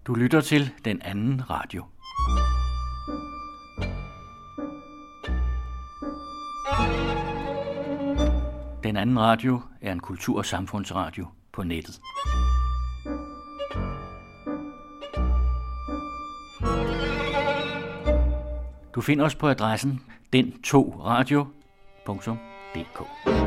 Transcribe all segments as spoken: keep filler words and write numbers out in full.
Du lytter til Den Anden Radio. Den Anden Radio er en kultur- og samfundsradio på nettet. Du finder os på adressen den to radio punktum d k.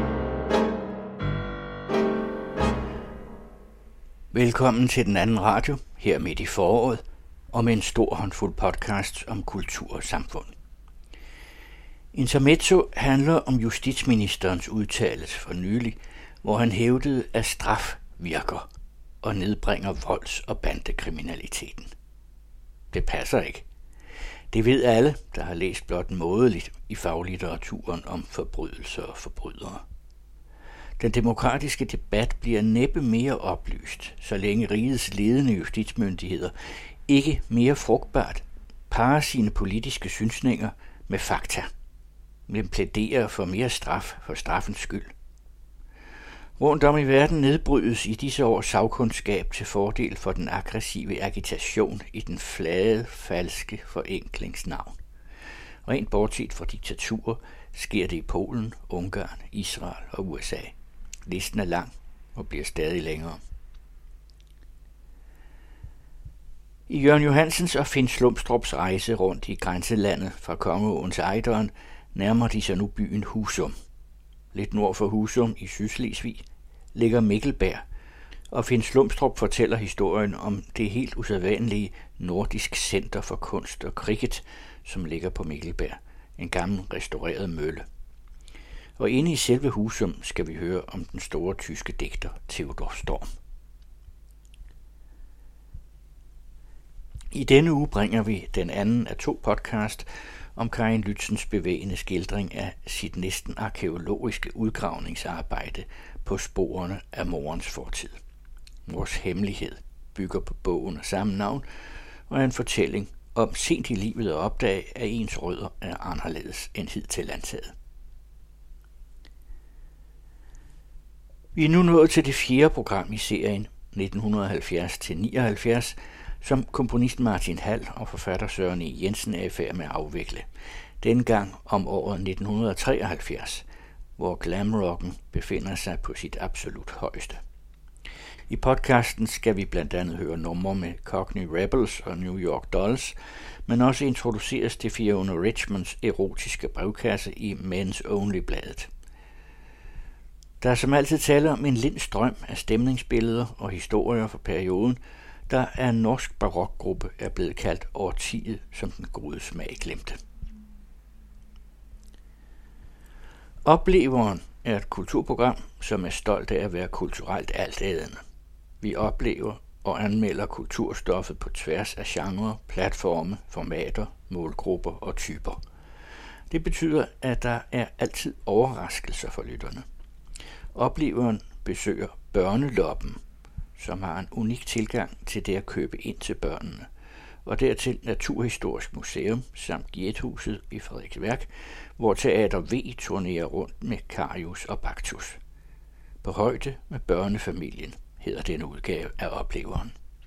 Velkommen til Den Anden Radio, her midt i foråret, og med en stor håndfuld podcasts om kultur og samfund. Intermezzo handler om justitsministerens udtalelse for nylig, hvor han hævdede, at straf virker og nedbringer volds- og bandekriminaliteten. Det passer ikke. Det ved alle, der har læst blot mådeligt i faglitteraturen om forbrydelser og forbrydere. Den demokratiske debat bliver næppe mere oplyst, så længe rigets ledende justitsmyndigheder ikke mere frugtbart parer sine politiske synsninger med fakta, men plæderer for mere straf for straffens skyld. Rundt om i verden nedbrydes i disse år sagkundskab til fordel for den aggressive agitation i den flade, falske forenklingsnavn. Rent bortset fra diktaturer sker det i Polen, Ungarn, Israel og U S A. Listen er lang og bliver stadig længere. I Jørgen Johansens og Finn Slumstrups rejse rundt i grænselandet fra Kongeåen til Ejderen nærmer de sig nu byen Husum. Lidt nord for Husum i Sydslesvig ligger Mikkelberg, og Finn Slumstrup fortæller historien om det helt usædvanlige Nordisk Center for Kunst og Cricket, som ligger på Mikkelberg, en gammel restaureret mølle. Og inde i selve Husum skal vi høre om den store tyske digter Theodor Storm. I denne uge bringer vi den anden af to podcast om Karin Lützens bevægende skildring af sit næsten arkæologiske udgravningsarbejde på sporene af morens fortid. Mors hemmelighed bygger på bogen af samme navn og er en fortælling om sent i livet at opdage, at ens rødder er anderledes end hidtil antaget. Vi er nu nået til det fjerde program i serien nitten halvfjerds til nioghalvfjerds, som komponist Martin Hall og forfatter Søren E. Jensen er i færd med at afvikle. Denne gang om året nitten treoghalvfjerds, hvor glamrocken befinder sig på sit absolut højeste. I podcasten skal vi blandt andet høre numre med Cockney Rebels og New York Dolls, men også introduceres til Fiona Richmonds erotiske brevkasse i Men's Only-bladet. Der er som altid tale om en lind strøm af stemningsbilleder og historier fra perioden, der af en norsk barokgruppe er blevet kaldt årtiet, som den gode smag glemte. Opleveren er et kulturprogram, som er stolt af at være kulturelt altædende. Vi oplever og anmelder kulturstoffet på tværs af genrer, platforme, formater, målgrupper og typer. Det betyder, at der er altid overraskelser for lytterne. Opleveren besøger Børneloppen, som har en unik tilgang til det at købe ind til børnene, og dertil Naturhistorisk Museum samt Giethuset i Frederiksværk, hvor Teater V turnerer rundt med Karius og Baktus. På højde med børnefamilien hedder denne udgave af Opleveren.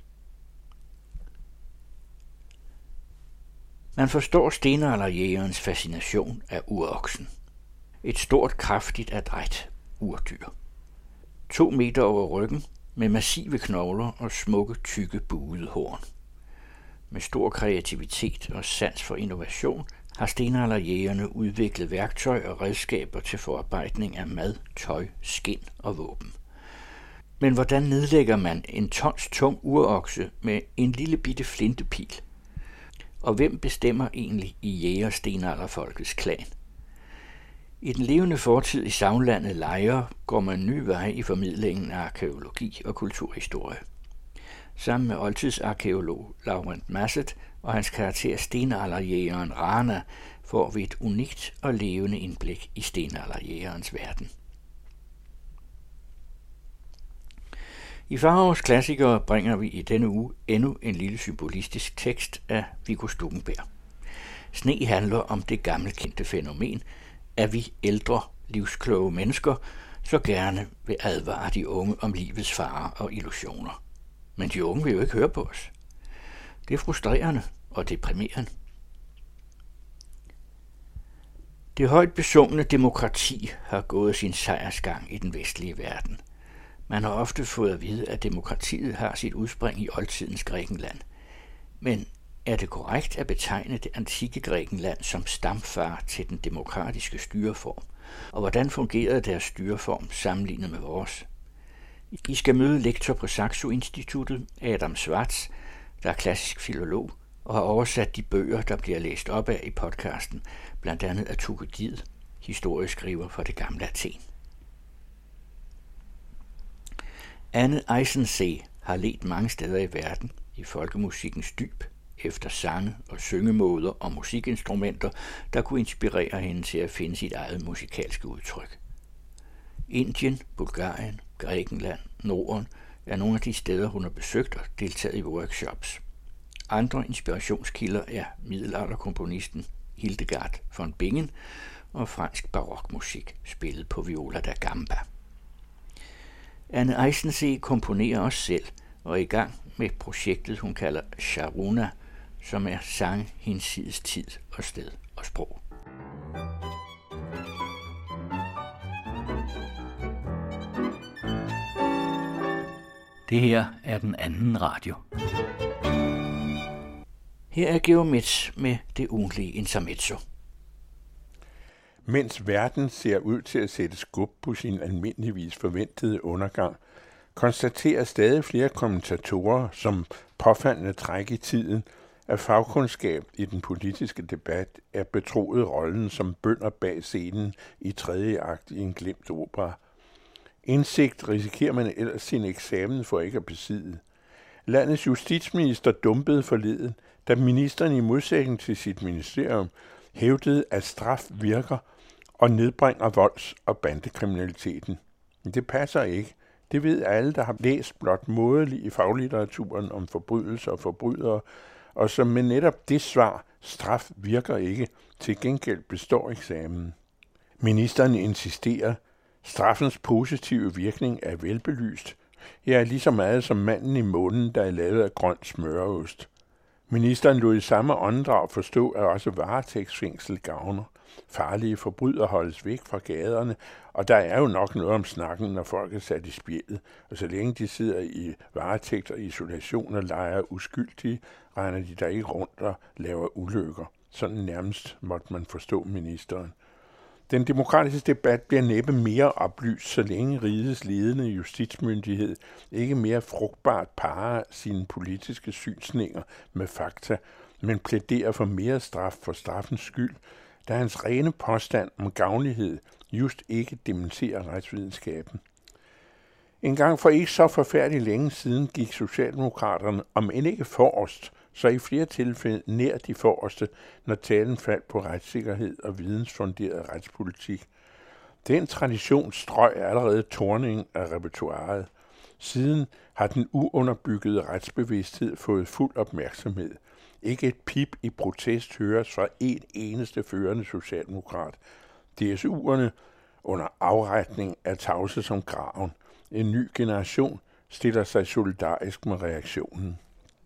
Man forstår stenalderjægerens fascination af uroksen. Et stort, kraftigt adræt urdyr. To meter over ryggen, med massive knogler og smukke, tykke, buede horn. Med stor kreativitet og sans for innovation har stenalderjægerne udviklet værktøj og redskaber til forarbejdning af mad, tøj, skind og våben. Men hvordan nedlægger man en tons tung urokse med en lille bitte flintepil? Og hvem bestemmer egentlig i jæger-stenalderfolkets klan? I den levende fortid i savnlandet Lejre går man en ny vej i formidlingen af arkæologi og kulturhistorie. Sammen med oldtidsarkæolog Laurent Masset og hans karakter stenalderjægeren Rana får vi et unikt og levende indblik i stenalderjægerens verden. I Farovs klassikere bringer vi i denne uge endnu en lille symbolistisk tekst af Viggo Stuckenberg. Sne handler om det gammelkendte fænomen, at vi ældre, livskloge mennesker så gerne vil advare de unge om livets farer og illusioner. Men de unge vil jo ikke høre på os. Det er frustrerende og deprimerende. Det højt besungne demokrati har gået sin sejrsgang i den vestlige verden. Man har ofte fået at vide, at demokratiet har sit udspring i oldtidens Grækenland. Men er det korrekt at betegne det antikke Grækenland som stamfar til den demokratiske styreform? Og hvordan fungerede deres styreform sammenlignet med vores? I skal møde lektor på Saxo-instituttet, Adam Schwartz, der er klassisk filolog og har oversat de bøger, der bliver læst op af i podcasten, blandt andet af Thukydid, historieskriver for det gamle Athen. Anne Eisensee har ledt mange steder i verden i folkemusikkens dyb, efter sange og syngemåder og musikinstrumenter, der kunne inspirere hende til at finde sit eget musikalske udtryk. Indien, Bulgarien, Grækenland, Norden er nogle af de steder, hun har besøgt og deltaget i workshops. Andre inspirationskilder er middelalderkomponisten Hildegard von Bingen og fransk barokmusik, spillet på viola da gamba. Anne Eisensee komponerer også selv og er i gang med projektet, hun kalder Charuna, som er sang hinsides tid og sted og sprog. Det her er den anden radio. Her er Geomets med det ugentlige intermezzo. Mens verden ser ud til at sætte skub på sin almindeligvis forventede undergang, konstaterer stadig flere kommentatorer, som påfaldende træk i tiden, at fagkundskab i den politiske debat er betroet rollen som bønder bag scenen i tredje akt i en glemt opera. Indsigt risikerer man ellers sin eksamen for ikke at besidde. Landets justitsminister dumpede forleden, da ministeren i modsætning til sit ministerium hævdede, at straf virker og nedbringer volds- og bandekriminaliteten. Men det passer ikke. Det ved alle, der har læst blot mådeligt i faglitteraturen om forbrydelser og forbrydere, og som med netop det svar, straf virker ikke, til gengæld består eksamen. Ministeren insisterer, straffens positive virkning er velbelyst. Jeg er lige så meget som manden i månen, der er lavet af grøn smøreost. Ministeren lod i samme åndedrag forstå, at også varetægtsfængsel gavner. Farlige forbrydere holdes væk fra gaderne, og der er jo nok noget om snakken, når folk er sat i spjældet. Og så længe de sidder i varetægt og isolation og leger uskyldige, regner de der ikke rundt og laver ulykker. Sådan nærmest måtte man forstå ministeren. Den demokratiske debat bliver næppe mere oplyst, så længe rigets ledende justitsmyndighed ikke mere frugtbart parer sine politiske synsninger med fakta, men plæderer for mere straf for straffens skyld, da hans rene påstand om gavnlighed just ikke dementerer retsvidenskaben. En gang for ikke så forfærdeligt længe siden gik Socialdemokraterne, om end ikke forrest, så i flere tilfælde nær de forreste, når talen faldt på retssikkerhed og vidensfunderet retspolitik. Den tradition strøg allerede Thorning af repertoiret. Siden har den uunderbyggede retsbevidsthed fået fuld opmærksomhed. Ikke et pip i protest høres fra en eneste førende socialdemokrat. D S U'erne under afretning er tavse som graven. En ny generation stiller sig solidarisk med reaktionen.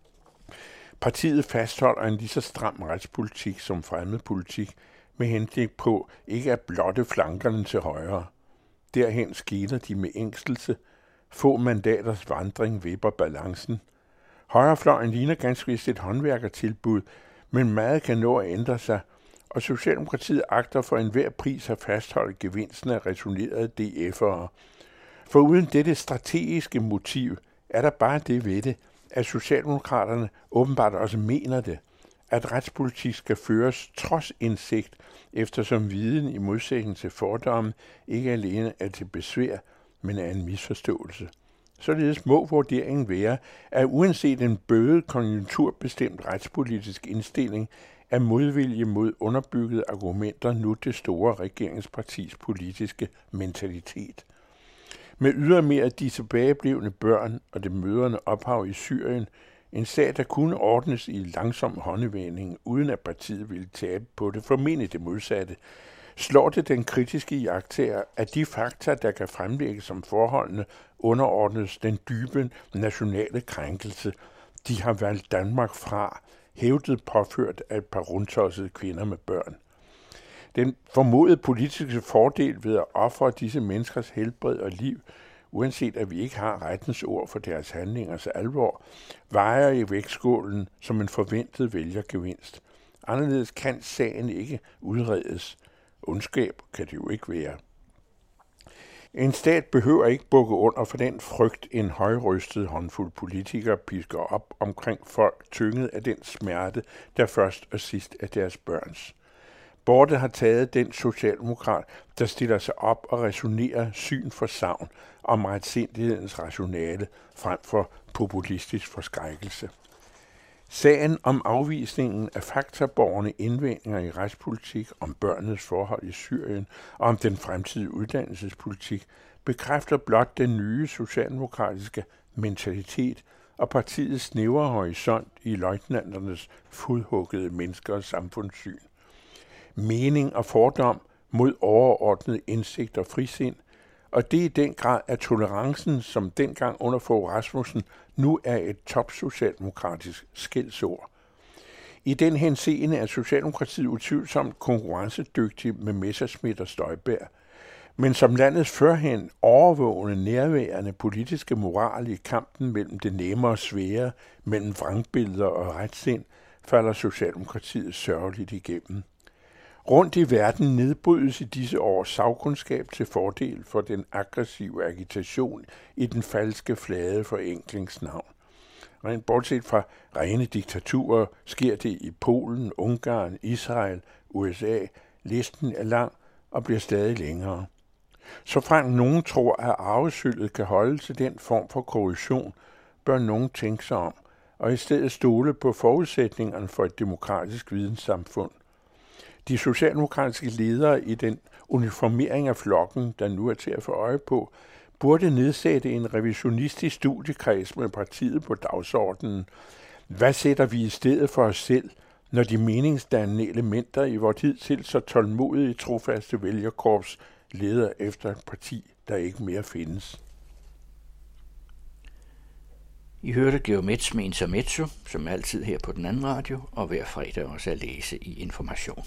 Partiet fastholder en lige så stram retspolitik som fremmedpolitik med henblik på ikke at blotte flankerne til højre. Derhen skeler de med ængstelse. Få mandaters vandring vipper balancen. Højrefløjen ligner ganske vist et håndværkertilbud, men meget kan nå at ændre sig, og Socialdemokratiet agter for enhver pris at fastholde gevinsten af returnerede D F'ere. For uden dette strategiske motiv er der bare det ved det, at Socialdemokraterne åbenbart også mener det, at retspolitik skal føres trods indsigt, eftersom viden i modsætning til fordomme ikke alene er til besvær, men er en misforståelse. Således må vurderingen være, at uanset en bødet konjunkturbestemt retspolitisk indstilling, er modvilje mod underbyggede argumenter nu det store regeringspartis politiske mentalitet. Med ydermere de tilbageblevne børn og det mødrende ophav i Syrien, en sag, der kunne ordnes i langsom håndevending, uden at partiet ville tabe på det, formentlig det modsatte, slår det den kritiske iagttager, at de fakta, der kan fremlægges som forholdene, underordnes den dybe nationale krænkelse, de har valgt Danmark fra, hævdet påført af et par rundtossede kvinder med børn. Den formodede politiske fordel ved at ofre disse menneskers helbred og liv, uanset at vi ikke har rettens ord for deres handlingers alvor, vejer i vægtskålen som en forventet vælgergevinst. Anderledes kan sagen ikke udredes. Ondskab kan det jo ikke være. En stat behøver ikke bukke under for den frygt, en højrystet håndfuld politikere pisker op omkring folk tynget af den smerte, der først og sidst er deres børns. Borte har taget den socialdemokrat, der stiller sig op og resonerer syn for savn om retsindighedens rationale frem for populistisk forskrækkelse. Sagen om afvisningen af faktaborgerne indvendinger i retspolitik, om børnenes forhold i Syrien og om den fremtidige uddannelsespolitik bekræfter blot den nye socialdemokratiske mentalitet og partiets snævre horisont i løjtnanternes fodhuggede mennesker og samfundssyn. Mening og fordom mod overordnet indsigt og frisind, og det i den grad af tolerancen, som dengang under Fogh Rasmussen nu er et topsocialdemokratisk skældsord. I den henseende er Socialdemokratiet utvivlsomt konkurrencedygtig med Messerschmidt og Støjberg, men som landets førhen overvågende nærværende politiske moral i kampen mellem det nemme og svære, mellem vrangbilleder og retssind, falder Socialdemokratiet sørgeligt igennem. Rundt i verden nedbrydes i disse år sagkundskab til fordel for den aggressive agitation i den falske flade forenklingsnavn. Rent bortset fra rene diktaturer sker det i Polen, Ungarn, Israel, U S A. Listen er lang og bliver stadig længere. Så frem nogen tror, at arvesølvet kan holde til den form for korruption, bør nogen tænke sig om, og i stedet stole på forudsætningerne for et demokratisk videnssamfund. De socialdemokratiske ledere i den uniformering af flokken, der nu er til at få øje på, burde nedsætte en revisionistisk studiekreds med partiet på dagsordenen. Hvad sætter vi i stedet for os selv, når de meningsdannende elementer i vores hidtil så tålmodige trofaste vælgerkorps leder efter et parti, der ikke mere findes? I hørte Geomets med Intermezzo, som altid her på den anden radio, og hver fredag også at læse i Information.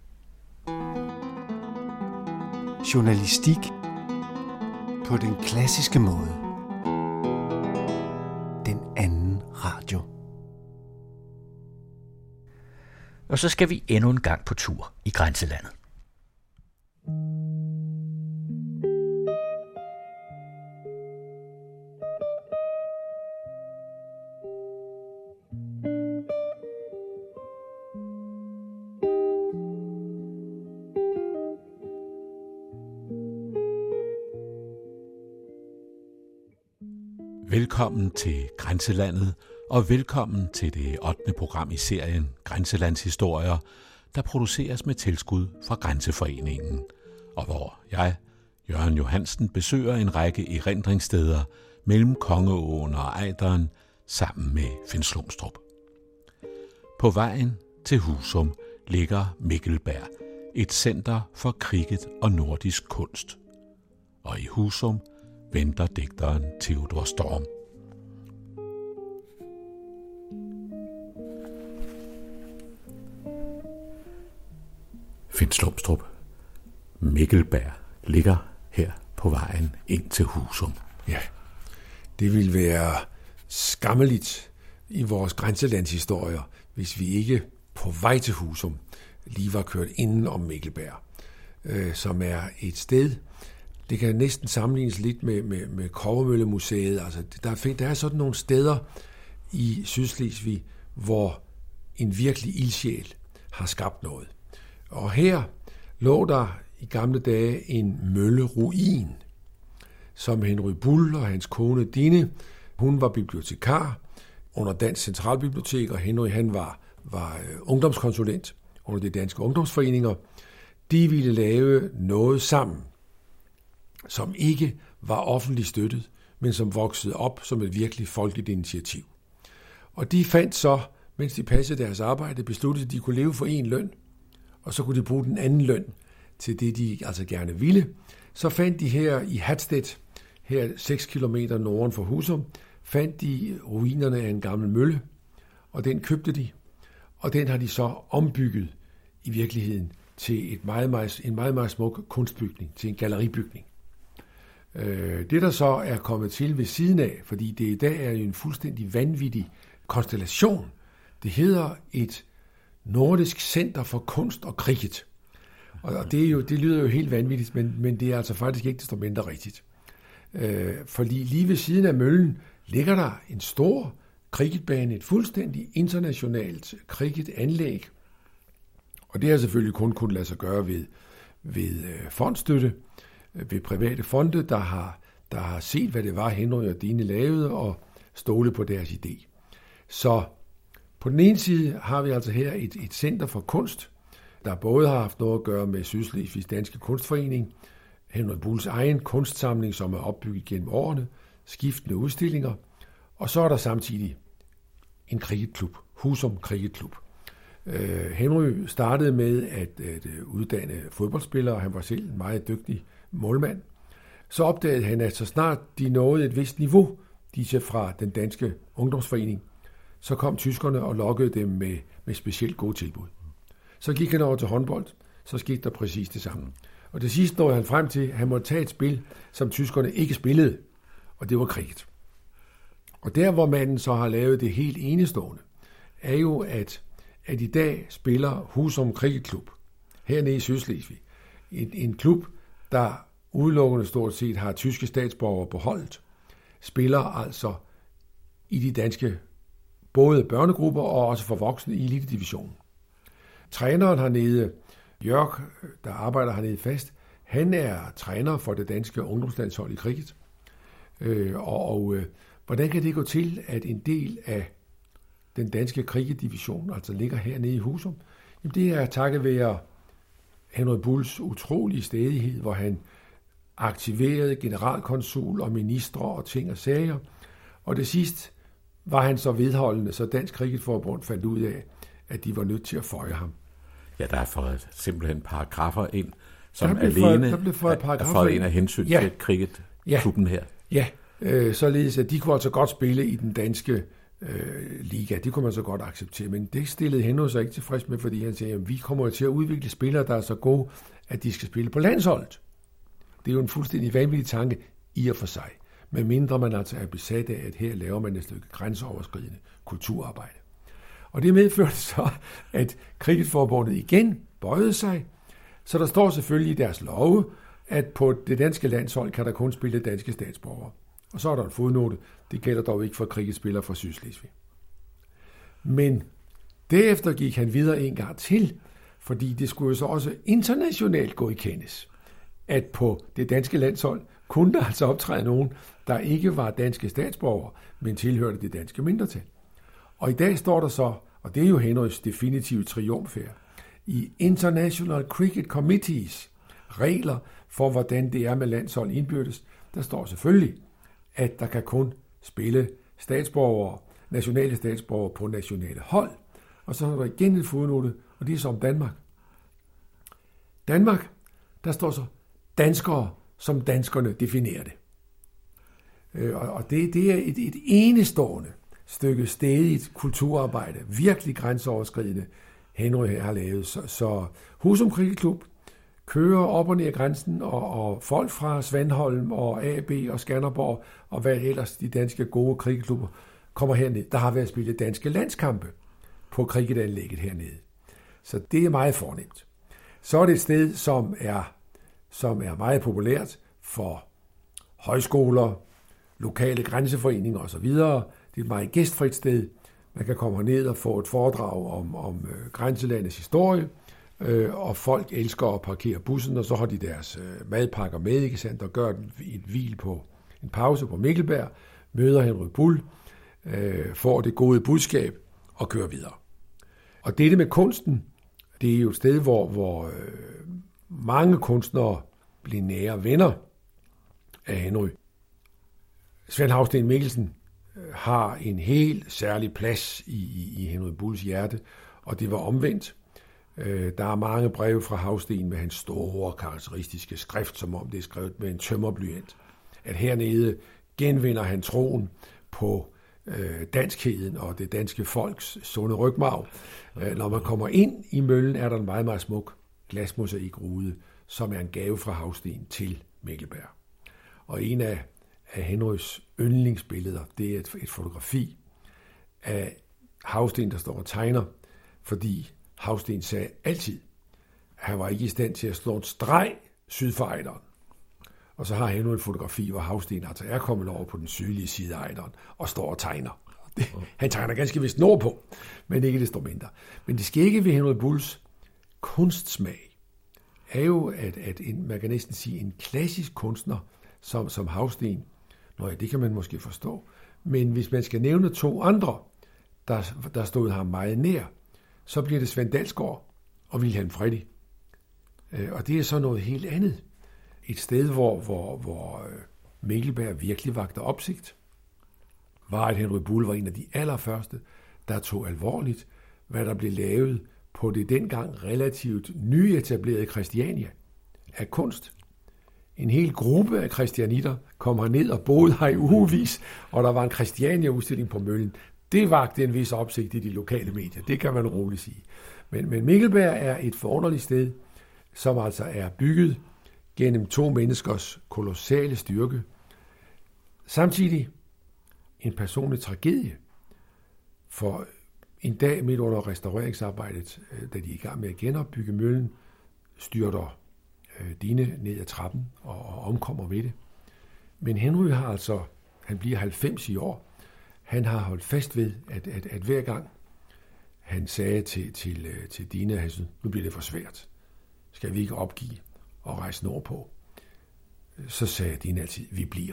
Journalistik på den klassiske måde. Den anden radio. Og så skal vi endnu en gang på tur i grænselandet. Velkommen til Grænselandet, og velkommen til det ottende program i serien Grænselandshistorier, der produceres med tilskud fra Grænseforeningen, og hvor jeg, Jørgen Johansen, besøger en række erindringssteder mellem Kongeåen og Ejderen sammen med Finslumstrup. På vejen til Husum ligger Mikkelberg, et center for kriget og nordisk kunst. Og i Husum venter digteren Theodor Storm. Finslumstrup. Mikkelberg ligger her på vejen ind til Husum. Ja, det vil være skammeligt i vores grænselandshistorier, hvis vi ikke på vej til Husum lige var kørt inden om Mikkelberg, øh, som er et sted. Det kan næsten sammenlignes lidt med, med, med Kobbermøllemuseet. Altså, der, der er sådan nogle steder i Sydslesvig, hvor en virkelig ildsjæl har skabt noget. Og her lå der i gamle dage en mølleruin, som Henry Bull og hans kone Dine, hun var bibliotekar under Dansk Centralbibliotek, og Henry han var, var ungdomskonsulent under de danske ungdomsforeninger. De ville lave noget sammen, som ikke var offentligt støttet, men som voksede op som et virkelig folkeligt initiativ. Og de fandt så, mens de passede deres arbejde, besluttede, at de kunne leve for en løn, og så kunne de bruge den anden løn til det, de altså gerne ville. Så fandt de her i Hadstedt, her seks kilometer norden for Husum, fandt de ruinerne af en gammel mølle, og den købte de, og den har de så ombygget i virkeligheden til et meget, meget, en meget, meget smuk kunstbygning, til en galleribygning. Det, der så er kommet til ved siden af, fordi det i dag er en fuldstændig vanvittig konstellation, det hedder et Nordisk Center for Kunst og Cricket. Og det, er jo, det lyder jo helt vanvittigt, men, men det er altså faktisk ikke desto mindre rigtigt. Øh, fordi lige ved siden af møllen ligger der en stor cricketbane, et fuldstændig internationalt cricketanlæg. Og det har selvfølgelig kun kunnet lade sig gøre ved, ved øh, fondstøtte, øh, ved private fonde, der har, der har set, hvad det var, Henry og Dine lavede, og stole på deres idé. Så på den ene side har vi altså her et, et center for kunst, der både har haft noget at gøre med Sydslesvigs Danske Kunstforening, Henry Bulls egen kunstsamling, som er opbygget gennem årene, skiftende udstillinger, og så er der samtidig en cricketklub, Husum Cricketklub. Øh, Henry startede med at, at uddanne fodboldspillere, og han var selv en meget dygtig målmand. Så opdagede han, at så snart de nåede et vist niveau, disse fra den danske ungdomsforening, så kom tyskerne og lokkede dem med, med specielt gode tilbud. Så gik han over til håndbold, så skete der præcis det samme. Og det sidste nåede han frem til, at han måtte tage et spil, som tyskerne ikke spillede, og det var cricket. Og der, hvor manden så har lavet det helt enestående, er jo, at, at i dag spiller Husum Cricketklub hernede i Sydslesvig. En, en klub, der udelukkende stort set har tyske statsborgere på holdet, spiller altså i de danske både børnegrupper og også for voksne i elitedivisionen. Træneren hernede, Jørg, der arbejder hernede fast, han er træner for det danske ungdomslandshold i cricket. Øh, og og øh, hvordan kan det gå til, at en del af den danske cricketdivision altså ligger hernede i Husum? Jamen, det er takket være Henry Bulls utrolige stædighed, hvor han aktiverede generalkonsul og ministre og ting og sager. Og det sidste var han så vedholdende, så Dansk Cricketforbund fandt ud af, at de var nødt til at føje ham. Ja, der er fået simpelthen paragrafer ind, som der alene der blev fået er fået ind af hensyn ja. til cricketklubben ja. her. Ja, øh, således at de kunne altså godt spille i den danske øh, liga. Det kunne man så godt acceptere, men det stillede Henry sig ikke tilfreds med, fordi han sagde, at vi kommer til at udvikle spillere, der er så gode, at de skal spille på landsholdet. Det er jo en fuldstændig vanvittig tanke i og for sig, medmindre man altså er besat af, at her laver man et stykke grænseoverskridende kulturarbejde. Og det medførte så, at Cricketforbundet igen bøjede sig, så der står selvfølgelig i deres love, at på det danske landshold kan der kun spille danske statsborgere. Og så er der en fodnote, det gælder dog ikke for cricketspillere fra Sydslesvig. Men derefter gik han videre en gang til, fordi det skulle jo så også internationalt gå i kendes, at på det danske landshold kunne der altså optræde nogen, der ikke var danske statsborgere, men tilhørte det danske mindretal. Og i dag står der så, og det er jo Henrys definitive triumf her, i International Cricket Committees regler for, hvordan det er med landshold indbyrdes, der står selvfølgelig, at der kan kun spille statsborgere, nationale statsborgere på nationale hold. Og så er der igen en fodnote, og det er så om Danmark. Danmark, der står så danskere, som danskerne definerer det. Og det, det er et, et enestående stykke stædigt kulturarbejde, virkelig grænseoverskridende, Henry her har lavet. Så, så Husum Cricketklub kører op og ned af grænsen, og, og folk fra Svanholm og A B og Skanderborg, og hvad ellers de danske gode cricketklubber, kommer herned. Der har været spillet danske landskampe på cricketanlægget hernede. Så det er meget fornemt. Så er det et sted, som er, som er meget populært for højskoler, lokale grænseforeninger osv. Det er et meget gæstfrit sted. Man kan komme ned og få et foredrag om, om øh, grænselandets historie, øh, og folk elsker at parkere bussen, og så har de deres øh, madpakker med, ikke sandt, og gør et hvil på en pause på Mikkelberg, møder Henry Bull, øh, får det gode budskab og kører videre. Og dette med kunsten, det er jo et sted, hvor, hvor øh, mange kunstnere bliver nære venner af Henry. Svend Hausten Mikkelsen har en helt særlig plads i, i, i Henry Bulls hjerte, og det var omvendt. Øh, der er mange breve fra Hausten med hans store, karakteristiske skrift, som om det er skrevet med en tømmerblyant. At hernede genvinder han troen på øh, danskheden og det danske folks sunde rygmarv. Øh, når man kommer ind i møllen, er der en meget, meget smuk glasmosaikrude, som er en gave fra Havsten til Mikkelberg. Og en af, af Henrys yndlingsbilleder, det er et, et fotografi af Havsten, der står og tegner, fordi Havsten sagde altid, at han var ikke i stand til at slå en streg syd for Ejderen. Og så har Henry et fotografi, hvor Havsten altså er kommet over på den sydlige side af Ejderen og står og tegner. Det, han tegner ganske vist nordpå, men ikke desto mindre. Men det skægge ved Henry Bulls kunstsmag er jo, at, at en, man kan næsten sige, en klassisk kunstner som, som Havsten, nå ja, det kan man måske forstå, men hvis man skal nævne to andre, der, der stod ham meget nær, så bliver det Svend Dalsgaard og Wilhelm Freddy. Og det er så noget helt andet. Et sted, hvor, hvor, hvor Mikkelberg virkelig vagter opsigt, var, at Henry Bull var en af de allerførste, der tog alvorligt, hvad der blev lavet på det dengang relativt nyetablerede Christiania af kunst. En hel gruppe af christianitter kom herned og boede her i ugevis, og der var en Christiania-udstilling på møllen. Det vagte en vis opsigt i de lokale medier, det kan man roligt sige. Men, men Mikkelberg er et forunderligt sted, som altså er bygget gennem to menneskers kolossale styrke. Samtidig en personlig tragedie, for en dag midt under restaureringsarbejdet, da de er i gang med at genopbygge møllen, styrter Dine ned ad trappen og, og omkommer ved det. Men Henry har altså, han bliver halvfems i år, han har holdt fast ved, at, at, at hver gang han sagde til, til, til Dine, at han synes, nu bliver det for svært, skal vi ikke opgive og rejse nordpå, så sagde Dine altid, vi bliver.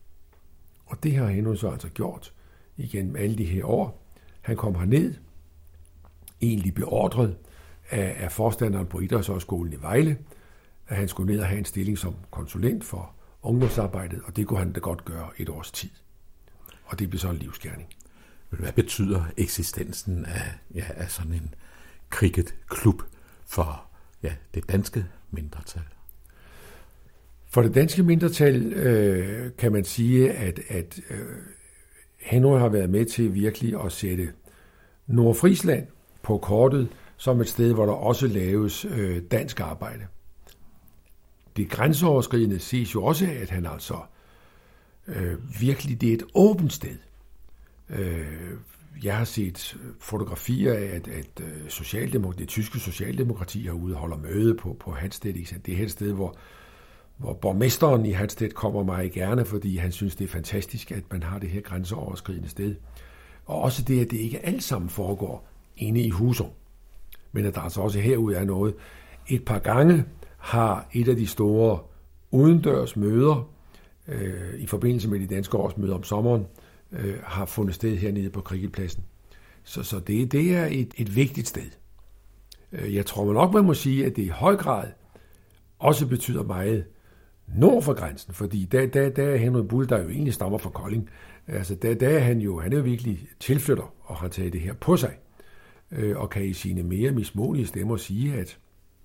Og det har Henry så altså gjort igennem alle de her år. Han kom herned, egentlig beordret af, af forstanderen på Idrætshøjskolen i Vejle, at han skulle ned og have en stilling som konsulent for ungdomsarbejdet, og det kunne han da godt gøre et års tid. Og det blev så en livsgerning. Hvad betyder eksistensen af, ja, af sådan en cricketklub for ja, det danske mindretal? For det danske mindretal øh, kan man sige, at, at øh, Henry har været med til virkelig at sætte Nordfrisland på kortet som et sted, hvor der også laves øh, dansk arbejde. Det grænseoverskridende ses jo også af, at han altså øh, virkelig, det er et åbent sted. Øh, jeg har set fotografier af, at, at socialdemok- det tyske socialdemokrati herude holder møde på, på Hanstedt. Det er et sted, hvor, hvor borgmesteren i Hanstedt kommer meget gerne, fordi han synes, det er fantastisk, at man har det her grænseoverskridende sted. Og også det, at det ikke alt sammen foregår inde i Husum, men at der altså også herude er noget. Et par gange har et af de store udendørs møder øh, i forbindelse med de danske årsmøder om sommeren, øh, har fundet sted hernede på cricketpladsen. Så, så det, det er et, et vigtigt sted. Jeg tror man nok, man må sige, at det i høj grad også betyder meget nord for grænsen, fordi der, der, der er Henry Bull, der jo egentlig stammer fra Kolding. Altså der, der er han jo, han er jo virkelig tilflytter og har taget det her på sig, øh, og kan i sine mere mismodige stemmer sige, at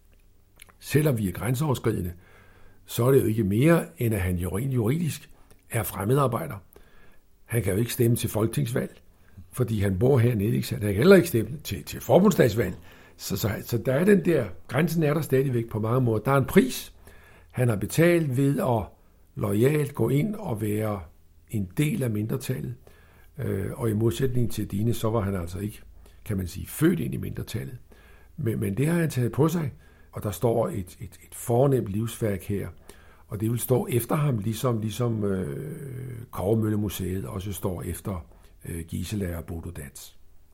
selvom vi er grænseoverskridende, så er det jo ikke mere, end at han jo rent juridisk er fremmedarbejder. Han kan jo ikke stemme til folketingsvalg, fordi han bor hernede, ikke? Han kan heller ikke stemme til, til forbundsdagsvalg. Så, så, så der er den der, grænsen er der stadigvæk på mange måder. Der er en pris, han har betalt ved at loyalt gå ind og være en del af mindretallet. Og i modsætning til Dine, så var han altså ikke, kan man sige, født ind i mindretallet. Men, men det har han taget på sig, og der står et, et, et fornemt livsværk her. Og det vil stå efter ham, ligesom, ligesom øh, Kobbermøllemuseet også står efter øh, Gisela og Bodo Dans.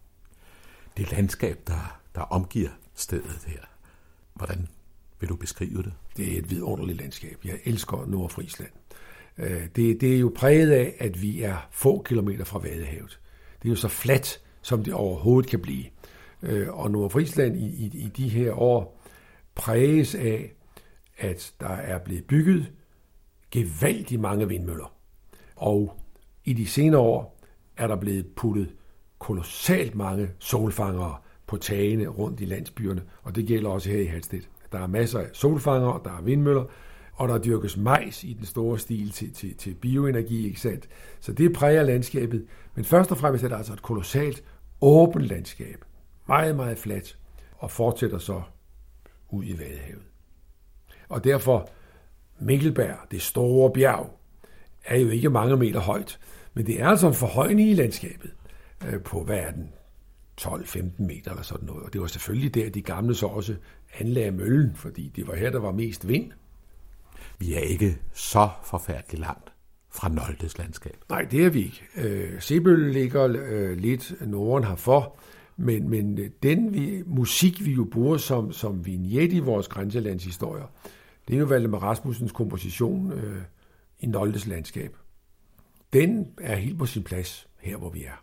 Det landskab, der, der omgiver stedet her, hvordan vil du beskrive det? Det er et vidunderligt landskab. Jeg elsker Nordfrisland. Det, det er jo præget af, at vi er få kilometer fra Vadehavet. Det er jo så fladt, som det overhovedet kan blive. Og Nordfrisland i, i, i de her år præges af, at der er blevet bygget gevaldigt mange vindmøller. Og i de senere år er der blevet puttet kolossalt mange solfangere på tagene rundt i landsbyerne, og det gælder også her i Hanstedt. Der er masser af solfangere, der er vindmøller, og der dyrkes majs i den store stil til, til, til bioenergi, ikke sandt? Så det præger landskabet. Men først og fremmest er det altså et kolossalt åbent landskab. Meget, meget fladt, og fortsætter så ud i Vadehavet. Og derfor, Mikkelberg, det store bjerg, er jo ikke mange meter højt, men det er altså en forhøjning i landskabet øh, på, hvad er den, tolv femten meter eller sådan noget. Og det var selvfølgelig der, de gamle så også anlagde møllen, fordi det var her, der var mest vind. Vi er ikke så forfærdeligt langt fra Noldes landskab. Nej, det er vi ikke. Øh, Sebølle ligger øh, lidt norden herfor, men, men den vi, musik, vi jo bruger som, som vignette i vores grænselandshistorier, det er jo Valdemar Rasmussens komposition øh, i Noldes landskab. Den er helt på sin plads her, hvor vi er.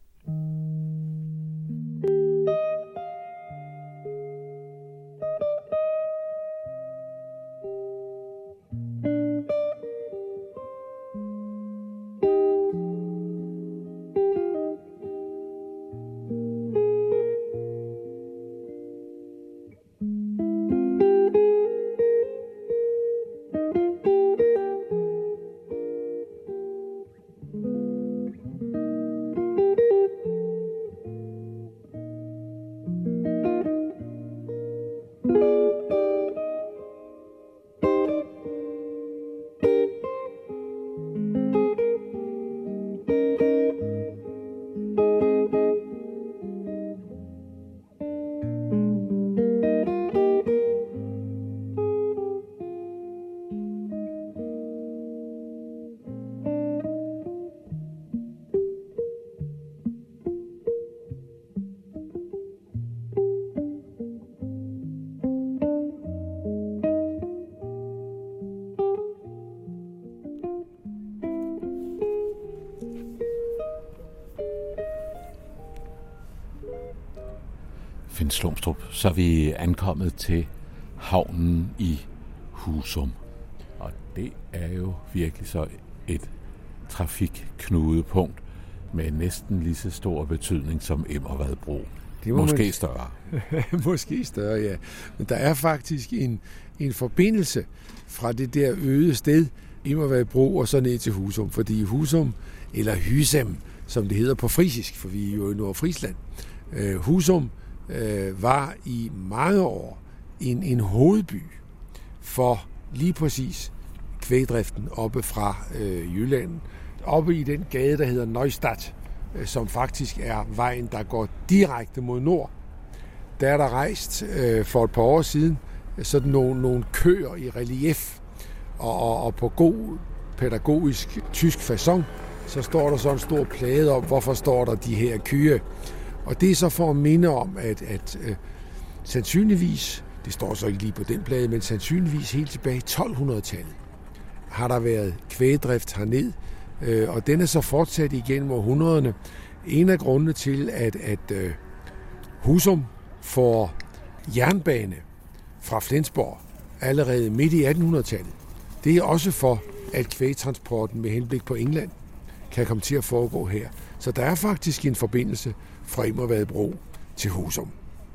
Finn Slumstrup, så er vi ankommet til havnen i Husum. Og det er jo virkelig så et trafikknudepunkt med næsten lige så stor betydning som Immervadbro. Måske man... større. Måske større, ja. Men der er faktisk en, en forbindelse fra det der øde sted, Immervadbro, og så ned til Husum. Fordi Husum, eller Hysem, som det hedder på frisisk, for vi er jo i Nordfrisland, øh, Husum øh, var i mange år en, en hovedby for lige præcis kvægdriften oppe fra øh, Jylland. Oppe i den gade, der hedder Neustadt, øh, som faktisk er vejen, der går direkte mod nord. Der er der rejst øh, for et par år siden sådan nogle, nogle køer i relief, og, og, og på god pædagogisk tysk facon, så står der så en stor plade om, hvorfor står der de her køer. Og det er så for at minde om, at, at øh, sandsynligvis, det står så ikke lige på den plade, men sandsynligvis helt tilbage i tolv-hundrede-tallet, har der været kvægdrift herned, øh, og den er så fortsat igennem århundrederne. En af grundene til, at, at øh, Husum får jernbane fra Flensborg allerede midt i attenhundrede-tallet, det er også for, at kvægtransporten med henblik på England kan komme til at foregå her. Så der er faktisk en forbindelse fra Immervadbro til Husum.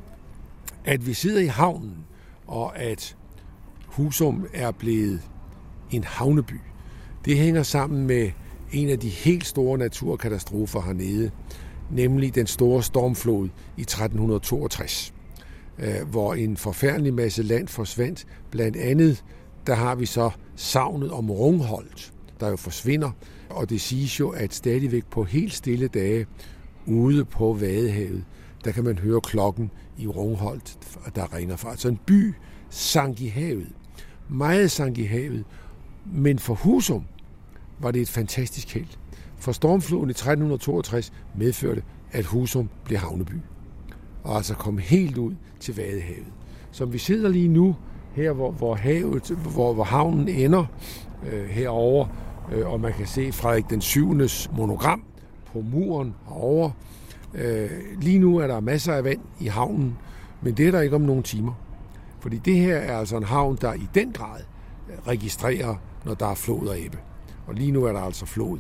At vi sidder i havnen, og at Husum er blevet en havneby, det hænger sammen med en af de helt store naturkatastrofer hernede, nemlig den store stormflod i tretten toogtres, hvor en forfærdelig masse land forsvandt. Blandt andet, der har vi så savnet om Rungholt, der jo forsvinder, og det siges jo, at stadigvæk på helt stille dage ude på Vadehavet, der kan man høre klokken i Rungholt, der ringer fra. Altså en by sank i havet. Meget sank i havet. Men for Husum var det et fantastisk held. For stormfloden i tretten toogtres medførte, at Husum blev havneby. Og altså kom helt ud til Vadehavet. Som vi sidder lige nu, her hvor, hvor, havet, hvor, hvor havnen ender øh, herovre, øh, og man kan se Frederik den syvendes monogram på muren herovre. Øh, lige nu er der masser af vand i havnen, men det er der ikke om nogle timer. Fordi det her er altså en havn, der i den grad registrerer, når der er flod og ebbe. Og lige nu er der altså flod.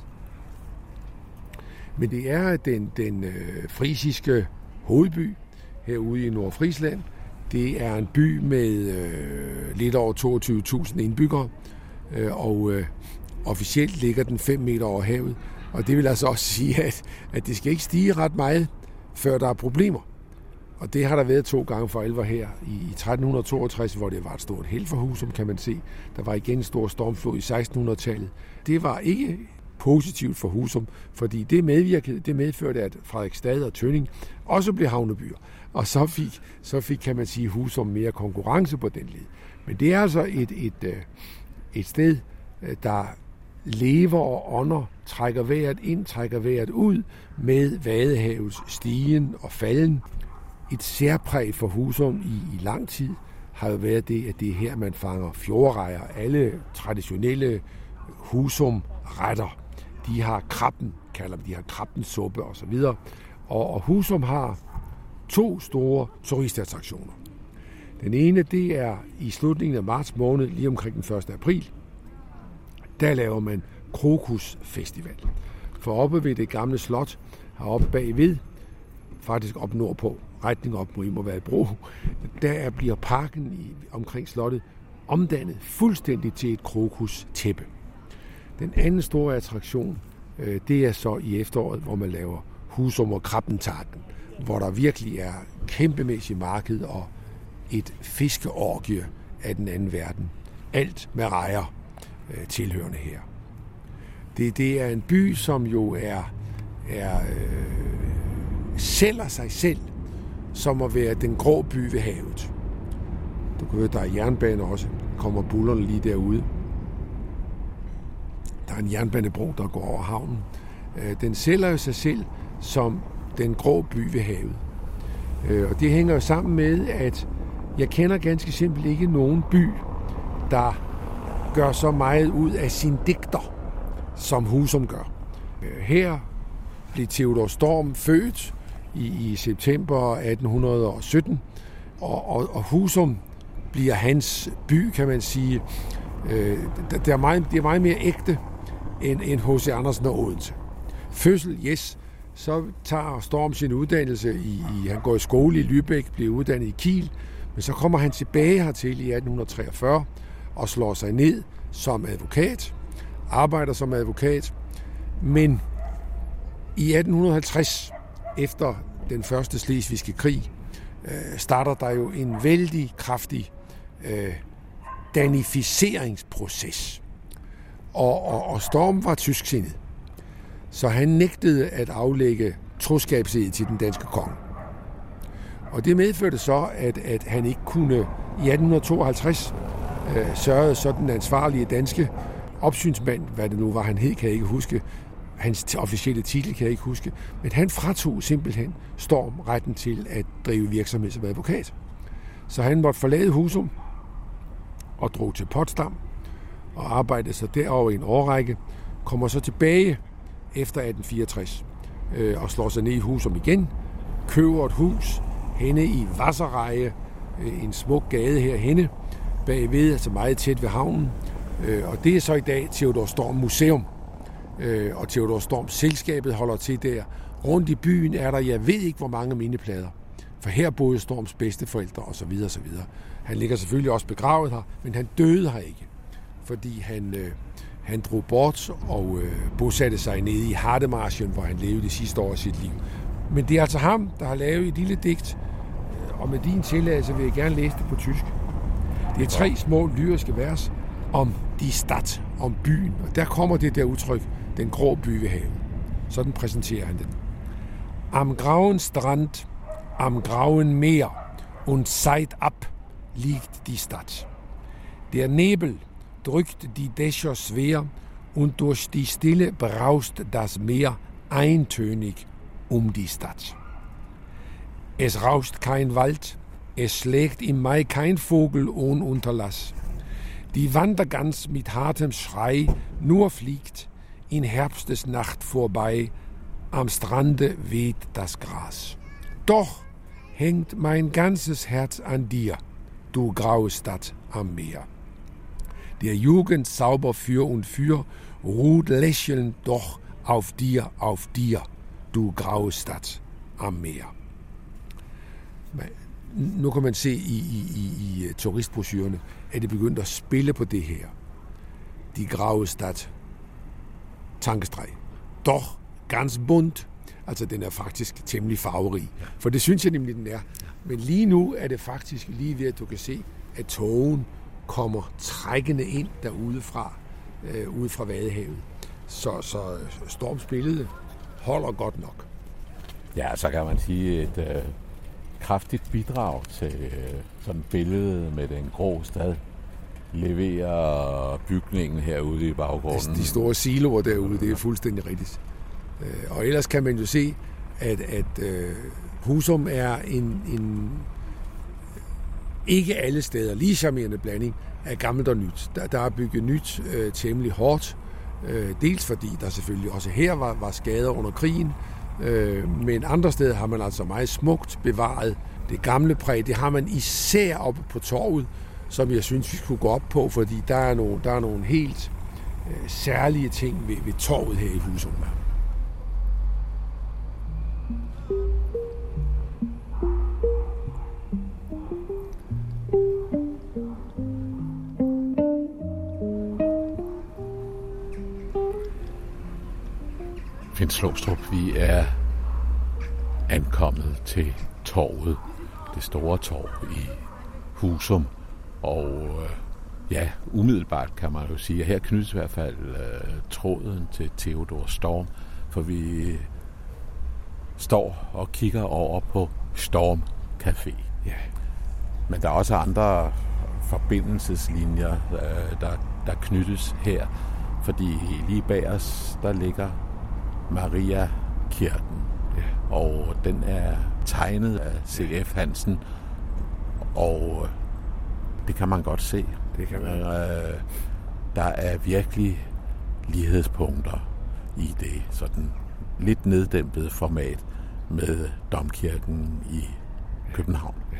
Men det er den, den øh, frisiske hovedby herude i Nordfrisland, Det er en by med øh, lidt over toogtyve tusind indbyggere, øh, og øh, officielt ligger den fem meter over havet. Og det vil altså også sige, at, at det skal ikke stige ret meget, før der er problemer. Og det har der været to gange for alvor her. I, i tretten toogtres, hvor det var et stort held for Husum, kan man se. Der var igen en stor stormflod i sekstenhundredetallet. Det var ikke positivt for Husum, fordi det medvirkede, det medførte, at Frederiksstad og Tønning også blev havnebyer. Og så fik, så fik, kan man sige, Husum mere konkurrence på den led. Men det er altså et, et, et sted, der lever og ånder, trækker vejret ind, trækker vejret ud med Vadehavets stigen og falden. Et særpræg for Husum i, i lang tid har jo været det, at det er her, man fanger fjordrejer. Alle traditionelle Husum-retter, de har krabben, kalder de har krabbensuppe osv. Og, og Husum har to store turistattraktioner. Den ene, det er i slutningen af marts måned, lige omkring den første april. Der laver man Krokus Festival. For oppe ved det gamle slot, heroppe bagved, faktisk op nordpå, retning op mod Immervad Bro, der bliver parken i, omkring slottet omdannet fuldstændig til et krokus-tæppe. Den anden store attraktion, det er så i efteråret, hvor man laver Husum og Krabbentagen, hvor der virkelig er kæmpemæssig marked og et fiskeorgie af den anden verden. Alt med rejer øh, tilhørende her. Det, det er en by, som jo er, er øh, sælger sig selv som at være den grå by ved havet. Du kan høre, der er jernbane også. Kommer bullerne lige derude. Der er en jernbanebro, der går over havnen. Den sælger jo sig selv som den grå by ved havet. Og det hænger jo sammen med, at jeg kender ganske simpelt ikke nogen by, der gør så meget ud af sin digter, som Husum gør. Her blev Theodor Storm født i, i september atten sytten, og, og, og Husum bliver hans by, kan man sige. Det er meget, det er meget mere ægte end, end H C Andersen og Odense. Fødsel, yes. Så tager Storm sin uddannelse i, i han går i skole i Lübeck, bliver uddannet i Kiel, men så kommer han tilbage hertil i atten treogfyrre og slår sig ned som advokat, arbejder som advokat, men i atten halvtreds, efter den første slesvigske krig, øh, starter der jo en vældig kraftig øh, danificeringsproces. Og, og, og Storm var tysksindet. Så han nægtede at aflægge troskabsed til den danske konge. Og det medførte så, at, at han ikke kunne i atten tooghalvtreds øh, sørge så den ansvarlige danske opsynsmand, hvad det nu var, han hed, kan jeg ikke huske, hans officielle titel kan jeg ikke huske, men han fratog simpelthen Storm retten til at drive virksomhed som advokat. Så han måtte forlade Husum og drog til Potsdam og arbejdede så derovre i en årrække, kommer så tilbage efter atten fireogtres øh, og slår sig ned i Husum igen, køber et hus henne i Wasserreihe, øh, en smuk gade herhenne, bagved, altså meget tæt ved havnen, øh, og det er så i dag Theodor Storm Museum, øh, og Theodor Storm selskabet holder til der. Rundt i byen er der, jeg ved ikke hvor mange mindeplader, for her boede Storms bedsteforældre osv. osv. Han ligger selvfølgelig også begravet her, men han døde her ikke, fordi han... Øh, Han drog bort og øh, bosatte sig nede i Hardemarschen, hvor han levede det sidste år af sit liv. Men det er altså ham, der har lavet et lille digt, og med din tilladelse vil jeg gerne læse det på tysk. Det er tre små lyriske vers om die Stadt, om byen. Og der kommer det der udtryk, den grå by ved havet. Sådan præsenterer han den. Am grauen Strand, am grauen Meer und Seitab liegt die Stadt. Der Nebel drückt die Dächer schwer und durch die Stille braust das Meer eintönig um die Stadt. Es rauscht kein Wald, es schlägt im Mai kein Vogel ohne Unterlass. Die Wandergans mit hartem Schrei nur fliegt in Herbstes Nacht vorbei, am Strande weht das Gras. Doch hängt mein ganzes Herz an dir, du graue Stadt am Meer. Der Jugend sauber für und für ruht lächelnd doch auf dir, auf dir, du graue Stadt am Meer. nu kan man se i, i, i, i turistbrochurerne, at det begyndte at spille på det her. Die graue Stadt. Tankestreg. Doch ganz bunt. Altså, den er faktisk temmelig farverig. For det synes jeg nemlig, den er. Men lige nu er det faktisk lige ved, at du kan se, at togen kommer trækkende ind derudefra, øh, ude fra Vadehavet. Så, så Storms billede holder godt nok. Ja, så kan man sige et øh, kraftigt bidrag til øh, sådan et billede med den grå stad. Leverer bygningen herude i baggrunden. De store siloer derude, det er fuldstændig rigtigt. Og ellers kan man jo se, at, at uh, Husum er en, en ikke alle steder lige charmerende blanding af gammelt og nyt. Der, der er bygget nyt uh, temmelig hårdt, uh, dels fordi der selvfølgelig også her var, var skader under krigen, uh, men andre steder har man altså meget smukt bevaret det gamle præg. Det har man især oppe på torvet, som jeg synes, vi skulle gå op på, fordi der er nogle, der er nogle helt uh, særlige ting ved, ved torvet her i Husum. Finn Slåstrup, vi er ankommet til torvet, det store torv i Husum, og ja, umiddelbart kan man jo sige, at her knyttes i hvert fald uh, tråden til Theodor Storm, for vi står og kigger over på Storm Café. Ja. Men der er også andre forbindelseslinjer, uh, der, der knyttes her, fordi lige bag os, der ligger Maria Kirken, ja. Og den er tegnet af C F Hansen, og det kan man godt se. Det kan man. Øh, der er virkelig lighedspunkter i det sådan lidt neddæmpede format med Domkirken i København. Ja.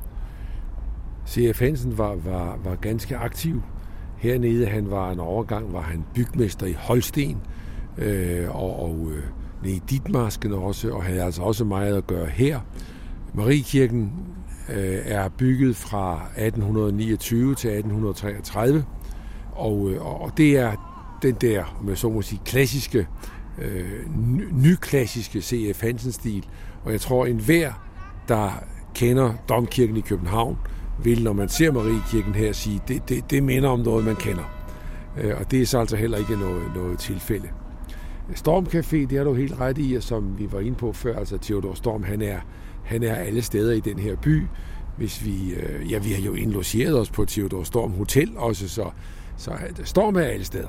C F Hansen var, var, var ganske aktiv hernede. Han var en overgang var han bygmester i Holsten, øh, og, og øh, nede i Ditmarsken også, og havde altså også meget at gøre her. Mariekirken øh, er bygget fra atten niogtyve til atten treogtredive, og, øh, og det er den der, om jeg så må sige, klassiske, øh, nyklassiske C F Hansen-stil, og jeg tror, enhver, der kender Domkirken i København, vil, når man ser Mariekirken her, sige, det, det, det minder om noget, man kender. Øh, og det er så altså heller ikke noget, noget tilfælde. Storm Café, det er du helt ret i, og som vi var inde på før, altså Theodor Storm, han er, han er alle steder i den her by. Hvis vi, øh, ja, vi har jo indlogeret os på Theodor Storm Hotel også, så, så Storm er alle steder.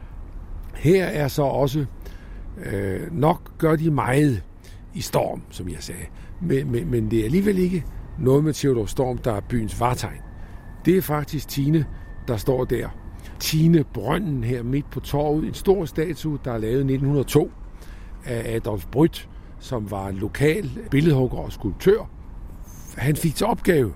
Her er så også, øh, nok gør de meget i Storm, som jeg sagde, men, men, men det er alligevel ikke noget med Theodor Storm, der er byens vartegn. Det er faktisk Tine, der står der. Tine Brønden her midt på torvet. En stor statue, der er lavet i nitten hundrede og to af Adolf Brütt, som var en lokal billedhugger og skulptør. Han fik til opgave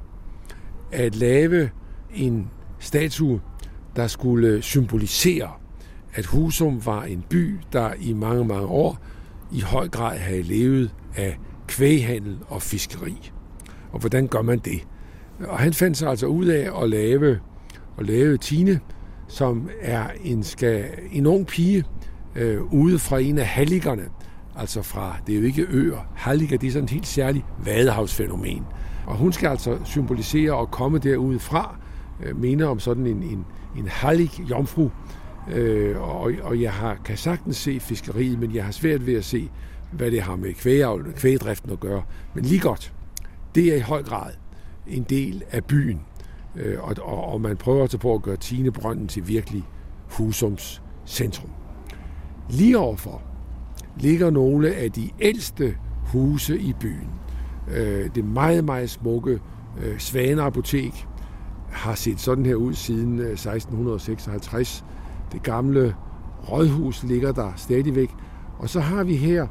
at lave en statue, der skulle symbolisere, at Husum var en by, der i mange, mange år i høj grad havde levet af kvæghandel og fiskeri. Og hvordan gør man det? Og han fandt sig altså ud af at lave, at lave Tine, som er en, skal, en ung pige øh, ude fra en af halliggerne. Altså fra, det er jo ikke øer. Halliger, det er sådan et helt særligt vadehavsfænomen. Og hun skal altså symbolisere og komme derude fra, øh, mener om sådan en, en, en hallig jomfru. Øh, og, og jeg har, kan sagtens se fiskeriet, men jeg har svært ved at se, hvad det har med kvægavl, kvægdriften at gøre. Men lige godt, det er i høj grad en del af byen. Øh, og, og, og man prøver altså på at gøre Tine Brønden til virkelig Husums centrum. Lige overfor ligger nogle af de ældste huse i byen. Øh, det meget, meget smukke øh, Svane Apotek har set sådan her ud siden øh, seksten seksoghalvtreds. Det gamle rådhus ligger der stadigvæk. Og så har vi her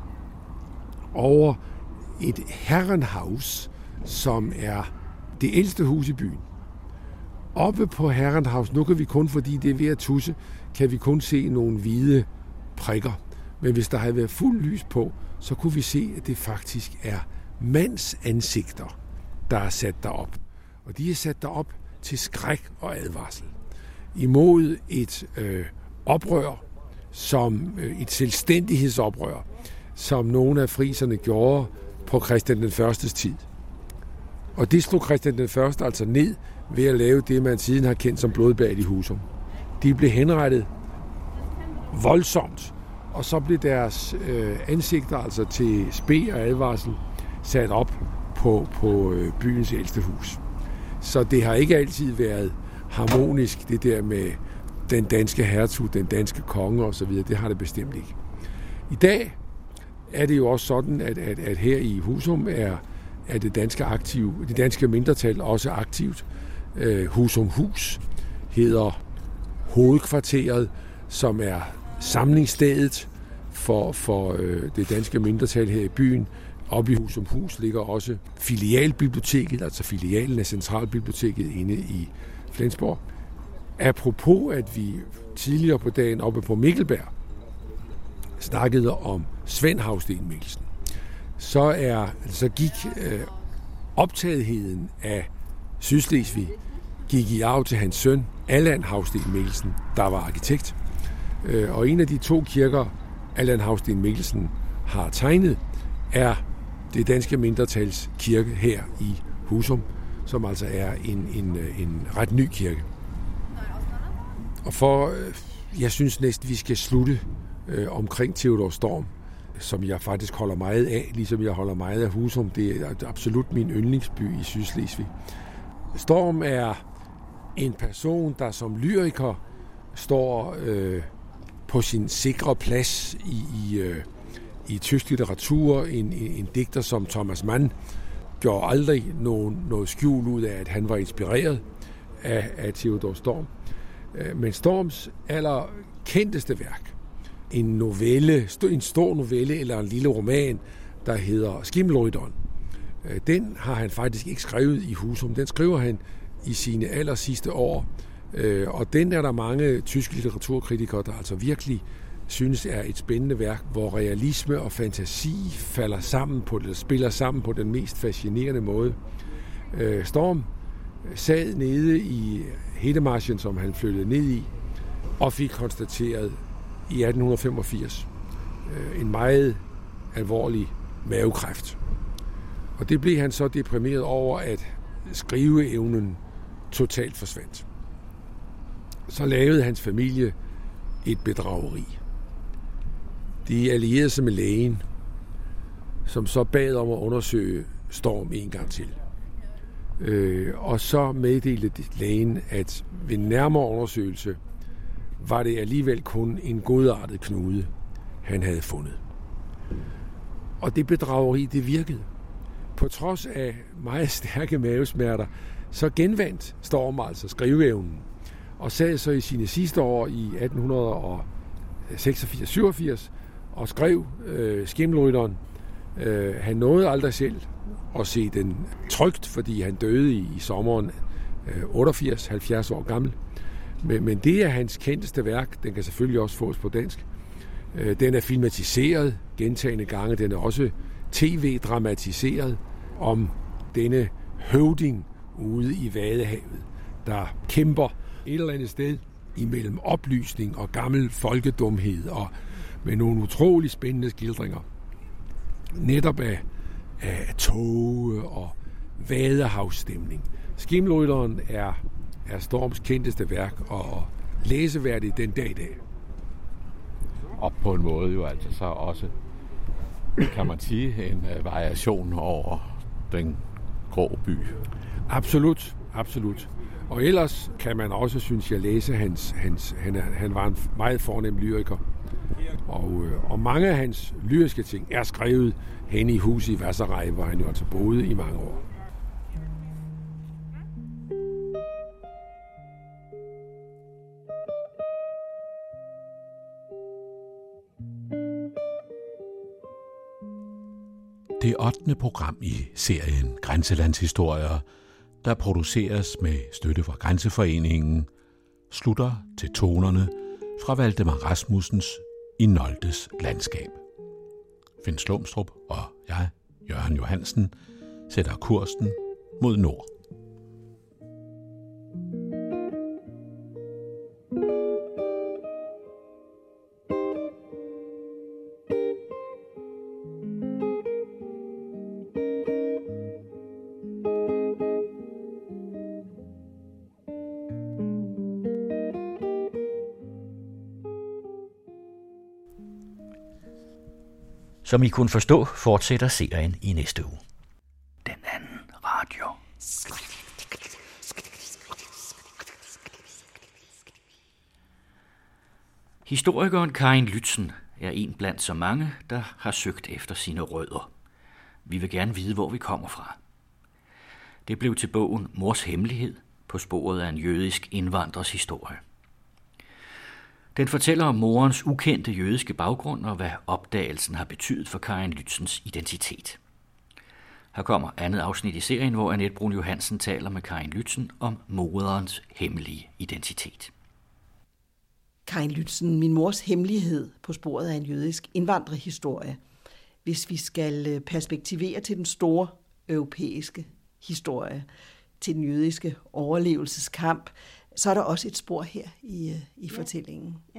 over et herrenhaus, som er det ældste hus i byen. Oppe på herrenhaus, nu kan vi kun, fordi det er ved at tudse, kan vi kun se nogle hvide prikker. Men hvis der havde været fuld lys på, så kunne vi se, at det faktisk er mands ansigter der er sat derop. Og de er sat derop til skræk og advarsel. Imod et øh, oprør, som øh, et selvstændighedsoprør, som nogle af friserne gjorde på Christian den Førstes tid. Og det slog Christian den Første altså ned ved at lave det, man siden har kendt som blodbad i Husum. De blev henrettet voldsomt, og så blev deres øh, ansigter altså til spe og advarsel sat op på, på øh, byens ældste hus. Så det har ikke altid været harmonisk, det der med den danske hertug, den danske konge osv., det har det bestemt ikke. I dag er det jo også sådan, at, at, at her i Husum er, er det danske aktive, det danske mindretal også aktivt. Øh, Husum Hus hedder hovedkvarteret, som er samlingsstedet for, for øh, det danske mindretal her i byen. Oppe i Husum Hus ligger også filialbiblioteket, altså filialen af Centralbiblioteket inde i Flensborg. Apropos, at vi tidligere på dagen oppe på Mikkelberg snakkede om Svend Hausten Mikkelsen, så, er, så gik øh, optagetheden af Sydslesvig gik i arv til hans søn, Allan Hausten Mikkelsen, der var arkitekt. Øh, og en af de to kirker, Allan Hausten Mikkelsen har tegnet, er det danske mindretals kirke her i Husum, som altså er en, en, en ret ny kirke. Og for, jeg synes næsten, vi skal slutte øh, omkring Theodor Storm, som jeg faktisk holder meget af, ligesom jeg holder meget af Husum. Det er absolut min yndlingsby i Sydslesvig. Storm er en person, der som lyriker står øh, på sin sikre plads i, i, øh, i tysk litteratur. En, en, en digter som Thomas Mann gjorde aldrig nogen, noget skjul ud af, at han var inspireret af, af Theodor Storm. Men Storms allerkendteste værk, en novelle, en stor novelle eller en lille roman, der hedder Skimmelrytteren, den har han faktisk ikke skrevet i Husum. Den skriver han i sine aller sidste år. Og den er der mange tyske litteraturkritikere, der altså virkelig synes er et spændende værk, hvor realisme og fantasi falder sammen på det, spiller sammen på den mest fascinerende måde. Storm sad nede i Hedemarsken, som han flyttede ned i, og fik konstateret i atten femogfirs en meget alvorlig mavekræft. Og det blev han så deprimeret over, at skriveevnen totalt forsvandt. Så lavede hans familie et bedrageri. De allierede sig med lægen, som så bad om at undersøge Storm en gang til. Øh, og så meddelte lægen, at ved nærmere undersøgelse var det alligevel kun en godartet knude, han havde fundet. Og det bedrageri, det virkede. På trods af meget stærke mavesmerter, så genvandt Storm altså skriveevnen, og sad så i sine sidste år i atten seksogfirs syvogfirs og skrev øh, Skimmelrytteren. Øh, han nåede aldrig selv at se den trygt, fordi han døde i, i sommeren øh, otteogfirs, halvfjerds år gammel. Men, men det er hans kendteste værk. Den kan selvfølgelig også fås på dansk. Øh, den er filmatiseret gentagne gange. Den er også tv-dramatiseret om denne høvding ude i Vadehavet, der kæmper et eller andet sted imellem oplysning og gammel folkedumhed, og med nogle utrolig spændende skildringer. Netop af, af tåge og vadehavsstemning. Skimmelrytteren er, er Storms kendteste værk, og læseværdigt den dag i dag. Og på en måde jo altså så også, kan man sige, en variation over den grå by. Absolut, absolut. Og ellers kan man også, synes jeg, læse hans, hans han, er, han var en meget fornem lyriker. Og, og mange af hans lyriske ting er skrevet hen i huset i Vasserej, hvor han jo altså boede i mange år. Det ottende program i serien Grænselandshistorier, der produceres med støtte fra Grænseforeningen, slutter til tonerne fra Valdemar Rasmussens I Noldes landskab. Finn Slumstrup og jeg, Jørgen Johansen, sætter kursen mod nord. Som I kunne forstå, fortsætter serien i næste uge. Den anden radio. Historikeren Karin Lützen er en blandt så mange, der har søgt efter sine rødder. Vi vil gerne vide, hvor vi kommer fra. Det blev til bogen Mors Hemmelighed på sporet af en jødisk indvandrers historie. Den fortæller om morens ukendte jødiske baggrund og hvad opdagelsen har betydet for Karin Lützens identitet. Her kommer andet afsnit i serien, hvor Annette Brun Johansen taler med Karin Lützen om moderens hemmelige identitet. Karin Lützen, min mors hemmelighed på sporet af en jødisk indvandrerhistorie. Hvis vi skal perspektivere til den store europæiske historie, til den jødiske overlevelseskamp, så er der også et spor her i, i ja. fortællingen. Ja.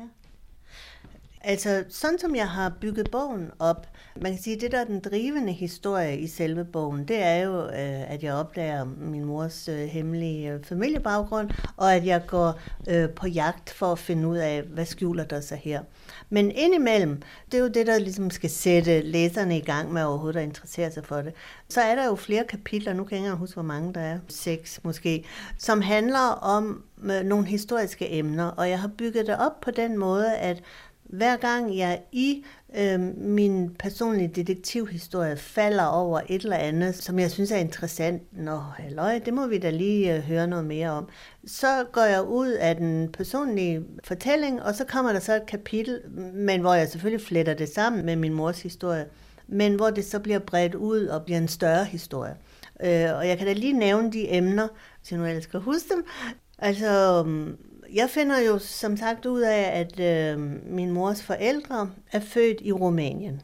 Altså, sådan som jeg har bygget bogen op, man kan sige, at det, der er den drivende historie i selve bogen, det er jo, at jeg opdager min mors hemmelige familiebaggrund, og at jeg går på jagt for at finde ud af, hvad skjuler der sig her. Men indimellem, det er jo det, der ligesom skal sætte læserne i gang med overhovedet at interessere sig for det. Så er der jo flere kapitler, nu kan jeg ikke engang huske, hvor mange der er, seks måske, som handler om nogle historiske emner, og jeg har bygget det op på den måde, at hver gang jeg i øh, min personlige detektivhistorie falder over et eller andet, som jeg synes er interessant, nå halløj, det må vi da lige øh, høre noget mere om, så går jeg ud af den personlige fortælling, og så kommer der så et kapitel, men hvor jeg selvfølgelig fletter det sammen med min mors historie, men hvor det så bliver bredt ud og bliver en større historie. Øh, og jeg kan da lige nævne de emner, hvis jeg nu ellers skal huske dem. Altså, jeg finder jo som sagt ud af, at øh, min mors forældre er født i Rumænien,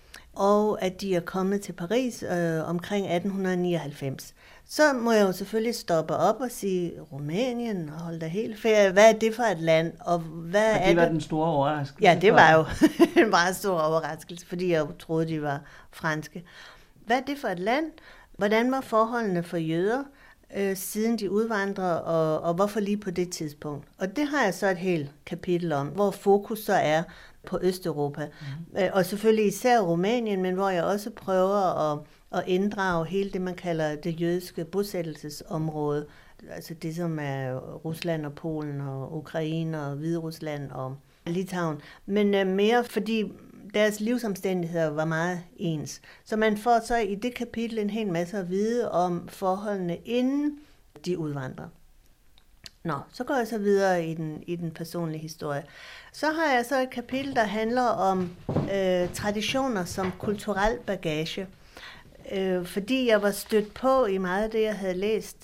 og at de er kommet til Paris øh, omkring atten nioghalvfems. Så må jeg jo selvfølgelig stoppe op og sige, Rumænien, hold da helt ferie, hvad er det for et land? Og hvad og det er var det? Den store overraskelse. Ja, det var jo en meget stor overraskelse, fordi jeg troede, de var franske. Hvad er det for et land? Hvordan var forholdene for jøder, øh, siden de udvandrede, og, og hvorfor lige på det tidspunkt? Og det har jeg så et helt kapitel om, hvor fokus så er på Østeuropa. Mm. Øh, og selvfølgelig især Rumænien, men hvor jeg også prøver at, at inddrage hele det, man kalder det jødiske bosættelsesområde. Altså det, som er Rusland og Polen og Ukraine og Hviderusland og Litauen. Men øh, mere fordi deres livsomstændigheder var meget ens. Så man får så i det kapitel en hel masse at vide om forholdene, inden de udvandrer. Nå, så går jeg så videre i den, i den personlige historie. Så har jeg så et kapitel, der handler om øh, traditioner som kulturel bagage. Øh, fordi jeg var stødt på i meget af det, jeg havde læst.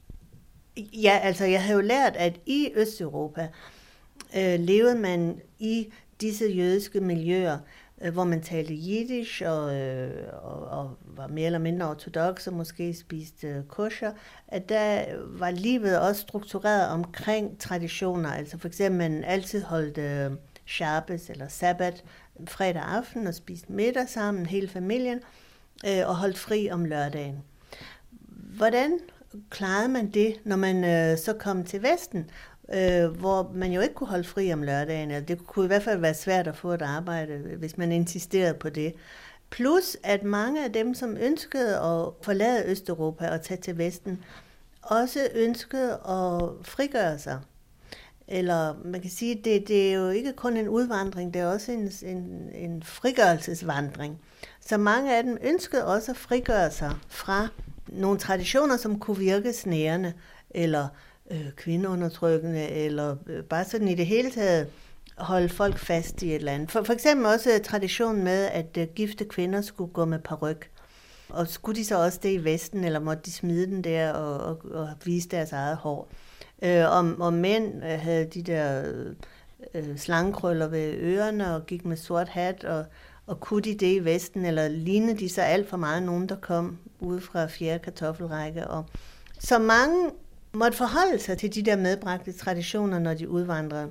Ja, altså jeg havde jo lært, at i Østeuropa øh, levede man i disse jødiske miljøer, øh, hvor man talte jiddisch og, øh, og, og var mere eller mindre ortodox og måske spiste øh, kosher, at der var livet også struktureret omkring traditioner. Altså for eksempel man altid holdt øh, Shabbos eller sabbat fredag aften og spiste middag sammen, hele familien, øh, og holdt fri om lørdagen. Hvordan klarede man det, når man øh, så kom til Vesten, øh, hvor man jo ikke kunne holde fri om lørdagen? Eller det kunne i hvert fald være svært at få et arbejde, hvis man insisterede på det. Plus at mange af dem, som ønskede at forlade Østeuropa og tage til Vesten, også ønskede at frigøre sig. Eller man kan sige, at det, det er jo ikke kun en udvandring, det er også en, en, en frigørelsesvandring. Så mange af dem ønskede også at frigøre sig fra nogle traditioner, som kunne virke snærende, eller øh, kvindeundertrykkende, eller øh, bare sådan i det hele taget holde folk fast i et eller andet. For, for eksempel også traditionen med, at øh, gifte kvinder skulle gå med paryk. Og skulle de så også det i Vesten, eller måtte de smide den der og, og, og vise deres eget hår? Øh, og, og mænd øh, havde de der øh, slangekrøller ved ørerne og gik med sort hat, og, og kunne de det i Vesten, eller lignede de så alt for meget nogen, der kom ude fra fjerde kartoffelrække. Og så mange måtte forholde sig til de der medbragte traditioner, når de udvandrede.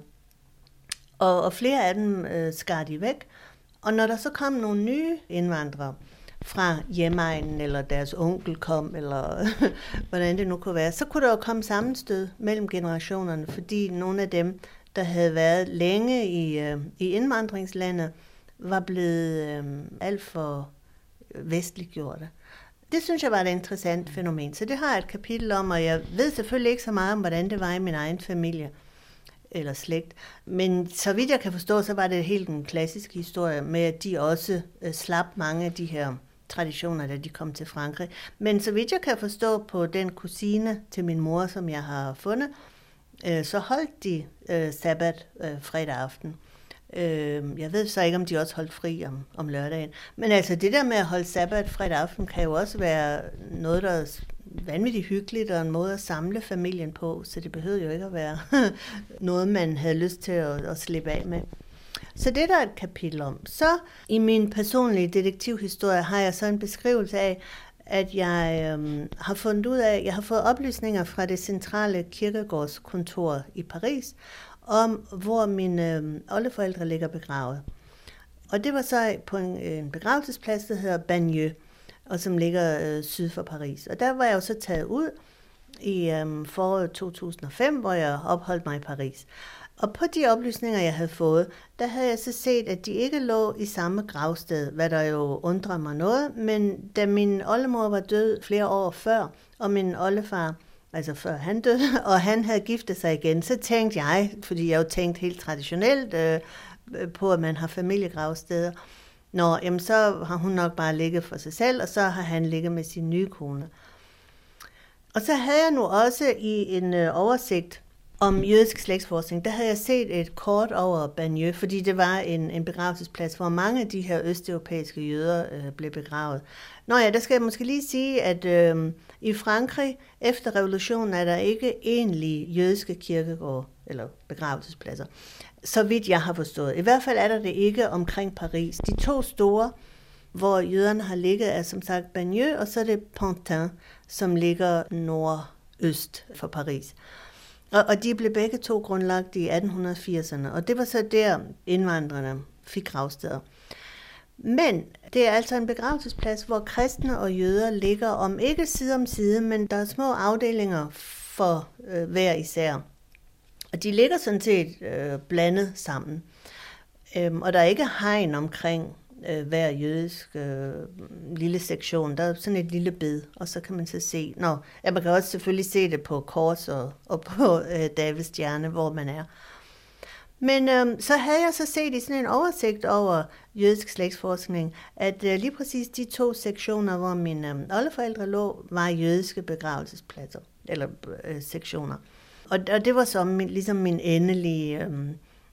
Og, og flere af dem øh, skar de væk. Og når der så kom nogle nye indvandrere fra hjemegnen, eller deres onkel kom, eller hvordan det nu kunne være, så kunne der jo komme sammenstød mellem generationerne, fordi nogle af dem, der havde været længe i, øh, i indvandringslandet, var blevet øh, alt for vestliggjorte. Det synes jeg var et interessant fænomen, så det har jeg et kapitel om, og jeg ved selvfølgelig ikke så meget om, hvordan det var i min egen familie eller slægt. Men så vidt jeg kan forstå, så var det helt en klassisk historie med, at de også øh, slap mange af de her traditioner, da de kom til Frankrig. Men så vidt jeg kan forstå på den kusine til min mor, som jeg har fundet, øh, så holdt de øh, sabbat øh, fredag aften. Øh, jeg ved så ikke, om de også holdt fri om, om lørdagen. Men altså det der med at holde sabbat fredag aften, kan jo også være noget, der er vanvittigt hyggeligt, og en måde at samle familien på, så det behøvede jo ikke at være noget, man havde lyst til at, at slippe af med. Så det der er et kapitel om. Så i min personlige detektivhistorie har jeg så en beskrivelse af, at jeg øhm, har fundet ud af, jeg har fået oplysninger fra det centrale kirkegårdskontor i Paris, om hvor mine øhm, oldeforældre ligger begravet. Og det var så på en, en begravelsesplads, der hedder Bagneux, og som ligger øh, syd for Paris. Og der var jeg jo så taget ud i øhm, foråret to tusind og fem, hvor jeg opholdt mig i Paris. Og på de oplysninger, jeg havde fået, der havde jeg så set, at de ikke lå i samme gravsted, hvad der jo undrer mig noget. Men da min oldemor var død flere år før, og min oldefar, altså før han døde, og han havde giftet sig igen, så tænkte jeg, fordi jeg jo tænkte helt traditionelt øh, på, at man har familiegravsteder, Nå, jamen så har hun nok bare ligget for sig selv, og så har han ligget med sin nye kone. Og så havde jeg nu også i en øh, oversigt om jødisk slægtsforskning, der havde jeg set et kort over Bagneux, fordi det var en, en begravelsesplads, hvor mange af de her østeuropæiske jøder øh, blev begravet. Nå ja, der skal jeg måske lige sige, at øh, i Frankrig efter revolutionen er der ikke egentlige jødiske kirkegårde eller begravelsespladser, så vidt jeg har forstået. I hvert fald er der det ikke omkring Paris. De to store, hvor jøderne har ligget, er som sagt Bagneux, og så er det Pantin, som ligger nordøst for Paris. Og, og de blev begge to grundlagt i atten firserne, og det var så der indvandrerne fik gravsteder. Men det er altså en begravelsesplads, hvor kristne og jøder ligger om ikke side om side, men der er små afdelinger for øh, hver især. Og de ligger sådan set øh, blandet sammen. Øhm, og der er ikke hegn omkring øh, hver jødisk øh, lille sektion. Der er sådan et lille bed, og så kan man så se. Nå, ja, man kan også selvfølgelig se det på kors og, og på øh, Davids stjerne, hvor man er. Men øh, så havde jeg så set i sådan en oversigt over jødisk slægtsforskning, at øh, lige præcis de to sektioner, hvor mine øh, oldeforældre lå, var jødiske begravelsespladser, eller øh, sektioner. Og, og det var så min, ligesom min endelige øhm,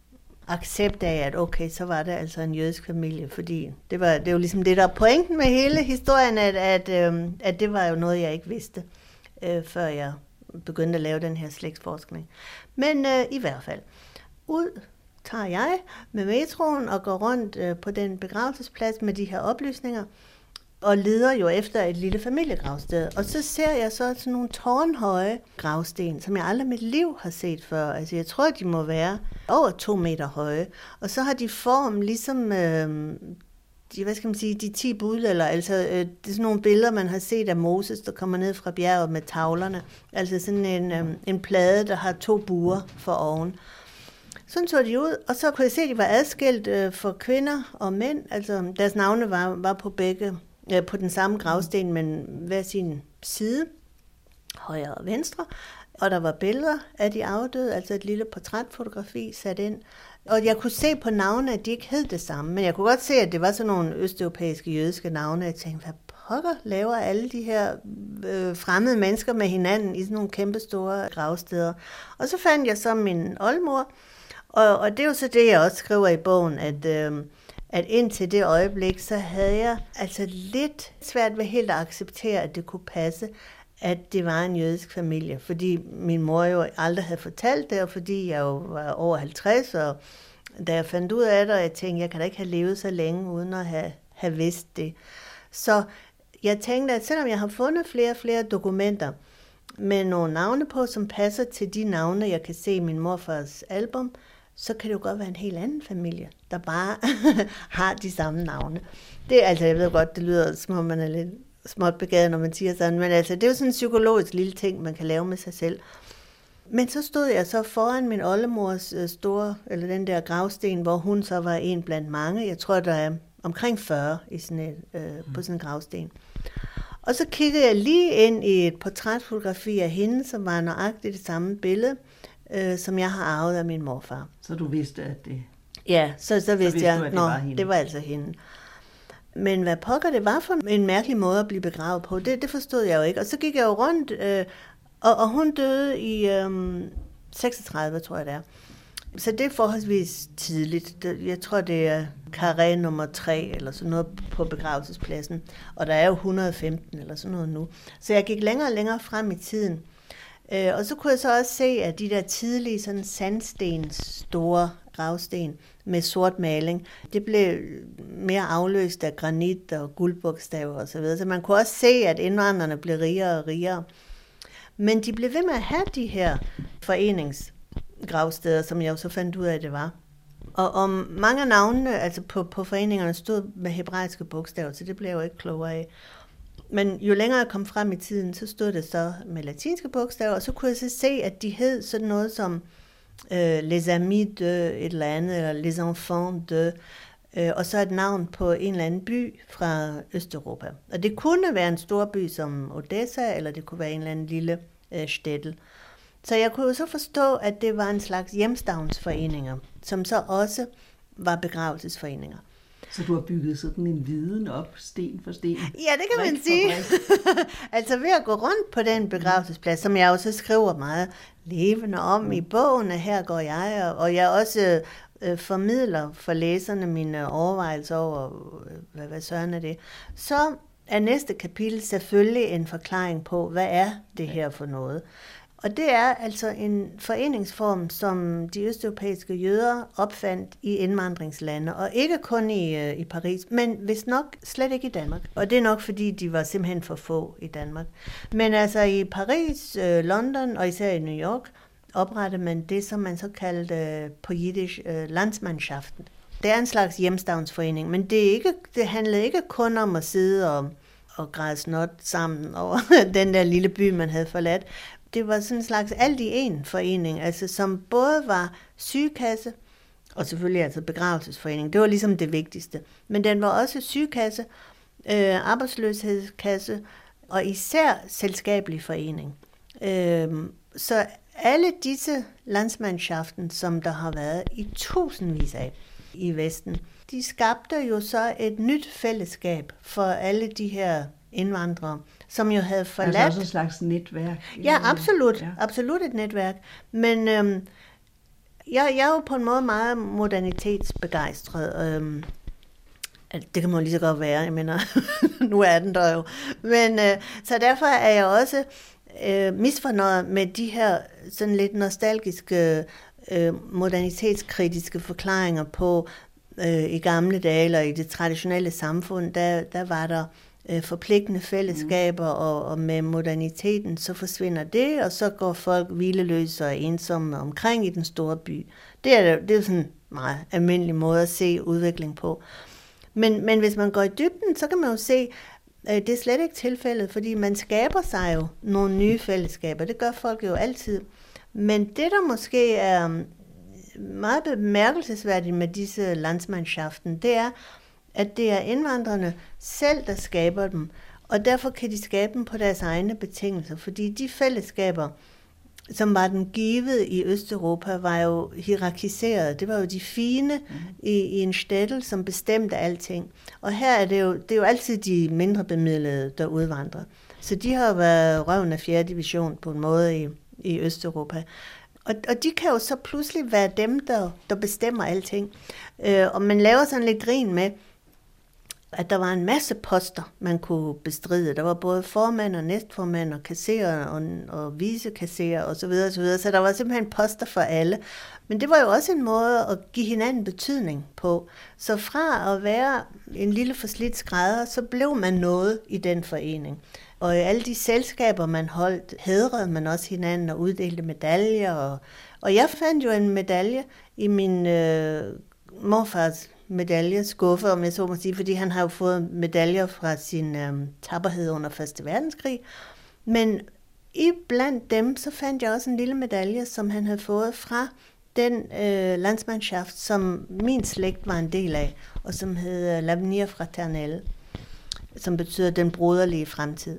accept af, at okay, så var det altså en jødisk familie, fordi det var, det var ligesom det, der er pointen med hele historien, at, at, øhm, at det var jo noget, jeg ikke vidste, øh, før jeg begyndte at lave den her slægtsforskning. Men øh, i hvert fald, ud tager jeg med metroen og går rundt øh, på den begravelsesplads med de her oplysninger, og leder jo efter et lille familiegravsted. Og så ser jeg så sådan nogle tårnhøje gravsten, som jeg aldrig i mit liv har set før. Altså jeg tror, de må være over to meter høje. Og så har de form ligesom, øh, de, hvad skal man sige, de ti budalder. Altså øh, det er sådan nogle billeder, man har set af Moses, der kommer ned fra bjerget med tavlerne. Altså sådan en, øh, en plade, der har to buer for oven. Sådan så de ud, og så kunne jeg se, at de var adskilt øh, for kvinder og mænd. Altså deres navne var, var på begge på den samme gravsten, men hver sin side, højre og venstre, og der var billeder af de afdøde, altså et lille portrætfotografi sat ind, og jeg kunne se på navne, at de ikke hed det samme, men jeg kunne godt se, at det var sådan nogle østeuropæiske jødiske navne. Jeg tænkte, hvad pokker laver alle de her øh, fremmede mennesker med hinanden i sådan nogle kæmpe store gravsteder? Og så fandt jeg så min oldemor, og, og det er jo så det, jeg også skriver i bogen, at øh, at indtil det øjeblik, så havde jeg altså lidt svært ved helt at acceptere, at det kunne passe, at det var en jødisk familie. Fordi min mor jo aldrig havde fortalt det, og fordi jeg jo var over halvtreds, og, da jeg fandt ud af det, og jeg tænkte, jeg kan da ikke have levet så længe, uden at have, have vidst det. Så jeg tænkte, at selvom jeg har fundet flere og flere dokumenter med nogle navne på, som passer til de navne, jeg kan se i min morfars album, så kan det jo godt være en helt anden familie, der bare har de samme navne. Det er altså, jeg ved godt, det lyder som om man er lidt småt begavet, når man siger sådan, men altså, det er jo sådan en psykologisk lille ting, man kan lave med sig selv. Men så stod jeg så foran min oldemors store, eller den der gravsten, hvor hun så var en blandt mange. Jeg tror, der er omkring fyrre i sådan et, øh, på sådan en gravsten. Og så kiggede jeg lige ind i et portrætfotografi af hende, som var nøjagtigt det samme billede, øh, som jeg har arvet af min morfar. Så du vidste, at det... Ja, så, så, vidste, så vidste jeg, at det, var det var altså hende. Men hvad pokker det var for en mærkelig måde at blive begravet på, det, det forstod jeg jo ikke. Og så gik jeg jo rundt, øh, og, og hun døde i øh, seksogtredive, tror jeg det er. Så det er forholdsvis tidligt. Jeg tror, det er karré nummer tre, eller sådan noget på begravelsespladsen. Og der er jo et hundrede og femten, eller sådan noget nu. Så jeg gik længere og længere frem i tiden. Øh, og så kunne jeg så også se, at de der tidlige sådan sandstens store gravsten med sort maling, det blev mere afløst af granit og guldbogstaver og så videre. Så man kunne også se, at indvandrerne blev rigere og rigere. Men de blev ved med at have de her foreningsgravsteder, som jeg jo så fandt ud af, at det var. Og om mange af navnene, altså på, på foreningerne, stod med hebraiske bogstaver, så det blev jeg jo ikke klogere af. Men jo længere jeg kom frem i tiden, så stod det så med latinske bogstaver, og så kunne jeg så se, at de hed sådan noget som øh, Les Amis de et eller andet, eller Les Enfants de, øh, og så et navn på en eller anden by fra Østeuropa. Og det kunne være en stor by som Odessa, eller det kunne være en eller anden lille øh, shtetl. Så jeg kunne jo så forstå, at det var en slags hjemstavnsforeninger, som så også var begravelsesforeninger. Så du har bygget sådan en viden op, sten for sten? Ja, det kan man sige. Altså ved at gå rundt på den begravelsesplads, som jeg også skriver meget levende om i bogen, her går jeg, og jeg også øh, formidler for læserne mine overvejelser over, hvad, hvad søren er det, så er næste kapitel selvfølgelig en forklaring på, hvad er det her for noget. Og det er altså en foreningsform, som de østeuropæiske jøder opfandt i indvandringslande, og ikke kun i, i Paris, men vist nok slet ikke i Danmark. Og det er nok, fordi de var simpelthen for få i Danmark. Men altså i Paris, øh, London og især i New York, oprettede man det, som man så kaldte øh, på jiddisch øh, Landsmannschaften. Det er en slags hjemstavnsforening, men det, er ikke, det handlede ikke kun om at sidde og, og græde snot sammen over den der lille by, man havde forladt. Det var sådan en slags alt i en forening, altså som både var sygekasse, og selvfølgelig altså begravelsesforening, det var ligesom det vigtigste. Men den var også sygekasse, øh, arbejdsløshedskasse, og især selskabelig forening. Øh, så alle disse landsmannschaften, som der har været i tusindvis af i Vesten, de skabte jo så et nyt fællesskab for alle de her indvandrere, som jo havde forladt... Altså også et slags netværk. Ja, absolut. Ja. Absolut et netværk. Men øhm, jeg, jeg er jo på en måde meget modernitetsbegejstret. Øhm, det kan man jo lige så godt være, jeg mener, nu er den der jo. Men, øh, så derfor er jeg også øh, misfornøjet med de her sådan lidt nostalgiske, øh, modernitetskritiske forklaringer på, øh, i gamle dage, eller i det traditionelle samfund, der, der var der forpligtende fællesskaber, mm. og, og med moderniteten, så forsvinder det, og så går folk hvileløse og ensomme omkring i den store by. Det er, det er sådan en meget almindelig måde at se udvikling på. Men, men hvis man går i dybden, så kan man jo se, at det er slet ikke tilfældet, fordi man skaber sig jo nogle nye fællesskaber. Det gør folk jo altid. Men det, der måske er meget bemærkelsesværdigt med disse landsmannschaften, det er, at det er indvandrerne selv, der skaber dem, og derfor kan de skabe dem på deres egne betingelser, fordi de fællesskaber, som var den givet i Østeuropa, var jo hierarkiseret. Det var jo de fine mm. i, i en shtetl, som bestemte alting. Og her er det jo, det er jo altid de mindre bemidlede, der udvandrer. Så de har været røven af fjerde division på en måde i, i Østeuropa. Og, og de kan jo så pludselig være dem, der, der bestemmer alting. Øh, og man laver sådan lidt grin med, at der var en masse poster, man kunne bestride. Der var både formand og næstformand og kasserer og, og vicekasserer og så videre, og så videre. Så der var simpelthen poster for alle. Men det var jo også en måde at give hinanden betydning på. Så fra at være en lille forslidt skrædder, så blev man noget i den forening. Og i alle de selskaber, man holdt, hædrede man også hinanden og uddelte medaljer. Og, og jeg fandt jo en medalje i min øh, morfars medaljeskuffe, om jeg så må sige, fordi han har jo fået medaljer fra sin øh, tapperhed under første verdenskrig. Men i blandt dem, så fandt jeg også en lille medalje, som han havde fået fra den øh, landsmannschaft, som min slægt var en del af, og som hed L'Avenir Fraternel, som betyder den broderlige fremtid.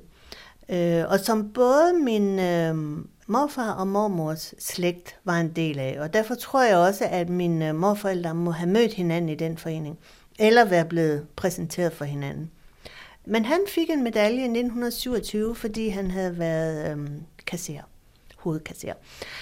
Øh, og som både min øh, morfar og mormors slægt var en del af. Og derfor tror jeg også, at mine morforældre må have mødt hinanden i den forening, eller være blevet præsenteret for hinanden. Men han fik en medalje i nitten syvogtyve, fordi han havde været øh, kasserer, hovedkasserer.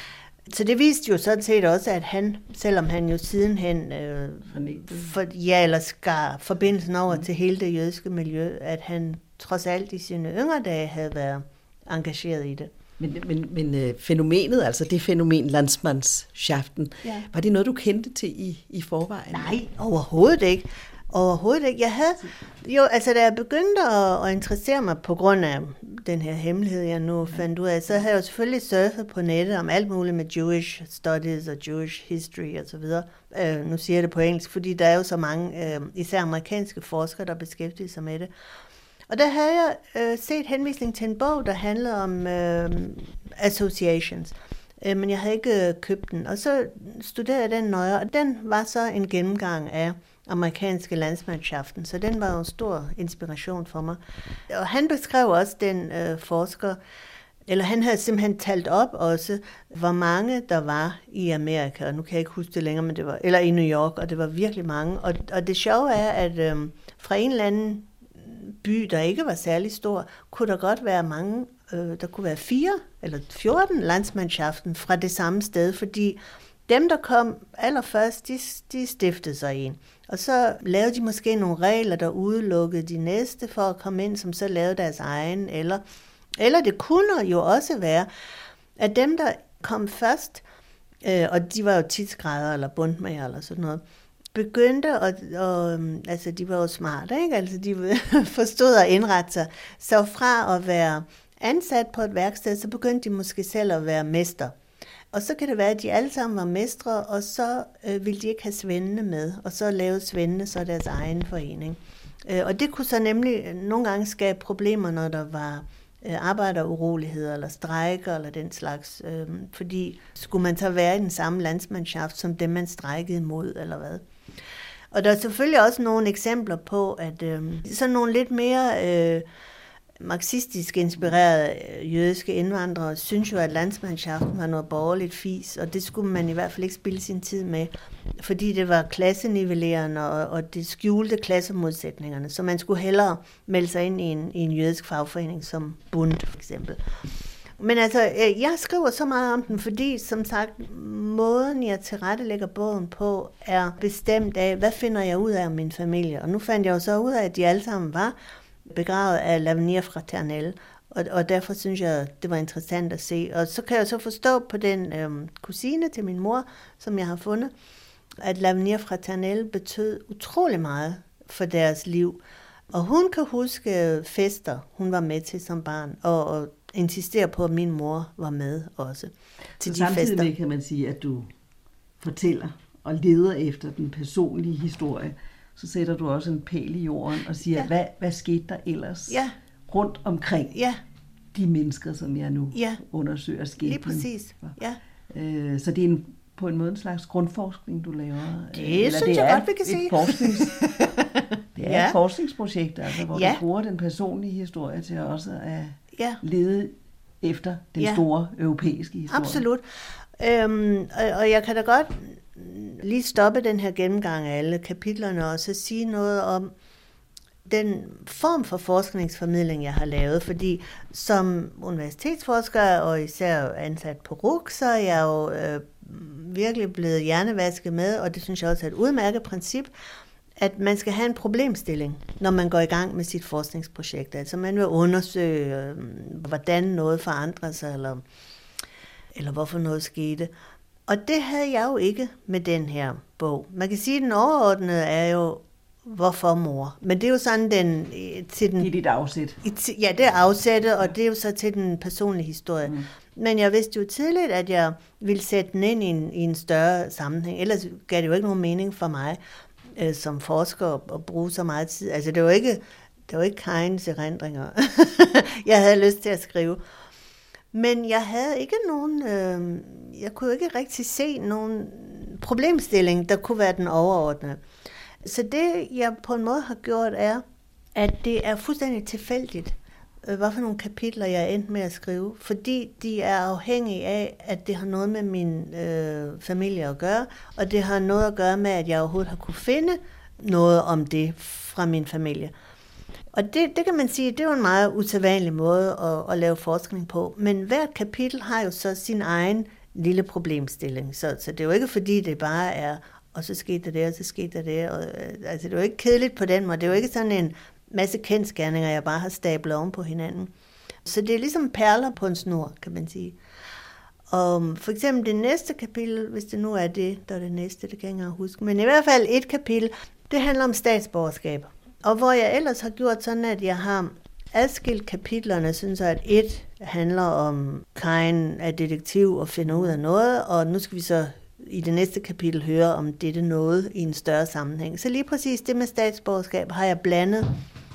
Så det viste jo sådan set også, at han, selvom han jo sidenhen øh, for, ja, eller skar forbindelsen over mm. til hele det jødiske miljø, at han trods alt i sine yngre dage havde været engageret i det. Men, men, men øh, fænomenet, altså det fænomen landsmandsschaften, ja. Var det noget, du kendte til i, i forvejen? Nej, overhovedet ikke. Overhovedet ikke. Jeg havde, jo, altså da jeg begyndte at, at interessere mig på grund af den her hemmelighed, jeg nu fandt ud af, så havde jeg jo selvfølgelig surfet på nettet om alt muligt med Jewish studies og Jewish history og så videre. Øh, nu siger jeg det på engelsk, fordi der er jo så mange, øh, især amerikanske forskere, der beskæftiger sig med det. Og der havde jeg øh, set henvisning til en bog, der handlede om øh, associations. Øh, men jeg havde ikke øh, købt den. Og så studerede jeg den nøje, og den var så en gennemgang af amerikanske landsmandschaften, så den var jo en stor inspiration for mig. Og han beskrev også den øh, forsker, eller han havde simpelthen talt op også, hvor mange der var i Amerika, og nu kan jeg ikke huske det længere, men det var, eller i New York, og det var virkelig mange. Og, og det sjove er, at øh, fra en eller anden by, der ikke var særlig stor, kunne der godt være mange, øh, der kunne være fire eller fjorten landsmandschaften fra det samme sted, fordi dem, der kom allerførst, de, de stiftede sig en. Og så lavede de måske nogle regler, der udelukkede de næste for at komme ind, som så lavede deres egen. Eller, eller det kunne jo også være, at dem, der kom først, øh, og de var jo tidsgrader eller bundmager eller sådan noget, begyndte, at, og, altså de var jo smarte, ikke? Altså de forstod at indrette sig. Så fra at være ansat på et værksted, så begyndte de måske selv at være mester. Og så kan det være, at de alle sammen var mestre, og så øh, ville de ikke have svendene med, og så lavede svendene så deres egen forening. Øh, og det kunne så nemlig nogle gange skabe problemer, når der var øh, arbejderuroligheder, eller strejker, eller den slags. Øh, fordi skulle man så være i den samme landsmandschaft, som dem man strejkede imod, eller hvad? Og der er selvfølgelig også nogle eksempler på, at øh, sådan nogle lidt mere øh, marxistisk inspirerede jødiske indvandrere synes jo, at landsmandschaften var noget borgerligt fis, og det skulle man i hvert fald ikke spille sin tid med, fordi det var klassenivellerende, og, og det skjulte klassemodsætningerne, så man skulle hellere melde sig ind i en, i en jødisk fagforening som Bund for eksempel. Men altså, jeg skriver så meget om den, fordi som sagt, måden jeg tilrettelægger bogen på, er bestemt af, hvad finder jeg ud af om min familie, og nu fandt jeg jo så ud af, at de alle sammen var begravet af L'Avenir Fraternel, og, og derfor synes jeg, det var interessant at se. Og så kan jeg så forstå på den øhm, kusine til min mor, som jeg har fundet, at L'Avenir Fraternel betød utrolig meget for deres liv. Og hun kan huske fester, hun var med til som barn, og, og insistere på, at min mor var med også til så de fester. Samtidig kan man sige, at du fortæller og leder efter den personlige historie, så sætter du også en pæl i jorden og siger, ja. hvad, hvad skete der ellers ja. rundt omkring ja. de mennesker, som jeg nu ja. undersøger skæbnen. Lige præcis, ja. Øh, så det er en, på en måde en slags grundforskning, du laver. Det Eller synes det jeg godt, vi kan sige. Forsknings, det er ja. et forskningsprojekt, altså, hvor ja. du bruger den personlige historie til også at ja. lede efter den ja. store europæiske historie. Absolut. Øhm, og, og jeg kan da godt lige stoppe den her gennemgang af alle kapitlerne og så sige noget om den form for forskningsformidling, jeg har lavet, fordi som universitetsforsker og især ansat på R U C, så er jeg jo øh, virkelig blevet hjernevasket med, og det synes jeg også er et udmærket princip, at man skal have en problemstilling, når man går i gang med sit forskningsprojekt. Altså man vil undersøge, hvordan noget forandrer sig, eller, eller hvorfor noget skete. Og det havde jeg jo ikke med den her bog. Man kan sige, at den overordnede er jo, hvorfor mor? Men det er jo sådan den... Til den det er dit afsæt. Ja, det er afsættet, og det er jo så til den personlige historie. Mm. Men jeg vidste jo tidligt, at jeg ville sætte den ind i en, i en større sammenhæng. Ellers gav det jo ikke nogen mening for mig øh, som forsker at bruge så meget tid. Altså det var ikke, det var ikke Kains erindringer, jeg havde lyst til at skrive. Men jeg havde ikke nogen... Øh, jeg kunne ikke rigtig se nogen problemstilling, der kunne være den overordnede. Så det, jeg på en måde har gjort, er, at det er fuldstændig tilfældigt, hvad for nogle kapitler, jeg er endt med at skrive. Fordi de er afhængige af, at det har noget med min øh, familie at gøre, og det har noget at gøre med, at jeg overhovedet har kunne finde noget om det fra min familie. Og det, det kan man sige, det er jo en meget usædvanlig måde at, at lave forskning på. Men hvert kapitel har jo så sin egen lille problemstilling. Så, så det er jo ikke fordi, det bare er... og så skete det, og så skete det, det. Og, altså, det er jo ikke kedeligt på den måde. Det er jo ikke sådan en masse kendsgerninger, jeg bare har stablet oven på hinanden. Så det er ligesom perler på en snor, kan man sige. Og for eksempel det næste kapitel, hvis det nu er det, der er det næste, det kan jeg ikke huske. Men i hvert fald et kapitel, det handler om statsborgerskab. Og hvor jeg ellers har gjort sådan, at jeg har adskilt kapitlerne, synes jeg, at et handler om Kain er detektiv og finder ud af noget, og nu skal vi så i det næste kapitel høre om dette noget i en større sammenhæng. Så lige præcis det med statsborgerskab har jeg blandet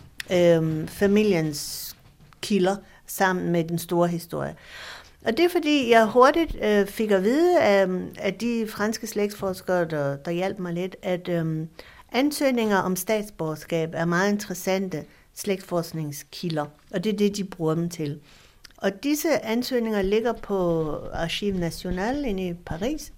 øh, familiens kilder sammen med den store historie. Og det er fordi, jeg hurtigt øh, fik at vide af, af de franske slægtsforskere, der, der hjalp mig lidt, at øh, ansøgninger om statsborgerskab er meget interessante slægtsforskningskilder, og det er det, de bruger dem til. Og disse ansøgninger ligger på Archives Nationales inde i Paris,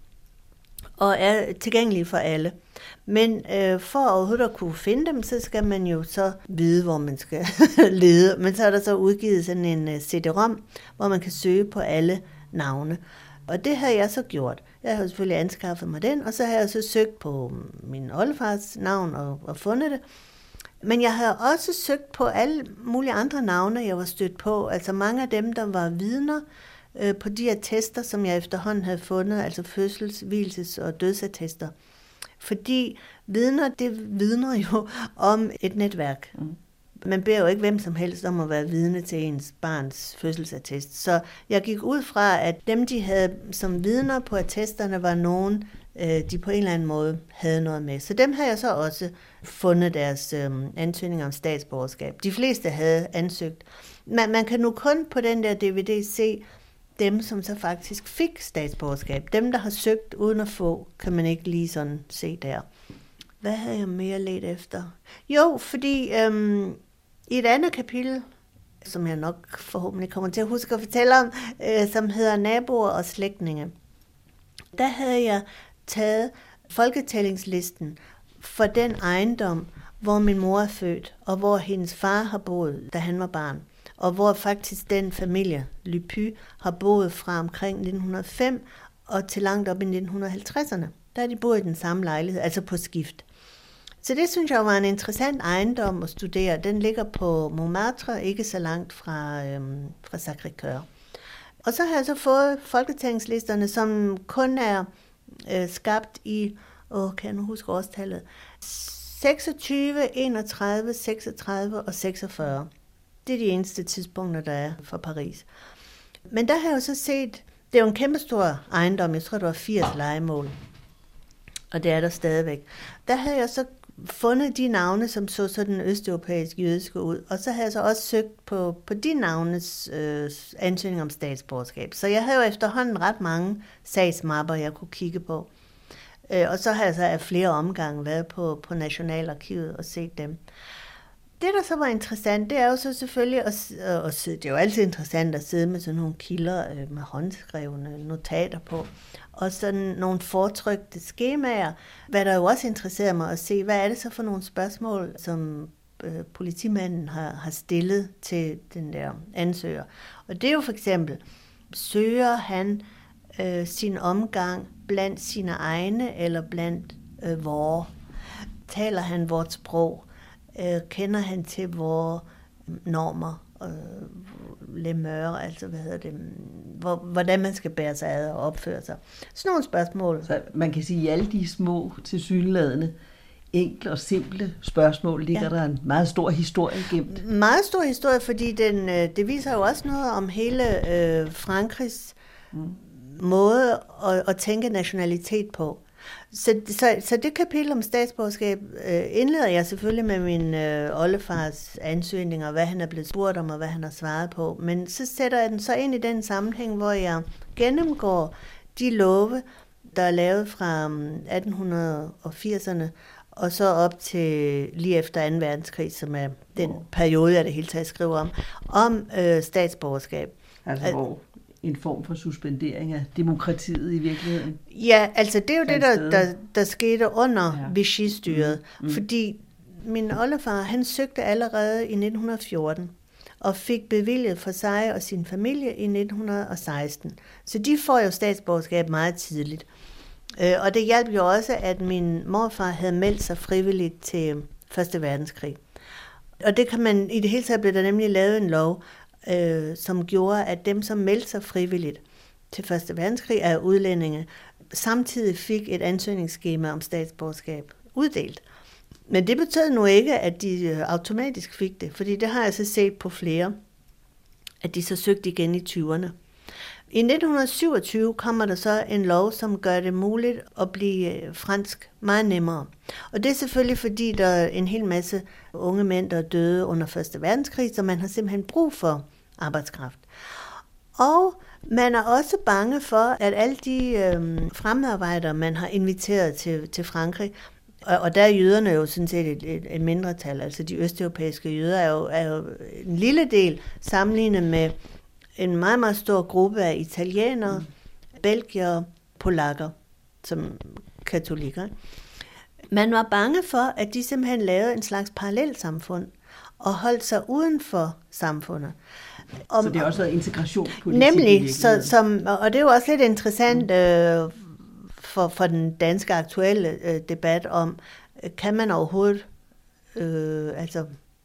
og er tilgængelige for alle. Men øh, for overhovedet at kunne finde dem, så skal man jo så vide, hvor man skal lede. Men så er der så udgivet sådan en uh, C D-rom, hvor man kan søge på alle navne. Og det har jeg så gjort. Jeg har selvfølgelig anskaffet mig den, og så har jeg så søgt på min oldefars navn og, og fundet det. Men jeg havde også søgt på alle mulige andre navne, jeg var stødt på. Altså mange af dem, der var vidner øh, på de attester, som jeg efterhånden havde fundet, altså fødsels-, hvilelses- og dødsattester. Fordi vidner, det vidner jo om et netværk. Mm. Man beder jo ikke hvem som helst om at være vidne til ens barns fødselsattest. Så jeg gik ud fra, at dem, de havde som vidner på attesterne, var nogen, de på en eller anden måde havde noget med. Så dem havde jeg så også fundet deres øhm, ansøgninger om statsborgerskab. De fleste havde ansøgt. Man, man kan nu kun på den der D V D se dem, som så faktisk fik statsborgerskab. Dem, der har søgt uden at få, kan man ikke lige sådan se der. Hvad havde jeg mere let efter? Jo, fordi øhm, i et andet kapitel, som jeg nok forhåbentlig kommer til at huske at fortælle om, øh, som hedder Naboer og slægtninge, der havde jeg taget folketællingslisten for den ejendom, hvor min mor er født, og hvor hendes far har boet, da han var barn. Og hvor faktisk den familie, Lypy, har boet fra omkring nitten hundrede og fem og til langt op i nitten halvtredserne. Der har de boet i den samme lejlighed, altså på skift. Så det synes jeg var en interessant ejendom at studere. Den ligger på Montmartre, ikke så langt fra, øhm, fra Sacré-Cœur. Og så har jeg så fået folketællingslisterne, som kun er øh, skabt i, åh, kan jeg nu huske årstallet, seksogtyve, enogtredive, seksogtredive og seksogfyrre. Det er de eneste tidspunkter, der er for Paris. Men der har jeg jo så set, det er jo en kæmpestor ejendom, jeg tror, det var firs lejemål, og det er der stadigvæk. Der havde jeg så fundet de navne, som så sådan østeuropæisk jødiske ud, og så havde jeg så også søgt på, på de navnes øh, ansøgning om statsborgerskab. Så jeg havde jo efterhånden ret mange sagsmapper, jeg kunne kigge på. Øh, og så har jeg så af flere omgange været på, på Nationalarkivet og set dem. Det, der så var interessant, det er jo så selvfølgelig at, at sidde. Det er jo altid interessant at sidde med sådan nogle kilder øh, med håndskrevne notater på, og sådan nogle fortrykte skemaer, hvad der jo også interesserer mig at se, hvad er det så for nogle spørgsmål, som øh, politimanden har, har stillet til den der ansøger. Og det er jo for eksempel, søger han øh, sin omgang blandt sine egne eller blandt øh, vore? taler han vort sprog? Øh, kender han til vores normer? Øh, lemør, altså hvad hedder det, hvor, hvordan man skal bære sig ad og opføre sig. Sådan nogle spørgsmål. Så man kan sige, at i alle de små, tilsyneladende, enkle og simple spørgsmål ligger ja. der en meget stor historie gemt. Meget stor historie, fordi den, det viser jo også noget om hele øh, Frankrigs mm. måde at, at tænke nationalitet på. Så, så, så det kapitel om statsborgerskab øh, indleder jeg selvfølgelig med min øh, oldefars ansøgninger, hvad han er blevet spurgt om, og hvad han har svaret på. Men så sætter jeg den så ind i den sammenhæng, hvor jeg gennemgår de love, der er lavet fra atten firserne, og så op til lige efter anden verdenskrig, som er den periode, jeg det hele taget skriver om, om øh, statsborgerskab. Altså Al- hvor en form for suspendering af demokratiet i virkeligheden? Ja, altså det er jo det, der, der, der skete under ja. Vichy-styret. Mm. Mm. Fordi min oldefar, han søgte allerede i nitten fjorten, og fik bevilget for sig og sin familie i nitten seksten. Så de får jo statsborgerskab meget tidligt. Og det hjalp jo også, at min morfar havde meldt sig frivilligt til Første Verdenskrig. Og det kan man, i det hele taget blev der nemlig lavet en lov, øh, som gjorde, at dem, som meldte sig frivilligt til Første Verdenskrig af udlændinge, samtidig fik et ansøgningsskema om statsborgerskab uddelt. Men det betød nu ikke, at de automatisk fik det, fordi det har jeg så set på flere, at de så søgte igen i tyverne. I nitten syvogtyve kommer der så en lov, som gør det muligt at blive fransk meget nemmere. Og det er selvfølgelig, fordi der er en hel masse unge mænd, der er døde under Første Verdenskrig, så man har simpelthen brug for arbejdskraft. Og man er også bange for, at alle de øh, fremmedarbejdere, man har inviteret til, til Frankrig, og, og der er jøderne jo sådan set et, et, et mindretal, altså de østeuropæiske jøder er jo, er jo en lille del sammenlignet med en meget, meget stor gruppe af italienere, mm. belgiere, polakker, som katolikker. Man var bange for, at de simpelthen lavede en slags parallelsamfund og holdt sig uden for samfundet. Om, så det er også noget integrationspolitik. Nemlig, så, som, og det er jo også lidt interessant øh, for, for den danske aktuelle øh, debat om, kan man overhovedet, øh, altså,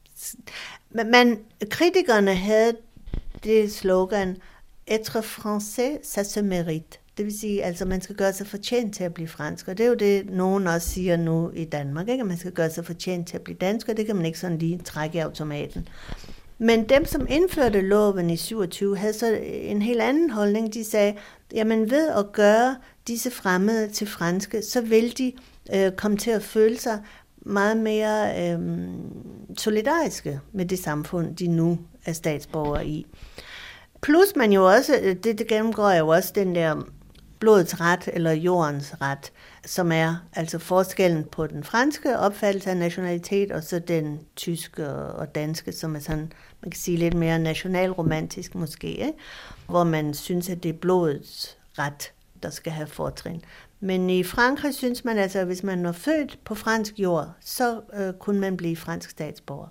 man, kritikerne havde det slogan, être français, ça se mérite. Det vil sige, altså man skal gøre sig fortjent til at blive fransk, og det er jo det, nogen også siger nu i Danmark, ikke? At man skal gøre sig fortjent til at blive dansk, og det kan man ikke sådan lige trække i automaten. Men dem, som indførte loven i syvogtyve, havde så en helt anden holdning. De sagde, jamen ved at gøre disse fremmede til franske, så vil de øh, komme til at føle sig meget mere øh, solidariske med det samfund, de nu er statsborgere i. Plus man jo også, det, det gennemgår jo også den der blodets ret, eller jordens ret, som er altså forskellen på den franske opfattelse af nationalitet, og så den tyske og danske, som er sådan, man kan sige lidt mere nationalromantisk måske, ikke? Hvor man synes, at det er blodets ret, der skal have fortrin. Men i Frankrig synes man altså, at hvis man var født på fransk jord, så øh, kunne man blive fransk statsborger.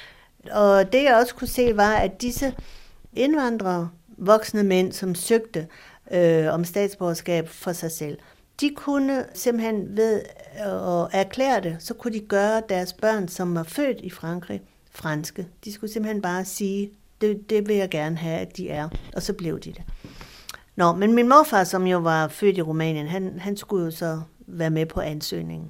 Og det jeg også kunne se var, at disse indvandrere, voksne mænd, som søgte øh, om statsborgerskab for sig selv, de kunne simpelthen ved at erklære det, så kunne de gøre deres børn, som var født i Frankrig, franske. De skulle simpelthen bare sige, det, det vil jeg gerne have, at de er, og så blev de det. Nå, men min morfar, som jo var født i Rumænien, han, han skulle jo så være med på ansøgningen.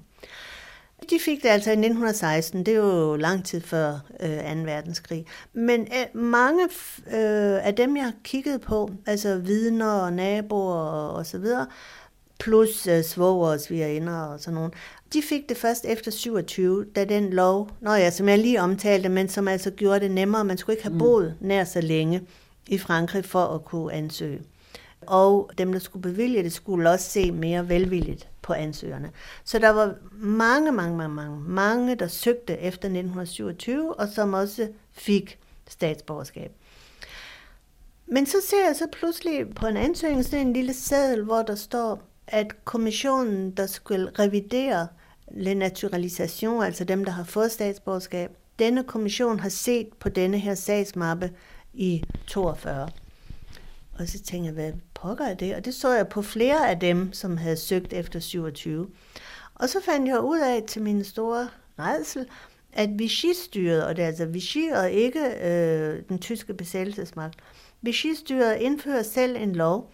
De fik det altså i nitten seksten, det er jo lang tid før øh, anden verdenskrig. Men øh, mange øh, af dem, jeg har kigget på, altså vidner og naboer og, og så videre, plus øh, svoger og svigerinder og sådan nogen, de fik det først efter syvogtyve, da den lov, nå ja, som jeg lige omtalte, men som altså gjorde det nemmere, man skulle ikke have boet nær så længe i Frankrig for at kunne ansøge. Og dem, der skulle bevilge det, skulle også se mere velvilligt på ansøgerne. Så der var mange, mange, mange, mange, mange der søgte efter nitten syvogtyve, og som også fik statsborgerskab. Men så ser jeg så pludselig på en ansøgning sådan en lille seddel, hvor der står, at kommissionen, der skulle revidere la naturalisation, altså dem, der har fået statsborgerskab, denne kommission har set på denne her sagsmappe i toogfyrre. Og så tænkte jeg, hvad pokker er det? Og det så jeg på flere af dem, som havde søgt efter syvogtyve. Og så fandt jeg ud af til min store rædsel, at Vichy-styret, og det er altså Vichy og ikke øh, den tyske besættelsesmagt, Vichy-styret indfører selv en lov,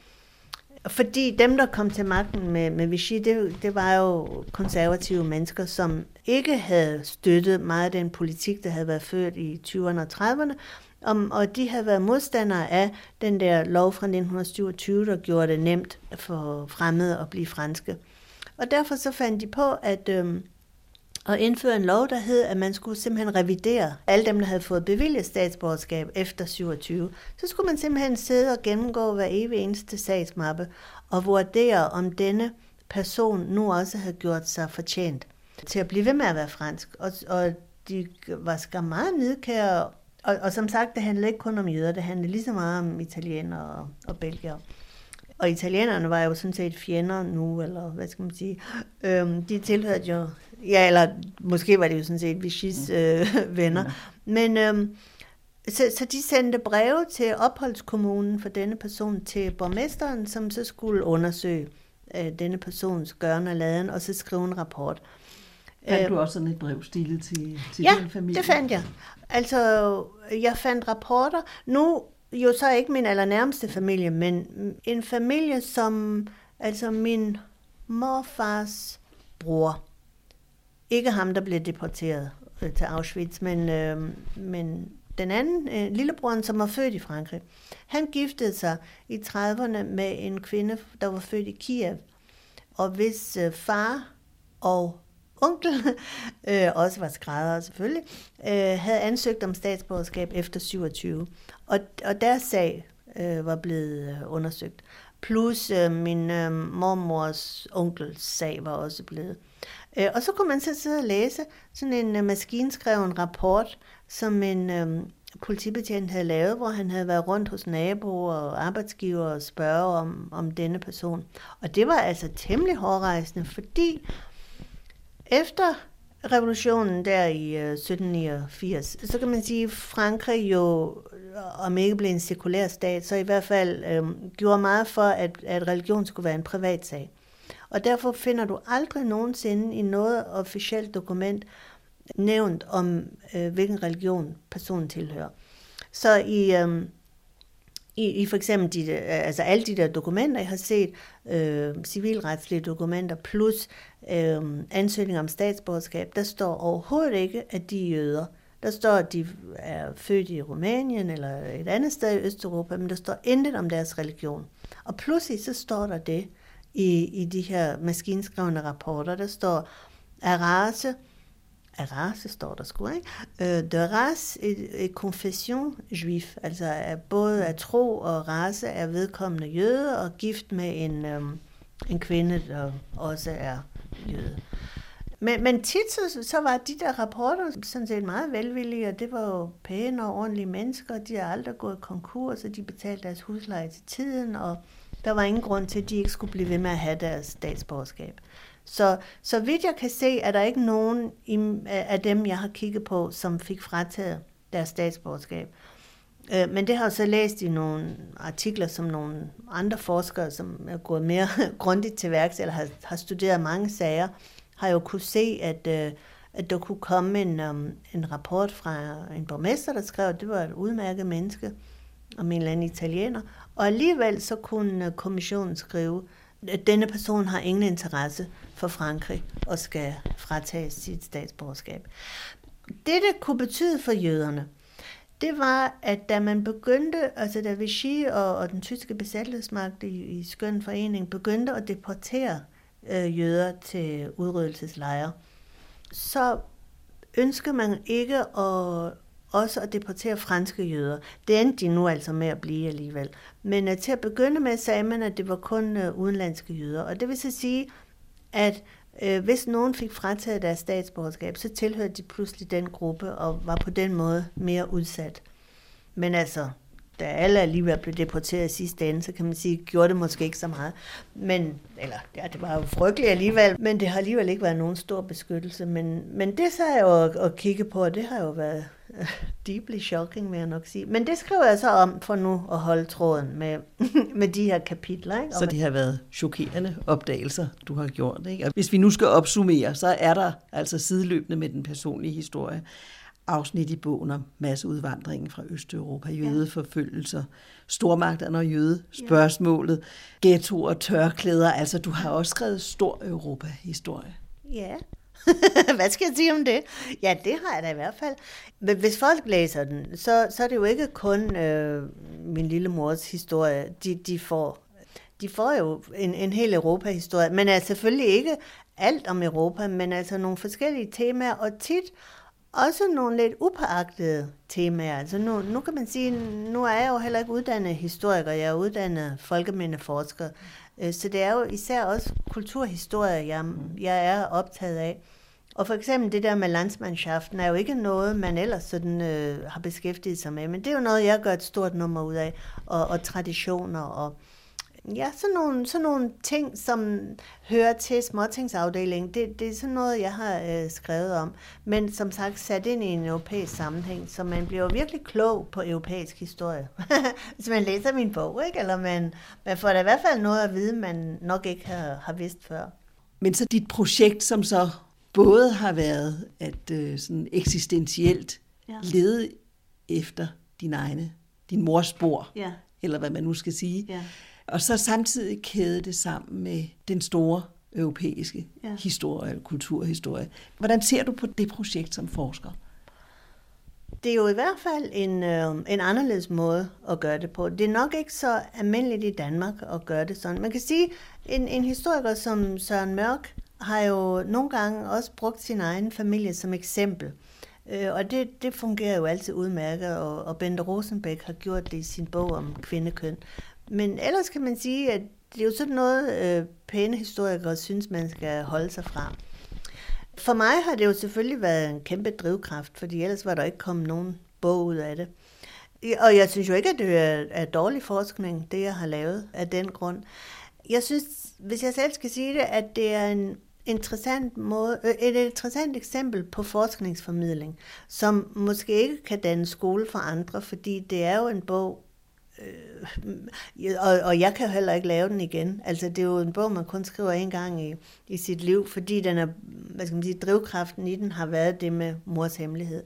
fordi dem, der kom til magten med, med Vichy, det, det var jo konservative mennesker, som ikke havde støttet meget af den politik, der havde været ført i tyverne og trediverne, om, og de havde været modstandere af den der lov fra nitten syvogtyve, der gjorde det nemt for fremmede at blive franske. Og derfor så fandt de på at, øhm, at indføre en lov, der hed, at man skulle simpelthen revidere alle dem, der havde fået bevilget statsborgerskab efter syvogtyve. Så skulle man simpelthen sidde og gennemgå hver evig eneste sagsmappe og vurdere, om denne person nu også havde gjort sig fortjent til at blive ved med at være fransk. Og, og de var skam meget nidkære. Og, og som sagt, det handlede ikke kun om jøder, det handlede lige så meget om italienere og, og belgiere. Og italienerne var jo sådan set fjender nu, eller hvad skal man sige. Øhm, de tilhørte jo, ja, eller måske var det jo sådan set Vichys øh, venner. Ja. Men øhm, så, så de sendte breve til opholdskommunen for denne person, til borgmesteren, som så skulle undersøge øh, denne persons gøren og laden, og så skrive en rapport. Fandt du også sådan et brev stilet til, til ja, den familie? Ja, det fandt jeg. Altså, jeg fandt rapporter. Nu jo så ikke min allernærmeste familie, men en familie, som altså min morfars bror. Ikke ham, der blev deporteret øh, til Auschwitz, men, øh, men den anden, øh, lillebroren, som var født i Frankrig. Han giftede sig i trediverne med en kvinde, der var født i Kiev, og hvis øh, far og onkel, øh, også var skrædder selvfølgelig, øh, havde ansøgt om statsborgerskab efter syvogtyve. Og, og deres sag øh, var blevet øh, undersøgt. Plus øh, min øh, mormors onkels sag var også blevet. Øh, og så kunne man så sidde og læse sådan en øh, maskinskreven rapport, som en øh, politibetjent havde lavet, hvor han havde været rundt hos naboer og arbejdsgiver og spørge om, om denne person. Og det var altså temmelig hårdrejsende, fordi efter revolutionen der i sytten niogfirs, så kan man sige, at Frankrig jo, om ikke blev en sekulær stat, så i hvert fald øh, gjorde meget for, at, at religion skulle være en privat sag. Og derfor finder du aldrig nogensinde i noget officielt dokument nævnt om, øh, hvilken religion personen tilhører. Så i... Øh, I, I for eksempel de, altså alle de der dokumenter, jeg har set, øh, civilretslige dokumenter plus øh, ansøgninger om statsborgerskab, der står overhovedet ikke, at de er jøder. Der står, at de er født i Rumænien eller et andet sted i Østeuropa, men der står intet om deres religion. Og pludselig så står der det i, i de her maskinskrevne rapporter. Der står, af race, af race står der sgu, ikke? De race et, et confession juif, altså at både af tro og race er vedkommende jøde og gift med en, øhm, en kvinde, der også er jøde. Men, men tit så, så var de der rapporter sådan set meget velvillige, og det var jo pæne og ordentlige mennesker, de har aldrig gået konkurs, og de betalte deres husleje til tiden, og der var ingen grund til, at de ikke skulle blive ved med at have deres statsborgerskab. Så, så vidt jeg kan se, er der ikke nogen af dem, jeg har kigget på, som fik frataget deres statsborgerskab. Men det har jeg så læst i nogle artikler, som nogle andre forskere, som er gået mere grundigt til værks, eller har, har studeret mange sager, har jo kunne se, at, at der kunne komme en, en rapport fra en borgmester, der skrev, at det var et udmærket menneske, om en eller anden italiener. Og alligevel så kunne kommissionen skrive, at denne person har ingen interesse for Frankrig og skal fratages sit statsborgerskab. Det, det kunne betyde for jøderne, det var, at da man begyndte, altså da Vichy og, og den tyske besættelsesmagt i, i skøn forening begyndte at deportere øh, jøder til udryddelseslejre, så ønskede man ikke at også at deportere franske jøder. Det endte de nu altså med at blive alligevel. Men uh, til at begynde med sagde man, at det var kun uh, udenlandske jøder. Og det vil så sige, at uh, hvis nogen fik frataget deres statsborgerskab, så tilhørte de pludselig den gruppe og var på den måde mere udsat. Men altså, da alle alligevel blev deporteret i sidste ende, så kan man sige, gjorde det måske ikke så meget. Men, eller, ja, det var jo frygteligt alligevel, men det har alligevel ikke været nogen stor beskyttelse. Men, men det så er jo at, at kigge på, og det har jo været deeply shocking, vil jeg nok sige. Men det skriver jeg så om for nu at holde tråden med, med de her kapitler. Ikke? Så det har været chokerende opdagelser, du har gjort. Ikke? Og hvis vi nu skal opsummere, så er der altså sideløbende med den personlige historie afsnit i bogen om masseudvandringen fra Østeuropa, jødeforfølgelser, stormagterne og jødespørgsmålet, ghettoer og tørklæder. Altså, du har også skrevet stor Europa-historie. Ja. Hvad skal jeg sige om det? Ja, det har jeg da i hvert fald. Men hvis folk læser den, så, så er det jo ikke kun øh, min lille mors historie. De, de, får, de får jo en, en hel Europa-historie, men er selvfølgelig ikke alt om Europa, men altså nogle forskellige temaer, og tit også nogle lidt upåagtede temaer. Altså nu, nu kan man sige, nu er jeg jo heller ikke uddannet historiker, jeg er uddannet folkemindeforsker. Så det er jo især også kulturhistorie, jeg, jeg er optaget af. Og for eksempel det der med landsmandschaften er jo ikke noget, man ellers sådan, øh, har beskæftiget sig med, men det er jo noget, jeg gør et stort nummer ud af, og, og traditioner, og ja, sådan nogle, sådan nogle ting, som hører til småtingsafdelingen, det, det er sådan noget, jeg har øh, skrevet om, men som sagt sat ind i en europæisk sammenhæng, så man bliver virkelig klog på europæisk historie, hvis man læser min bog, ikke? Eller man, man får da i hvert fald noget at vide, man nok ikke har, har vidst før. Men så dit projekt, som så både har været at øh, sådan eksistentielt ja. lede efter din egne, din mors spor, ja. eller hvad man nu skal sige, ja. og så samtidig kæde det sammen med den store europæiske ja. historie, kulturhistorie. Hvordan ser du på det projekt som forsker? Det er jo i hvert fald en, øh, en anderledes måde at gøre det på. Det er nok ikke så almindeligt i Danmark at gøre det sådan. Man kan sige, en, en historiker som Søren Mørch har jo nogle gange også brugt sin egen familie som eksempel. Øh, og det, det fungerer jo altid udmærket, og, og Bente Rosenbæk har gjort det i sin bog om kvindekøn. Men ellers kan man sige, at det er jo sådan noget, øh, pæne historikere synes, man skal holde sig fra. For mig har det jo selvfølgelig været en kæmpe drivkraft, fordi ellers var der ikke kommet nogen bog ud af det. Og jeg synes jo ikke, at det er, er dårlig forskning, det jeg har lavet af den grund. Jeg synes, hvis jeg selv skal sige det, at det er en interessant måde, et interessant eksempel på forskningsformidling, som måske ikke kan danne skole for andre, fordi det er jo en bog, øh, og, og jeg kan jo heller ikke lave den igen. Altså det er jo en bog, man kun skriver en gang i, i sit liv, fordi den er, hvad skal man sige, drivkraften i den har været det med mors hemmelighed.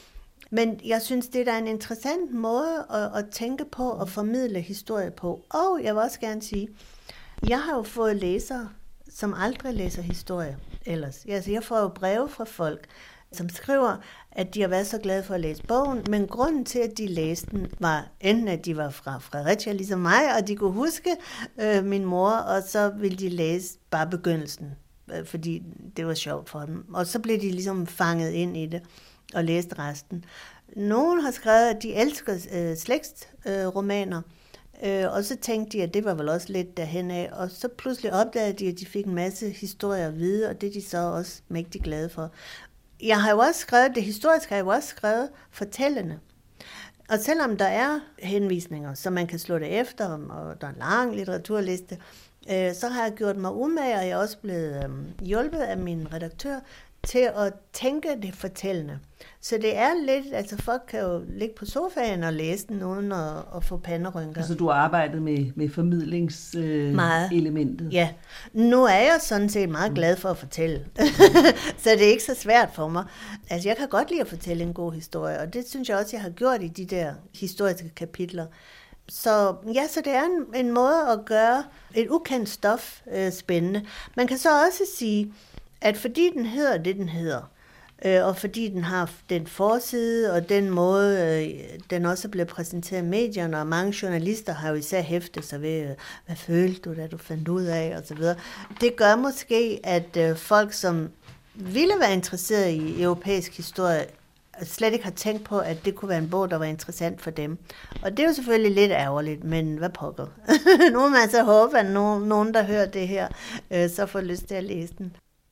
Men jeg synes, det er en interessant måde at, at tænke på og formidle historie på. Og jeg vil også gerne sige, jeg har jo fået læsere, som aldrig læser historie ellers. Altså, jeg får jo breve fra folk, som skriver, at de har været så glade for at læse bogen, men grunden til, at de læste den, var enten, at de var fra Fredericia, ligesom mig, og de kunne huske øh, min mor, og så ville de læse bare begyndelsen, øh, fordi det var sjovt for dem. Og så blev de ligesom fanget ind i det, og læste resten. Nogen har skrevet, at de elsker øh, slægtsromaner, øh, Øh, og så tænkte de, at det var vel også lidt derhen af, og så pludselig opdagede de, at de fik en masse historier at vide, og det er de så også mægtig glade for. Jeg har jo også skrevet, det historiske har jeg jo også skrevet fortællende. Og selvom der er henvisninger, så man kan slå det efter, og der er en lang litteraturliste, øh, så har jeg gjort mig umage, og jeg er også blevet øh, hjulpet af min redaktør, til at tænke det fortællende. Så det er lidt, altså folk kan jo ligge på sofaen og læse den uden at, at få panderynker. Altså du har arbejdet med, med formidlingselementet? Øh, ja. Nu er jeg sådan set meget glad for at fortælle. Så det er ikke så svært for mig. Altså jeg kan godt lide at fortælle en god historie, og det synes jeg også, jeg har gjort i de der historiske kapitler. Så ja, så det er en, en måde at gøre et ukendt stof øh, spændende. Man kan så også sige, at fordi den hedder det, den hedder, øh, og fordi den har den forside, og den måde, øh, den også bliver præsenteret i medierne, og mange journalister har jo især hæftet sig ved, øh, hvad følte du, da du fandt ud af, og så videre. Det gør måske, at øh, folk, som ville være interesseret i europæisk historie, slet ikke har tænkt på, at det kunne være en bog, der var interessant for dem. Og det er jo selvfølgelig lidt ærgerligt, men hvad pokker. Nu må man så håbe, at nogen, nogen der hører det her, øh, så får lyst til at læse den.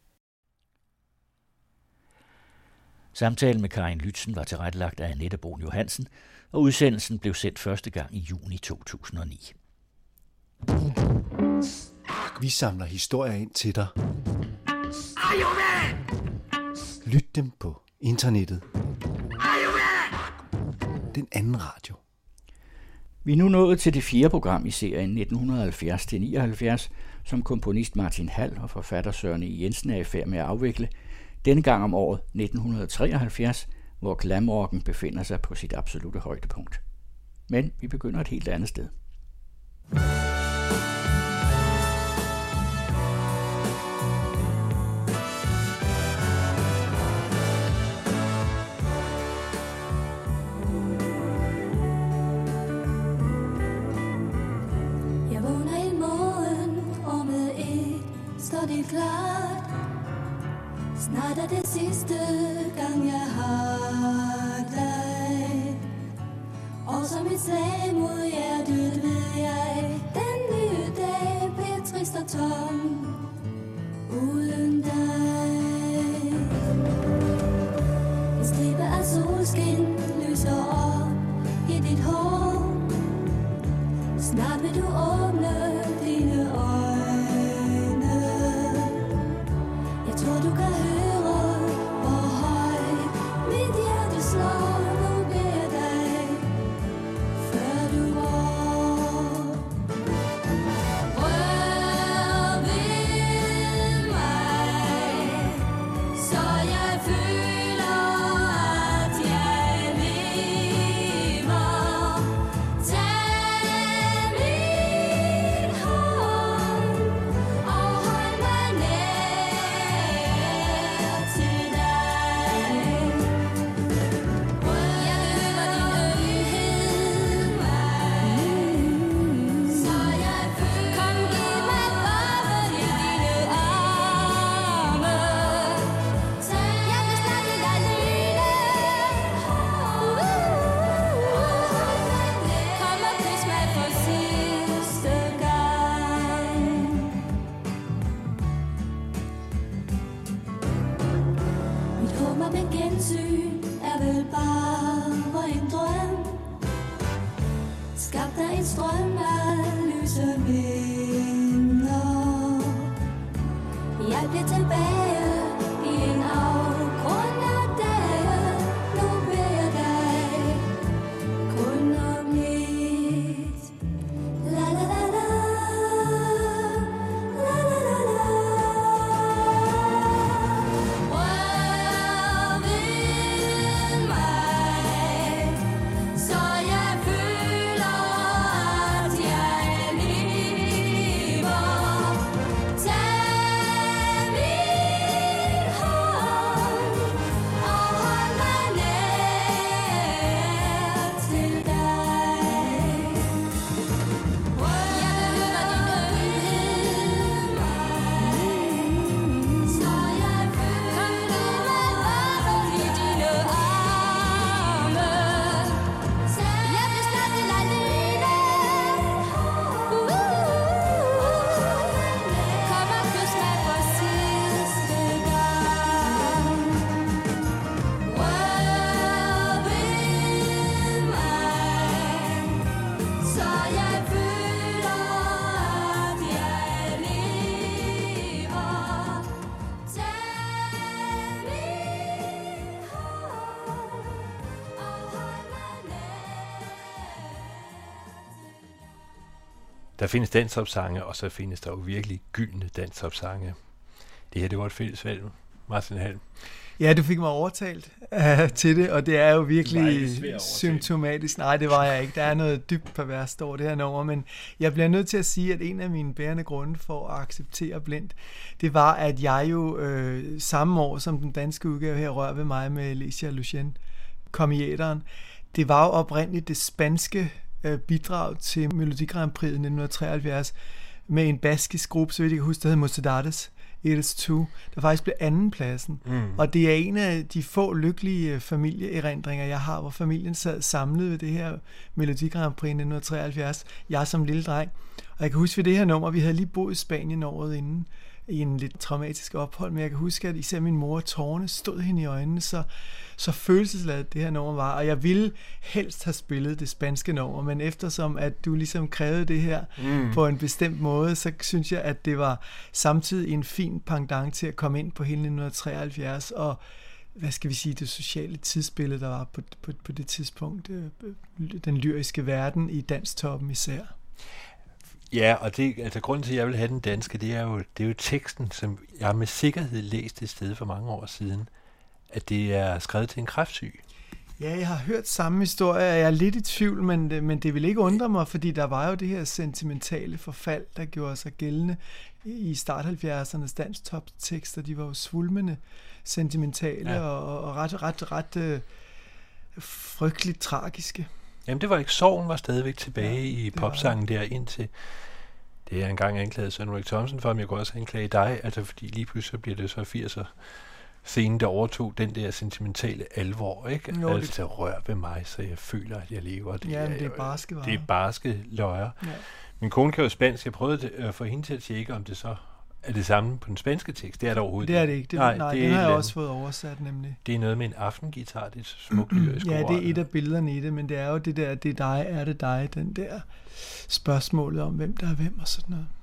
Samtalen med Karin Lützen var tilrettelagt af Annette Brun Johansen, og udsendelsen blev sendt første gang i juni to tusind og ni. Vi samler historier ind til dig. Lyt dem på internettet. den anden radio. Vi er nu nået til det fjerde program i serien nitten halvfjerds til nioghalvfjerds, som komponist Martin Hall og forfatter Søren E. Jensen er i færd med at afvikle, denne gang om året nitten treoghalvfjerds, hvor glamrocken befinder sig på sit absolute højdepunkt. Men vi begynder et helt andet sted. Det er klart, snart er det sidste gang jeg har dig. Og som et slag mod hjertet ved jeg, den nye dag bliver trist og tom uden dig. En stribe af solskin lyser op i dit hår. Snart vil du åbne dine øjne. Så du kan høre, hvor højt mit hjerte slår. Nu beder dig, før du går. Rør ved mig, så jeg føler, at jeg lever. Tag min hånd og hold mig nær. Strøm af lyse minder. Jeg bliver tilbage i en afgrund af dage. Nu beder jeg dig kun om lidt. La la la la, la la la la. Rør ved mig, så jeg føler. Der findes dansopsange, og så findes der jo virkelig gyldne dansopsange. Det her, det var et fælles valg, Martin Hall. Ja, du fik mig overtalt uh, til det, og det er jo virkelig symptomatisk. Nej, det var jeg ikke. Der er noget dybt perverst over det her nummer, men jeg bliver nødt til at sige, at en af mine bærende grunde for at acceptere Blindt, det var, at jeg jo øh, samme år som den danske udgave her rør ved mig med Lecia Lucien, kom i æteren. Det var jo oprindeligt det spanske øh, bidrag til Melodi Grand Prix nitten treoghalvfjerds med en baskisk gruppe, så vidt jeg kan huske, der hed Mocedades. It is two, der faktisk blev andenpladsen. Mm. Og det er en af de få lykkelige familieerindringer, jeg har, hvor familien sad samlet ved det her Melodi Grand Prix nitten treoghalvfjerds. Jeg som lille dreng. Og jeg kan huske ved det her nummer, vi havde lige boet i Spanien året inden, i en lidt traumatisk ophold, men jeg kan huske, at især min mor, tårerne stod hende i øjnene, så, så følelsesladet det her nummer var, og jeg ville helst have spillet det spanske nummer, men eftersom at du ligesom krævede det her mm. på en bestemt måde, så synes jeg, at det var samtidig en fin pendant til at komme ind på hele nitten treoghalvfjerds, og hvad skal vi sige, det sociale tidsbillede, der var på, på, på det tidspunkt. Den lyriske verden i danstoppen især. Ja, og det, altså, grunden til, at jeg vil have den danske, det er jo, det er jo teksten, som jeg med sikkerhed læste et sted for mange år siden, at det er skrevet til en kræftsyg. Ja, jeg har hørt samme historie, jeg er lidt i tvivl, men, men det vil ikke undre mig, fordi der var jo det her sentimentale forfald, der gjorde sig gældende i start halvfjerdsernes dansktoptekster. De var jo svulmende sentimentale ja. og, og ret, ret, ret øh, frygteligt tragiske. Jamen det var ikke, sorgen var stadigvæk tilbage ja, i popsangen der indtil, det er engang anklaget Søren Ulrik Thomsen for, men jeg kunne også anklage dig, altså fordi lige pludselig bliver det så firser scenen, der overtog den der sentimentale alvor, ikke? Jo, altså det rør ved mig, så jeg føler, at jeg lever. Det ja, er, men det er barske varer. Det er barske løjer. Ja. Min kone kan jo spansk, jeg prøvede at få hende til at tjekke, om det så er det samme på den spanske tekst. Det er der overhovedet det er det ikke. Det, nej, nej det, det har jeg også fået oversat nemlig. Det er noget med en aftengitar, det er smukt lyrisk. Ja, det er et af billederne i det, men det er jo det der, det er dig, er det dig, den der spørgsmålet om, hvem der er hvem og sådan noget.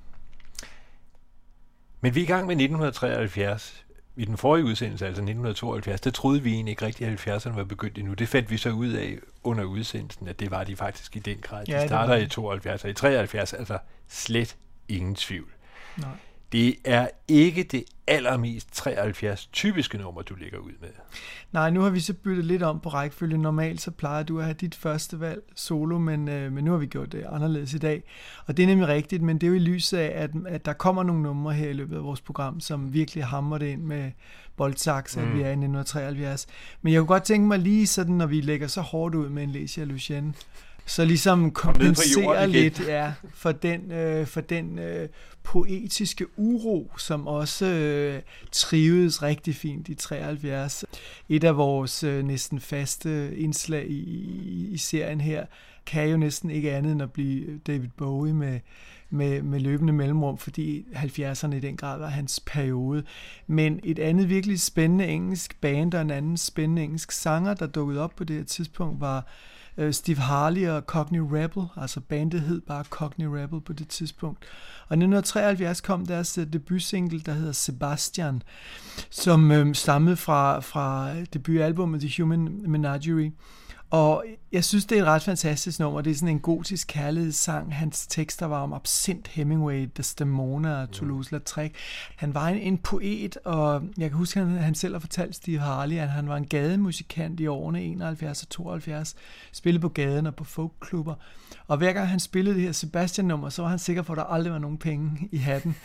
Men vi er i gang med nitten treoghalvfjerds. I den forrige udsendelse, altså nitten tooghalvfjerds, der troede vi egentlig ikke rigtig, at halvfjerdserne var begyndt endnu. Det fandt vi så ud af under udsendelsen, at det var de faktisk i den grad. De ja, starter i tooghalvfjerds, og i treoghalvfjerds, altså slet ingen tvivl. Nej. Det er ikke det allermest treoghalvfjerds typiske nummer, du lægger ud med. Nej, nu har vi så byttet lidt om på rækkefølge. Normalt så plejer du at have dit første valg solo, men, øh, men nu har vi gjort det anderledes i dag. Og det er nemlig rigtigt, men det er jo i lyset af, at, at der kommer nogle numre her i løbet af vores program, som virkelig hammer det ind med boldsaks, at mm. vi er i nitten treoghalvfjerds. Men jeg kunne godt tænke mig lige sådan, når vi lægger så hårdt ud med en Lecia Lucien, så ligesom kompensere lidt ja, for den, øh, for den øh, poetiske uro, som også øh, trivedes rigtig fint i treoghalvfjerds. Et af vores øh, næsten faste indslag i, i, i serien her, kan jo næsten ikke andet end at blive David Bowie med, med, med løbende mellemrum, fordi halvfjerdserne i den grad var hans periode. Men et andet virkelig spændende engelsk band og en anden spændende engelsk sanger, der dukkede op på det her tidspunkt, var Steve Harley og Cockney Rebel, altså bandet hed bare Cockney Rebel på det tidspunkt. Og i nitten treoghalvfjerds kom deres debutsingle, der hedder Sebastian, som øh, stammede fra, fra debutalbummet The Human Menagerie. Og jeg synes, det er et ret fantastisk nummer. Det er sådan en gotisk kærlighedssang. Hans tekster var om absint, Hemingway, Desdemona og Toulouse-Lautrec. Han var en, en poet, og jeg kan huske, at han, han selv har fortalt Steve Harley, at han var en gademusikant i årene enoghalvfjerds og tooghalvfjerds. Spillede på gaden og på folkklubber. Og hver gang han spillede det her Sebastian-nummer, så var han sikker på, at der aldrig var nogen penge i hatten.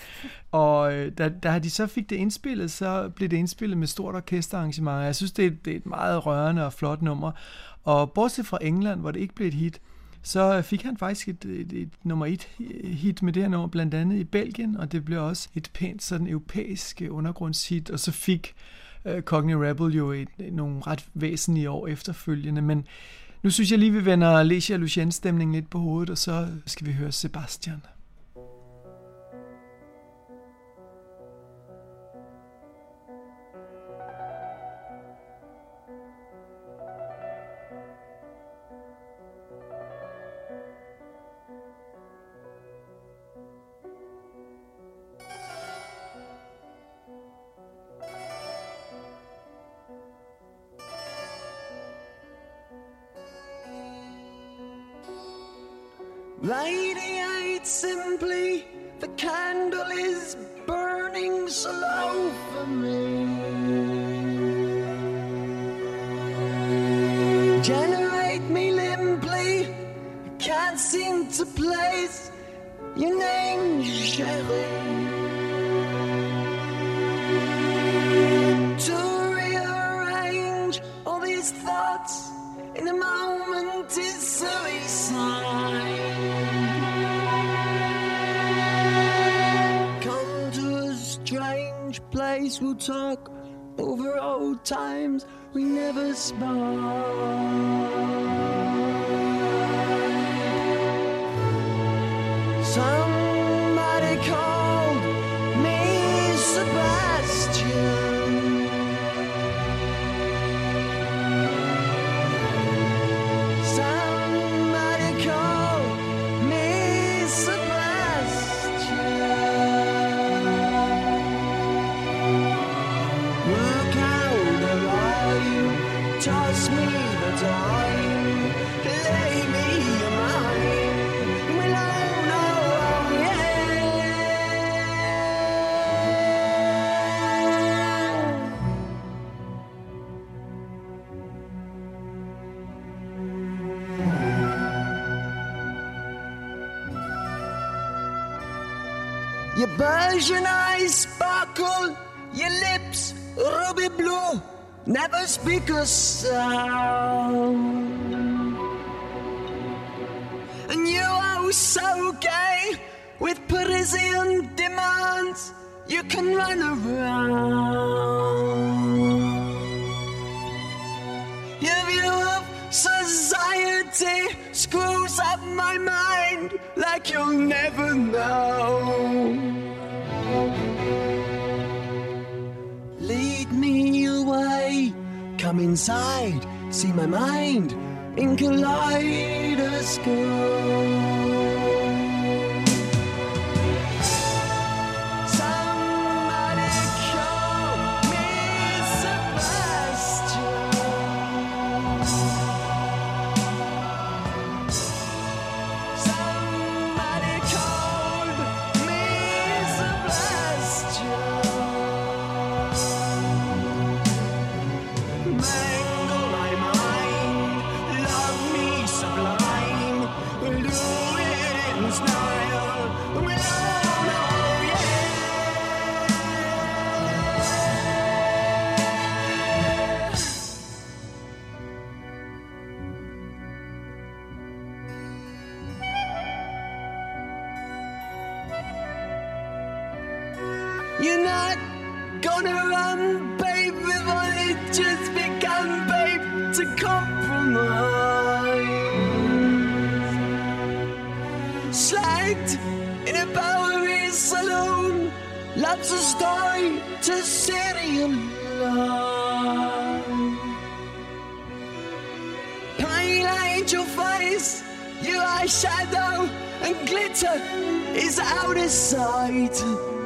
Og da, da de så fik det indspillet, så blev det indspillet med stort orkesterarrangement. Jeg synes, det er, det er et meget rørende og flot nummer. Og bortset fra England, hvor det ikke blev et hit, så fik han faktisk et, et, et nummer et hit med det her nummer, blandt andet i Belgien, og det blev også et pænt sådan europæisk undergrundshit, og så fik uh, Cockney Rebel jo et, et, nogle ret væsentlige år efterfølgende, men nu synes jeg lige, vi vender Lecia Luciens stemningen lidt på hovedet, og så skal vi høre Sebastian. Radiate simply, the candle is burning slow for me. Generate me limply, I can't seem to place your name, Cherie. To rearrange all these thoughts in a moment is suicide. Place we'll talk over old times we never spoke. Somebody called me Sebastian. Somebody called me Sebastian. Look out, me the time, lay me your mind, well, oh, oh, yeah. Your Persian eyes sparkle, your lips ruby blue, never speak a sound. And you are so gay with Parisian demands, you can run around. Your view of society screws up my mind like you'll never know. Lead me away, come inside, see my mind in kaleidoscope. Somebody call me Sebastian. Somebody called me Sebastian. Mangle my mind, love me sublime, we'll do it in style, we'll all know, yeah. You're not gonna run, babe, we've only just begun, babe, to compromise. Slagged in a Bowery saloon, love's a story to serialize. Pale angel face, your eyeshadow and glitter is out of sight.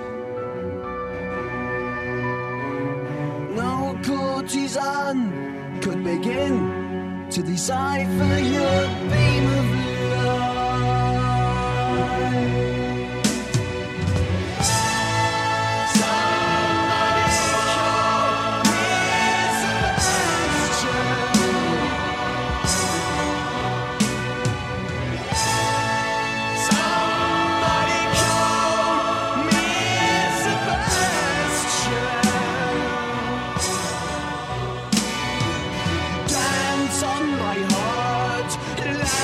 No courtesan could begin to decipher your beam of light. Somebody call me Sebastian. Somebody call me Sebastian. Dance on my heart,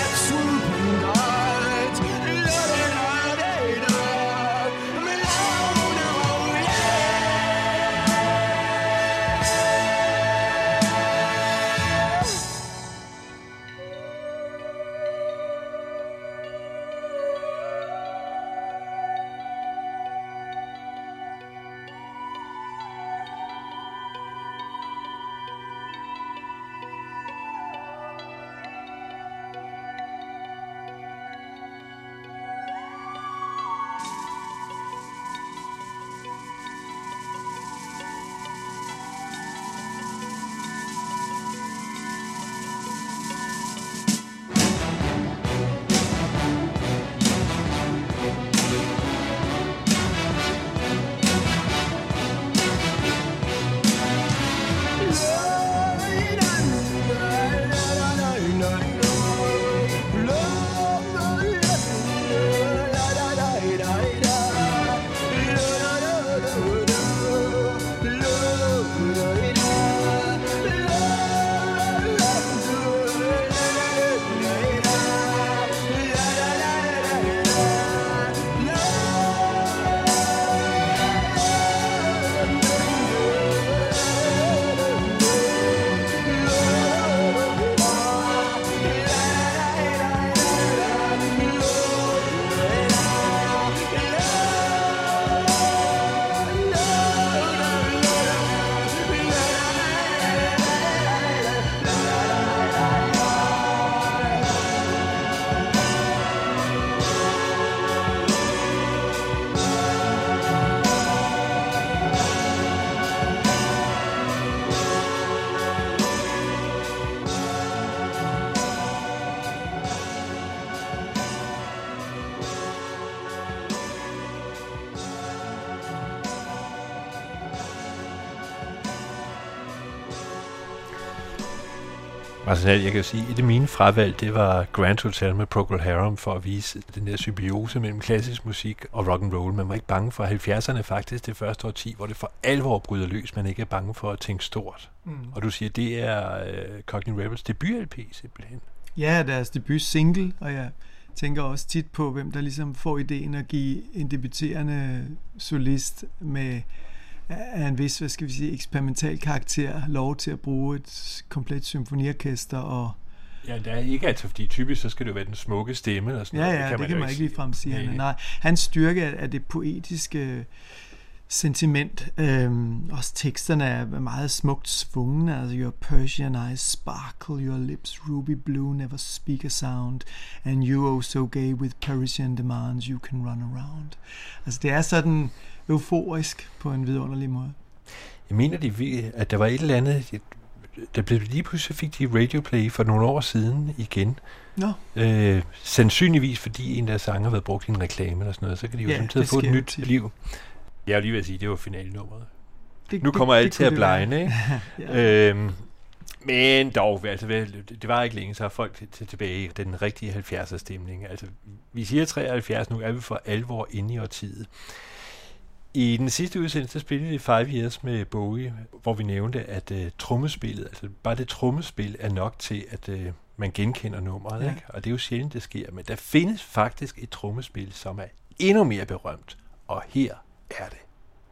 Altså, jeg kan jo sige, at det mine fravalg, det var Grand Hotel med Procol Harum for at vise den der symbiose mellem klassisk musik og rock and roll. Man var ikke bange for halvfjerdserne faktisk, det første årti, hvor det for alvor bryder løs. Man ikke er bange for at tænke stort. Mm. Og du siger, det er uh, Cockney Rebels debut-L P simpelthen. Ja, deres debut-single, og jeg tænker også tit på, hvem der ligesom får ideen at give en debuterende solist med af en vis, hvad skal vi sige, eksperimental karakter lov til at bruge et komplet symfoniorkester og... Ja, det er ikke altså, fordi typisk så skal det jo være den smukke stemme eller sådan ja, noget. Ja, det kan, det kan man ikke ligefrem sige. Nej, nej. nej. Hans styrke er, er det poetiske sentiment. Øhm, også teksterne er meget smukt svungne. Altså, your Persian eyes sparkle, your lips ruby blue, never speak a sound, and you oh so gay with Parisian demands, you can run around. Altså, det er sådan euforisk på en vidunderlig måde. Jeg mener, de, at der var et eller andet, der blev lige pludselig fik de radioplay for nogle år siden igen. Nå. Øh, sandsynligvis fordi en der sanger har været brugt i en reklame eller sådan noget, så kan de jo ja, samtidig få et nyt tit. liv. Jeg vil lige ved at sige, det var finalenummeret. Det, nu kommer det, alt det, til at blegne, ikke? ja. øhm, men dog, altså, det var ikke længe, så har folk til tilbage i den rigtige halvfjerdser stemning. Altså, vi siger treoghalvfjerds, nu er vi for alvor inde i årtiet. I den sidste udsendelse spillede vi Five Years med Bowie, hvor vi nævnte, at uh, trommespillet, altså bare det trommespil er nok til, at uh, man genkender nummeret, ja. Ikke? Og det er jo sjældent, det sker, men der findes faktisk et trommespil, som er endnu mere berømt, og her er det.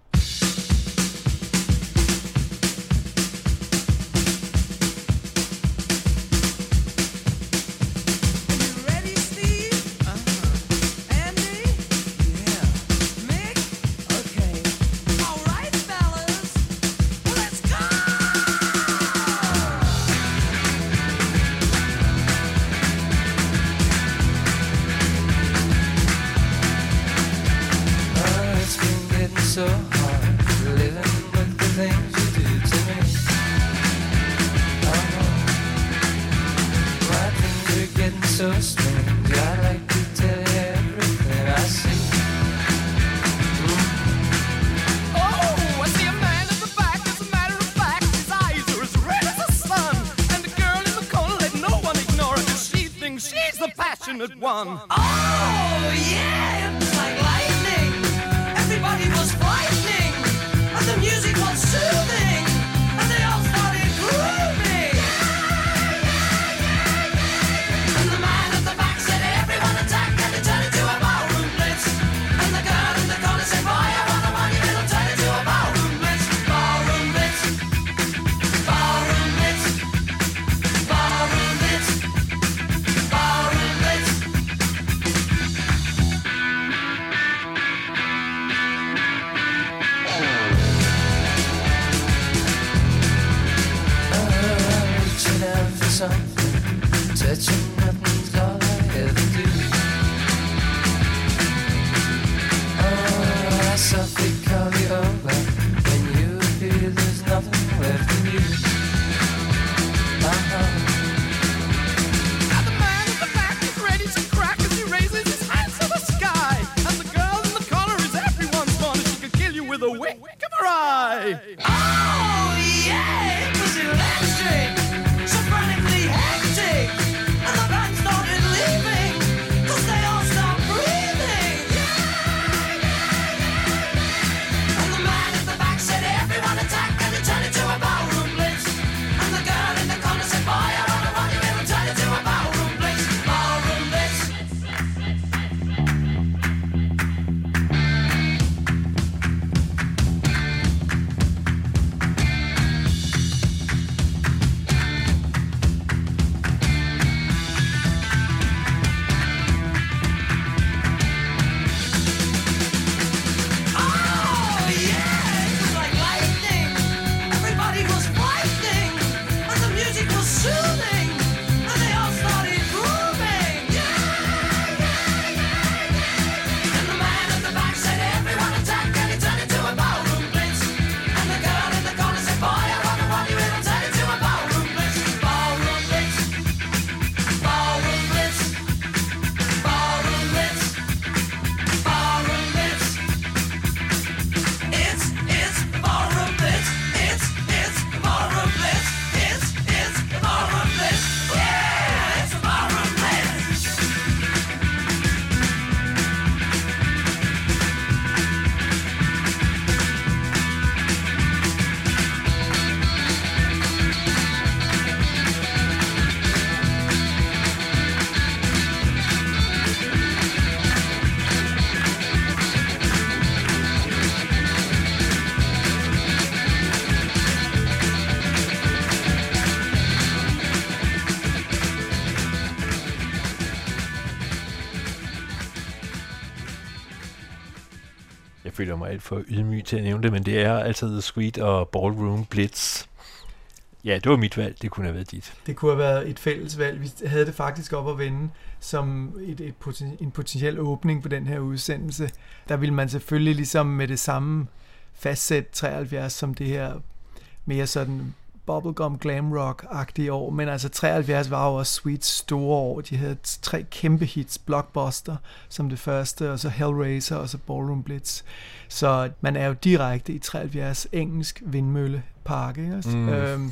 So hard living with the things you do to me. Oh, my things are getting so strange. I'd like to tell you everything I see. Mm. Oh, I see a man in the back. As a matter of fact, his eyes are as red as the sun. And the girl in the corner, let no one ignore her, 'cause she thinks she's the passionate one. Oh, yeah, it was like lightning. Everybody was frightening, and the music was soothing, and they all started grooving. And the man at the back said, everyone attack, and it turned into a ballroom blitz. And the girl in the corner said, boy, I want a money, it'll turn into a ballroom blitz. Ballroom blitz, ballroom blitz, ballroom blitz, ballroom blitz. Something, touching nothing's all I ever do. Oh, I softly call you over. When you appear, there's nothing left of you. Uh-huh. Now the man at the back is ready to crack as he raises his hands to the sky. And the girl in the corner is everyone's fun. She could kill you with a wink of her eye. Oh, yeah, it was electric. So frantically hectic, and the føler mig alt for ydmyg til at nævne det, men det er altså The Sweet og Ballroom Blitz. Ja, det var mit valg. Det kunne have været dit. Det kunne have været et fælles valg. Vi havde det faktisk op at vende som et, et poten, en potentiel åbning på den her udsendelse. Der ville man selvfølgelig ligesom med det samme fastsæt treoghalvfjerds som det her mere sådan bubblegum glam rock-agtige år, men altså treoghalvfjerds var jo også Sweets store år. De havde tre kæmpe hits, Blockbuster som det første, og så Hellraiser, og så Ballroom Blitz. Så man er jo direkte i treoghalvfjerds engelsk vindmøllepark, ikke også? Mm. Øhm,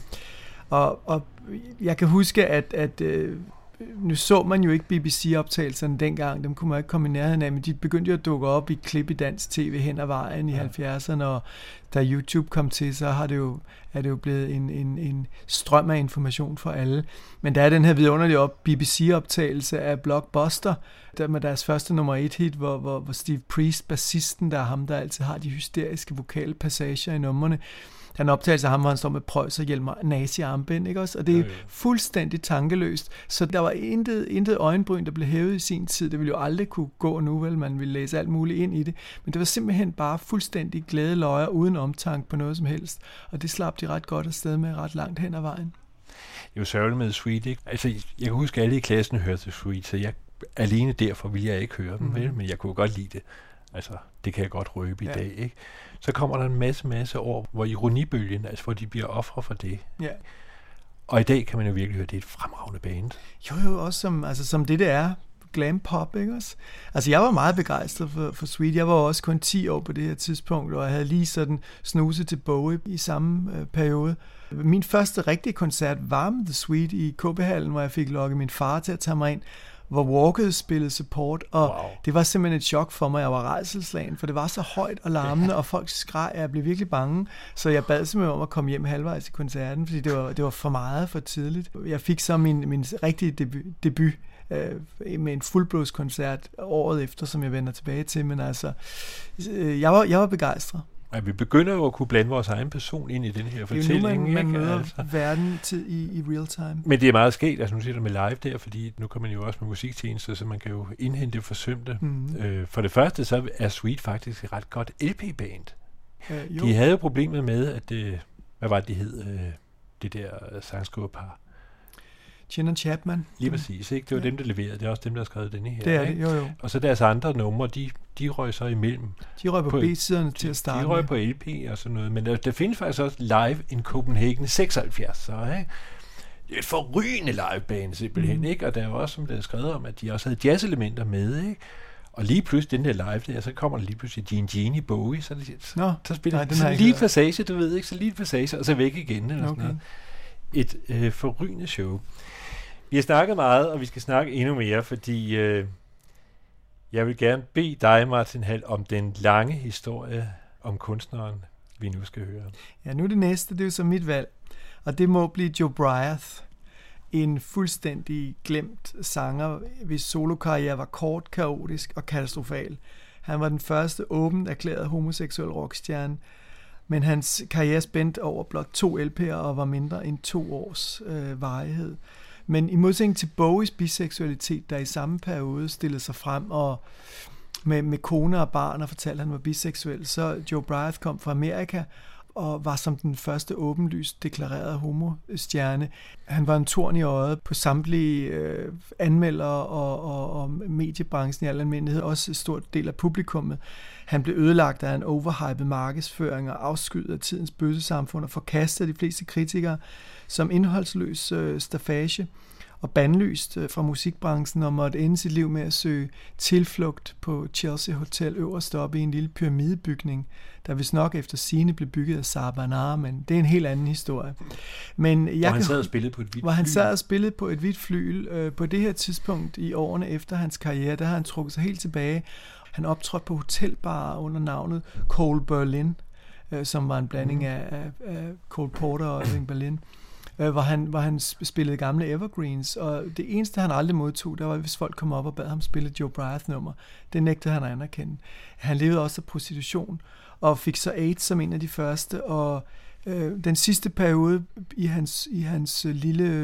og, og jeg kan huske, at, at øh, nu så man jo ikke B B C-optagelserne dengang, dem kunne man ikke komme i nærheden af, men de begyndte jo at dukke op i klip i dansk tv hen ad vejen i ja. halvfjerdserne, og da YouTube kom til, så har det jo, er det jo blevet en, en, en strøm af information for alle. Men der er den her vidunderlige op, B B C-optagelse af Blockbuster, der med deres første nummer et hit, hvor, hvor, hvor Steve Priest, bassisten, der er ham, der altid har de hysteriske vokale passager i numrene, han optager ham, hvor han står med prøjserhjelm og nazi-armbind, ikke også? Og det er ja, ja. fuldstændig tankeløst. Så der var intet, intet øjenbryn, der blev hævet i sin tid. Det ville jo aldrig kunne gå nu, vel? Man ville læse alt muligt ind i det. Men det var simpelthen bare fuldstændig glædeløjer, uden omtanke på noget som helst. Og det slap de ret godt afsted med ret langt hen ad vejen. Det er jo sørgeligt med Sweet, ikke? Altså, jeg kan huske, at alle i klassen hørte Sweet, så jeg, alene derfor ville jeg ikke høre dem, mm. vel? Men jeg kunne godt lide det. Altså, det kan jeg godt røbe ja. i dag, ikke? Så kommer der en masse, masse år, hvor ironibølgen, altså hvor de bliver ofre for det. Ja. Og i dag kan man jo virkelig høre, det er et fremragende band. Jo, jo, også som, altså, som det, det er. Glam pop, ikke også? Altså, jeg var meget begejstret for, for Sweet. Jeg var også kun ti år på det her tidspunkt, og jeg havde lige sådan snuset til Bowie i samme øh, periode. Min første rigtige koncert var med The Sweet i K B-hallen, hvor jeg fik lokket min far til at tage mig ind, hvor Walker spillede support, og wow. det var simpelthen et chok for mig. Jeg var rædselsslagen, for det var så højt og larmende, ja. og folk skreg, og jeg blev virkelig bange. Så jeg bad simpelthen om at komme hjem halvvejs i koncerten, fordi det var, det var for meget for tidligt. Jeg fik så min, min rigtige debut, debut øh, med en fuldblodskoncert året efter, som jeg vender tilbage til, men altså, øh, jeg var, jeg var begejstret. Ja, vi begynder jo at kunne blande vores egen person ind i den her fortælling. Det er nu, man, man møder altså. verden til, i, i real time. Men det er meget sket, altså nu siger du med live der, fordi nu kan man jo også med musiktjenester, så man kan jo indhente forsømte. Mm-hmm. Øh, for det første, så er Sweet faktisk et ret godt L P-band. Øh, de havde jo problemet med, at det, hvad var det, de hed, øh, det der sangskriverpar? Chin og Chapman. Lige præcis, ikke? Det var ja. dem, der leverede. Det er også dem, der har skrevet denne her. Det er det, jo jo. Og så deres andre numre, de, de røg så imellem. De røg på, på B-siderne til at starte De røg på L P og sådan noget. Men der, der findes faktisk også Live in Copenhagen seksoghalvfjerds. Så, ikke? Det er et forrygende liveband simpelthen, mm. ikke? Og der er jo også, som der er skrevet om, at de også havde jazzelementer med, ikke? Og lige pludselig, den der live der, så kommer der lige pludselig Gene Gene Bowie, så, så, Nå, så spiller nej, så lige et passage, du ved ikke, så lige et passage, og så væk igen, eller okay. sådan noget. Et øh, forrygende show. Vi har snakket meget, og vi skal snakke endnu mere, fordi øh, jeg vil gerne bede dig, Martin Hall, om den lange historie om kunstneren, vi nu skal høre. Ja, nu det næste, det er jo så mit valg, og det må blive Joe Bryant, en fuldstændig glemt sanger, hvis solokarriere var kort, kaotisk og katastrofal. Han var den første åbent erklærede homoseksuel rockstjerne, men hans karriere spændte over blot to L P'er og var mindre end to års øh, varighed. Men i modsætning til Bowies biseksualitet, der i samme periode stillede sig frem og med, med kone og barn og fortalte, at han var biseksuel, så Joe Bryant kom fra Amerika og var som den første åbenlyst deklarerede homostjerne. Han var en torn i øjet på samtlige øh, anmeldere og, og, og mediebranchen i al almindelighed, også en stor del af publikummet. Han blev ødelagt af en overhypet markedsføring og afskyet af tidens bøssesamfund og forkastet af de fleste kritikere som indholdsløs øh, staffage og bandlyst øh, fra musikbranchen og måtte ende sit liv med at søge tilflugt på Chelsea Hotel øverst oppe i en lille pyramidebygning, der vist nok efter sigende blev bygget af Sarah Bernard, men det er en helt anden historie. Men jeg hvor han kan, sad og spillede på et hvidt Hvor han sad og spillede på et hvidt flygel. Øh, på det her tidspunkt i årene efter hans karriere, der har han trukket sig helt tilbage. Han optrådte på hotelbarer under navnet Cole Berlin, øh, som var en blanding mm. af, af, af Cole Porter og Irving Berlin, øh, hvor, han, hvor han spillede gamle evergreens, og det eneste, han aldrig modtog, der var, hvis folk kom op og bad ham spille Joe Bryant nummer. Det nægtede han at anerkende. Han levede også af prostitution, og fik så AIDS som en af de første, og øh, den sidste periode i hans, i hans lille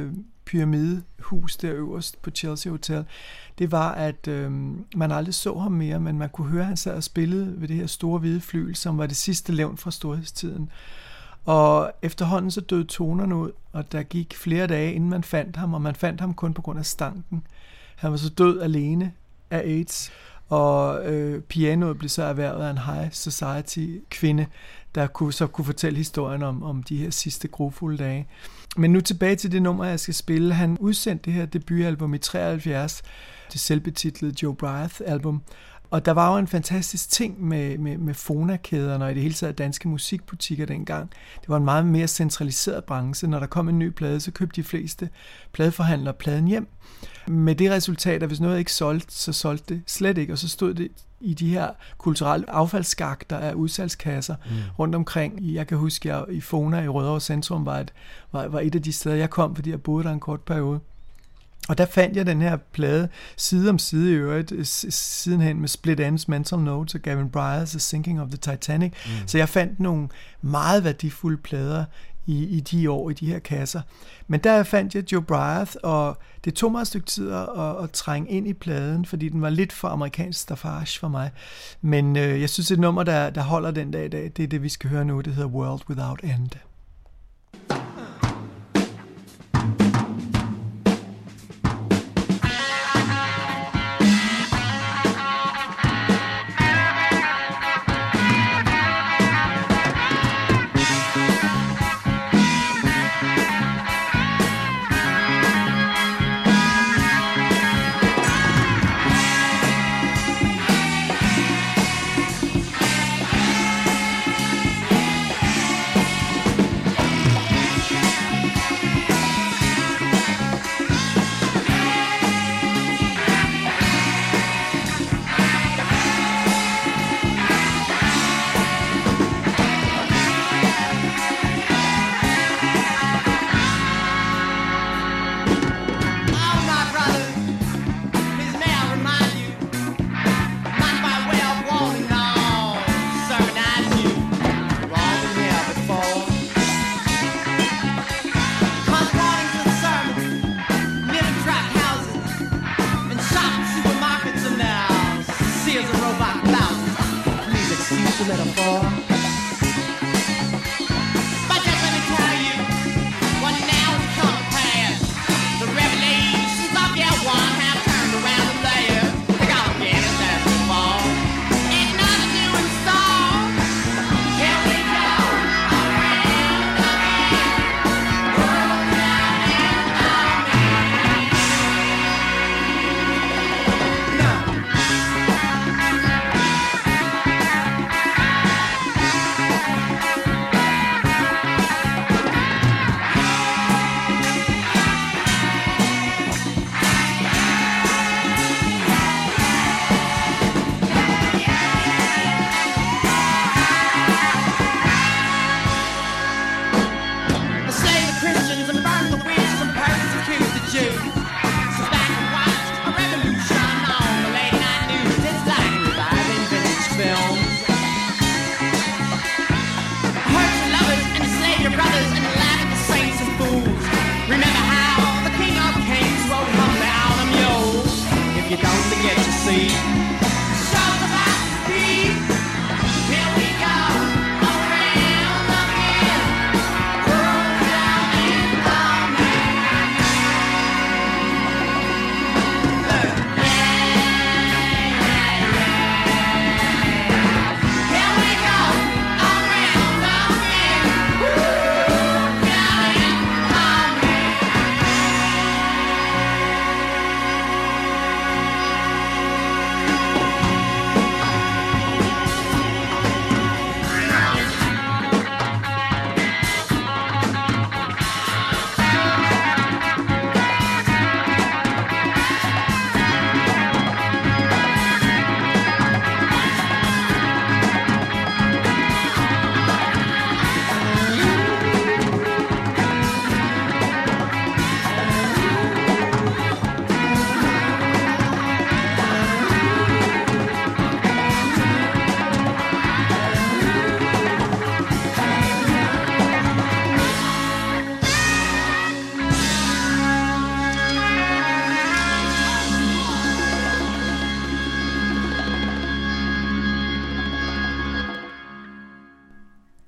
pyramidehus der øverst på Chelsea Hotel, det var, at øh, man aldrig så ham mere, men man kunne høre, at han sad og spillede ved det her store hvide flyl, som var det sidste levn fra storhedstiden. Og efterhånden så døde tonerne ud, og der gik flere dage, inden man fandt ham, og man fandt ham kun på grund af stanken. Han var så død alene af AIDS, og øh, pianoet blev så erhvervet af en high society kvinde, der kunne, så kunne fortælle historien om, om de her sidste grufulde dage. Men nu tilbage til det nummer, jeg skal spille. Han udsendte det her debutalbum i treoghalvfjerds, det selvbetitlede Joe Bryant-album. Og der var jo en fantastisk ting med, med, med Fona-kæderne og i det hele taget danske musikbutikker dengang. Det var en meget mere centraliseret branche. Når der kom en ny plade, så købte de fleste pladeforhandlere pladen hjem. Med det resultat, at hvis noget ikke solgte, så solgte det slet ikke. Og så stod det i de her kulturelle affaldsskakter af udsalgskasser mm. rundt omkring. Jeg kan huske, at jeg i Fona i Rødovre Centrum var et, var, var et af de steder, jeg kom, fordi jeg boede der en kort periode. Og der fandt jeg den her plade side om side i øvrigt, sidenhen med Split Enz, Mental Notes og Gavin Bryars og Sinking of the Titanic. Mm. Så jeg fandt nogle meget værdifulde plader i, i de år, i de her kasser. Men der fandt jeg Joe Bryant, og det tog mig et stykke tid at, at, at trænge ind i pladen, fordi den var lidt for amerikansk staffage for mig. Men øh, jeg synes, et nummer, der, der holder den dag i dag, det er det, vi skal høre nu. Det hedder World Without End.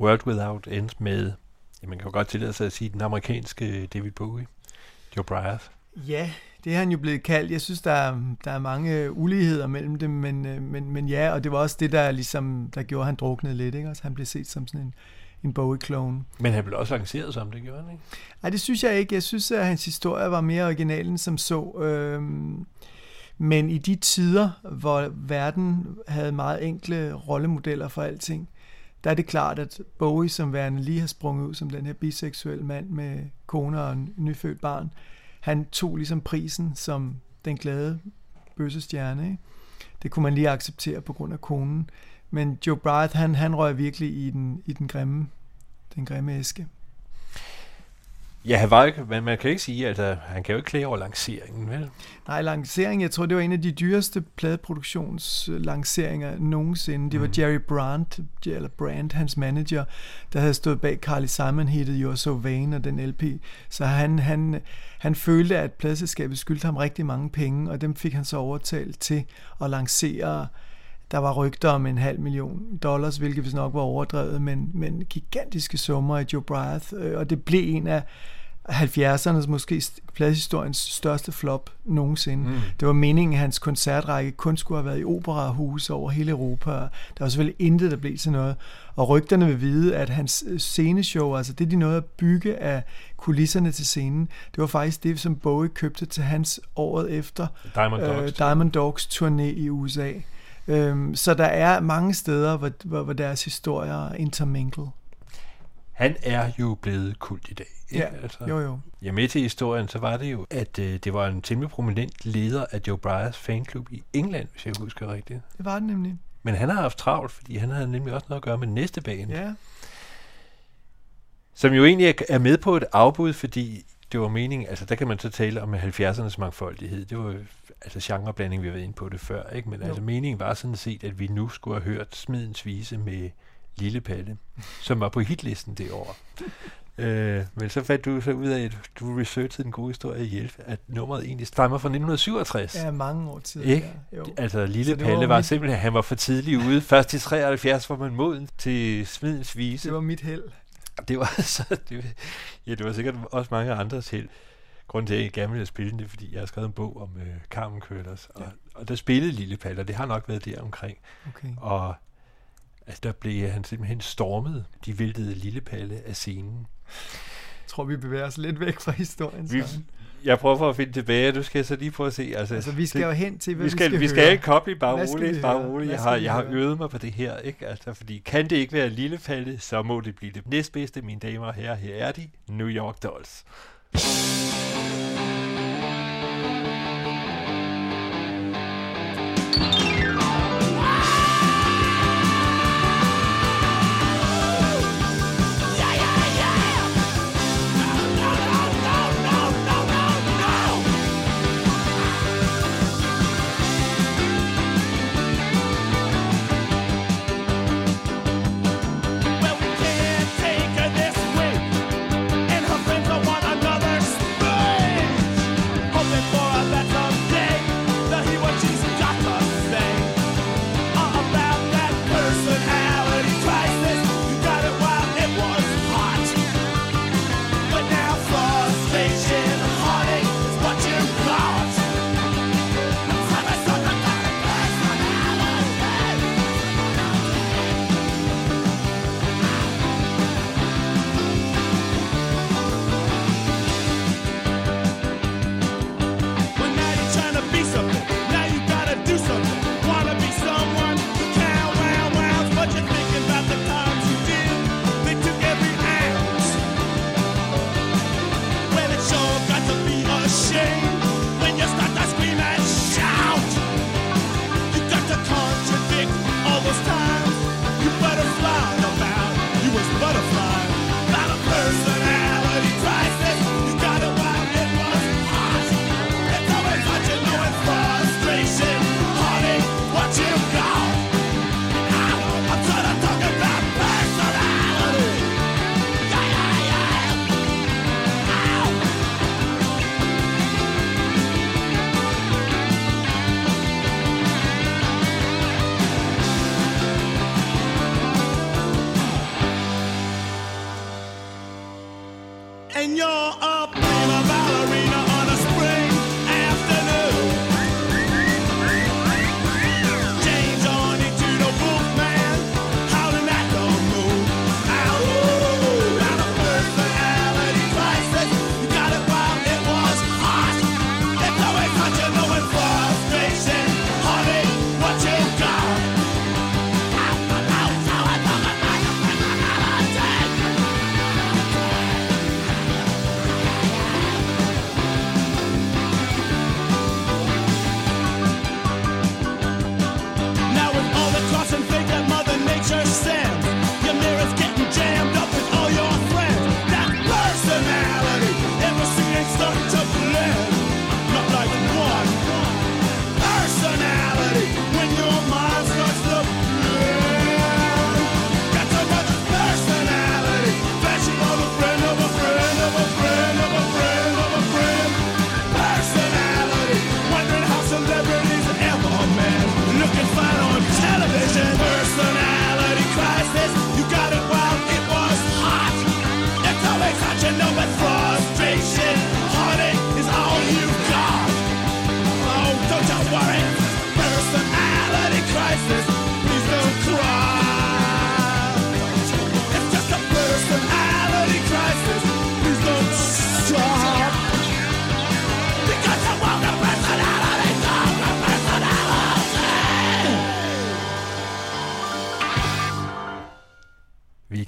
World Without End med, ja, man kan jo godt tillade sig at sige, den amerikanske David Bowie, Joe Bryant. Ja, det er han jo blevet kaldt. Jeg synes, der er, der er mange uligheder mellem dem, men, men, men ja, og det var også det, der ligesom, der gjorde, at han druknede lidt, ikke? Altså, han blev set som sådan en, en Bowie-clone. Men han blev også lanceret som det, gjorde han, ikke? Nej, det synes jeg ikke. Jeg synes, at hans historie var mere original end som så. Øhm, men i de tider, hvor verden havde meget enkle rollemodeller for alting, der er det klart, at Bowie som værende lige har sprunget ud som den her biseksuelle mand med kone og en nyfødt barn, han tog ligesom prisen som den glade bøssestjerne, ikke? Det kunne man lige acceptere på grund af konen. Men Joe Bryant, han, han røg virkelig i den, i den grimme, den grimme æske. Ja, han var ikke, men man kan ikke sige, at altså, han kan jo ikke klage over lanceringen, vel? Nej, lanceringen, jeg tror, det var en af de dyreste pladeproduktionslanceringer nogensinde. Det var mm. Jerry Brandt, eller Brandt, hans manager, der havde stået bag Carly Simon-hittet You're So Vain og den L P. Så han, han, han følte, at pladeselskabet skyldte ham rigtig mange penge, og dem fik han så overtalt til at lancere. Der var rygter om en halv million dollars, hvilket vist nok var overdrevet, men, men gigantiske summer i Joe Bryant, og det blev en af halvfjerdsernes, måske pladehistoriens største flop nogensinde. Mm. Det var meningen, at hans koncertrække kun skulle have været i operahuse over hele Europa. Der var selvfølgelig intet, der blev til noget. Og rygterne vil vide, at hans sceneshow, altså det de nåede at bygge af kulisserne til scenen, det var faktisk det, som Bowie købte til hans året efter Diamond Dogs, øh, Diamond Dogs turné i U S A. Øhm, så der er mange steder, hvor, hvor, hvor deres historier er intermingled. Han er jo blevet kult i dag. Ikke? Ja, altså, jo jo. Ja, med til historien, så var det jo, at øh, det var en temmelig prominent leder af Joe Bryants fanklub i England, hvis jeg husker rigtigt. Det var det nemlig. Men han har haft travlt, fordi han havde nemlig også noget at gøre med næste band. Ja. Som jo egentlig er med på et afbud, fordi det var meningen, altså der kan man så tale om halvfjerdsernes mangfoldighed. Det var altså genreblanding, vi har været inde på det før, ikke? Men jo. Altså meningen var sådan set, at vi nu skulle have hørt Smidens Vise med Lille Palle, som var på hitlisten det år. øh, men så fandt du så ud af, at du researchede den gode historie ihjel, at nummeret egentlig stammer fra nitten syvogtres. Ja, mange år tidligere. Ikke? Jo. Altså Lille Palle var, var mit... simpelthen, han var for tidlig ude. Først i treoghalvfjerds var man moden til Smidens Vise. Det var mit held. Det var så, det, ja, det var sikkert også mange andres held. Grunden til, at jeg gerne ville spille det, fordi jeg har skrevet en bog om øh, Carmen Curlers, og, ja. og der spillede Lille Palle, og det har nok været der omkring. Okay. Og altså, der blev han simpelthen stormet. De væltede Lille Palle af scenen. Jeg tror, vi bevæger os lidt væk fra historien. Vi, jeg prøver for at finde tilbage, du skal så lige prøve at se. Altså, altså vi skal det, jo hen til, hvad vi skal, vi skal Vi skal høre. ikke copy, bare roligt. Bare roligt. Jeg har, jeg har høre? øvet mig på det her, ikke? Altså, fordi kan det ikke være Lille Palle, så må det blive det næstbedste, mine damer og herrer. Her er de, New York Dolls. This way, and her friends are one another's friends.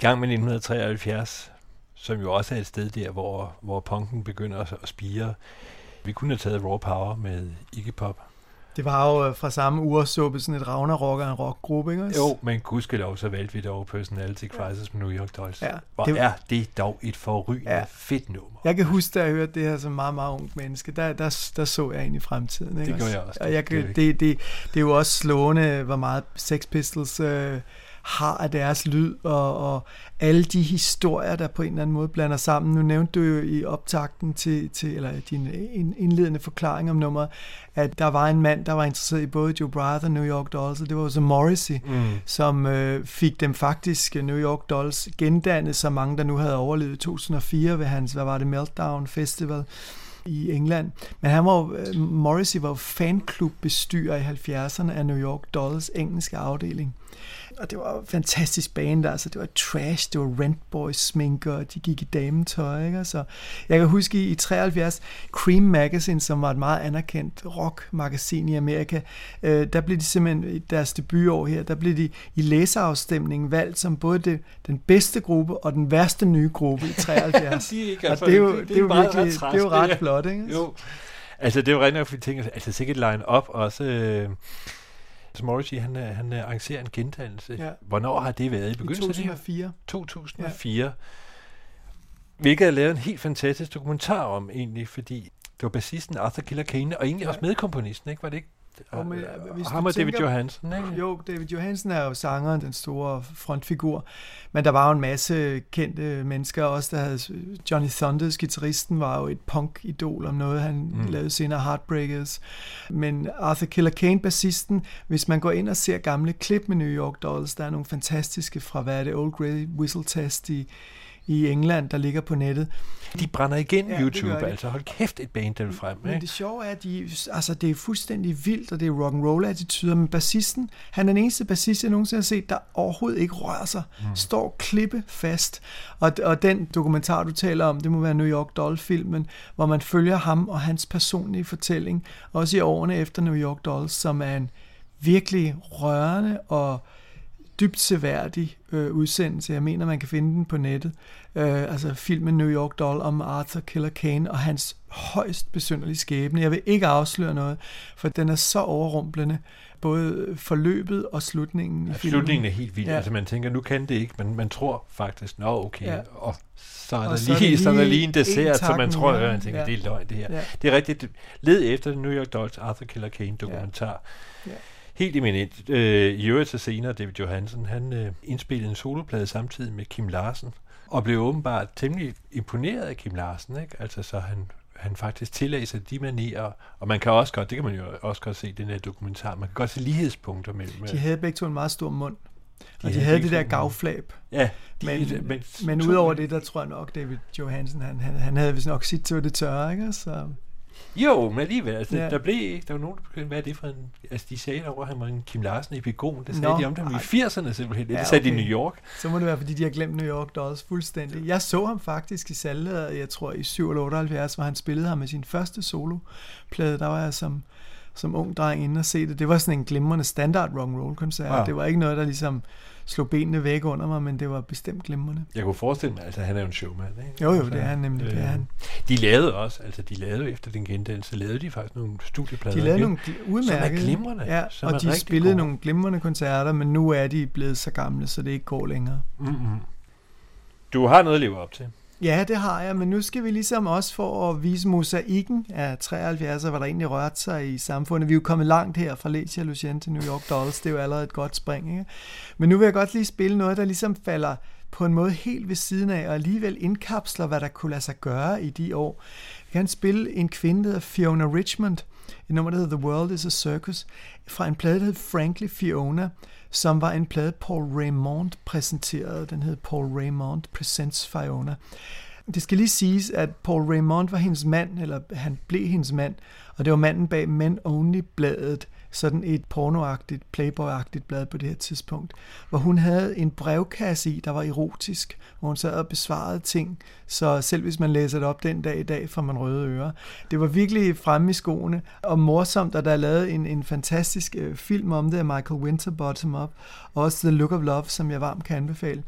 gang med nitten treoghalvfjerds, som jo også er et sted der, hvor, hvor punken begynder at, at spire. Vi kunne have taget Raw Power med Iggy Pop. Det var jo fra samme ursuppe sådan et Ragnarok og en rockgruppe, ikke også? Jo, men gudskelov, så valgte vi dog Personality Crisis med New York Dolls. Ja, Hvor det... er det dog et forrygende ja. fedt nummer. Jeg kan huske, da jeg hørte det her som meget, meget ungt menneske, der, der, der så jeg ind i fremtiden. Ikke? Det gør jeg også. Og jeg, det, det, det, det er jo også slående, hvor meget Sex Pistols øh, har af deres lyd, og, og alle de historier, der på en eller anden måde blander sammen. Nu nævnte du jo i optakten til, til eller din indledende forklaring om nummeret, at der var en mand, der var interesseret i både Joe Bryant og New York Dolls, og det var jo så Morrissey, mm. som øh, fik dem faktisk, New York Dolls, gendannet, så mange, der nu havde overlevet i to tusind og fire ved hans, hvad var det, Meltdown Festival i England. Men han var jo, Morrissey var jo fanklubbestyrer i halvfjerdserne af New York Dolls engelske afdeling. Og det var jo fantastisk band, altså det var trash, det var Rent Boys sminker, og de gik i dametøj, ikke? Så jeg kan huske i, i treoghalvfjerds, Cream Magazine, som var et meget anerkendt rockmagasin i Amerika, øh, der blev de simpelthen, i deres debutår her, der blev de i læserafstemningen valgt som både det, den bedste gruppe og den værste nye gruppe i treoghalvfjerds. de er og det er jo, det, det er jo virkelig, det er jo ret flot, ikke? Jo, altså det er jo rent nok, for vi tænker, altså sikkert line-up også... Øh Morrissey, han, han arrangerer en gentagelse. Ja. Hvornår har det været? I begyndelsen to tusind og fire. to tusind og fire. Ja. Hvilket er lavet en helt fantastisk dokumentar om, egentlig, fordi det var bassisten Arthur Killer Kane, og egentlig ja. også medkomponisten, ikke? Var det ikke? Og med, ham og David Johansen, ikke? Jo, David Johansen er jo sangeren, den store frontfigur, men der var jo en masse kendte mennesker også, der havde Johnny Thunders, guitaristen, var jo et punk-idol om noget, han mm. lavede senere Heartbreakers, men Arthur Killer Kane, bassisten, hvis man går ind og ser gamle klip med New York Dolls, der er nogle fantastiske fra, hvad er det, Old Grey Whistle Test i i England, der ligger på nettet. De brænder igen ja, YouTube, altså hold kæft et band der frem. Men ikke? Det sjove er, at de, altså, det er fuldstændig vildt, og det er rock'n'roll attityder, men bassisten, han er den eneste bassist, jeg nogensinde har set, der overhovedet ikke rører sig, mm. står klippe fast. Og, og den dokumentar, du taler om, det må være New York Doll-filmen, hvor man følger ham og hans personlige fortælling, også i årene efter New York Dolls, som er en virkelig rørende og dybt seværdig øh, udsendelse. Jeg mener, man kan finde den på nettet. Øh, altså filmen New York Doll om Arthur Killer Kane og hans højst besynderlige skæbne. Jeg vil ikke afsløre noget, for den er så overrumplende. Både forløbet og slutningen i ja, filmen. Slutningen er helt vild. Ja. Altså man tænker, nu kan det ikke, men man tror faktisk, nå okay, ja. og så er, der og lige, så, er lige, så er der lige en dessert, så man tror, ja. at man tænker, ja. det er løgn det her. Ja. Det er rigtigt. Led efter New York Dolls Arthur Killer Kane dokumentar. Ja. Ja. Helt eminent. Øh, I øvrigt så senere, David Johansen, han øh, indspillede en soloplade samtidig med Kim Larsen, og blev åbenbart temmelig imponeret af Kim Larsen, ikke? Altså så han, han faktisk tillagde sig de manerer, og man kan også godt, det kan man jo også godt se i den her dokumentar, man kan godt se lighedspunkter mellem. De havde begge to en meget stor mund, de og de havde det der gavflab. Ja. De, men men, men udover det, der tror jeg nok, David Johansen, han, han, han havde vist nok sit til det tørre, ikke? Så... Jo, men alligevel, altså, ja. der blev ikke, der var nogen, der begyndte, hvad er det for en, altså de sagde over, at han var en Kim Larsen-epigon, det sagde Nå, de om dem i firserne simpelthen, ja, det sagde okay. de i New York. Så må det være, fordi de har glemt New York Dolls fuldstændig. Jeg så ham faktisk i Saltet, jeg tror i syv eller otteoghalvfjerds, hvor han spillede ham med sin første soloplade, der var jeg som, som ung dreng inde og se det. Det var sådan en glimrende standard rock'n'roll-koncert, ja. Det var ikke noget, der ligesom slog benene væk under mig, men det var bestemt glimrende. Jeg kunne forestille mig, altså han er jo en showman, ikke? Jo, jo, det er han nemlig, øh, det er han. De lavede også, altså de lavede efter den gendannelse, lavede de faktisk nogle studieplader. De lavede nogle udmærkede. Som er glimrende. Ja, som og er de spillede gode. nogle glimrende koncerter, men nu er de blevet så gamle, så det ikke går længere. Mm-hmm. Du har noget at leve op til. Ja, det har jeg, men nu skal vi ligesom også for at vise mosaikken af treoghalvfjerds, hvor der egentlig rørte sig i samfundet. Vi er jo kommet langt her fra Lecia Lucien til New York Dolls, det er jo allerede et godt spring, ikke? Men nu vil jeg godt lige spille noget, der ligesom falder på en måde helt ved siden af, og alligevel indkapsler, hvad der kunne lade sig gøre i de år. Jeg kan spille en kvinde, der hedder Fiona Richmond, et nummer, der hedder The World is a Circus, fra en plade, der hedder Frankly Fiona, som var en plade, Paul Raymond præsenterede. Den hed Paul Raymond Presents Fiona. Det skal lige siges, at Paul Raymond var hendes mand, eller han blev hendes mand, og det var manden bag Men Only-bladet, sådan et pornoagtigt, playboy-agtigt blad på det her tidspunkt, hvor hun havde en brevkasse i, der var erotisk, hvor hun sad og besvarede ting, så selv hvis man læser det op den dag i dag, får man røde ører. Det var virkelig fremme i skoene, og morsomt, at der er lavet en, en fantastisk øh, film om det af Michael Winterbottom op, og også The Look of Love, som jeg varmt kan anbefale.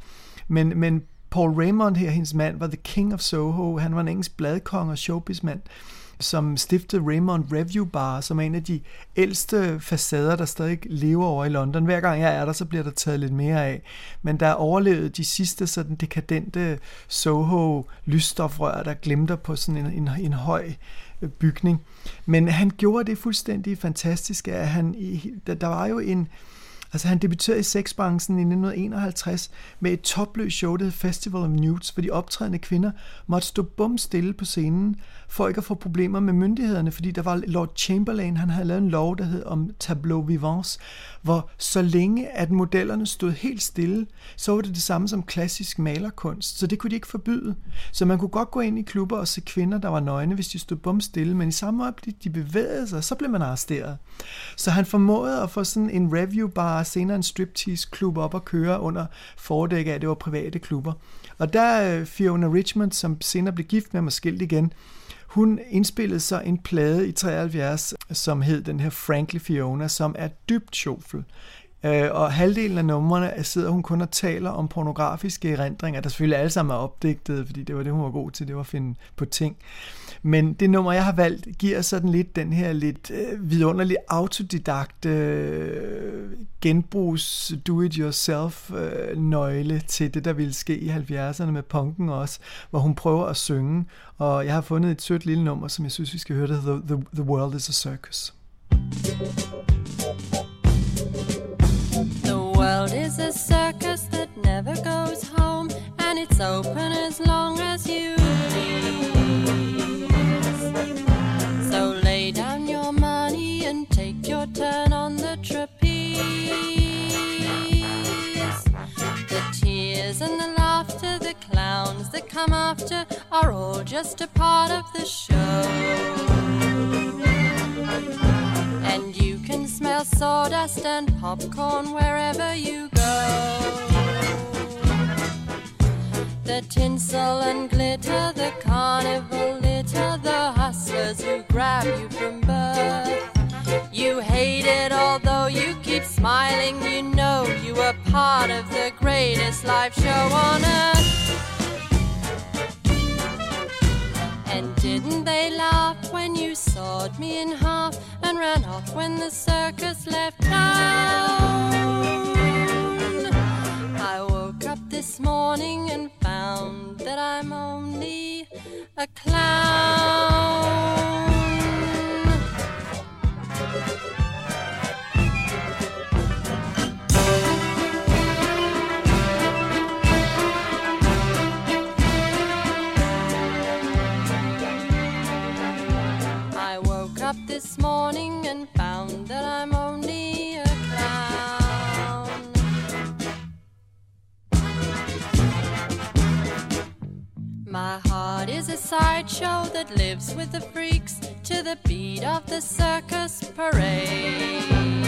Men, men Paul Raymond her, hendes mand, var the king of Soho. Han var en engelsk bladkonge og showbizmand, som stiftede Raymond Review Bar, som er en af de ældste facader, der stadig lever over i London. Hver gang jeg er der, så bliver der taget lidt mere af. Men der er overlevet de sidste sådan dekadente Soho-lysstofrør, der glimter på sådan en, en, en høj bygning. Men han gjorde det fuldstændig fantastisk, at han, der, der var jo en... Altså han debuterede i sexbranchen i nitten enoghalvtreds med et topløst show, der hed Festival of Nudes, hvor de optrædende kvinder måtte stå bum stille på scenen, for ikke at få problemer med myndighederne, fordi der var Lord Chamberlain, han havde lavet en lov, der hed om tableau vivants, hvor så længe at modellerne stod helt stille, så var det det samme som klassisk malerkunst, så det kunne de ikke forbyde. Så man kunne godt gå ind i klubber og se kvinder, der var nøgne, hvis de stod bum stille, men i samme øjeblik, de bevægede sig, så blev man arresteret. Så han formåede at få sådan en review bar, senere en striptease-klub op at køre under fordæk af, at det var private klubber. Og der Fiona Richmond, som senere blev gift med mig skilt igen, hun indspillede så en plade i treoghalvfjerds, som hed den her Frankly Fiona, som er dybt sjovfuld. Og halvdelen af numrene sidder hun kun og taler om pornografiske erindringer, der selvfølgelig alle sammen er opdigtede, fordi det var det, hun var god til, det var at finde på ting. Men det nummer, jeg har valgt, giver sådan lidt den her lidt øh, vidunderlige autodidakt øh, genbrugs do-it-yourself øh, nøgle til det, der ville ske i halvfjerdserne med punken også, hvor hun prøver at synge. Og jeg har fundet et sødt lille nummer, som jeg synes, vi skal høre, det The, the, the World is a Circus. The world is a circus that never goes home, and it's open as long as you please. So lay down your money and take your turn on the trapeze. The tears and the laughter, the clowns that come after are all just a part of the show. And you can smell sawdust and popcorn wherever you go. The tinsel and glitter, the carnival litter, the hustlers who grab you from birth. You hate it although you keep smiling, you know you were part of the greatest live show on earth. And didn't they laugh when you sawed me in half and ran off when the circus left town? I woke up this morning and found that I'm only a clown. Up this morning and found that I'm only a clown. My heart is a sideshow that lives with the freaks to the beat of the circus parade.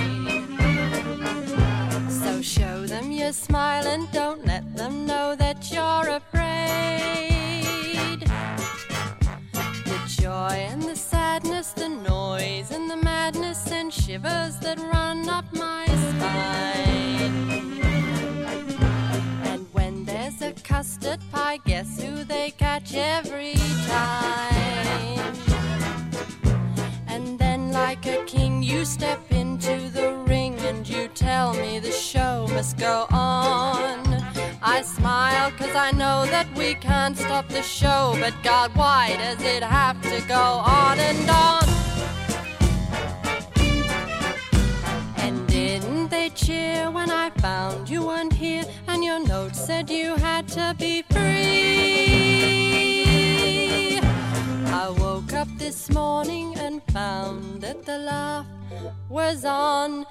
So show them your smile and don't let them know that you're afraid. The joy and the sadness, the noise and the madness and shivers that run up my spine. And when there's a custard pie, guess who they catch every time? And then like a king you step into the ring and you tell me the show must go on. I smile cause I know that we can't stop the show, but God, why does it have to go on and on? And didn't they cheer when I found you weren't here and your note said you had to be free? I woke up this morning and found that the laugh was on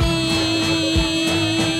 me.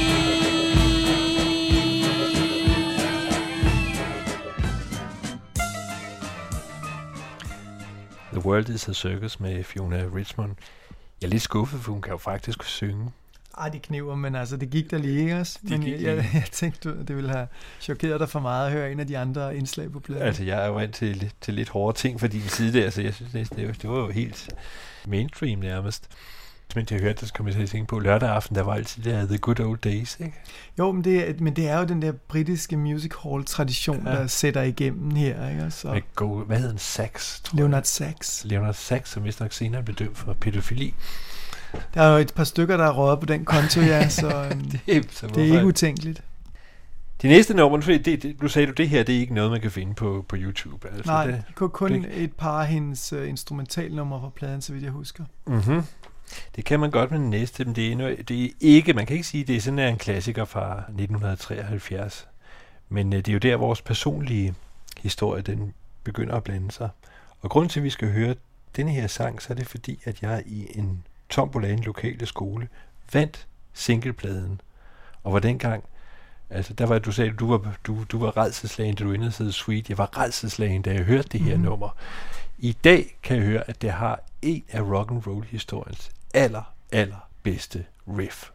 The World is a Circus med Fiona Richmond. Jeg er lidt skuffet, for hun kan jo faktisk synge. Ej, de kniver, men altså, det gik der lige, ikke også? Men jeg, jeg, jeg tænkte, det ville have chokeret dig for meget at høre en af de andre indslag på pladen. Altså, jeg er jo vant til, til lidt hårde ting fra din side der, så jeg synes, det, det, det var jo helt mainstream nærmest. mens jeg hørte det, så kom jeg til at tænke på lørdag aften, der var altid der The Good Old Days, ikke? Jo, men det, er, men det er jo den der britiske music hall-tradition, ja. der sætter igennem her, ikke? Så... Med go, hvad hedder den? Sachs, tror Leonard jeg. Sachs. Leonard Sachs, som vist nok senere blev dømt for pædofili. Der er jo et par stykker, der er røget på den konto, ja, så, um, det, så det er ikke utænkeligt. Det næste nummer, det, det, du sagde, du, det her, det er ikke noget, man kan finde på, på YouTube. Altså, Nej, det, kun, kun det, et par af hendes uh, instrumentalnumre fra pladen, så vidt jeg husker. Mm-hmm. Det kan man godt med den næste, men det er, noget, det er ikke, man kan ikke sige, det er sådan en klassiker fra nitten treoghalvfjerds. Men uh, det er jo der, vores personlige historie, den begynder at blande sig. Og grunden til, at vi skal høre denne her sang, så er det fordi, at jeg i en tombola i en lokale skole vandt singlepladen. Og var dengang, altså der var, du sagde, du var, du, du var rædselslagen, da du indede Sweet. Jeg var rædselslagen, da jeg hørte det her mm. nummer. I dag kan jeg høre, at det har en af rock'n'roll-historiens aller, aller bedste riff.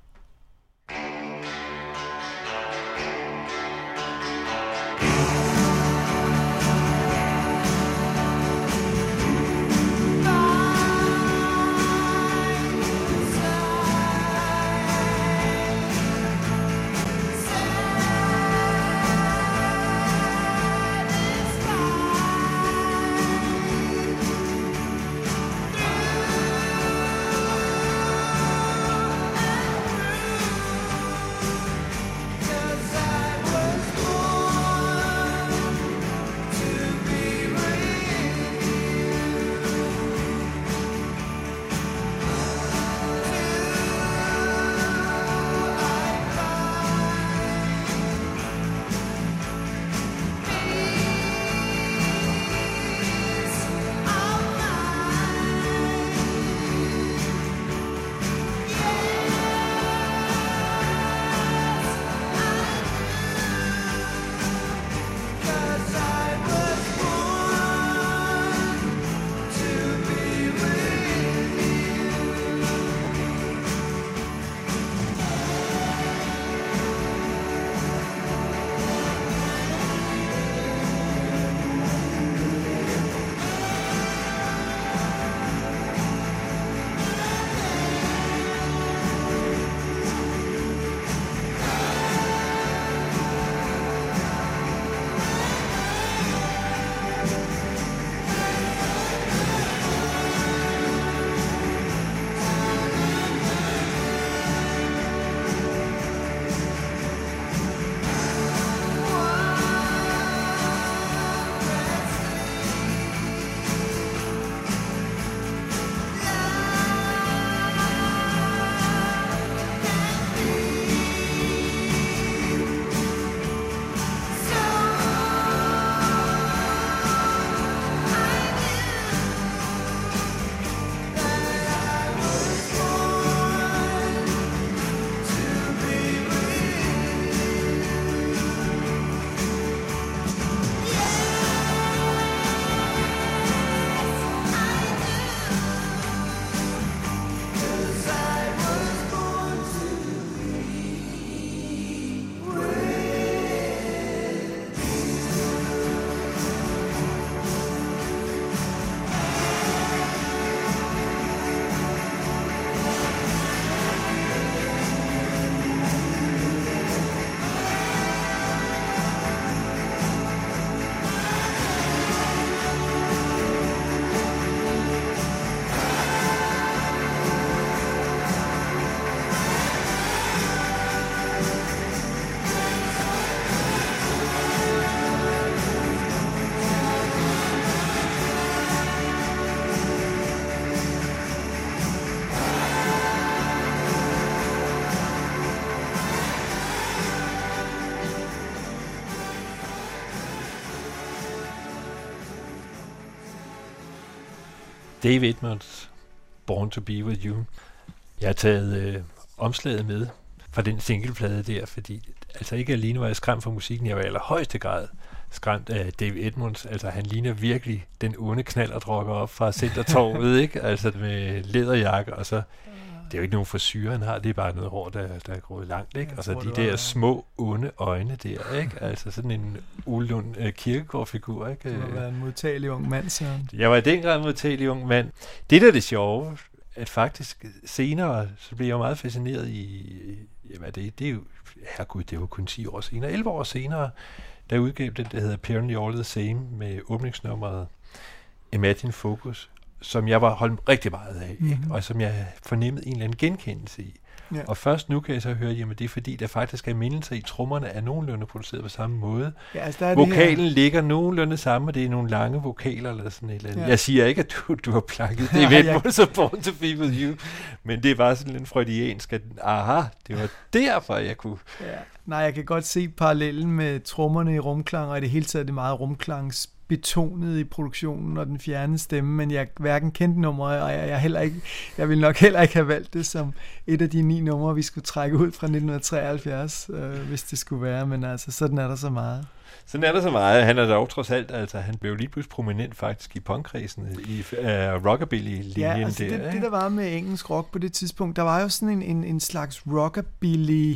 Dave Edmunds, Born to be with you. Jeg har taget øh, omslaget med fra den singleplade der, fordi altså ikke alene var jeg skræmt for musikken, jeg var i allerhøjeste grad skræmt af Dave Edmunds. Altså han ligner virkelig den onde knalderdrokker op fra Centertorvet, ikke? Altså med læderjakke, og så det er jo ikke nogen frisyre, han har, det er bare noget hår, der, der er gået langt, ikke? Og så de der var, små, onde øjne der, ikke? Altså sådan en Ullund uh, Kirkegaard-figur, ikke? Du har været en modtagelig ung mand, så. Jeg var i den grad en modtagelig ung mand. Det der er det sjove, at faktisk senere, så blev jeg meget fascineret i, ja, hvad det, det er jo, herregud, det var kun ti år senere, elleve år senere, der udgav det, der hedder Apparently All the Same, med åbningsnummeret Imagine Focus, som jeg var holdt rigtig meget af, mm-hmm. ikke? Og som jeg fornemmede en eller anden genkendelse i. Ja. Og først nu kan jeg så høre, jamen det er fordi, der faktisk er mindelser i trommerne er nogenlunde produceret på samme måde. Ja, altså der Vokalen ligger nogenlunde sammen, og det er nogle lange vokaler eller sådan et eller andet. Ja. Jeg siger ikke, at du, du har plakket det ved jeg... så Born to Be With You, men det var sådan en freudiansk, at aha, det var derfor, jeg kunne... Ja. Nej, jeg kan godt se parallellen med trommerne i rumklang, og i det hele taget det meget rumklangs betonet i produktionen og den fjerne stemme, men jeg hverken kendte nummeret, og jeg, jeg, heller ikke, jeg ville nok heller ikke have valgt det som et af de ni numre, vi skulle trække ud fra nitten treoghalvfjerds, øh, hvis det skulle være, men altså, sådan er der så meget. Sådan er der så meget. Han er dog trods alt, altså han blev lige pludselig prominent faktisk i punkkredsen, i uh, rockabilly-linjen ja, altså der. Det, det der var med engelsk rock på det tidspunkt, der var jo sådan en, en, en slags rockabilly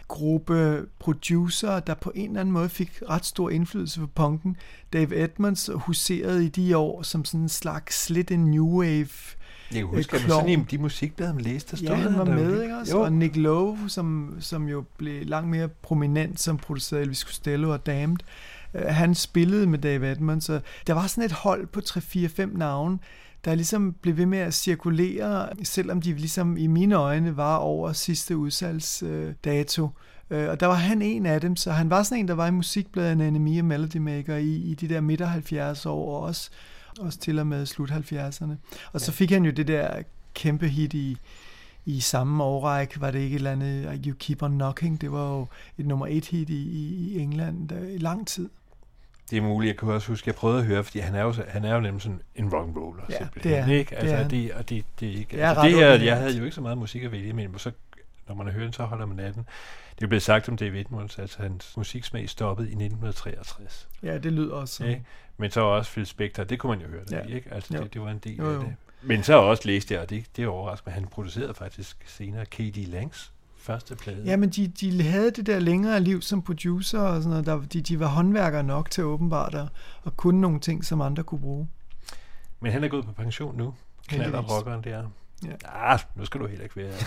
gruppe producer, der på en eller anden måde fik ret stor indflydelse på punken. Dave Edmunds huserede i de år som sådan en slags lidt en new wave. Jeg husker, at sådan i de musikblade, man læste, der stod ja, han var der, med, ikke også? Og Nick Lowe, som, som jo blev langt mere prominent, som producerede Elvis Costello og Damned, uh, han spillede med Dave Edmunds, og der var sådan et hold på tre fire fem navne, der ligesom blev ved med at cirkulere, selvom de ligesom i mine øjne var over sidste udsalgsdato. Øh, og der var han en af dem, så han var sådan en, der var i musikbladet Anatomy og Melody Maker i, i de der midt halvfjerds år, og også, også til og med slut halvfjerdserne. Og så fik han jo det der kæmpe hit i, i samme årrække, var det ikke et eller andet You Keep On Knocking, det var jo et nummer et hit i, i England der, i lang tid. Det er muligt, jeg kan også huske, jeg prøvede at høre, fordi han er jo, han er jo nemlig sådan en rock'n'roller, ja, simpelthen, det er, ikke? Altså, det er det, og det, det er ikke... Det, er altså, det her, jeg havde jo ikke så meget musik at vælge, men så, når man hører den, så holder man af den. Det er blevet sagt om Dave Edmunds, altså hans musiksmag stoppede i nitten treogtres. Ja, det lyder også sådan. Ja, men så også Phil Spector, det kunne man jo høre, det, ja. ikke? Altså, det, det var en del jo, jo. af det. Men så også læste jeg, og det, det er overraskende, han producerede faktisk senere K D Langs første plade. Ja, men de, de havde det der længere liv som producer og sådan noget. Der, de, de var håndværkere nok til åbenbart at, at kunne nogle ting, som andre kunne bruge. Men han er gået på pension nu. Knaller rockeren der. Ja. Ah, nu skal du heller ikke være.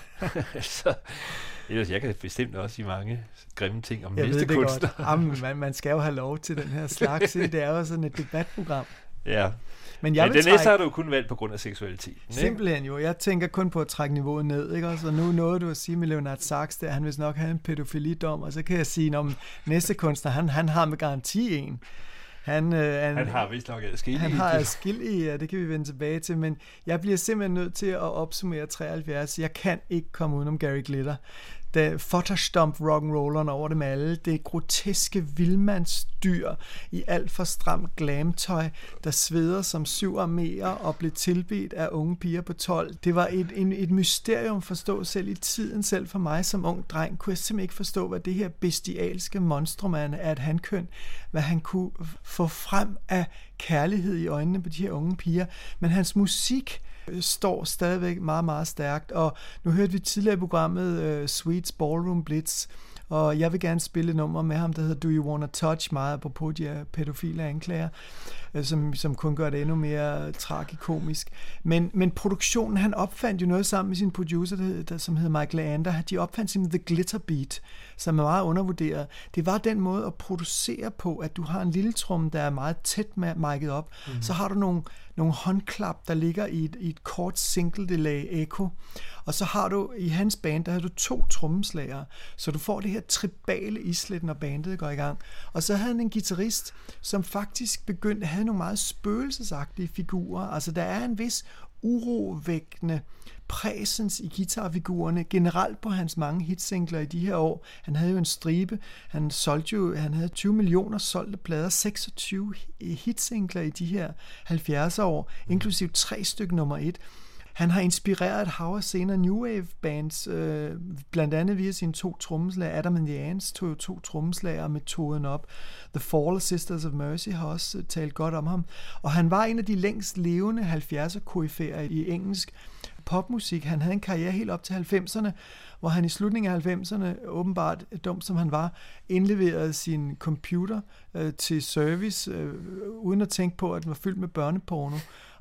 altså, ellers jeg kan bestemt også sige mange grimme ting om jeg næste kunstner. Jamen, man, man skal jo have lov til den her slags. Det er jo sådan et debatprogram. Ja. Men jeg ja, den næste har du kun valgt på grund af seksualitet. Simpelthen jo. Jeg tænker kun på at trække niveauet ned, ikke? Og så nu nåede du at sige med Leonard Sachs, der han vil nok have en pædofilidom, og så kan jeg sige, om næste kunstner, han, han har med garanti en. Han, øh, han, han har vist nok adskillige. Han har adskillige, ja, det kan vi vende tilbage til, men jeg bliver simpelthen nødt til at opsummere treoghalvfjerds. Jeg kan ikke komme udenom Gary Glitter. Det Futterstomp rock'n'rolleren over dem alle, det groteske vildmandsdyr i alt for stramt glamtøj, der sveder som syv arméer og blev tilbedt af unge piger på tolv. Det var et, en, et mysterium forstå selv i tiden, selv for mig som ung dreng, kunne jeg simpelthen ikke forstå, hvad det her bestialske monstrum er et hankøn, hvad han kunne få frem af kærlighed i øjnene på de her unge piger. Men hans musik står stadigvæk meget, meget stærkt, og nu hørte vi tidligere i programmet uh, Sweets Ballroom Blitz, og jeg vil gerne spille et nummer med ham, der hedder Do You Wanna Touch, meget apropos de her pædofile anklager, uh, som, som kun gør det endnu mere tragikomisk. Men, men produktionen, han opfandt jo noget sammen med sin producer, der, der, som hedder Michael Ander. De opfandt simpelthen The Glitter Beat, som er meget undervurderet. Det var den måde at producere på, at du har en lille trum, der er meget tæt mic'et op, mm. så har du nogle nogle håndklap, der ligger i et, i et kort single delay echo, og så har du i hans band, der har du to trommeslagere, så du får det her tribale islet, når bandet går i gang. Og så havde han en guitarist, som faktisk begyndte at have nogle meget spøgelsesagtige figurer. Altså der er en vis urovækkende præsens i guitarfigurerne, generelt på hans mange hitsingler i de her år. Han havde jo en stribe, han solgte jo, han havde tyve millioner solgte plader, seksogtyve hitsingler i de her halvfjerds år, inklusiv tre stykker nummer et. Han har inspireret et hav af senere New Wave bands, øh, blandt andet via sine to trommeslager. Adam and the Ants tog jo to trommeslager og metoden op. The Fall og Sisters of Mercy har også talt godt om ham. Og han var en af de længst levende halvfjerdser-koryfæer i engelsk popmusik. Han havde en karriere helt op til halvfemserne, hvor han i slutningen af halvfemserne, åbenbart dumt som han var, indleverede sin computer øh, til service, øh, uden at tænke på, at den var fyldt med børneporno.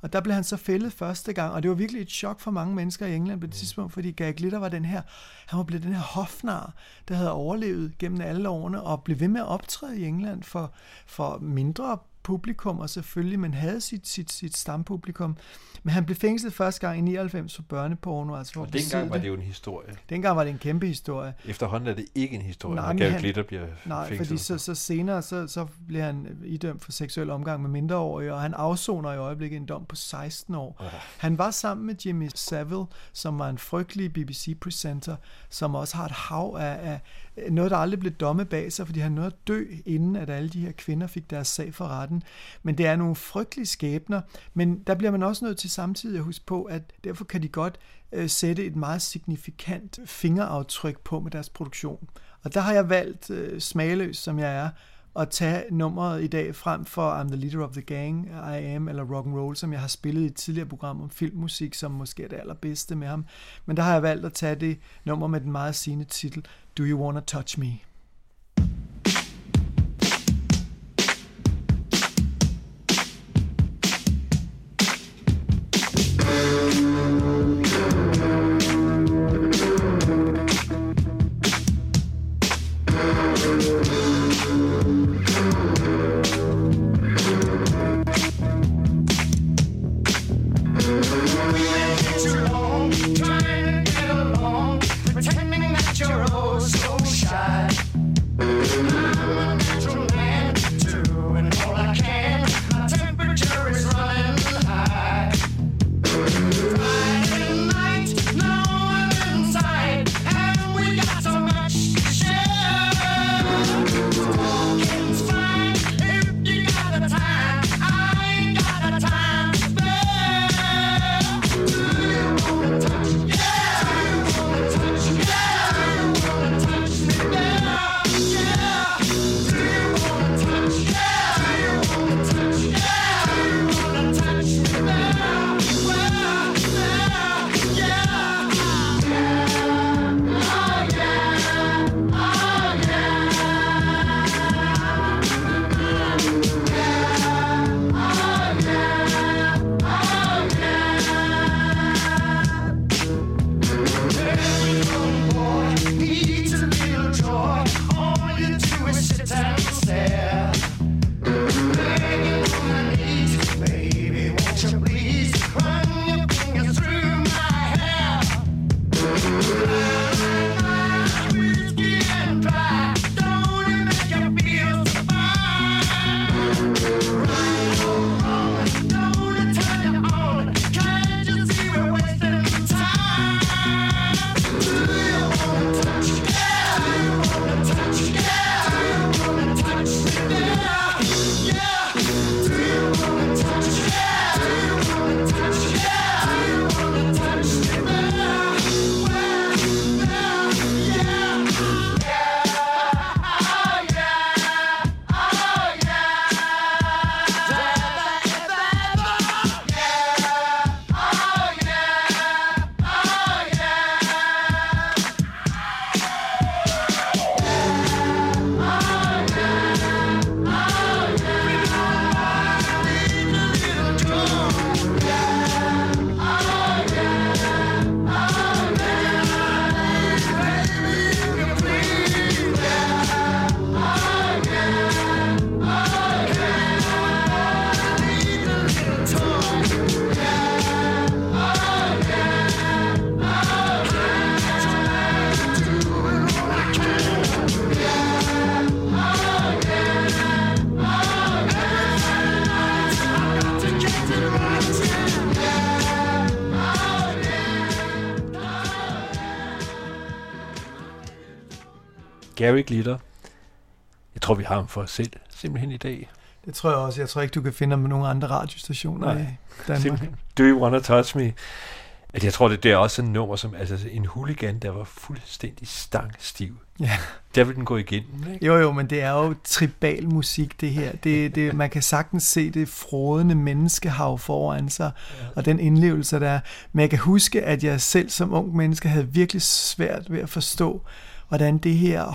Og der blev han så fældet første gang, og det var virkelig et chok for mange mennesker i England på det tidspunkt, fordi Gary Glitter var den her, han var blevet den her hofnar, der havde overlevet gennem alle årene, og blev ved med at optræde i England for, for mindre publikum, og selvfølgelig, man havde sit, sit, sit stampublikum. Men han blev fængslet første gang i nioghalvfems for børneporno. Altså for og dengang var det jo en historie. Dengang var det en kæmpe historie. Efterhånden er det ikke en historie, nej, når Gary Glitter bliver nej, fængslet. fordi så, så senere, så, så bliver han idømt for seksuel omgang med mindreårige, og han afsoner i øjeblikket en dom på seksten år. Oh. Han var sammen med Jimmy Savile, som var en frygtelig B B C-presenter, som også har et hav af, af noget, der aldrig blev domme bag sig, fordi han nåede at dø, inden at alle de her kvinder fik deres sag for retten. Men det er nogle frygtelige skæbner, men der bliver man også nødt til samtidig at huske på, at derfor kan de godt øh, sætte et meget signifikant fingeraftryk på med deres produktion. Og der har jeg valgt, øh, smagløs som jeg er, at tage nummeret i dag frem for I'm the Leader of the Gang, I Am eller Rock and Roll, som jeg har spillet i et tidligere program om filmmusik, som måske er det allerbedste med ham. Men der har jeg valgt at tage det nummer med den meget sigende titel, Do You Wanna Touch Me? Gary Glitter. Jeg tror, vi har ham for os selv, simpelthen i dag. Det tror jeg også. Jeg tror ikke, du kan finde ham med nogle andre radiostationer Nej, i Danmark. Simpelthen. Do You Wanna Touch Me? At jeg tror, det, det er også en nummer, som altså en hooligan, der var fuldstændig stangstiv. Ja. Der vil den gå igennem, ikke? Jo, jo, men det er jo tribal musik, det her. Det, det, man kan sagtens se det frådende menneskehav foran sig, ja. Og den indlevelse, der er. Men jeg kan huske, at jeg selv som ung menneske havde virkelig svært ved at forstå, hvordan det her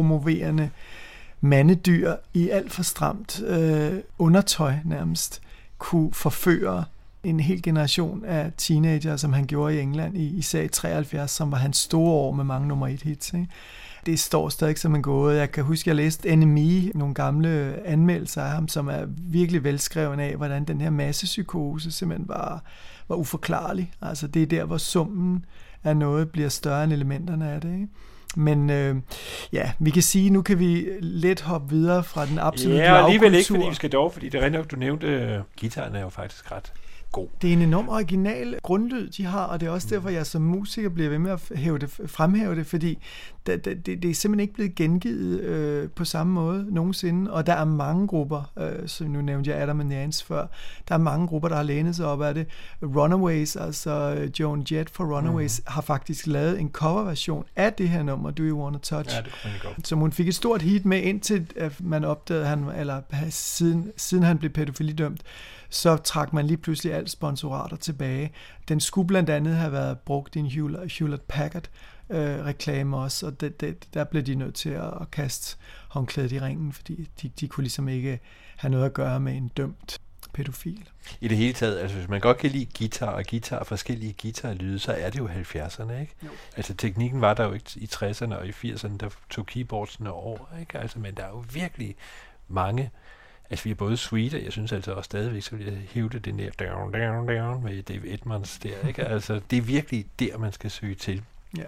brysthårspromoverende mandedyr i alt for stramt øh, undertøj nærmest kunne forføre en hel generation af teenager, som han gjorde i England i især i treoghalvfjerds, som var hans store år med mange nummer et hits. Ikke? Det står stadig som en gåde. Jeg kan huske, at jeg læste N M E, nogle gamle anmeldelser af ham, som er virkelig velskreven af, hvordan den her massepsykose simpelthen var, var uforklarlig. Altså det er der, hvor summen af noget bliver større end elementerne af det. Ikke? Men øh, ja, vi kan sige, nu kan vi let hoppe videre fra den absolut lavkultur. Ja, alligevel ikke, fordi vi skal dog, fordi det er nok, du nævnte, uh, gitaren er jo faktisk ret god. Det er en enorm original grundlyd, de har, og det er også derfor, jeg som musiker bliver ved med at hæve det, fremhæve det, fordi det, det, det er simpelthen ikke blevet gengivet øh, på samme måde nogensinde, og der er mange grupper, øh, som nu nævnte jeg Adam and Nance før, der er mange grupper, der har lænet sig op af det. Runaways, altså Joan Jett for Runaways, mm. har faktisk lavet en coverversion af det her nummer, Do You Wanna Touch, ja, det kunne man godt. Som hun fik et stort hit med, indtil at man opdagede, han, eller siden, siden han blev pædofilidømt, så trak man lige pludselig alt sponsorater tilbage. Den skulle blandt andet have været brugt i en Hewlett-Packard øh, reklame også, og det, det, der blev de nødt til at, at kaste håndklædet i ringen, fordi de, de kunne ligesom ikke have noget at gøre med en dømt pædofil. I det hele taget, altså hvis man godt kan lide guitar og guitar, forskellige guitarlyde, så er det jo halvfjerdserne, ikke? Jo. Altså teknikken var der jo ikke i tresserne og i firserne, der tog keyboardsene over, ikke? Altså, men der er jo virkelig mange. Altså vi er både sweet, og jeg synes altså også stadigvæk, så vil jeg hævde den der down, down, down med David Edmonds der, ikke? Altså det er virkelig der, man skal søge til. Ja.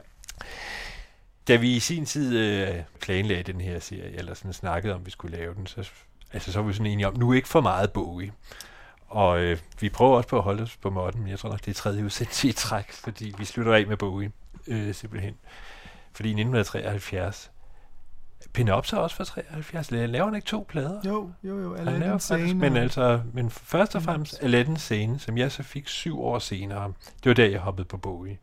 Da vi i sin tid øh, planlagde den her serie, eller sådan snakkede om, vi skulle lave den, så, altså, så var vi sådan enige om, nu ikke for meget Bowie. Og øh, vi prøver også på at holde os på måtten, men jeg tror nok, det er tredje udsendelse i træk, fordi vi slutter af med Bowie, øh, simpelthen. Fordi i nitten treoghalvfjerds, Pin-Up så også fra treoghalvfjerds. Laver han ikke to plader? Jo, jo, jo. Aladdin Scene. Men, altså, men først og fremmest Aladdin Scene, som jeg så fik syv år senere. Det var der, jeg hoppede på Bowie.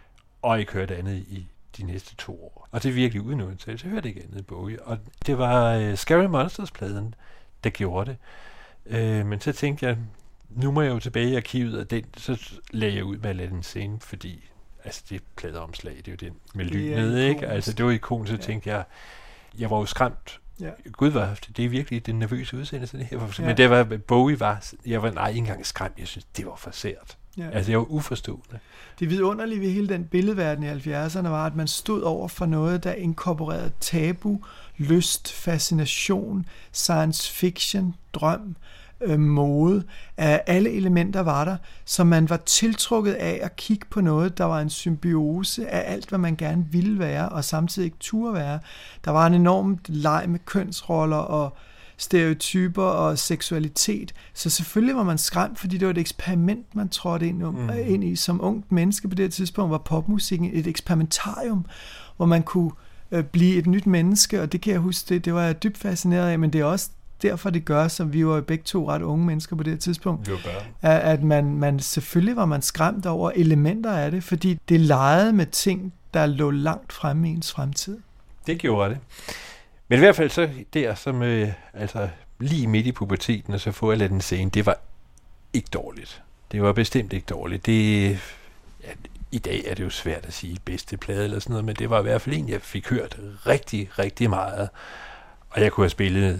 Og ikke hørte andet i de næste to år. Og det er virkelig uden undtagelse. Jeg hørte ikke andet i Bowie. Og det var uh, Scary Monsters-pladen, der gjorde det. Uh, men så tænkte jeg, nu må jeg jo tilbage i arkivet, og den, så lagde jeg ud med Aladdin Scene, fordi altså, det pladeomslag, det er jo den med lynet, ikke? Altså, det var ikon, så ja. tænkte jeg, jeg var jo skræmt. Ja. Gud, var det er virkelig den nervøse udsendelse, det her. Ja. Men det var, Bowie var, jeg var nej, ikke engang skræmt. Jeg synes, det var for sært. Ja. Altså, jeg var uforstående. Det vidunderlige ved hele den billedverden i halvfjerdserne var, at man stod over for noget, der inkorporerede tabu, lyst, fascination, science fiction, drøm, øh, mode. Af alle elementer var der, så man var tiltrukket af at kigge på noget, der var en symbiose af alt, hvad man gerne ville være, og samtidig ikke turde være. Der var en enorm leg med kønsroller og stereotyper og seksualitet. Så selvfølgelig var man skræmt, fordi det var et eksperiment, man trådte ind, um, mm. ind i som ungt menneske. På det tidspunkt var popmusikken et eksperimentarium, hvor man kunne øh, blive et nyt menneske, og det kan jeg huske, det, det var jeg dybt fascineret af, men det er også derfor, det gør, som vi var begge to ret unge mennesker på det tidspunkt, at, at man, man selvfølgelig var man skræmt over elementer af det, fordi det legede med ting, der lå langt fremme i ens fremtid. Det gjorde det. Men i hvert fald så der, som øh, altså lige midt i puberteten, og så få jeg den scene, det var ikke dårligt. Det var bestemt ikke dårligt. Det, ja, i dag er det jo svært at sige bedste plade eller sådan noget, men det var i hvert fald en, jeg fik hørt rigtig, rigtig meget. Og jeg kunne have spillet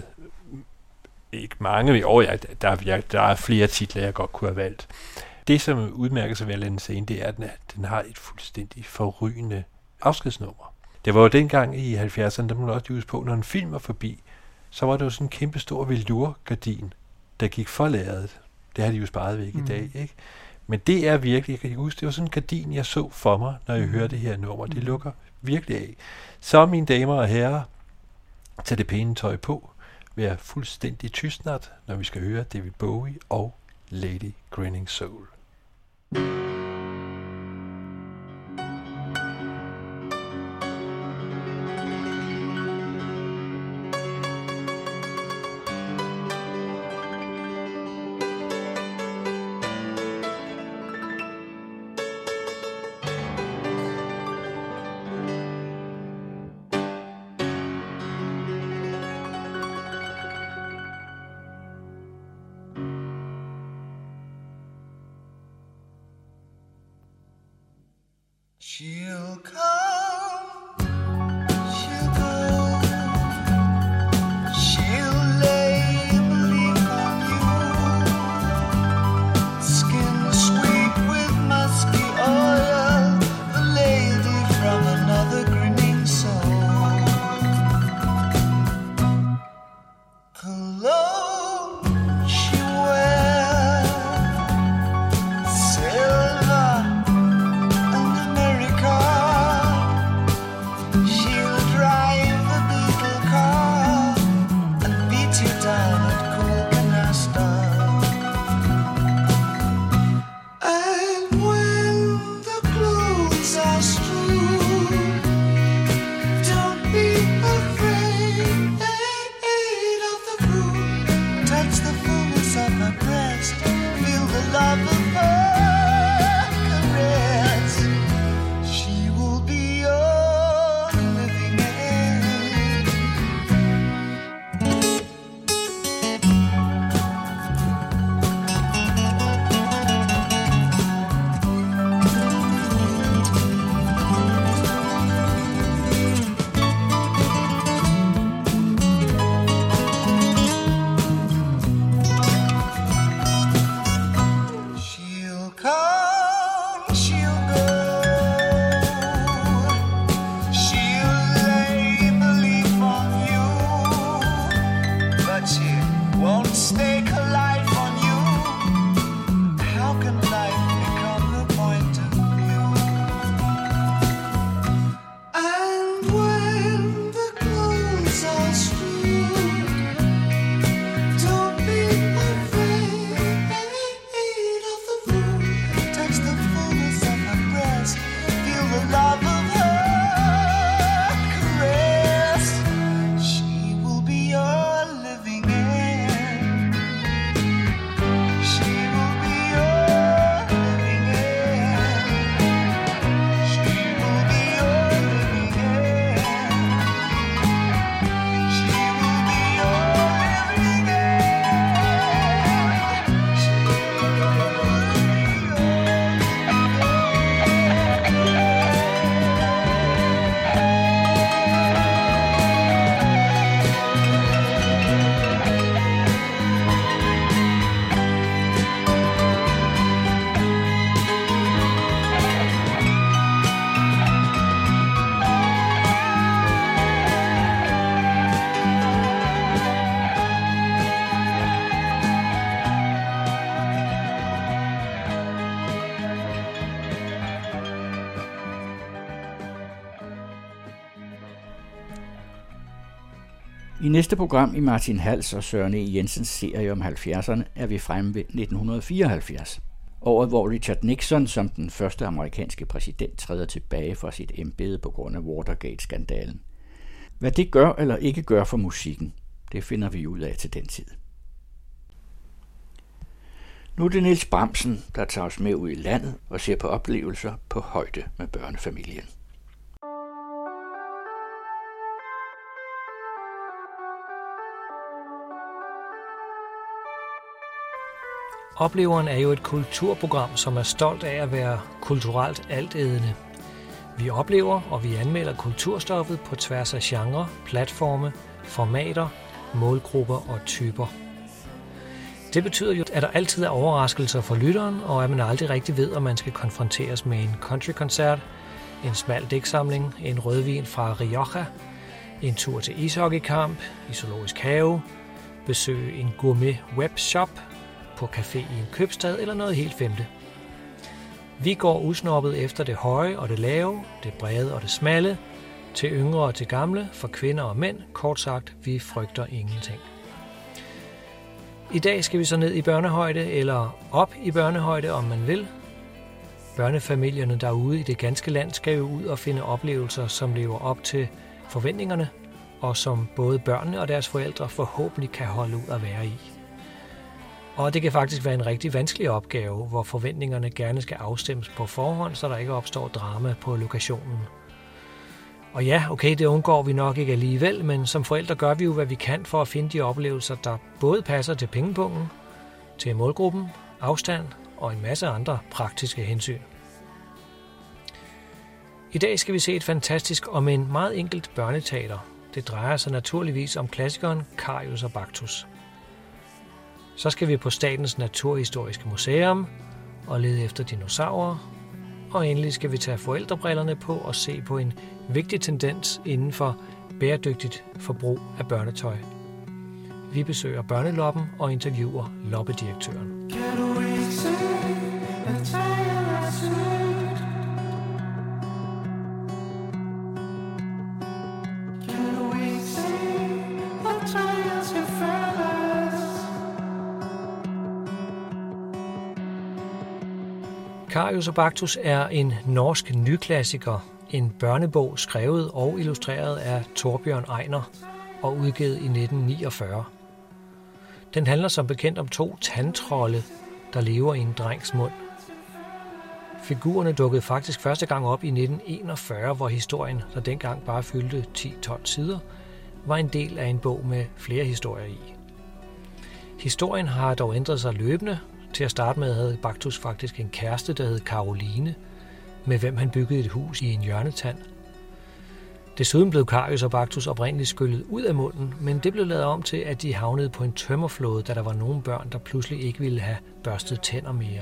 ikke mange år, jeg, der, jeg, der er flere titler, jeg godt kunne have valgt. Det, som udmærker sig ved den scene, det er, at den, den har et fuldstændig forrygende afskedsnummer. Det var jo dengang i halvfjerdserne, der må man også huske på, når en film var forbi, så var det jo sådan en kæmpe stor velour-gardin, der gik for lærredet. Det har de jo sparet væk mm. i dag, ikke? Men det er virkelig, jeg kan huske, det var sådan en gardin, jeg så for mig, når jeg hørte det her nummer. Det lukker virkelig af. Så, mine damer og herrer, tag det pæne tøj på, vær fuldstændig tystnat, når vi skal høre David Bowie og Lady Grinning Soul. She'll come, she'll go, she'll lay a leaf on you, I næste program i Martin Hals og Søren E. Jensens serie om halvfjerdserne er vi fremme ved nitten fireoghalvfjerds. Året, hvor Richard Nixon som den første amerikanske præsident træder tilbage fra sit embede på grund af Watergate-skandalen. Hvad det gør eller ikke gør for musikken, det finder vi ud af til den tid. Nu er det Niels Bramsen, der tager os med ud i landet og ser på oplevelser på højde med børnefamilien. Opleveren er jo et kulturprogram, som er stolt af at være kulturelt altædende. Vi oplever og vi anmelder kulturstoffet på tværs af genre, platforme, formater, målgrupper og typer. Det betyder jo, at der altid er overraskelser for lytteren, og at man aldrig rigtig ved, om man skal konfronteres med en countrykoncert, en smal digtsamling, en rødvin fra Rioja, en tur til ishockeykamp, i zoologisk have, besøge en gourmet webshop, på café i en købstad eller noget helt femte. Vi går usnoppet efter det høje og det lave, det brede og det smalle, til yngre og til gamle, for kvinder og mænd. Kort sagt, vi frygter ingenting. I dag skal vi så ned i børnehøjde, eller op i børnehøjde, om man vil. Børnefamilierne derude i det ganske land skal jo ud og finde oplevelser, som lever op til forventningerne, og som både børnene og deres forældre forhåbentlig kan holde ud at være i. Og det kan faktisk være en rigtig vanskelig opgave, hvor forventningerne gerne skal afstemmes på forhånd, så der ikke opstår drama på lokationen. Og ja, okay, det undgår vi nok ikke alligevel, men som forældre gør vi jo, hvad vi kan for at finde de oplevelser, der både passer til pengepunkten, til målgruppen, afstand og en masse andre praktiske hensyn. I dag skal vi se et fantastisk og en meget enkelt børneteater. Det drejer sig naturligvis om klassikeren Karius og Baktus. Så skal vi på Statens Naturhistoriske Museum og lede efter dinosaurer. Og endelig skal vi tage forældrebrillerne på og se på en vigtig tendens inden for bæredygtigt forbrug af børnetøj. Vi besøger børneloppen og interviewer loppedirektøren. Kan du ikke se, at træet er sygt? Kan du ikke se, at træet skal fældes? Karius og Baktus er en norsk nyklassiker, en børnebog skrevet og illustreret af Torbjørn Egner og udgivet i nitten niogfyrre. Den handler som bekendt om to tandtrolde, der lever i en drengs mund. Figurerne dukkede faktisk første gang op i nitten enogfyrre, hvor historien, der dengang bare fyldte ti til tolv sider, var en del af en bog med flere historier i. Historien har dog ændret sig løbende. Til at starte med havde Baktus faktisk en kæreste, der hed Karoline, med hvem han byggede et hus i en hjørnetand. Desuden blev Karius og Baktus oprindeligt skyllet ud af munden, men det blev lavet om til, at de havnede på en tømmerflåde, da der var nogle børn, der pludselig ikke ville have børstet tænder mere.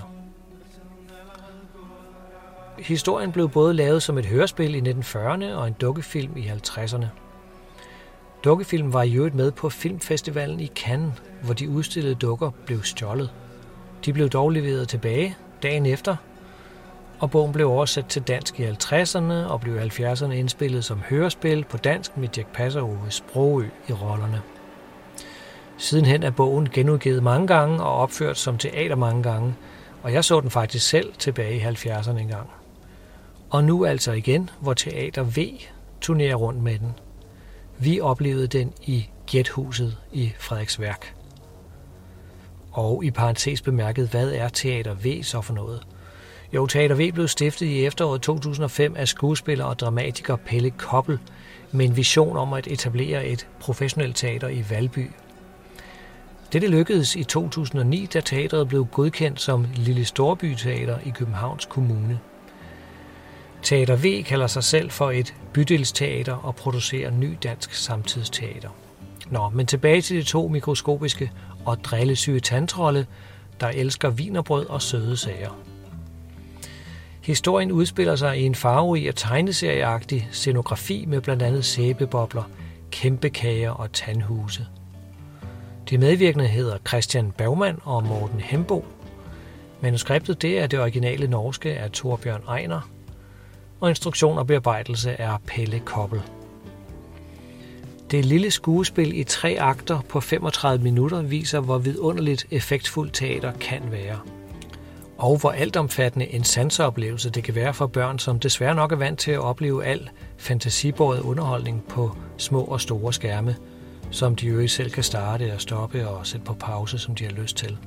Historien blev både lavet som et hørespil i nitten fyrrerne og en dukkefilm i halvtredserne. Dukkefilm var i øvrigt med på filmfestivalen i Cannes, hvor de udstillede dukker blev stjålet. De blev dog leveret tilbage dagen efter, og bogen blev oversat til dansk i halvtredserne og blev i halvfjerdserne indspillet som hørespil på dansk med Dirch Passer og Ove Sprogøe i rollerne. Sidenhen er bogen genudgivet mange gange og opført som teater mange gange, og jeg så den faktisk selv tilbage i halvfjerdserne engang. Og nu altså igen, hvor Teater V turnerer rundt med den. Vi oplevede den i Gjethuset i Frederiksværk. Og i parentes bemærket, hvad er Teater V så for noget? Jo, Teater V blev stiftet i efteråret to tusind og fem af skuespiller og dramatiker Pelle Koppel med en vision om at etablere et professionelt teater i Valby. Dette lykkedes i to tusind og ni, da teatret blev godkendt som Lille Storby Teater i Københavns Kommune. Teater V kalder sig selv for et bydelsteater og producerer ny dansk samtidsteater. Nå, men tilbage til de to mikroskopiske og drillesyge tandtrolde, der elsker wienerbrød og søde sager. Historien udspiller sig i en farverig og tegneserieagtig scenografi med blandt andet sæbebobler, kæmpekager og tandhuse. De medvirkende hedder Christian Bergman og Morten Hembo. Manuskriptet det er det originale norske af Torbjørn Egner, og instruktion og bearbejdelse er Pelle Koppel. Det lille skuespil i tre akter på femogtredive minutter viser, hvor vidunderligt effektfuldt teater kan være. Og hvor altomfattende en sanseoplevelse det kan være for børn, som desværre nok er vant til at opleve al fantasibåret underholdning på små og store skærme, som de jo ikke selv kan starte og stoppe og sætte på pause, som de har lyst til.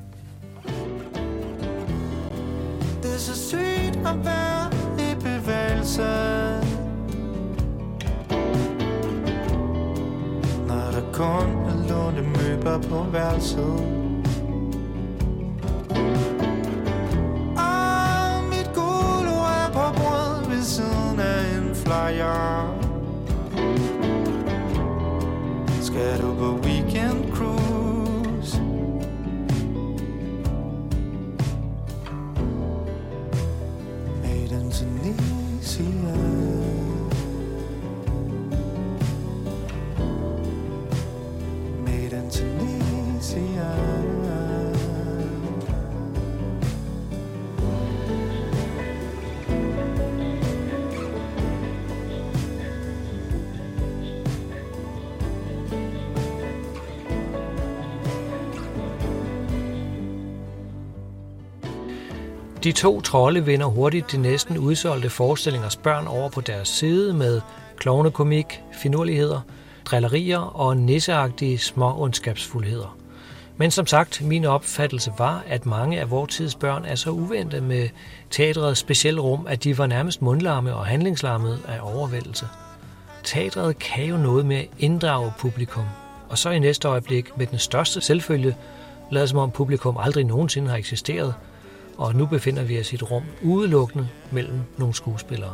Det er så sygt at være i bevægelse, når der kun er lånte møbler på værelset. Og mit gule er på brød ved siden af en flyer. Skal du på weekend cruise? Made in Tunisia. Made in Tunisia. De to trolde vinder hurtigt de næsten udsolgte forestillingers børn over på deres side med klovnekomik, finurligheder, drillerier og nisseagtige små ondskabsfuldheder. Men som sagt, min opfattelse var, at mange af vores tids børn er så uventede med teatrets specielle rum, at de var nærmest mundlamme og handlingslammede af overvældelse. Teatret kan jo noget med at inddrage publikum, og så i næste øjeblik med den største selvfølge, lader som om publikum aldrig nogensinde har eksisteret, og nu befinder vi os i et rum udelukkende mellem nogle skuespillere.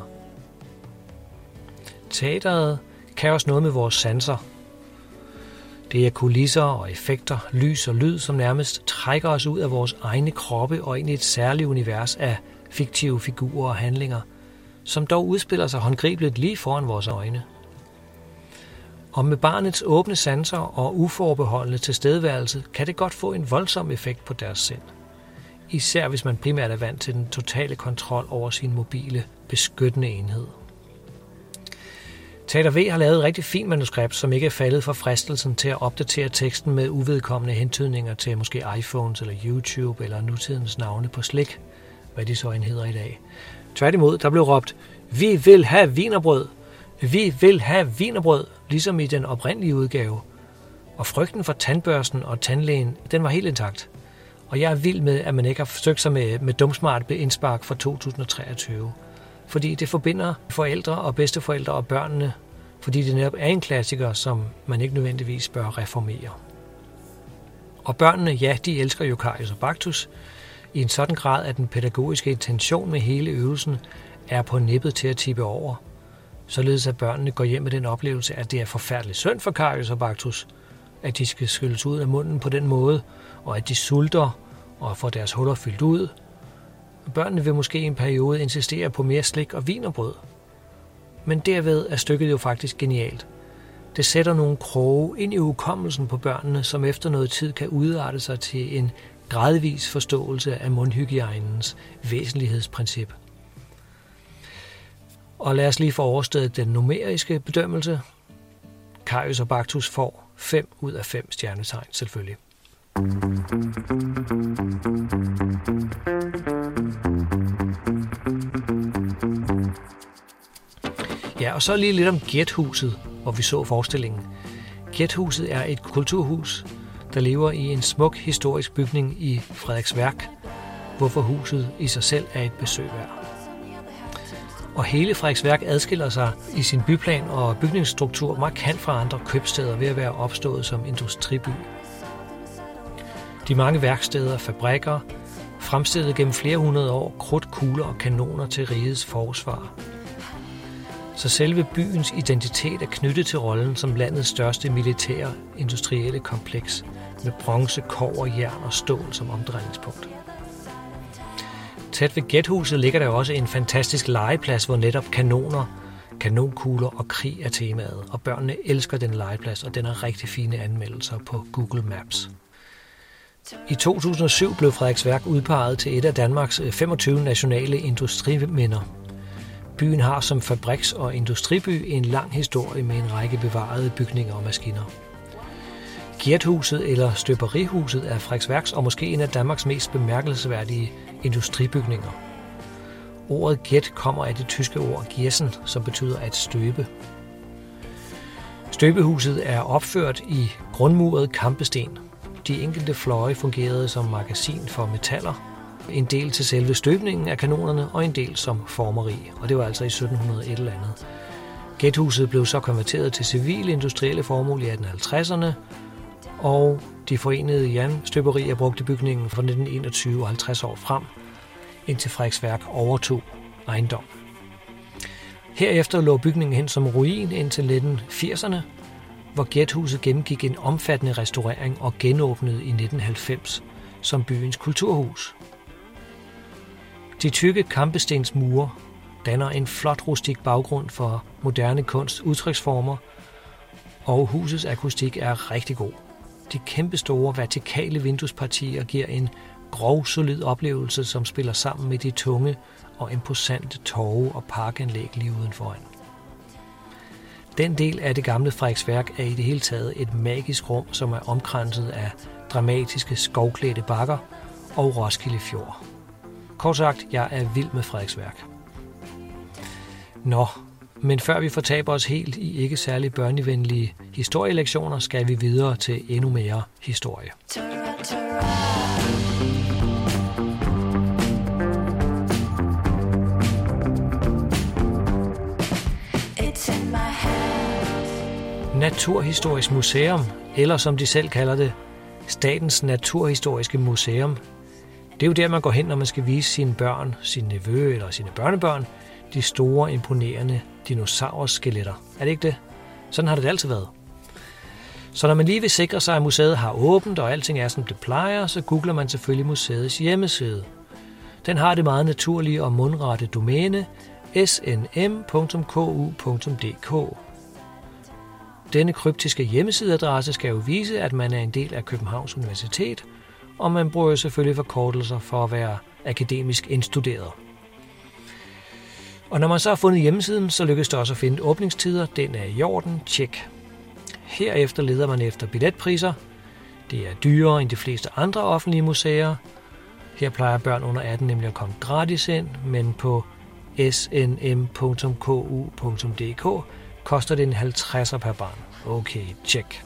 Teateret kan også noget med vores sanser. Det er kulisser og effekter, lys og lyd, som nærmest trækker os ud af vores egne kroppe og ind i et særligt univers af fiktive figurer og handlinger, som dog udspiller sig håndgribeligt lige foran vores øjne. Og med barnets åbne sanser og uforbeholdende tilstedeværelse kan det godt få en voldsom effekt på deres sind. Især hvis man primært er vant til den totale kontrol over sin mobile, beskyttende enhed. Teater V har lavet et rigtig fint manuskript, som ikke er faldet for fristelsen til at opdatere teksten med uvedkommende hentydninger til måske iPhones eller YouTube eller nutidens navne på slik, hvad de så end hedder i dag. Tværtimod, der blev råbt, vi vil have wienerbrød, vi vil have wienerbrød, ligesom i den oprindelige udgave. Og frygten for tandbørsten og tandlægen, den var helt intakt. Og jeg er vild med, at man ikke har forsøgt sig med, med dumsmart indspark fra to tusind og treogtyve. Fordi det forbinder forældre og bedsteforældre og børnene, fordi det netop er en klassiker, som man ikke nødvendigvis bør reformere. Og børnene, ja, de elsker jo Karius og Baktus i en sådan grad, at den pædagogiske intention med hele øvelsen er på nippet til at tippe over. Således at børnene går hjem med den oplevelse, at det er forfærdeligt synd for Karius og Baktus, at de skal skylles ud af munden på den måde, og at de sulter og får deres huller fyldt ud. Børnene vil måske i en periode insistere på mere slik og wienerbrød. Men derved er stykket jo faktisk genialt. Det sætter nogle kroge ind i hukommelsen på børnene, som efter noget tid kan udarte sig til en gradvis forståelse af mundhygiejnens væsentlighedsprincip. Og lad os lige få overstået den numeriske bedømmelse. Karius og Baktus får fem ud af fem stjernetegn selvfølgelig. Ja, og så lige lidt om Gæthuset, hvor vi så forestillingen. Gæthuset er et kulturhus, der lever i en smuk historisk bygning i Frederiksværk, hvorfor huset i sig selv er et besøg værd. Og hele Frederiksværk adskiller sig i sin byplan og bygningsstruktur markant fra andre købstæder ved at være opstået som industriby. De mange værksteder, fabrikker, fremstillede gennem flere hundrede år krudt, kugler og kanoner til rigets forsvar. Så selve byens identitet er knyttet til rollen som landets største militære industrielle kompleks med bronze, kobber, jern og stål som omdrejningspunkt. Tæt ved Gæthuset ligger der også en fantastisk legeplads, hvor netop kanoner, kanonkugler og krig er temaet, og børnene elsker den legeplads, og den har rigtig fine anmeldelser på Google Maps. I to tusind og syv blev Frederiksværk udpeget til et af Danmarks femogtyve nationale industriminder. Byen har som fabriks- og industriby en lang historie med en række bevarede bygninger og maskiner. Gjerthuset eller Støberihuset er Frederiksværks og måske en af Danmarks mest bemærkelsesværdige industribygninger. Ordet gjet kommer af det tyske ord gjessen, som betyder at støbe. Støbehuset er opført i grundmuret kampesten. De enkelte fløje fungerede som magasin for metaller, en del til selve støbningen af kanonerne og en del som formeri, og det var altså i sytten hundrede et eller andet. Gjethuset blev så konverteret til civile industrielle formål i atten halvtredserne, og de forenede jernstøberier brugte bygningen fra nitten enogtyve og halvtreds år frem, indtil Frederiksværk overtog ejendom. Herefter lå bygningen hen som ruin indtil nitten firserne, hvor Gjethuset gennemgik en omfattende restaurering og genåbnede i nitten halvfems som byens kulturhus. De tykke kampestensmure danner en flot rustik baggrund for moderne kunst udtryksformer, og husets akustik er rigtig god. De kæmpestore vertikale vinduespartier giver en grov, solid oplevelse, som spiller sammen med de tunge og imposante torve og parkanlæg lige udenforan. Den del af det gamle Frederiksværk er i det hele taget et magisk rum, som er omkranset af dramatiske skovklædte bakker og Roskilde Fjord. Kort sagt, jeg er vild med Frederiksværk. Nå, men før vi fortaber os helt i ikke særlig børnevenlige historielektioner, skal vi videre til endnu mere historie. Naturhistorisk Museum, eller som de selv kalder det, Statens Naturhistoriske Museum. Det er jo der, man går hen, når man skal vise sine børn, sine nevø eller sine børnebørn, de store, imponerende dinosaurskeletter. Er det ikke det? Sådan har det altid været. Så når man lige vil sikre sig, at museet har åbent, og alting er, som det plejer, så googler man selvfølgelig museets hjemmeside. Den har det meget naturlige og mundrette domæne s n m punktum k u punktum d k. Denne kryptiske hjemmesideadresse skal jo vise, at man er en del af Københavns Universitet, og man bruger selvfølgelig forkortelser for at være akademisk indstuderet. Og når man så har fundet hjemmesiden, så lykkes det også at finde åbningstider. Den er i orden. Tjek. Herefter leder man efter billetpriser. Det er dyrere end de fleste andre offentlige museer. Her plejer børn under atten nemlig at komme gratis ind, men på s n m punktum k u punktum d k koster det en halvtredser per barn. Okay, tjek.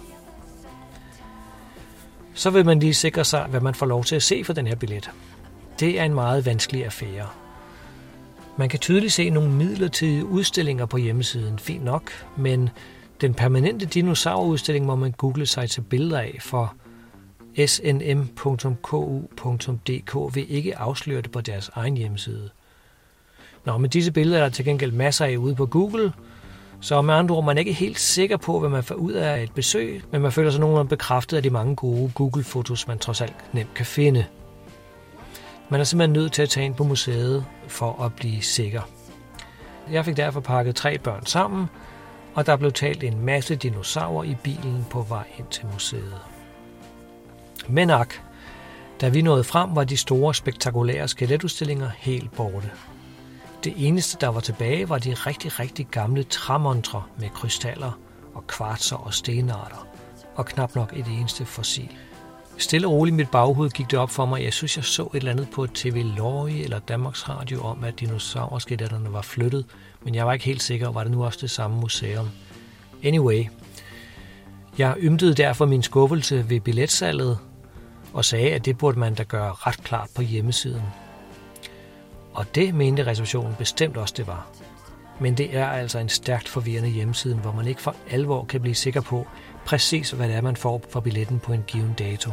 Så vil man lige sikre sig, hvad man får lov til at se for den her billet. Det er en meget vanskelig affære. Man kan tydeligt se nogle midlertidige udstillinger på hjemmesiden, fint nok, men den permanente dinosaurudstilling må man google sig til billeder af, for s n m punktum k u punktum d k vil ikke afsløre det på deres egen hjemmeside. Nå, men disse billeder er der til gengæld masser af ude på Google, så med andre ord, man er ikke helt sikker på, hvad man får ud af et besøg, men man føler sig nogenlunde bekræftet af de mange gode Google-fotos, man trods alt nemt kan finde. Man er simpelthen nødt til at tage ind på museet for at blive sikker. Jeg fik derfor pakket tre børn sammen, og der blev talt en masse dinosaurer i bilen på vej ind til museet. Men ak, da vi nåede frem, var de store, spektakulære skeletudstillinger helt borte. Det eneste, der var tilbage, var de rigtig, rigtig gamle træmontre med krystaller og kvartser og stenarter, og knap nok et eneste fossil. Stille og roligt i mit baghoved gik det op for mig, jeg synes, jeg så et eller andet på T V Lorry eller Danmarks Radio om, at dinosaurskeletterne var flyttet, men jeg var ikke helt sikker, var det nu også det samme museum. Anyway, jeg ymtede derfor min skuffelse ved billetsalget og sagde, at det burde man da gøre ret klart på hjemmesiden. Og det mente reservationen bestemt også, det var. Men det er altså en stærkt forvirrende hjemmeside, hvor man ikke for alvor kan blive sikker på præcis, hvad det er, man får for billetten på en given dato.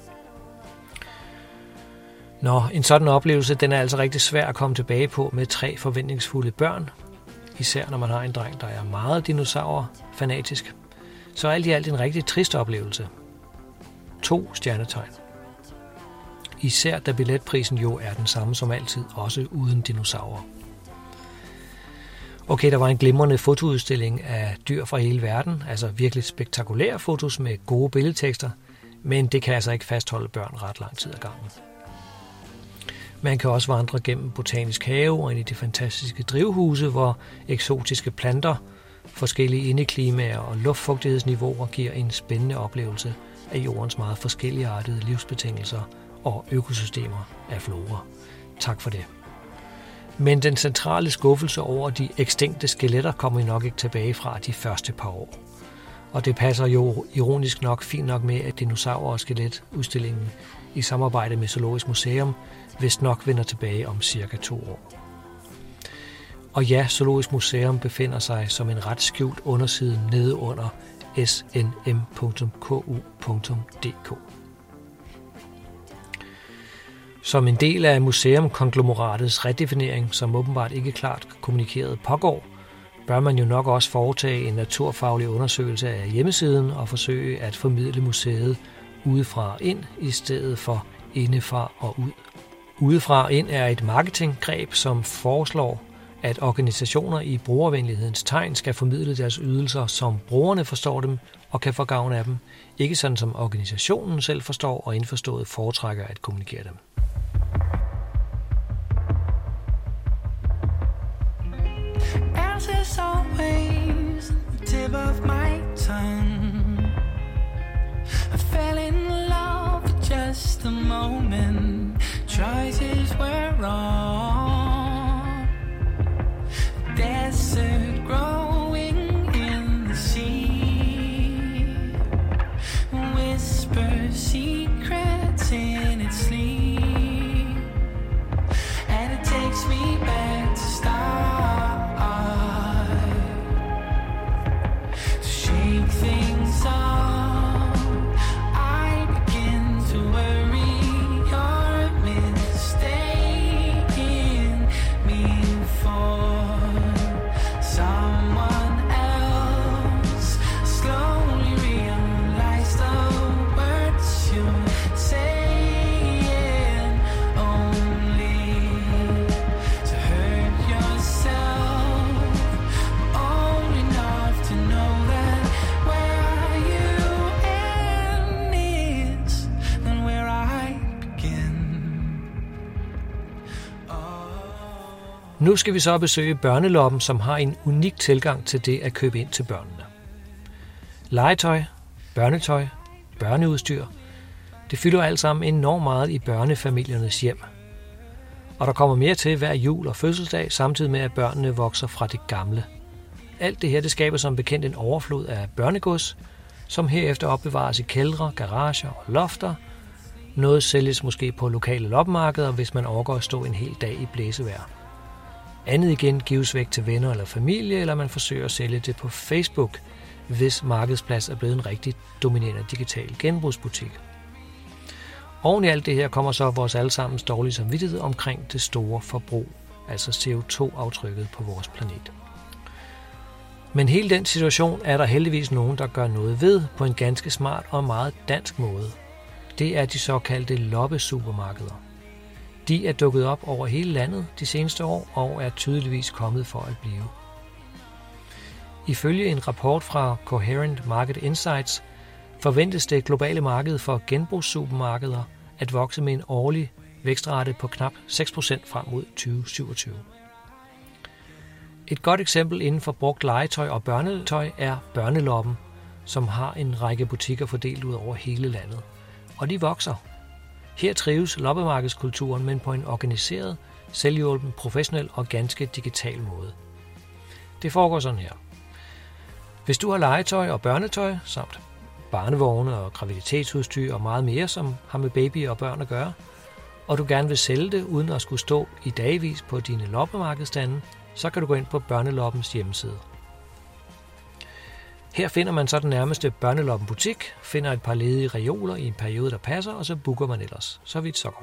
Nå, en sådan oplevelse, den er altså rigtig svær at komme tilbage på med tre forventningsfulde børn. Især når man har en dreng, der er meget dinosaur-fanatisk. Så alt i alt en rigtig trist oplevelse. To stjernetegn. Især da billetprisen jo er den samme som altid, også uden dinosaurer. Okay, der var en glimrende fotoudstilling af dyr fra hele verden, altså virkelig spektakulære fotos med gode billedtekster, men det kan altså ikke fastholde børn ret lang tid ad gangen. Man kan også vandre gennem Botanisk Have og ind i de fantastiske drivhuse, hvor eksotiske planter, forskellige indeklimaer og luftfugtighedsniveauer giver en spændende oplevelse af jordens meget forskelligartede livsbetingelser og økosystemer af flora. Tak for det. Men den centrale skuffelse over de ekstinkte skeletter kommer I nok ikke tilbage fra de første par år. Og det passer jo ironisk nok fint nok med, at dinosaurer- og skeletudstillingen i samarbejde med Zoologisk Museum vist nok vender tilbage om cirka to år. Og ja, Zoologisk Museum befinder sig som en ret skjult underside nede under s n m punktum k u punktum d k. Som en del af museumkonglomeratets redefinering, som åbenbart ikke klart kommunikeret pågår, bør man jo nok også foretage en naturfaglig undersøgelse af hjemmesiden og forsøge at formidle museet udefra ind i stedet for indefra og ud. Udefra ind er et marketinggreb, som foreslår, at organisationer i brugervenlighedens tegn skal formidle deres ydelser, som brugerne forstår dem og kan få gavn af dem, ikke sådan som organisationen selv forstår og indforstået foretrækker at kommunikere dem. As is always the tip of my tongue, I fell in love for just a moment. Choices were wrong. Desert growing in the sea, whisper secrets in its sleep, and it takes me back to start. Shake things up, I begin to worry. You're mistaking me for someone else. Slowly realize the words you're saying only to hurt yourself, old enough to know that where you end is and where I begin. Nu skal vi så besøge Børneloppen, som har en unik tilgang til det at købe ind til børnene. Legetøj, børnetøj, børneudstyr, det fylder alt sammen enormt meget i børnefamiliernes hjem. Og der kommer mere til hver jul og fødselsdag, samtidig med at børnene vokser fra det gamle. Alt det her, det skaber som bekendt en overflod af børnegods, som herefter opbevares i kældre, garager og lofter. Noget sælges måske på lokale loppemarkeder, hvis man overgår at stå en hel dag i blæsevejr. Andet igen gives væk til venner eller familie, eller man forsøger at sælge det på Facebook, hvis markedsplads er blevet en rigtig dominerende digital genbrugsbutik. Oven i alt det her kommer så vores allesammens dårlige samvittighed omkring det store forbrug, altså C O to aftrykket på vores planet. Men hele den situation er der heldigvis nogen, der gør noget ved på en ganske smart og meget dansk måde. Det er de såkaldte loppesupermarkeder. De er dukket op over hele landet de seneste år og er tydeligvis kommet for at blive. Ifølge en rapport fra Coherent Market Insights forventes det globale marked for genbrugssupermarkeder at vokse med en årlig vækstrate på knap seks procent frem mod tyve syvogtyve. Et godt eksempel inden for brugt legetøj og børnetøj er Børneloppen, som har en række butikker fordelt ud over hele landet. Og de vokser. Her trives loppemarkedskulturen, men på en organiseret, selvhjulpen, professionel og ganske digital måde. Det foregår sådan her. Hvis du har legetøj og børnetøj, samt barnevogne og graviditetsudstyr og meget mere, som har med babyer og børn at gøre, og du gerne vil sælge det uden at skulle stå i dagvis på dine loppemarkedstande, så kan du gå ind på Børneloppens hjemmeside. Her finder man så den nærmeste Børneloppen butik, finder et par ledige reoler i en periode, der passer, og så booker man ellers. Så vidt så godt.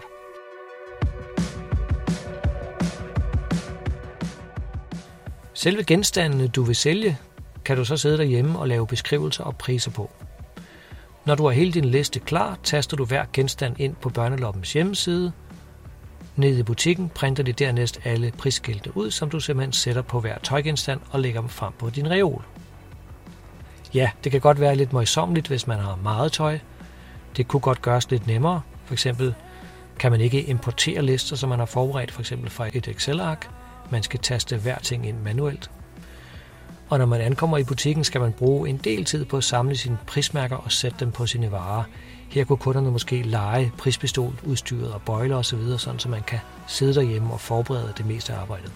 Selve genstandene, du vil sælge, kan du så sidde derhjemme og lave beskrivelser og priser på. Når du har hele din liste klar, taster du hver genstand ind på Børneloppens hjemmeside. Nede i butikken printer de dernæst alle prisskilte ud, som du simpelthen sætter på hver tøjgenstand og lægger dem frem på din reol. Ja, det kan godt være lidt møjsommeligt, hvis man har meget tøj. Det kunne godt gøres lidt nemmere. For eksempel kan man ikke importere lister, som man har forberedt for eksempel fra et Excel-ark. Man skal taste hver ting ind manuelt. Og når man ankommer i butikken, skal man bruge en del tid på at samle sine prismærker og sætte dem på sine varer. Her kunne kunderne måske lege prispistol, udstyret og bøjler osv., sådan så man kan sidde derhjemme og forberede det meste af arbejdet.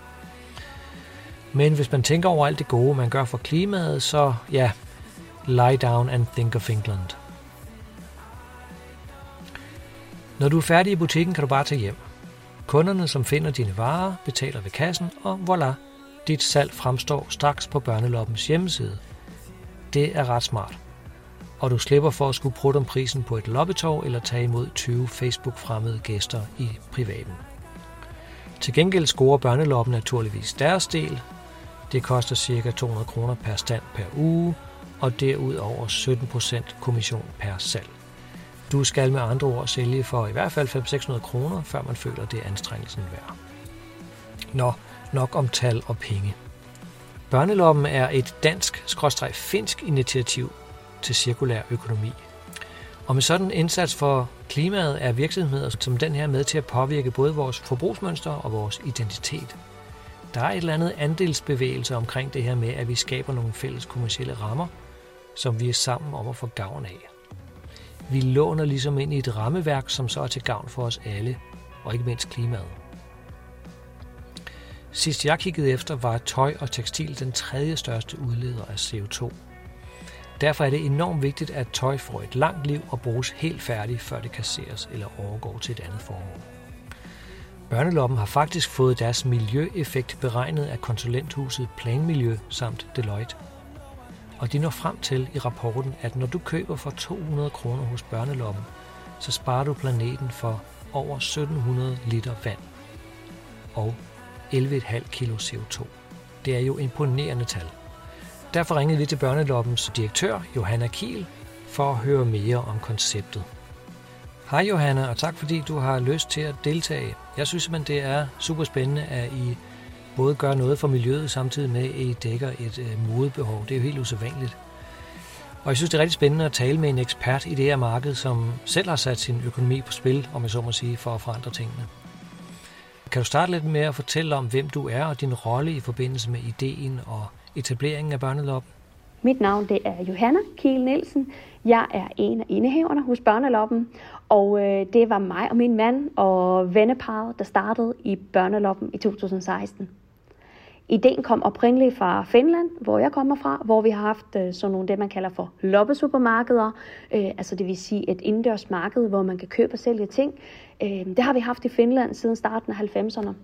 Men hvis man tænker over alt det gode, man gør for klimaet, så ja, lie down and think of England. Når du er færdig i butikken, kan du bare tage hjem. Kunderne, som finder dine varer, betaler ved kassen, og voilà, dit salg fremstår straks på Børneloppens hjemmeside. Det er ret smart. Og du slipper for at skulle prutte om prisen på et loppetorv eller tage imod tyve Facebook-fremmede gæster i privaten. Til gengæld scorer Børneloppen naturligvis deres del. Det koster ca. to hundrede kroner per stand per uge, og derudover sytten procent kommission per salg. Du skal med andre ord sælge for i hvert fald fem hundrede til seks hundrede kroner, før man føler, det er anstrengelsen værd. Nå, nok om tal og penge. Børneloppen er et dansk-finsk initiativ til cirkulær økonomi. Og med sådan en indsats for klimaet er virksomheder som den her med til at påvirke både vores forbrugsmønster og vores identitet. Der er et eller andet andelsbevægelse omkring det her med, at vi skaber nogle fælles kommercielle rammer, som vi er sammen om at få gavn af. Vi låner ligesom ind i et rammeværk, som så er til gavn for os alle, og ikke mindst klimaet. Sidst jeg kiggede efter, var tøj og tekstil den tredje største udleder af C O to. Derfor er det enormt vigtigt, at tøj får et langt liv og bruges helt færdigt, før det kasseres eller overgår til et andet formål. Børneloppen har faktisk fået deres miljøeffekt beregnet af konsulenthuset Planmiljø samt Deloitte. Og de når frem til i rapporten, at når du køber for to hundrede kroner hos Børneloppen, så sparer du planeten for over sytten hundrede liter vand og elleve komma fem kilo C O to. Det er jo imponerende tal. Derfor ringede vi til Børneloppens direktør, Johanna Kiel, for at høre mere om konceptet. Hej Johanna, og tak fordi du har lyst til at deltage. Jeg synes simpelthen, det er super spændende, at I både gør noget for miljøet, samtidig med, at I dækker et øh, modebehov. Det er jo helt usædvanligt. Og jeg synes, det er rigtig spændende at tale med en ekspert i det her marked, som selv har sat sin økonomi på spil, om jeg så må sige, for at forandre tingene. Kan du starte lidt med at fortælle om, hvem du er og din rolle i forbindelse med ideen og etableringen af Børneloppen? Mit navn det er Johanna Kiel Nielsen. Jeg er en af indehaverne hos Børneloppen, og øh, det var mig og min mand og venneparret, der startede i Børneloppen i to tusind og seksten. Ideen kom oprindeligt fra Finland, hvor jeg kommer fra, hvor vi har haft øh, sådan nogle, det man kalder for loppesupermarkeder, øh, altså det vil sige et indendørs marked, hvor man kan købe og sælge ting. Øh, det har vi haft i Finland siden starten af halvfemserne.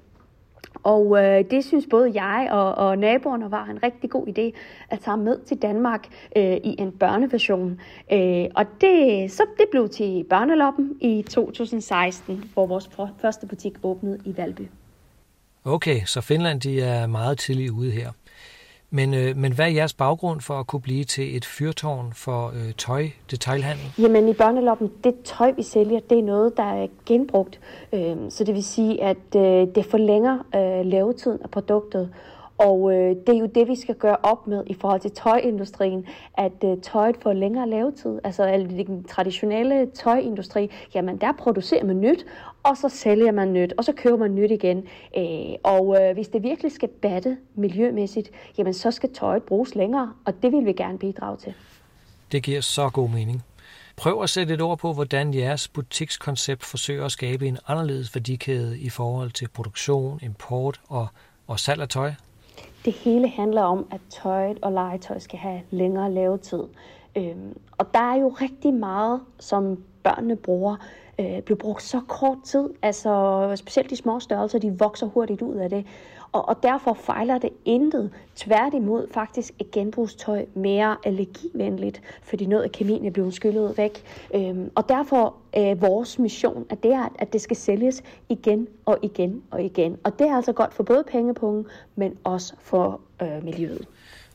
Og øh, det synes både jeg og, og naboerne var en rigtig god idé at tage med til Danmark øh, i en børneversion. Øh, og det, så det blev til Børneloppen i to tusind og seksten, hvor vores første butik åbnede i Valby. Okay, så Finland de er meget tidligt ude her. Men, øh, men hvad er jeres baggrund for at kunne blive til et fyrtårn for øh, tøj-detailhandel? Jamen i Børneloppen, det tøj vi sælger, det er noget, der er genbrugt. Øh, så det vil sige, at øh, det forlænger øh, levetiden af produktet. Og øh, det er jo det, vi skal gøre op med i forhold til tøjindustrien, at øh, tøjet får længere levetid. Altså den traditionelle tøjindustri, jamen der producerer man nyt, og så sælger man nyt, og så køber man nyt igen. Øh, og øh, hvis det virkelig skal batte miljømæssigt, jamen så skal tøjet bruges længere, og det vil vi gerne bidrage til. Det giver så god mening. Prøv at sætte et ord på, hvordan jeres butikskoncept forsøger at skabe en anderledes værdikæde i forhold til produktion, import og, og salg af tøj. Det hele handler om, at tøjet og legetøj skal have længere levetid. Øhm, og der er jo rigtig meget, som børnene bruger, øh, bliver brugt så kort tid. Altså specielt de små størrelser, de vokser hurtigt ud af det. Og, og derfor fejler det intet. Tværtimod faktisk et genbrugstøj mere allergivenligt, fordi noget af kemien er blevet skyllet væk. Øhm, og derfor er vores mission, at det er, at det skal sælges igen og igen og igen. Og det er altså godt for både pengepungen, men også for øh, miljøet.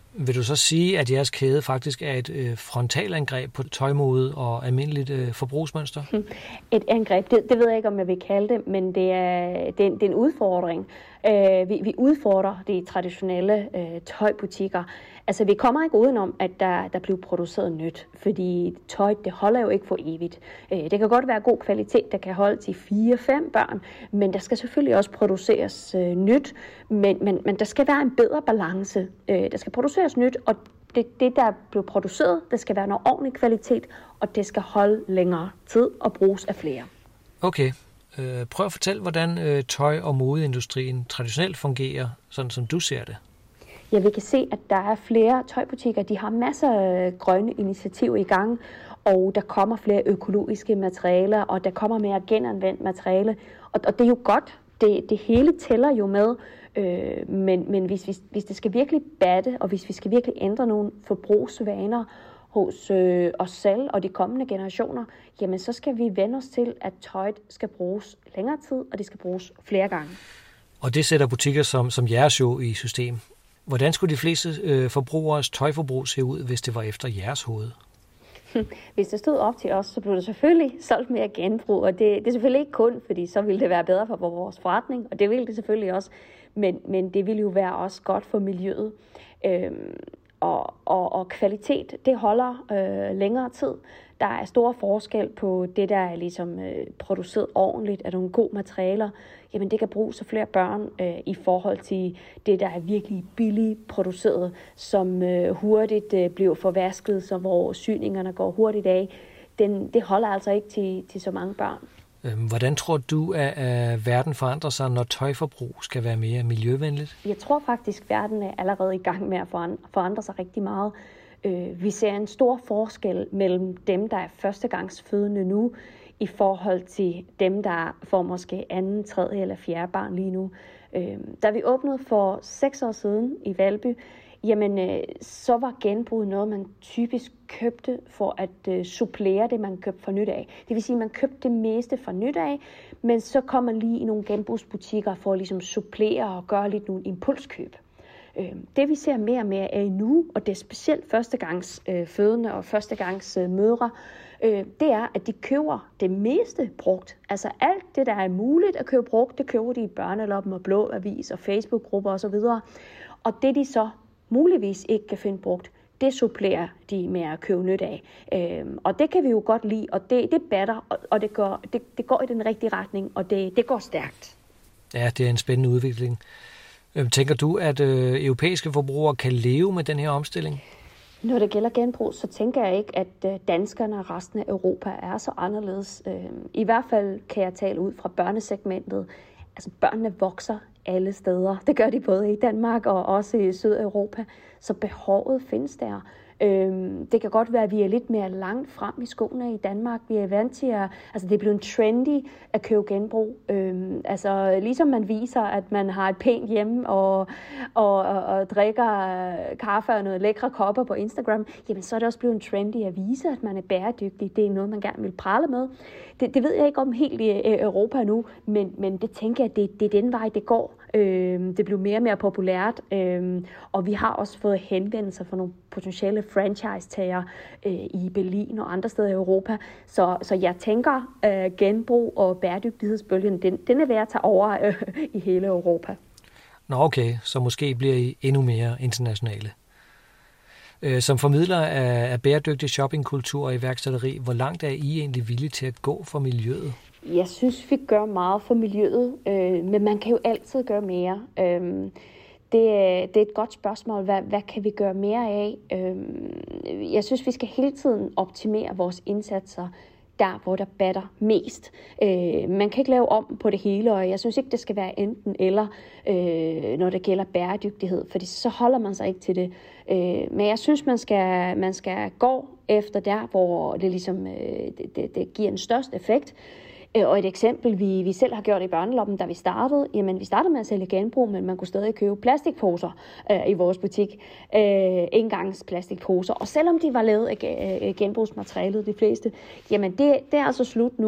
Vil du så sige, at jeres kæde faktisk er et øh, frontalangreb på tøjmode og almindeligt øh, forbrugsmønster? Et angreb, det, det ved jeg ikke, om jeg vil kalde det, men det er, det er, en, det er en udfordring. Øh, vi, vi udfordrer de traditionelle øh, tøjbutikker. Altså, vi kommer ikke udenom, at der, der bliver produceret nyt, fordi tøj, det holder jo ikke for evigt. Øh, det kan godt være god kvalitet, der kan holde til fire fem børn, men der skal selvfølgelig også produceres øh, nyt, men, men, men der skal være en bedre balance. Øh, der skal produceres nyt, og det, det, der bliver produceret, det skal være noget ordentlig kvalitet, og det skal holde længere tid og bruges af flere. Okay. Øh, prøv at fortælle, hvordan øh, tøj- og modeindustrien traditionelt fungerer, sådan som du ser det. Ja, vi kan se, at der er flere tøjbutikker, de har masser af grønne initiativer i gang, og der kommer flere økologiske materialer, og der kommer mere genanvendt materiale, og, og det er jo godt. Det, det hele tæller jo med, øh, men, men hvis, hvis, hvis det skal virkelig batte, og hvis vi skal virkelig ændre nogle forbrugsvaner hos øh, os selv og de kommende generationer, jamen så skal vi vende os til, at tøjet skal bruges længere tid, og det skal bruges flere gange. Og det sætter butikker som, som jeres jo i system. Hvordan skulle de fleste øh, forbrugeres tøjforbrug se ud, hvis det var efter jeres hoved? Hvis det stod op til os, så blev det selvfølgelig solgt mere genbrug, og det, det er selvfølgelig ikke kun, fordi så ville det være bedre for vores forretning, og det ville det selvfølgelig også, men, men det ville jo være også godt for miljøet. Øhm, og, og, og kvalitet, det holder øh, længere tid. Der er stor forskel på det, der er ligesom, øh, produceret ordentligt af nogle gode materialer. Jamen det kan bruges af flere børn øh, i forhold til det, der er virkelig billigt produceret, som øh, hurtigt øh, bliver forvasket, så hvor syningerne går hurtigt af. Den, det holder altså ikke til, til så mange børn. Hvordan tror du, at, at verden forandrer sig, når tøjforbrug skal være mere miljøvenligt? Jeg tror faktisk, at verden er allerede i gang med at forandre sig rigtig meget. Vi ser en stor forskel mellem dem, der er førstegangsfødende nu, i forhold til dem, der får måske anden, tredje eller fjerde barn lige nu. Da vi åbnede for seks år siden i Valby, jamen så var genbrug noget, man typisk købte for at supplere det, man købte fra nyt af. Det vil sige, at man købte det meste fra nyt af, men så kom man lige i nogle genbrugsbutikker for at ligesom supplere og gøre lidt nogle impulskøb. Det vi ser mere og mere af nu, og det er specielt førstegangs fødende og førstegangs mødre, det er, at de køber det meste brugt. Altså alt det, der er muligt at købe brugt, det køber de i børneloppen og Blå Avis og Facebook-grupper osv. Og det de så muligvis ikke kan finde brugt, det supplerer de med at købe nyt af. Øhm, og det kan vi jo godt lide, og det, det batter, og, og det, går, det, det går i den rigtige retning, og det, det går stærkt. Ja, det er en spændende udvikling. Øhm, tænker du, at øh, europæiske forbrugere kan leve med den her omstilling? Når det gælder genbrug, så tænker jeg ikke, at danskerne og resten af Europa er så anderledes. I hvert fald kan jeg tale ud fra børnesegmentet. Altså børnene vokser alle steder. Det gør de både i Danmark og også i Sydeuropa. Så behovet findes der. Øhm, det kan godt være, at vi er lidt mere langt frem i skoene i Danmark. Vi er vant til at... Altså, det er blevet trendy at købe genbrug. Øhm, altså, ligesom man viser, at man har et pænt hjem og, og, og, og drikker kaffe og noget lækre kopper på Instagram, jamen, så er det også blevet trendy at vise, at man er bæredygtig. Det er noget, man gerne vil prale med. Det, det ved jeg ikke om helt i Europa nu, men, men det tænker jeg, at det, det er den vej, det går. Øhm, det bliver mere og mere populært, øhm, og vi har også fået henvendelser fra nogle potentielle franchise-tager øh, i Berlin og andre steder i Europa. Så, så jeg tænker, øh, genbrug og bæredygtighedsbølgen, den, den er ved at tage over øh, i hele Europa. Nå okay, så måske bliver I endnu mere internationale. Øh, som formidler af, af bæredygtig shoppingkultur og iværksætteri, hvor langt er I egentlig villige til at gå for miljøet? Jeg synes, vi gør meget for miljøet, øh, men man kan jo altid gøre mere. Øh, det, det er et godt spørgsmål. Hvad, hvad kan vi gøre mere af? Øh, jeg synes, vi skal hele tiden optimere vores indsatser der, hvor der batter mest. Øh, man kan ikke lave om på det hele, og jeg synes ikke, det skal være enten eller, øh, når det gælder bæredygtighed, fordi så holder man sig ikke til det. Øh, men jeg synes, man skal, man skal gå efter der, hvor det, ligesom, øh, det, det, det giver en størst effekt. Og et eksempel, vi, vi selv har gjort i børneloppen, da vi startede, jamen vi startede med at sælge genbrug, men man kunne stadig købe plastikposer øh, i vores butik. Øh, engangs plastikposer. Og selvom de var lavet af øh, genbrugsmaterialet, de fleste, jamen det, det er altså slut nu.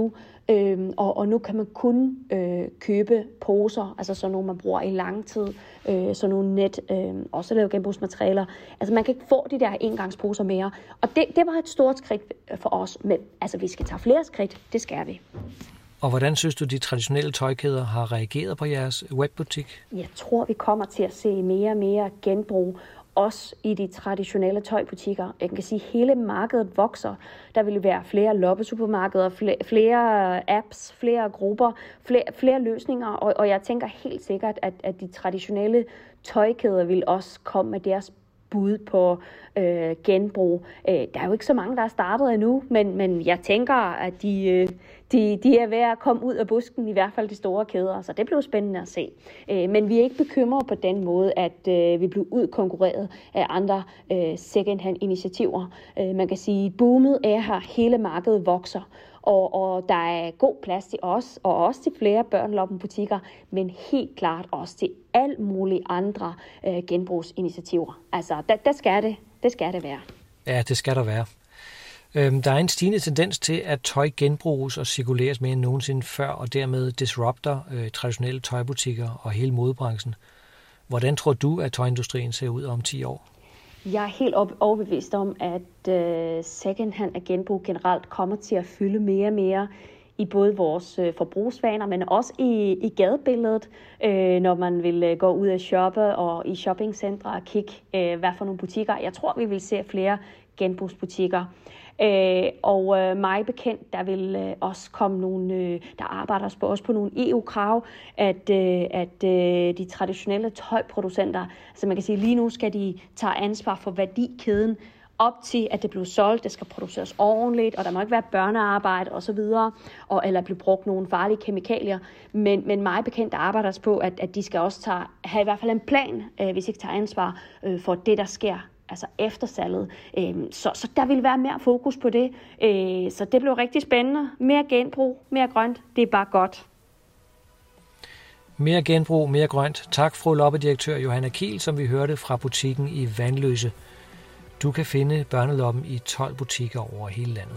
Øhm, og, og nu kan man kun øh, købe poser, altså sådan nogle, man bruger i lang tid, øh, sådan nogle net, øh, også lave genbrugsmaterialer. Altså man kan ikke få de der engangsposer mere. Og det, det var et stort skridt for os, men altså vi skal tage flere skridt, det skal vi. Og hvordan synes du, de traditionelle tøjkæder har reageret på jeres webbutik? Jeg tror, vi kommer til at se mere og mere genbrug, også i de traditionelle tøjbutikker. Jeg kan sige, at hele markedet vokser. Der vil være flere loppesupermarkeder, flere, flere apps, flere grupper, flere, flere løsninger. Og, og jeg tænker helt sikkert, at, at de traditionelle tøjkæder vil også komme med deres bud på øh, genbrug. Øh, der er jo ikke så mange, der er startet endnu, men, men jeg tænker, at de, øh, de, de er ved at komme ud af busken, i hvert fald de store kæder, så det bliver spændende at se. Øh, men vi er ikke bekymrede på den måde, at øh, vi bliver udkonkurreret af andre øh, second-hand-initiativer. Øh, man kan sige, at boomet er her, hele markedet vokser, og, og der er god plads til os, og også til flere børneloppenbutikker, men helt klart også til alle mulige andre øh, genbrugsinitiativer. Altså, der, der skal det, det skal det være. Ja, det skal der være. Øhm, der er en stigende tendens til, at tøj genbruges og cirkuleres mere end nogensinde før, og dermed disrupter øh, traditionelle tøjbutikker og hele modebranchen. Hvordan tror du, at tøjindustrien ser ud om ti år? Jeg er helt overbevist om, at øh, second-hand og genbrug generelt kommer til at fylde mere og mere i både vores øh, forbrugsvaner, men også i, i gadebilledet, øh, når man vil øh, gå ud og shoppe og i shoppingcentre og kigge, øh, hvad for nogle butikker. Jeg tror, vi vil se flere genbrugsbutikker. Øh, og øh, mig bekendt, der vil øh, også komme nogle, øh, der arbejder på, også på nogle E U-krav, at, øh, at øh, de traditionelle tøjproducenter, altså man kan sige, lige nu skal de tage ansvar for værdikæden op til, at det bliver solgt, det skal produceres ordentligt, og der må ikke være børnearbejde osv., og, eller blive brugt nogle farlige kemikalier. Men, men mig bekendt, der arbejder på, at, at de skal også tage, have i hvert fald en plan, øh, hvis ikke tager ansvar øh, for det, der sker, altså eftersalget. Så, så der vil være mere fokus på det. Så det bliver rigtig spændende. Mere genbrug, mere grønt, det er bare godt. Mere genbrug, mere grønt. Tak, fru loppedirektør Johanna Kiel, som vi hørte fra butikken i Vanløse. Du kan finde Børneloppen i tolv butikker over hele landet.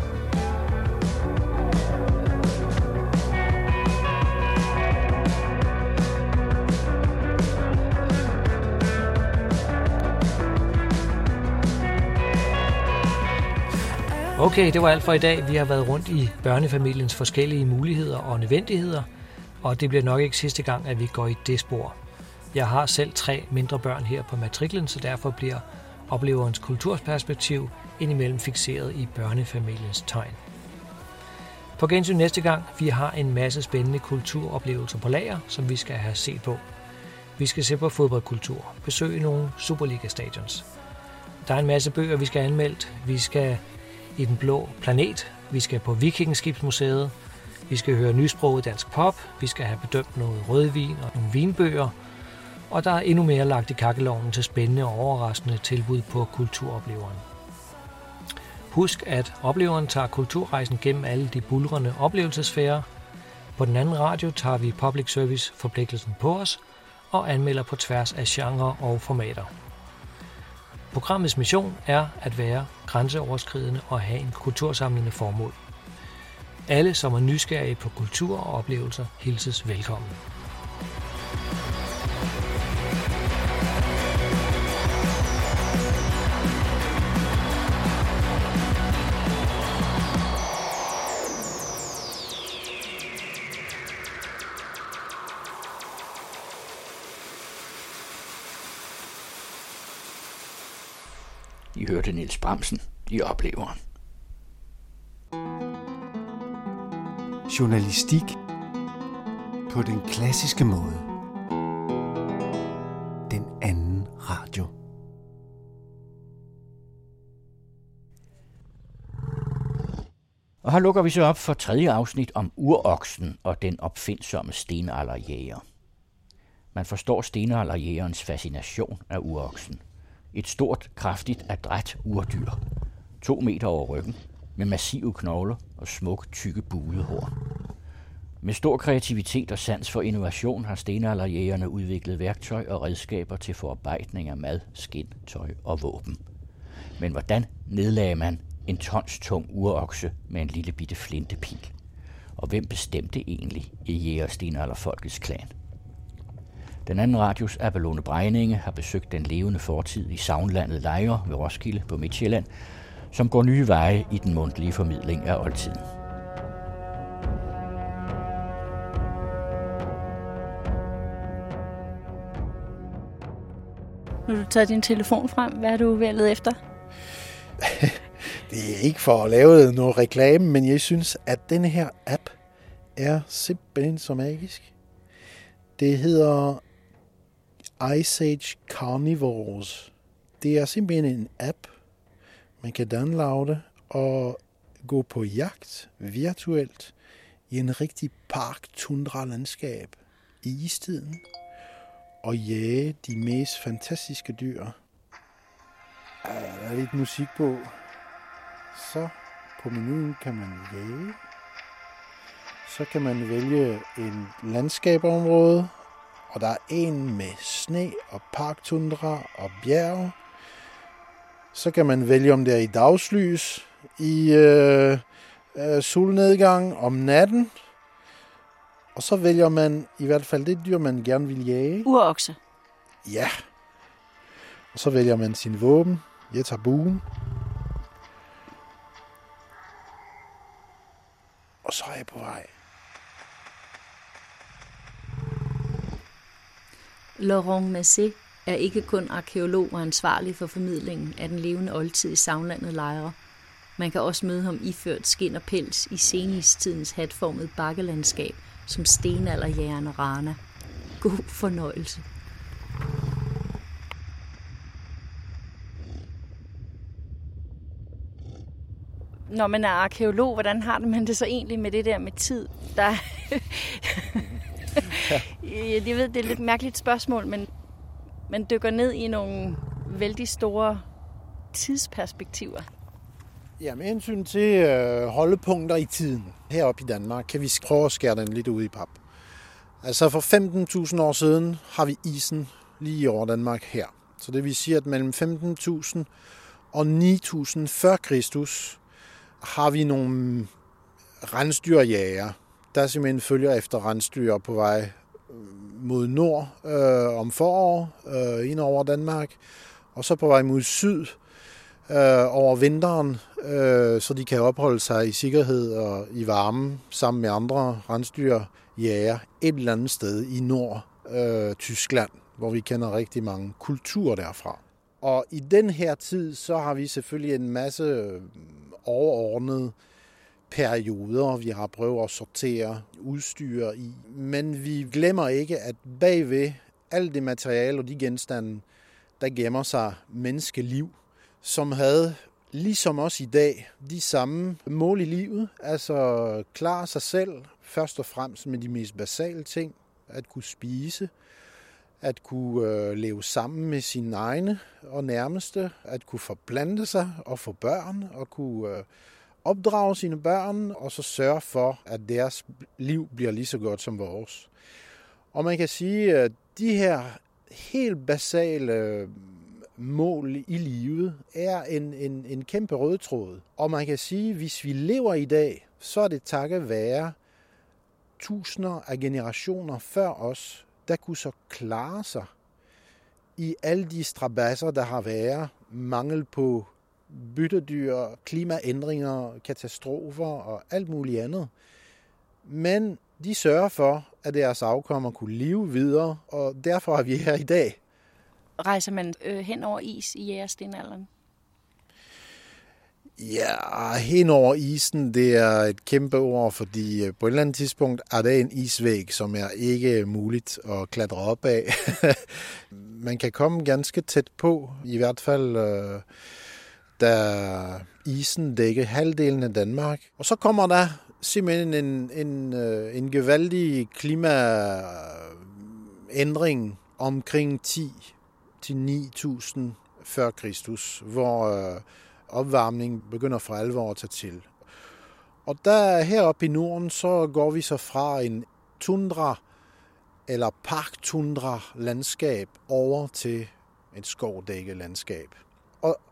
Okay, det var alt for i dag. Vi har været rundt i børnefamiliens forskellige muligheder og nødvendigheder, og det bliver nok ikke sidste gang, at vi går i det spor. Jeg har selv tre mindre børn her på matriklen, så derfor bliver opleverens kulturperspektiv indimellem fikseret i børnefamiliens tegn. På gensyn næste gang. Vi har en masse spændende kulturoplevelser på lager, som vi skal have set på. Vi skal se på fodboldkultur, besøge nogle Superliga-stadions. Der er en masse bøger, vi skal anmelde. Vi skal i Den Blå Planet. Vi skal på Vikingeskibsmuseet. Vi skal høre nysproget dansk pop. Vi skal have bedømt noget rødvin og nogle vinbøger. Og der er endnu mere lagt i kakkelovnen til spændende og overraskende tilbud på kulturopleveren. Husk, at opleveren tager kulturrejsen gennem alle de buldrende oplevelsesfærer. På den anden radio tager vi public service forpligtelsen på os og anmelder på tværs af genre og formater. Programmets mission er at være grænseoverskridende og have en kultursamlende formål. Alle, som er nysgerrige på kultur og oplevelser, hilses velkommen. I hørte Niels Bramsen i Opleveren. Journalistik på den klassiske måde. Den anden radio. Og her lukker vi så op for tredje afsnit om uroksen og den opfindsomme stenalderjæger. Man forstår stenalderjægerens fascination af uroksen. Et stort, kraftigt, adræt urdyr. To meter over ryggen, med massive knogler og smuk, tykke buede hår. Med stor kreativitet og sans for innovation har stenalderjægerne udviklet værktøj og redskaber til forarbejdning af mad, skind, tøj og våben. Men hvordan nedlagde man en tons tung urokse med en lille bitte flintepil? Og hvem bestemte egentlig i jægerstenalderfolkets klan? Den anden radios Abalone Brejninge har besøgt den levende fortid i Sagnlandet Lejre ved Roskilde på Midtsjælland, som går nye veje i den mundtlige formidling af oldtiden. Nu har du taget din telefon frem. Hvad er du ved at lede efter? Det er ikke for at lave noget reklame, men jeg synes, at denne her app er simpelthen så magisk. Det hedder Ice Age Carnivores. Det er simpelthen en app, man kan downloade og gå på jagt virtuelt i en rigtig park-tundra-landskab i istiden og jage de mest fantastiske dyr. Der er lidt musik på. Så på menuen kan man jage. Så kan man vælge en landskabsområde, og der er en med sne og parktundra og bjerg. Så kan man vælge, om det er i dagslys, i øh, øh, solnedgang, om natten. Og så vælger man i hvert fald det dyr, man gerne vil jage. Urokse. Ja. Og så vælger man sin våben. Jeg tager buen. Og så er jeg på vej. Laurent Massé er ikke kun arkeolog og ansvarlig for formidlingen af den levende oldtid i Sagnlandet Lejre. Man kan også møde ham iført skind og pels i senistidens hatformede bakkelandskab, som stenalderjægerne Rana. God fornøjelse. Når man er arkeolog, hvordan har man det så egentlig med det der med tid? Der Jeg ved, det er et lidt mærkeligt spørgsmål, men man dykker ned i nogle vældig store tidsperspektiver. Ja, med hensyn til øh, holdepunkter i tiden heroppe i Danmark, kan vi prøve at skære den lidt ud i pap. Altså for femten tusind år siden har vi isen lige over Danmark her. Så det vil sige, at mellem femten tusind og ni tusind før Kristus har vi nogle rensdyrjæger, der simpelthen følger efter rensdyr på vej mod nord øh, om forår øh, ind over Danmark, og så på vej mod syd øh, over vinteren, øh, så de kan opholde sig i sikkerhed og i varme sammen med andre rensdyrjæger et eller andet sted i nord øh, Tyskland, hvor vi kender rigtig mange kulturer derfra. Og i den her tid, så har vi selvfølgelig en masse overordnede perioder, vi har prøvet at sortere udstyr i. Men vi glemmer ikke, at bagved alt det materiale og de genstande, der gemmer sig menneskeliv, som havde, ligesom os i dag, de samme mål i livet. Altså klare sig selv, først og fremmest med de mest basale ting. At kunne spise, at kunne øh, leve sammen med sine egne og nærmeste, at kunne forplante sig og få børn, og kunne øh, opdrage sine børn, og så sørge for, at deres liv bliver lige så godt som vores. Og man kan sige, at de her helt basale mål i livet er en, en, en kæmpe rød tråd. Og man kan sige, at hvis vi lever i dag, så er det takket være tusinder af generationer før os, der kunne så klare sig i alle de strabasser, der har været, mangel på byttedyr, klimaændringer, katastrofer og alt muligt andet. Men de sørger for, at deres afkommer kunne leve videre, og derfor er vi her i dag. Rejser man øh, hen over is i jægerstenalderen? Ja, hen over isen, det er et kæmpe ord, fordi på et eller andet tidspunkt er det en isvæg, som er ikke muligt at klatre op af. Man kan komme ganske tæt på, i hvert fald øh, da isen dækker halvdelen af Danmark. Og så kommer der simpelthen en, en, en gevaldig klimaændring omkring ti til ni tusind før Kristus, hvor øh, opvarmningen begynder for alvor at tage til. Og der heroppe i Norden, så går vi så fra en tundra eller parktundra landskab over til et skovdækket landskab. Og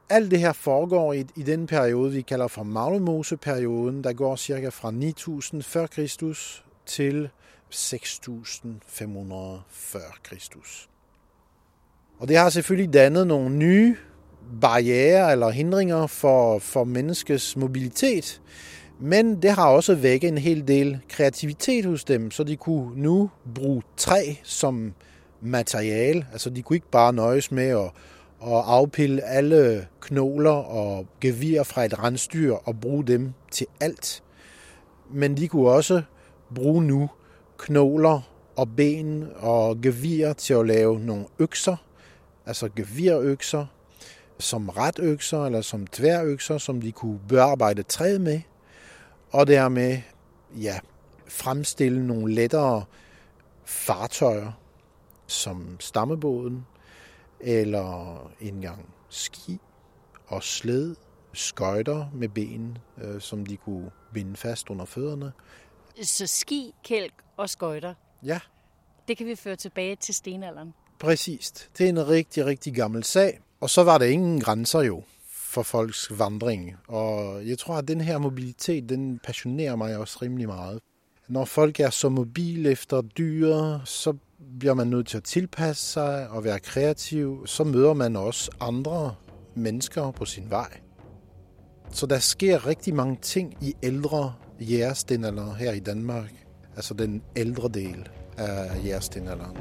alt det her foregår i, i den periode, vi kalder for Maglemose-perioden, der går cirka fra ni tusind før Kristus til seks tusind fem hundrede før Kristus. Og det har selvfølgelig dannet nogle nye barrierer eller hindringer for, for menneskets mobilitet, men det har også vækket en hel del kreativitet hos dem, så de kunne nu bruge træ som materiale. Altså de kunne ikke bare nøjes med at, at afpille alle knogler og gevir fra et rensdyr og bruge dem til alt. Men de kunne også bruge nu knogler og ben og gevir til at lave nogle økser, altså gevirøkser, som retøkser eller som tværøkser, som de kunne bearbejde træet med, og dermed ja, fremstille nogle lettere fartøjer, som stammebåden, eller engang ski og sled, skøjter med ben, øh, som de kunne binde fast under fødderne. Så ski, kælk og skøjter, Ja, det kan vi føre tilbage til stenalderen. præcist. Det er en rigtig, rigtig gammel sag. Og så var der ingen grænser jo for folks vandring. Og jeg tror, at den her mobilitet, den passionerer mig også rimelig meget. Når folk er så mobile efter dyr, så bliver man nødt til at tilpasse sig og være kreativ. Så møder man også andre mennesker på sin vej. Så der sker rigtig mange ting i ældre jægerstenalder her i Danmark. Altså den ældre del af jægerstenalderen.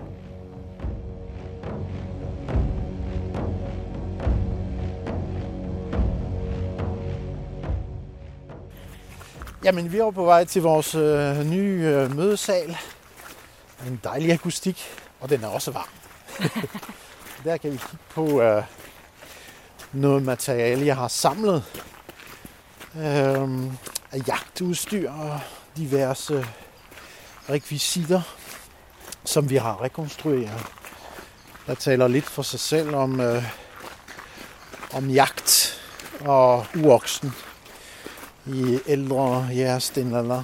Jamen, vi er på vej til vores øh, nye øh, mødesal. En dejlig akustik, og den er også varm. Der kan vi kigge på øh, noget materiale, jeg har samlet. Øh, af jagtudstyr og diverse rekvisitter, som vi har rekonstrueret. Der taler lidt for sig selv om, øh, om jagt og uoksen i ældre jægerstenalder.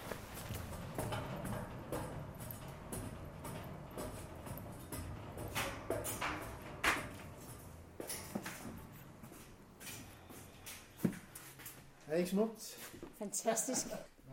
Er det ikke smukt? Fantastisk.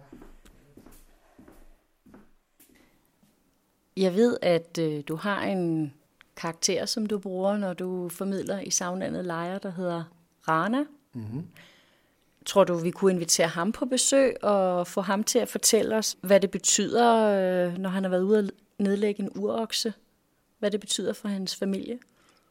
Jeg ved, at øh, du har en karakter, som du bruger, når du formidler i Sagnlandet Lejre, der hedder Rana. Mm-hmm. Tror du, vi kunne invitere ham på besøg og få ham til at fortælle os, hvad det betyder, øh, når han har været ude at nedlægge en urokse? Hvad det betyder for hans familie?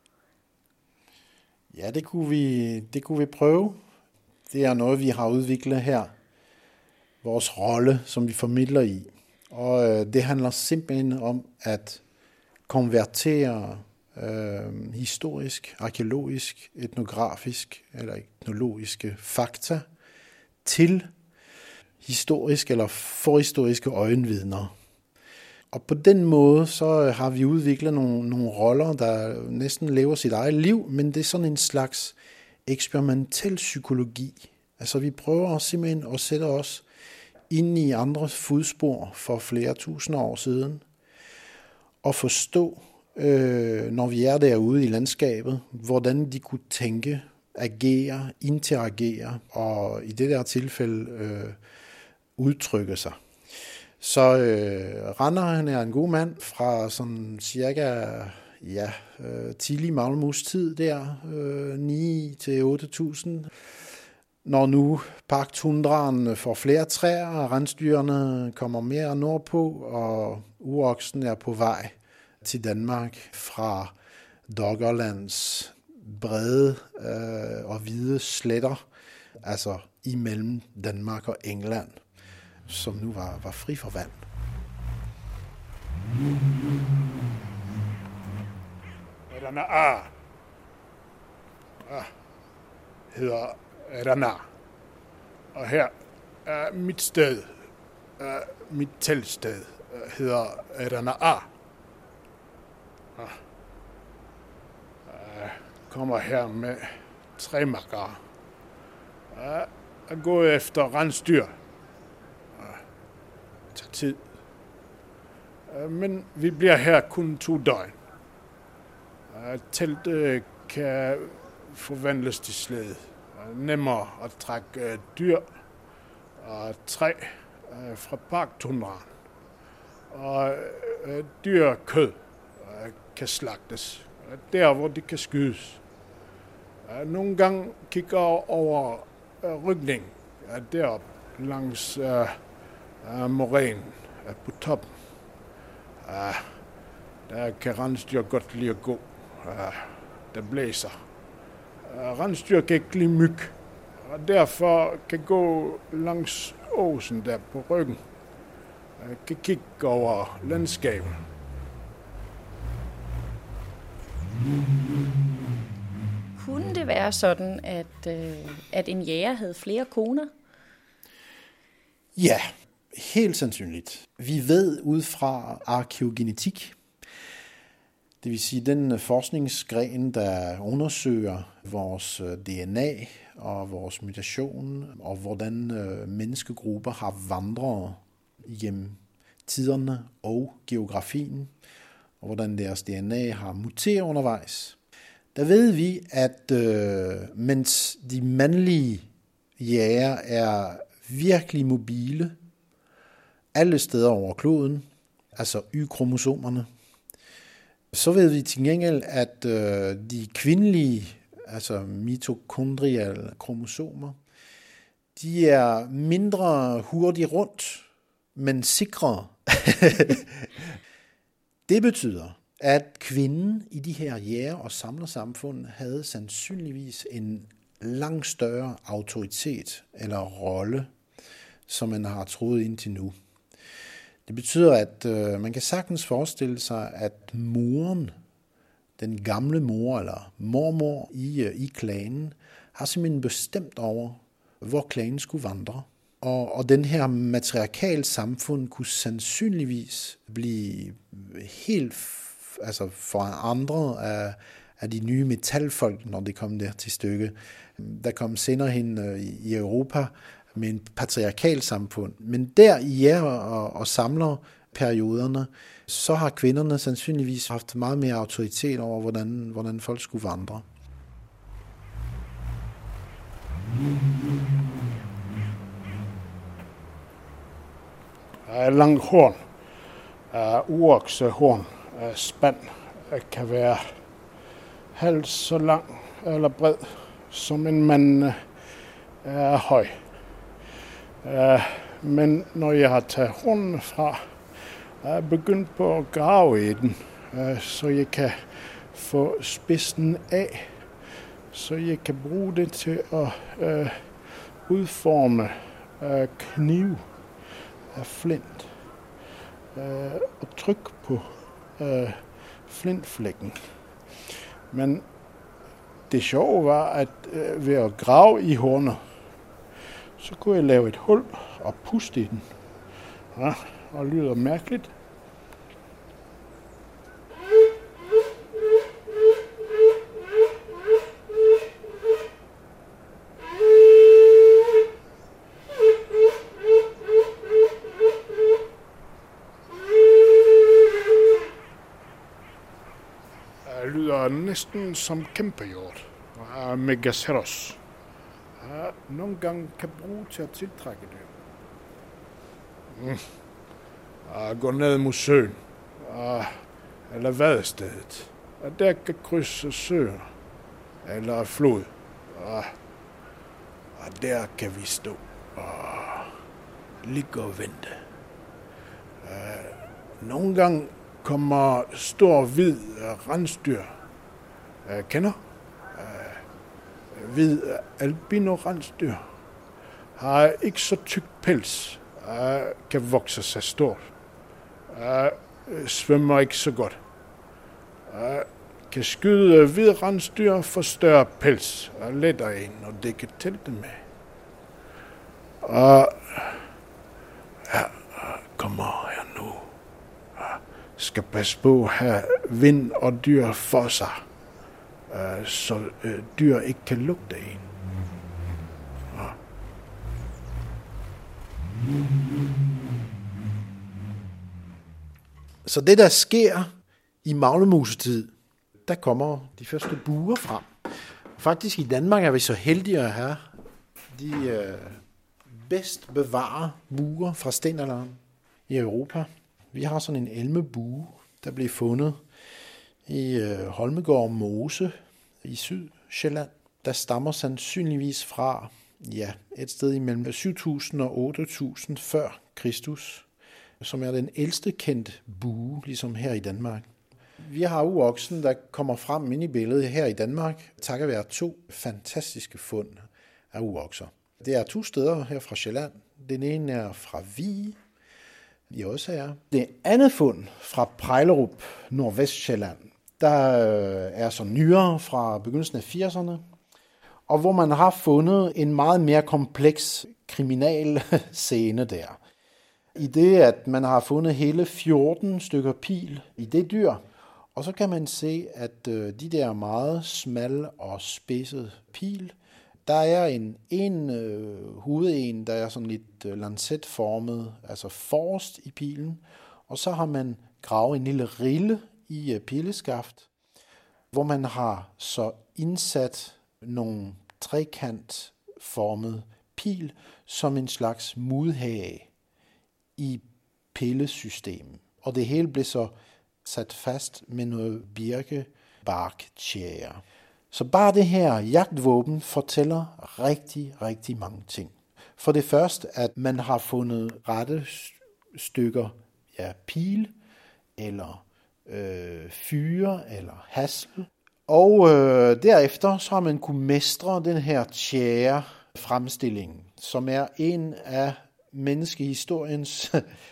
Ja, det kunne vi, det kunne vi prøve. Det er noget, vi har udviklet her. Vores rolle, som vi formidler i. Og øh, det handler simpelthen om at konvertere øh, historisk, arkeologisk, etnografisk eller etnologiske fakta til historiske eller forhistoriske øjenvidner. Og på den måde så har vi udviklet nogle, nogle roller, der næsten lever sit eget liv, men det er sådan en slags eksperimentel psykologi. Altså vi prøver simpelthen at sætte os ind i andres fodspor for flere tusind år siden, og forstå, øh, når vi er derude i landskabet, hvordan de kunne tænke, agere, interagere, og i det der tilfælde øh, udtrykke sig. Så øh, Rana, han er en god mand fra sådan cirka ja, øh, tidlig Maglemose-tid der, øh, ni til otte tusind. Når nu parktundraen får flere træer, og rensdyrene kommer mere nordpå, og uroksen er på vej til Danmark fra Doggerlands brede øh, og hvide sletter, altså imellem Danmark og England, som nu var, var fri for vand. Rana A. Ah, hedder Rana. Og her er mit sted, er mit teltsted, hedder Rana A. Ah. Jeg kommer her med tre makker. Jeg er gået efter rensdyr. Det tager tid. Men vi bliver her kun to døgn. Teltet kan forvandles til slæde. Nemmere at trække dyr og træ fra parktundraen. Og dyrkød kan slagtes der, hvor de kan skydes. Nogle gange kigger over rygning derop langs morænen på toppen. Der kan rensdyr godt lide at gå. Der blæser. Rensdyr kan ikke lide myg, og derfor kan gå langs åsen der på ryggen. Kan kigge over landskabet. Kunne det være sådan, at, øh, at en jæger havde flere koner? Ja, helt sandsynligt. Vi ved ud fra arkeogenetik, det vil sige den forskningsgren, der undersøger vores D N A og vores mutation, og hvordan menneskegrupper har vandret igennem tiderne og geografien, og hvordan deres D N A har muteret undervejs. Der ved vi, at øh, mens de mandlige jæger er virkelig mobile alle steder over kloden, altså Y-kromosomerne, så ved vi til gengæld, at øh, de kvindelige, altså mitokondriale kromosomer, de er mindre hurtigt rundt, men sikre. Det betyder, at kvinden i de her jæger- og samlersamfund havde sandsynligvis en langt større autoritet eller rolle, som man har troet indtil nu. Det betyder, at øh, man kan sagtens forestille sig, at moren, den gamle mor eller mormor i, øh, i klanen, har simpelthen bestemt over, hvor klanen skulle vandre. Og, og den her matriarkale samfund kunne sandsynligvis blive helt f- altså forandret af, af de nye metalfolk, når det kom der til stykke. Der kom senere hen øh, i Europa med en patriarkal samfund. Men der i jæger- og, og samlerperioderne, så har kvinderne sandsynligvis haft meget mere autoritet over, hvordan, hvordan folk skulle vandre. Langt horn, uoksehorn, spand, kan være halvt så lang eller bred, som en mand er høj. Men når jeg har taget hornene fra, er jeg begyndt på at grave i den, så jeg kan få spidsen af, så jeg kan bruge det til at udforme knive af flint og trykke på flintflækken. Men det sjove var, at ved at grave i hornet, så kunne jeg lave et hul og puste i den. Ja, og lyder mærkeligt. Det lyder næsten som kæmpehjort. Megaceros. Nogle gange kan bruge til at tiltrække dyr. Mm. Gå ned mod søen, eller vadestedet. Og der kan krydse søen, eller flod. Og der kan vi stå og ligge og vente. Nogle gange kommer stor hvid rensdyr. Kender? Hvid albino-rensdyr har ikke så tyk pels, kan vokse sig stort, svømmer ikke så godt, kan skyde hvid rensdyr for større pels og lettere en, og det kan telte med. Og ja, kommer her nu. Skal passe på at have vind og dyr for sig, så dyr ikke kan lugte en. Så det, der sker i maglemusetid, der kommer de første buer frem. Faktisk i Danmark er vi så heldige at have de øh, bedst bevarede buer fra stenalderen i Europa. Vi har sådan en elmebue, der blev fundet i øh, Holmegård Mose i Sydsjælland. Der stammer sandsynligvis fra ja, et sted imellem syv tusind og otte tusind før Kristus, som er den ældste kendte bue, ligesom her i Danmark. Vi har uoksen, der kommer frem ind i billedet her i Danmark, takket være to fantastiske fund af uokser. Det er to steder her fra Sjælland. Den ene er fra Vige i Odsherred. Det andet fund fra Prejlerup, Nordvestsjælland, der er så nyere fra begyndelsen af firserne, og hvor man har fundet en meget mere kompleks kriminal scene der. I det, at man har fundet hele fjorten stykker pil i det dyr, og så kan man se, at de der meget smalle og spidse pil, der er en, en øh, hoveden, der er sådan lidt øh, lancetformet, altså forrest i pilen, og så har man gravet en lille rille i øh, pileskaft, hvor man har så indsat nogle trekantformet pil som en slags mudhage i pillesystemet. Og det hele blev så sat fast med noget birkebarktjære. Så bare det her jagtvåben fortæller rigtig, rigtig mange ting. For det første, at man har fundet rette stykker ja, pil, eller øh, fyre, eller hasel. Og øh, derefter så har man kunnet mestre den her tjære fremstilling, som er en af menneskehistoriens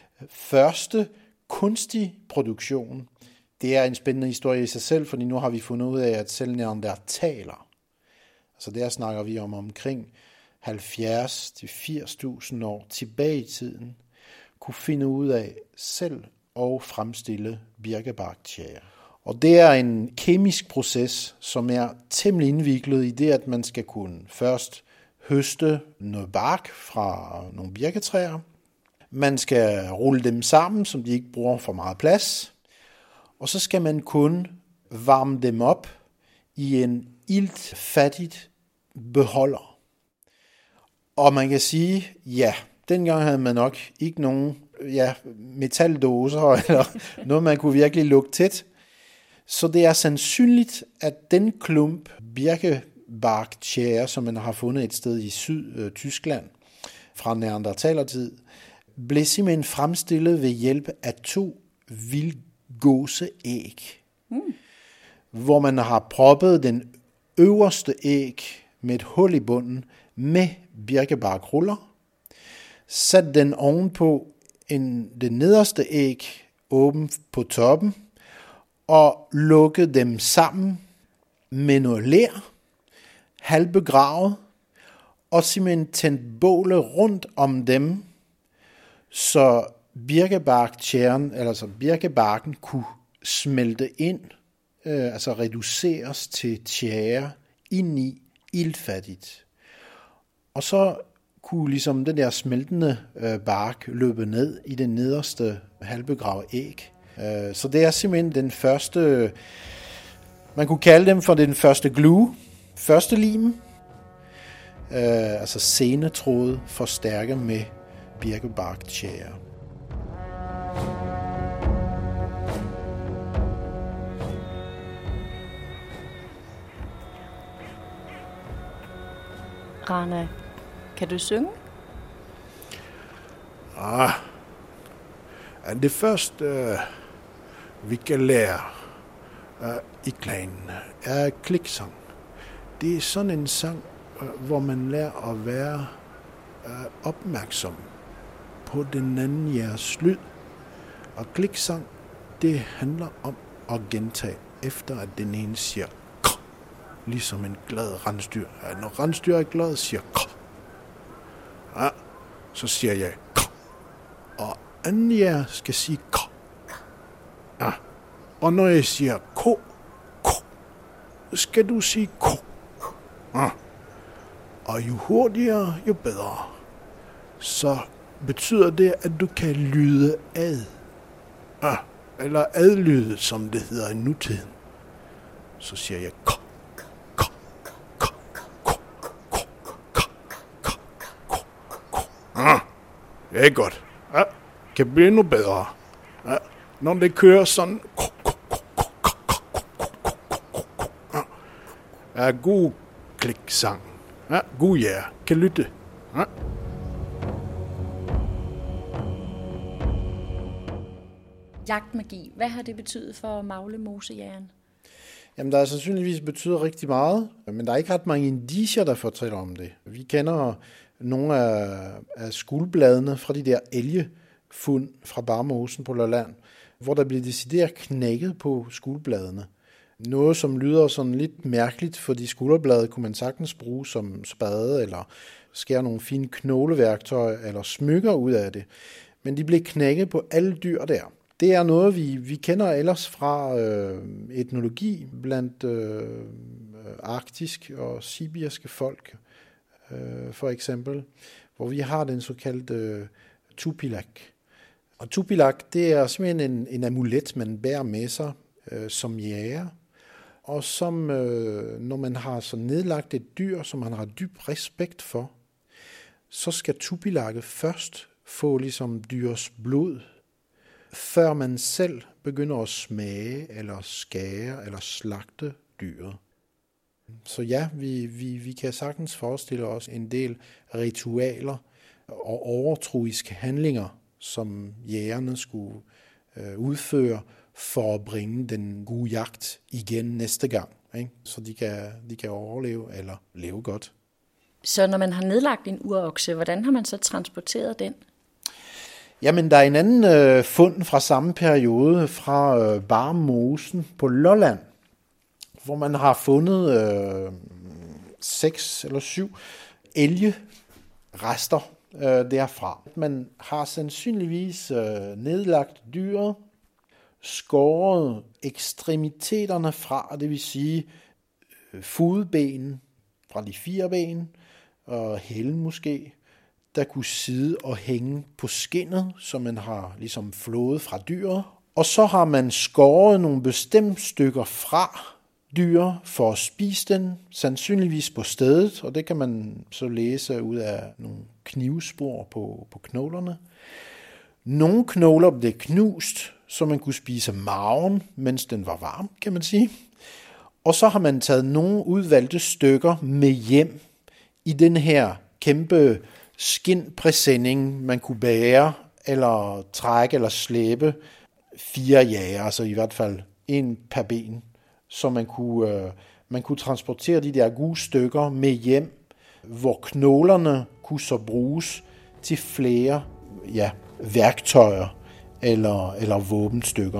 første kunstig produktion. Det er en spændende historie i sig selv, fordi nu har vi fundet ud af, at selv neandertaler, altså der snakker vi om omkring halvfjerds til firs tusind år tilbage i tiden, kunne finde ud af selv at fremstille birkebarktjære. Og det er en kemisk proces, som er temmelig indviklet i det, at man skal kunne først høste noget bark fra nogle birketræer. Man skal rulle dem sammen, så de ikke bruger for meget plads. Og så skal man kun varme dem op i en iltfattigt beholder. Og man kan sige, ja, dengang havde man nok ikke nogen ja, metaldåser eller noget, man kunne virkelig lukke tæt. Så det er sandsynligt, at den klump birkebarktjære, som man har fundet et sted i Syd-Tyskland fra neandertalertid, blev simpelthen fremstillet ved hjælp af to vildgåseæg, mm. hvor man har proppet den øverste æg med et hul i bunden med birkebarkruller, sat den ovenpå en, det nederste æg åben på toppen, og lukket dem sammen med noget ler, halvbegravet, og simpelthen tændt bålet rundt om dem, så birkebarktjæren, altså birkebarken, kunne smelte ind, øh, altså reduceres til tjære ind i iltfattigt. Og så kunne ligesom den der smeltende øh, bark løbe ned i det nederste halvbegravede æg. Øh, så det er simpelthen den første, man kunne kalde dem for den første glue, første lim, øh, altså senetråde forstærket med birkebarktjære. Rana, kan du synge? Ah, det første, uh, vi kan lære uh, i klanen, er kliksang. Det er sådan en sang, uh, hvor man lærer at være uh, opmærksom på den anden jeres lyd. Og kliksang, det handler om at gentage efter, at den ene siger k, ligesom en glad rensdyr. Ja, når rensdyr er glad, siger k. Ja, så siger jeg k. Og anden jer skal sige k. Ja, og når jeg siger k, k, skal du sige k. Ja. Og jo hurtigere, jo bedre. Så betyder det, at du kan lyde ad. Ja, eller adlyde, som det hedder i nutiden. Så siger jeg k, k, k, Det er godt. Ja, kan blive endnu bedre. Ja, når det kører sådan... Ja, god kliksang. Ja, god ja. Kan lytte. Ja. Jagtmagi, hvad har det betydet for Magle Mosejægeren? Jamen, der er sandsynligvis betyder rigtig meget, men der er ikke ret mange indicier, der fortæller om det. Vi kender nogle af, af skuldbladene fra de der elgefund fra Barmosen på Lolland, hvor der bliver decideret knækket på skuldbladene. Noget, som lyder sådan lidt mærkeligt, fordi skulderblade kunne man sagtens bruge som spade, eller skære nogle fine knogleværktøjer, eller smykker ud af det. Men de blev knækket på alle dyr der. Det er noget, vi, vi kender ellers fra øh, etnologi blandt øh, arktisk og sibirske folk, øh, for eksempel, hvor vi har den såkaldte øh, tupilak. Og tupilak, det er simpelthen en, en amulet, man bærer med sig øh, som jæger, og som, øh, når man har så nedlagt et dyr, som man har dyb respekt for, så skal tupilakket først få ligesom dyrs blod, før man selv begynder at smage, eller skære, eller slagte dyret. Så ja, vi, vi, vi kan sagtens forestille os en del ritualer og overtroiske handlinger, som jægerne skulle øh, udføre for at bringe den gode jagt igen næste gang, ikke? Så de kan, de kan overleve eller leve godt. Så når man har nedlagt en urokse, hvordan har man så transporteret den? Jamen, der er en anden øh, fund fra samme periode fra øh, Barmosen på Lolland, hvor man har fundet øh, seks eller syv elgerester øh, derfra. Man har sandsynligvis øh, nedlagt dyret, skåret ekstremiteterne fra, det vil sige øh, fodben fra de fire ben, og hælen måske, der kunne sidde og hænge på skindet, som man har ligesom flået fra dyret. Og så har man skåret nogle bestemte stykker fra dyr for at spise den, sandsynligvis på stedet, og det kan man så læse ud af nogle knivspor på, på knoglerne. Nogle knogler blev knust, så man kunne spise maven, mens den var varm, kan man sige. Og så har man taget nogle udvalgte stykker med hjem i den her kæmpe skindpræsending, man kunne bære, eller trække, eller slæbe fire jager, altså i hvert fald en per ben, så man kunne, øh, man kunne transportere de der gode stykker med hjem, hvor knoglerne kunne så bruges til flere ja, værktøjer eller, eller våbenstykker.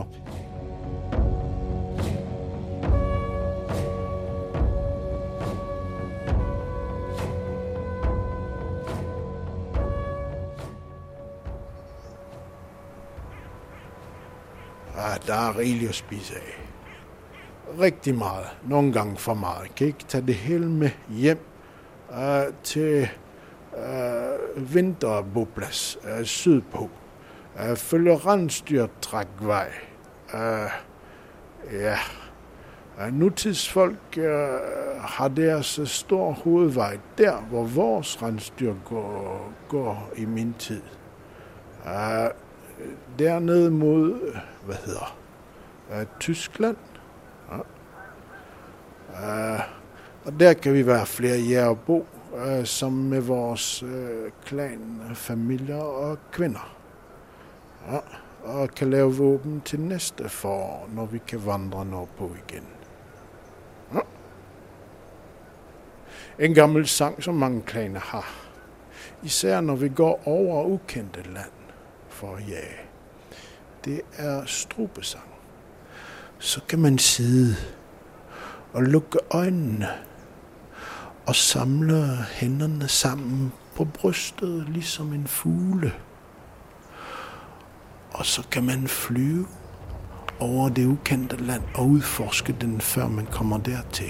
Der er rigeligt at spise af. Rigtig meget. Nogle gange for meget. Jeg kan ikke tage det hele med hjem uh, til uh, vinterboplads uh, sydpå. Uh, følge rensdyrtrækvej. Uh, ja. Uh, nutidsfolk uh, har deres stor hovedvej der, hvor vores rensdyr går, går i min tid. Uh, dernede mod, hvad hedder, uh, Tyskland. Ja. Uh, og der kan vi være flere jæger og bo, uh, som med vores uh, klan, familier og kvinder. Ja. Og kan lave våben til næste forår, når vi kan vandre nordpå igen. Ja. En gammel sang, som mange klaner har. Især når vi går over ukendte land for at jage. Det er strubesang. Så kan man sidde og lukke øjnene og samle hænderne sammen på brystet, ligesom en fugle. Og så kan man flyve over det ukendte land og udforske den, før man kommer dertil.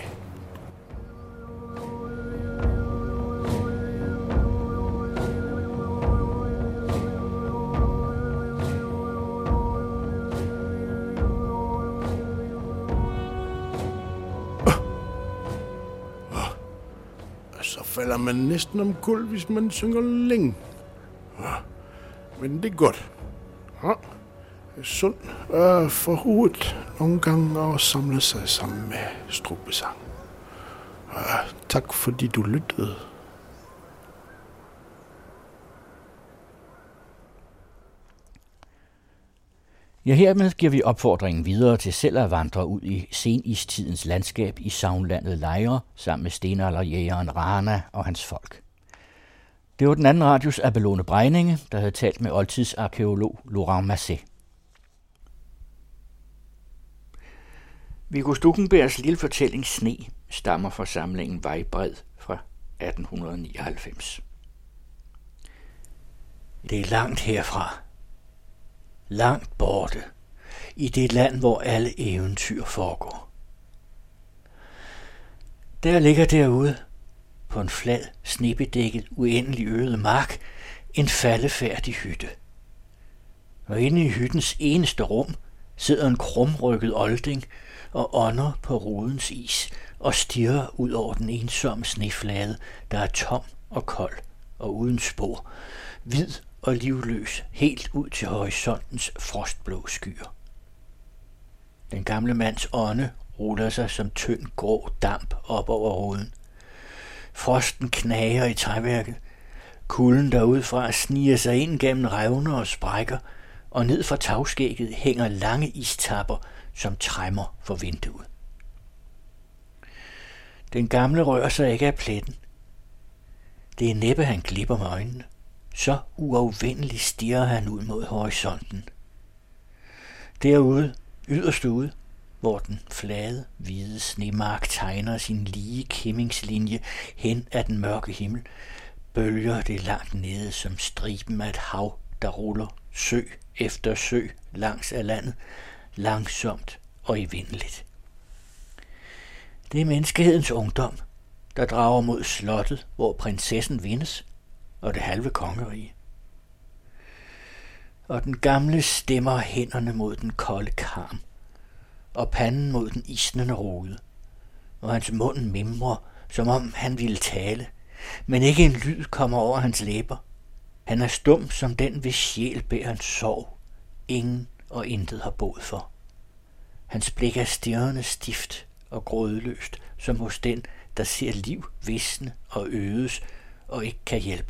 Så falder man næsten omkuld, hvis man synger længe. Men det er godt. Ja. Sund øh, for hovedet nogle gange og samle sig sammen med strubesang. Øh, tak fordi du lyttede. Ja, hermed giver vi opfordringen videre til selv at vandre ud i senistidens landskab i sagnlandet Lejre sammen med stenalderjægeren Rana og hans folk. Det var den anden radios Abelone Breininge, der havde talt med oldtidsarkæolog Laurent Masset. Viggo Stuckenbergs lille fortælling Sne stammer fra samlingen Vejbred fra atten nioghalvfems. Det er langt herfra. Langt borte, i det land, hvor alle eventyr foregår. Der ligger derude, på en flad, snebedækket, uendelig øde mark, en faldefærdig hytte. Og inde i hyttens eneste rum sidder en krumrykket olding og ånder på rodens is og stirrer ud over den ensomme sneflade, der er tom og kold og uden spor, hvid og livløs helt ud til horisontens frostblå skyer. Den gamle mands ånde ruller sig som tynd grå damp op over roden. Frosten knager i træværket. Kulden derudfra sniger sig ind gennem revner og sprækker, og ned fra tagskægget hænger lange istapper som tremmer for vinduet. Den gamle rører sig ikke af pletten. Det er næppe, han glipper med øjnene. Så uafvendeligt stirrer han ud mod horisonten. Derude, yderst ude, hvor den flade, hvide snemark tegner sin lige kæmmingslinje hen ad den mørke himmel, bølger det langt nede som striben af et hav, der ruller sø efter sø langs af landet, langsomt og evindeligt. Det er menneskehedens ungdom, der drager mod slottet, hvor prinsessen vindes, og det halve kongerige. Og den gamle stemmer hænderne mod den kolde karm, og panden mod den isnende rode, og hans mund mimrer, som om han ville tale, men ikke en lyd kommer over hans læber. Han er stum som den, hvis sjæl bærer en sorg, ingen og intet har båd for. Hans blik er stirrende stift og grådløst, som hos den, der ser liv visne og ødes og ikke kan hjælpe.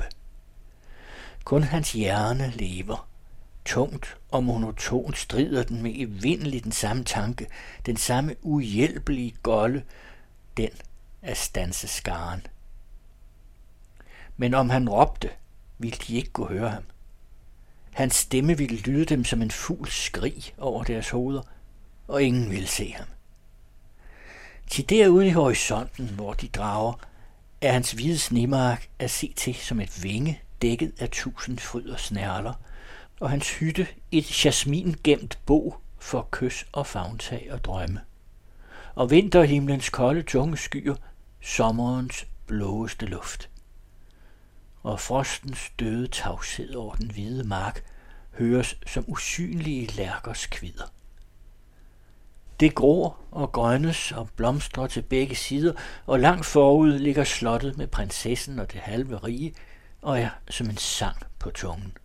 Kun hans hjerne lever. Tungt og monotont strider den med evindeligt den samme tanke, den samme uhjælpelige golde, den af standse skaren. Men om han råbte, ville de ikke kunne høre ham. Hans stemme ville lyde dem som en fugls skrig over deres hoveder, og ingen ville se ham. Til derude i horisonten, hvor de drager, er hans hvide snemark at se til som et vinge dækket af tusind fryd og snærler, og hans hytte et jasmingemt bo for kys og favntag og drømme. Og vinterhimlens kolde tunge skyer, sommerens blåeste luft. Og frostens døde tavshed over den hvide mark høres som usynlige lærkers kvider. Det gror og grønnes og blomstrer til begge sider, og langt forud ligger slottet med prinsessen og det halve rige, og er som en sang på tungen.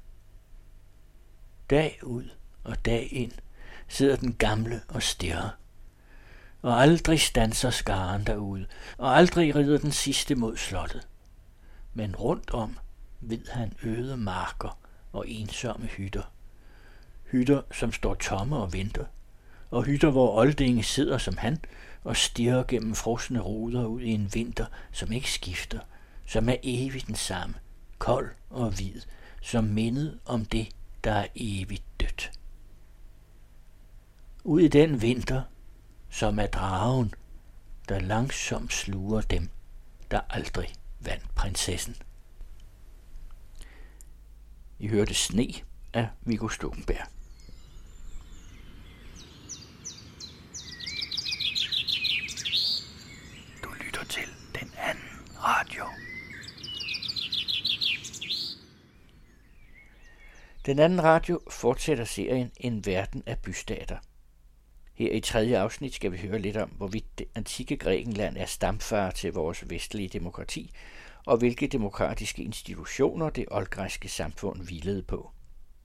Dag ud og dag ind sidder den gamle og stirrer, og aldrig standser skaren derude, og aldrig rider den sidste mod slottet. Men rundt om ved han øde marker og ensomme hytter. Hytter, som står tomme og venter, og hytter, hvor oldinge sidder som han og stirrer gennem frosne ruder ud i en vinter, som ikke skifter, som er evigt den samme, kold og hvid, som mindet om det, der er evigt dødt. Ud i den vinter, som er dragen, der langsomt sluger dem, der aldrig vandt prinsessen. I hørte Sne af Viggo Stuckenberg. Du lytter til den anden radio. Den anden radio fortsætter serien En verden af bystater. Her i tredje afsnit skal vi høre lidt om, hvorvidt det antikke Grækenland er stamfar til vores vestlige demokrati, og hvilke demokratiske institutioner det oldgræske samfund hvilede på.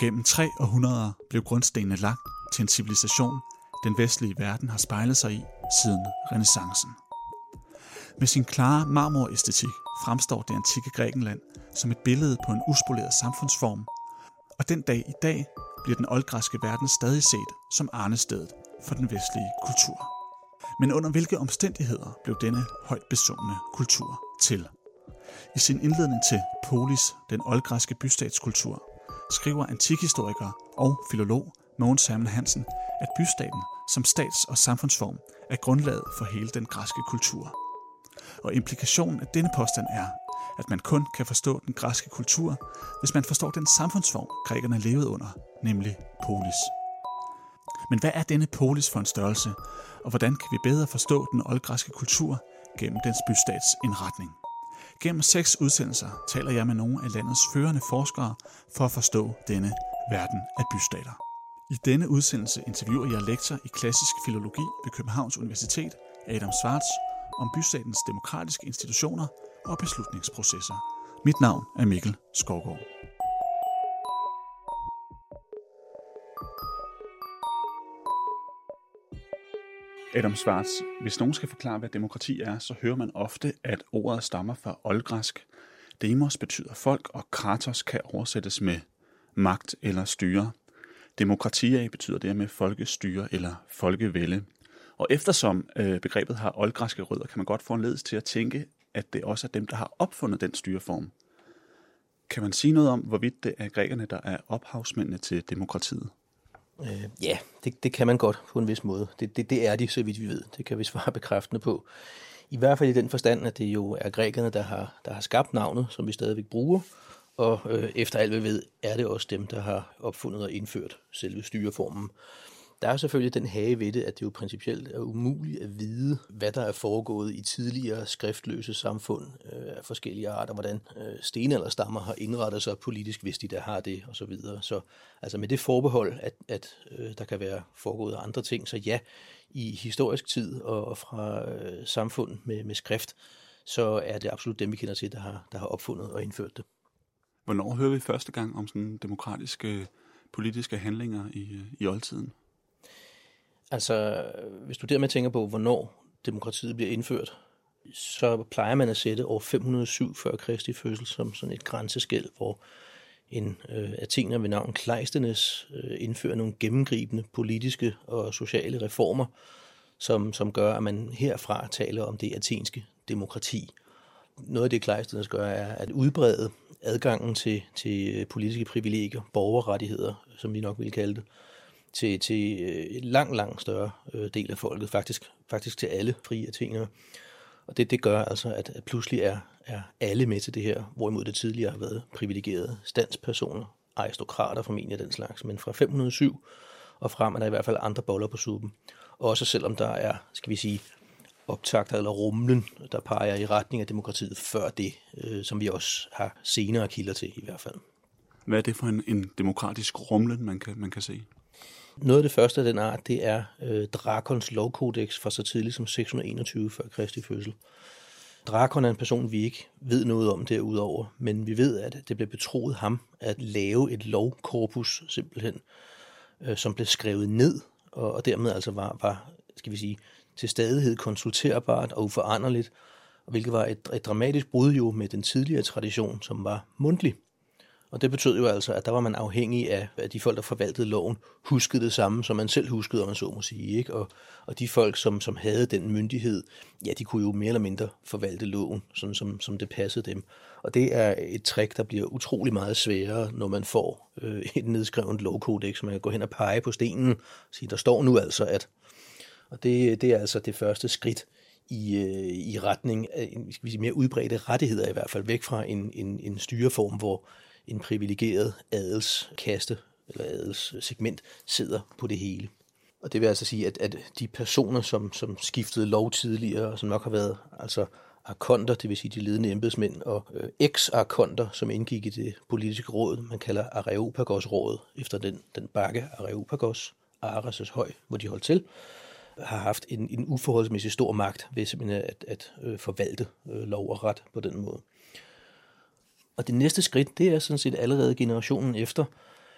Gennem tre århundreder blev grundstenene lagt til en civilisation, den vestlige verden har spejlet sig i siden renæssancen. Med sin klare marmoræstetik fremstår det antikke Grækenland som et billede på en uspoleret samfundsform, og den dag i dag bliver den oldgræske verden stadig set som arnestedet for den vestlige kultur. Men under hvilke omstændigheder blev denne højt besungne kultur til? I sin indledning til Polis, den oldgræske bystatskultur, skriver antikhistoriker og filolog Mogens Hermann Hansen, at bystaten som stats- og samfundsform er grundlaget for hele den græske kultur. Og implikationen af denne påstand er, at man kun kan forstå den græske kultur, hvis man forstår den samfundsform, grækerne levede under, nemlig polis. Men hvad er denne polis for en størrelse, og hvordan kan vi bedre forstå den oldgræske kultur gennem dens bystatsindretning? Gennem seks udsendelser taler jeg med nogle af landets førende forskere for at forstå denne verden af bystater. I denne udsendelse interviewer jeg lektor i klassisk filologi ved Københavns Universitet, Adam Schwartz, om bystatens demokratiske institutioner og beslutningsprocesser. Mit navn er Mikkel Skovgaard. Adam Schwartz, hvis nogen skal forklare, hvad demokrati er, så hører man ofte, at ordet stammer fra oldgræsk. Demos betyder folk, og kratos kan oversættes med magt eller styre. Demokratia betyder dermed folkestyre eller folkevælde. Og eftersom øh, begrebet har oldgræske rødder, kan man godt få en ledelse til at tænke, at det også er dem, der har opfundet den styreform. Kan man sige noget om, hvorvidt det er grækerne, der er ophavsmændene til demokratiet? Øh, ja, det, det kan man godt på en vis måde. Det, det, det er de, så vidt vi ved. Det kan vi svare bekræftende på. I hvert fald i den forstand, at det jo er grækerne, der har, der har skabt navnet, som vi stadigvæk bruger. Og øh, efter alt vi ved, er det også dem, der har opfundet og indført selve styreformen. Der er selvfølgelig den hage ved det, at det jo principielt er umuligt at vide, hvad der er foregået i tidligere skriftløse samfund øh, af forskellige arter, hvordan øh, stenalderstammer har indrettet sig politisk, hvis de der har det, og så videre. Så altså med det forbehold, at, at øh, der kan være foregået andre ting, så ja, i historisk tid og, og fra øh, samfund med, med skrift, så er det absolut dem, vi kender til, der har, der har opfundet og indført det. Hvornår hører vi første gang om sådan demokratiske politiske handlinger i, i oldtiden? Altså, hvis du dermed tænker på, hvornår demokratiet bliver indført, så plejer man at sætte år fem hundrede og syv før Kristi fødsel som sådan et grænseskel, hvor en øh, athener ved navn Kleisthenes øh, indfører nogle gennemgribende politiske og sociale reformer, som, som gør, at man herfra taler om det athenske demokrati. Noget af det, Kleisthenes gør, er at udbrede adgangen til, til politiske privilegier, borgerrettigheder, som vi nok vil kalde det, til, til en lang, lang større del af folket, faktisk, faktisk til alle frie athenere. Og det, det gør altså, at, at pludselig er, er alle med til det her, hvorimod det tidligere har været privilegerede standspersoner, aristokrater formentlig den slags, men fra fem hundrede og syv og frem er der i hvert fald andre boller på suppen. Også selvom der er, skal vi sige, optakter eller rumlen, der peger i retning af demokratiet før det, øh, som vi også har senere kilder til i hvert fald. Hvad er det for en, en demokratisk rumlen, man kan, man kan se? Noget af det første af den art, det er øh, Drakons lovkodex fra så tidligt som seks hundrede og enogtyve før Kristi fødsel. Drakon er en person, vi ikke ved noget om derudover, men vi ved, at det blev betroet ham at lave et lovkorpus simpelthen, øh, som blev skrevet ned, og, og dermed altså var, var, skal vi sige, til stadighed konsulterbart og uforanderligt, hvilket var et, et dramatisk brud jo med den tidligere tradition, som var mundtlig. Og det betød jo altså, at der var man afhængig af, at de folk, der forvaltede loven, huskede det samme, som man selv huskede, om man så må sige. Ikke? Og, og de folk, som, som havde den myndighed, ja, de kunne jo mere eller mindre forvalte loven, sådan som, som det passede dem. Og det er et trick, der bliver utrolig meget sværere, når man får øh, et nedskrevet lovkodex, så man kan gå hen og pege på stenen og sige, der står nu altså, at... Og det, det er altså det første skridt i, øh, i retning af skal vi sige, mere udbredte rettigheder, i hvert fald væk fra en, en, en styreform, hvor en privilegeret adelskaste eller adelssegment sidder på det hele. Og det vil altså sige, at, at de personer, som, som skiftede lov tidligere, som nok har været altså arkonter, det vil sige de ledende embedsmænd, og øh, eks-arkonter, som indgik i det politiske råd, man kalder Areopagos-rådet, efter den, den bakke Areopagos, Ares' høj, hvor de holdt til, har haft en, en uforholdsmæssig stor magt ved simpelthen at, at øh, forvalte øh, lov og ret på den måde. Og det næste skridt, det er sådan set allerede generationen efter,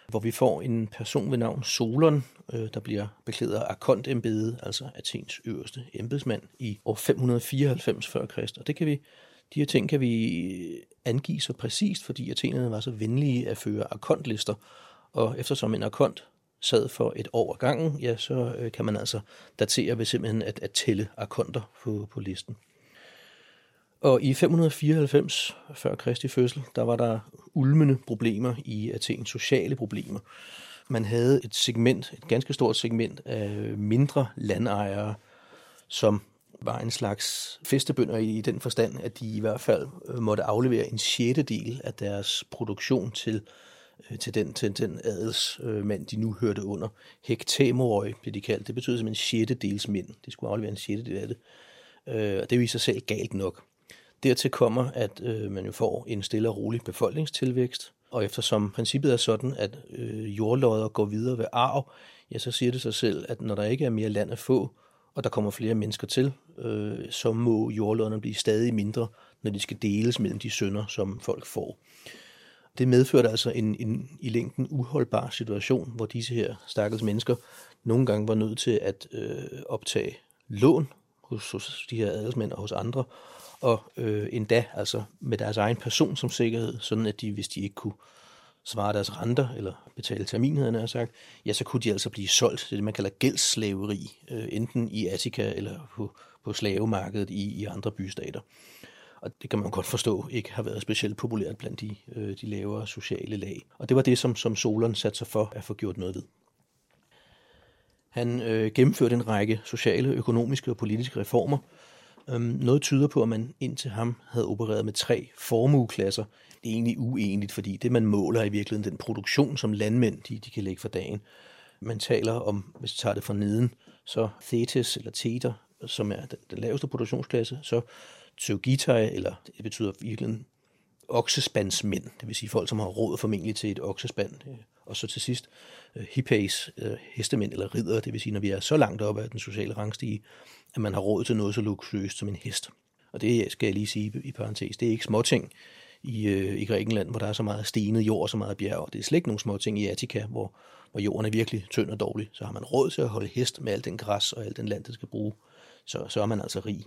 hvor vi får en person ved navn Solon, øh, der bliver beklædt af arkondembede, altså Athens øverste embedsmand, i år fem hundrede fireoghalvfems før Kristus. Og det kan vi, de her ting kan vi angive så præcist, fordi athenerne var så venlige at føre arkondlister, og eftersom en arkond sad for et år ad gangen, ja, så øh, kan man altså datere ved simpelthen at, at tælle arkonder på, på listen. Og i fem hundrede fireoghalvfems før Kristi fødsel, der var der ulmende problemer i Athens, sociale problemer. Man havde et segment, et ganske stort segment af mindre landejere, som var en slags fæstebønder i den forstand, at de i hvert fald måtte aflevere en sjettedel af deres produktion til, til, den, til den adelsmand, de nu hørte under. Hektamoroi blev de kaldt. Det betyder simpelthen sjettedels mænd. De skulle aflevere en sjettedel af det. Og det er jo i sig selv galt nok. Dertil kommer, at øh, man jo får en stille og rolig befolkningstilvækst, og eftersom princippet er sådan, at øh, jordlodder går videre ved arv, ja, så siger det sig selv, at når der ikke er mere land at få, og der kommer flere mennesker til, øh, så må jordlodderne blive stadig mindre, når de skal deles mellem de sønner, som folk får. Det medførte altså en, en i længden uholdbar situation, hvor disse her stakkels mennesker nogle gange var nødt til at øh, optage lån hos, hos de her adelsmænd og hos andre, og øh, endda altså med deres egen person som sikkerhed, sådan at de, hvis de ikke kunne svare deres renter eller betale termin, havde jeg sagt, ja, så kunne de altså blive solgt til det, man kalder gældsslaveri, øh, enten i Attika eller på, på slavemarkedet i, i andre bystater. Og det kan man godt forstå ikke har været specielt populært blandt de, øh, de lavere sociale lag. Og det var det, som, som Solon satte sig for at få gjort noget ved. Han øh, gennemførte en række sociale, økonomiske og politiske reformer. Øhm, noget tyder på, at man indtil ham havde opereret med tre formueklasser. Det er egentlig uenigt, fordi det, man måler er i virkeligheden den produktion, som landmænd de, de kan lægge for dagen. Man taler om, hvis vi tager det fra neden, så thetes eller teter, som er den, den laveste produktionsklasse, så Teugitai, eller det betyder virkelig oksespandsmænd, det vil sige folk, som har råd formentlig til et oksespand. Og så til sidst hippies, hestemænd eller riddere, det vil sige, når vi er så langt oppe af den sociale rangstige, at man har råd til noget så luksuriøst som en hest. Og det skal jeg lige sige i parentes, det er ikke småting i, øh, i Grækenland, hvor der er så meget stenet jord og så meget bjerg. Det er slet ikke nogen småting i Attika, hvor, hvor jorden er virkelig tynd og dårlig. Så har man råd til at holde hest med al den græs og al den land, det skal bruge. Så, så er man altså rig.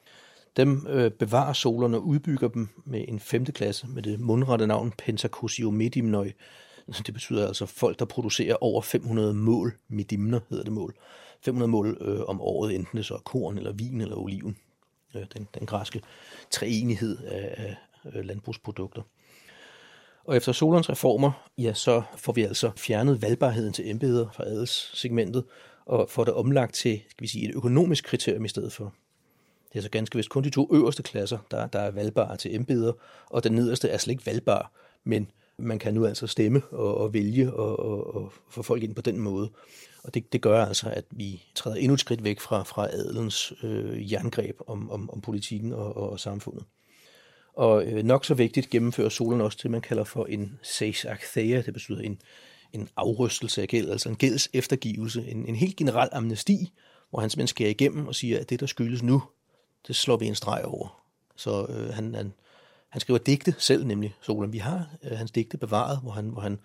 Dem øh, bevarer Solon og udbygger dem med en femte klasse med det mundrette navn Pentakosiomedimnoi. Det betyder altså folk, der producerer over fem hundrede mål, medimner hedder det mål, fem hundrede mål øh, om året, enten det så er korn eller vin eller oliven, øh, den, den græske treenighed af, af landbrugsprodukter. Og efter Solons reformer, ja, så får vi altså fjernet valgbarheden til embeder fra adelssegmentet, og får det omlagt til, skal vi sige, et økonomisk kriterium i stedet for. Det er så ganske vist kun de to øverste klasser, der, der er valgbare til embeder, og den nederste er slet ikke valgbar, men man kan nu altså stemme og, og vælge og, og, og få folk ind på den måde. Og det, det gør altså, at vi træder endnu et skridt væk fra, fra adelens øh, jerngreb om, om, om politikken og, og, og samfundet. Og øh, nok så vigtigt gennemfører Solon også det, man kalder for en seis aktheia, det betyder en, en afrystelse af gæld, altså en gælds eftergivelse, en, en helt generel amnesti, hvor han simpelthen skærer igennem og siger, at det, der skyldes nu, det slår vi en streg over. Så øh, han, han, han skriver digte selv, nemlig Solon. Vi har øh, hans digte bevaret, hvor han, hvor han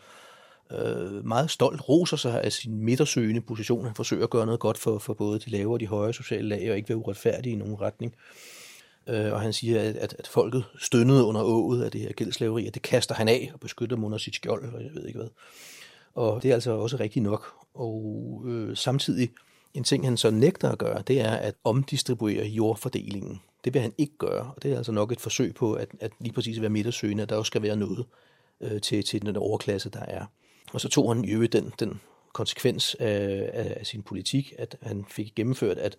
øh, meget stolt roser sig af sin midtersøgende position. Han forsøger at gøre noget godt for, for både de lave og de høje sociale lag, og ikke være uretfærdig i nogen retning. Øh, og han siger, at, at, at folket stønnede under ået af det her gældslaveri, at det kaster han af og beskytter dem under sit skjold, og jeg ved ikke hvad. Og det er altså også rigtigt nok. Og øh, samtidig, en ting, han så nægter at gøre, det er at omdistribuere jordfordelingen. Det vil han ikke gøre, og det er altså nok et forsøg på, at, at lige præcis at være midtersøgende, at der også skal være noget øh, til, til den overklasse, der er. Og så tog han i øvrigt den, den konsekvens af, af, af sin politik, at han fik gennemført, at,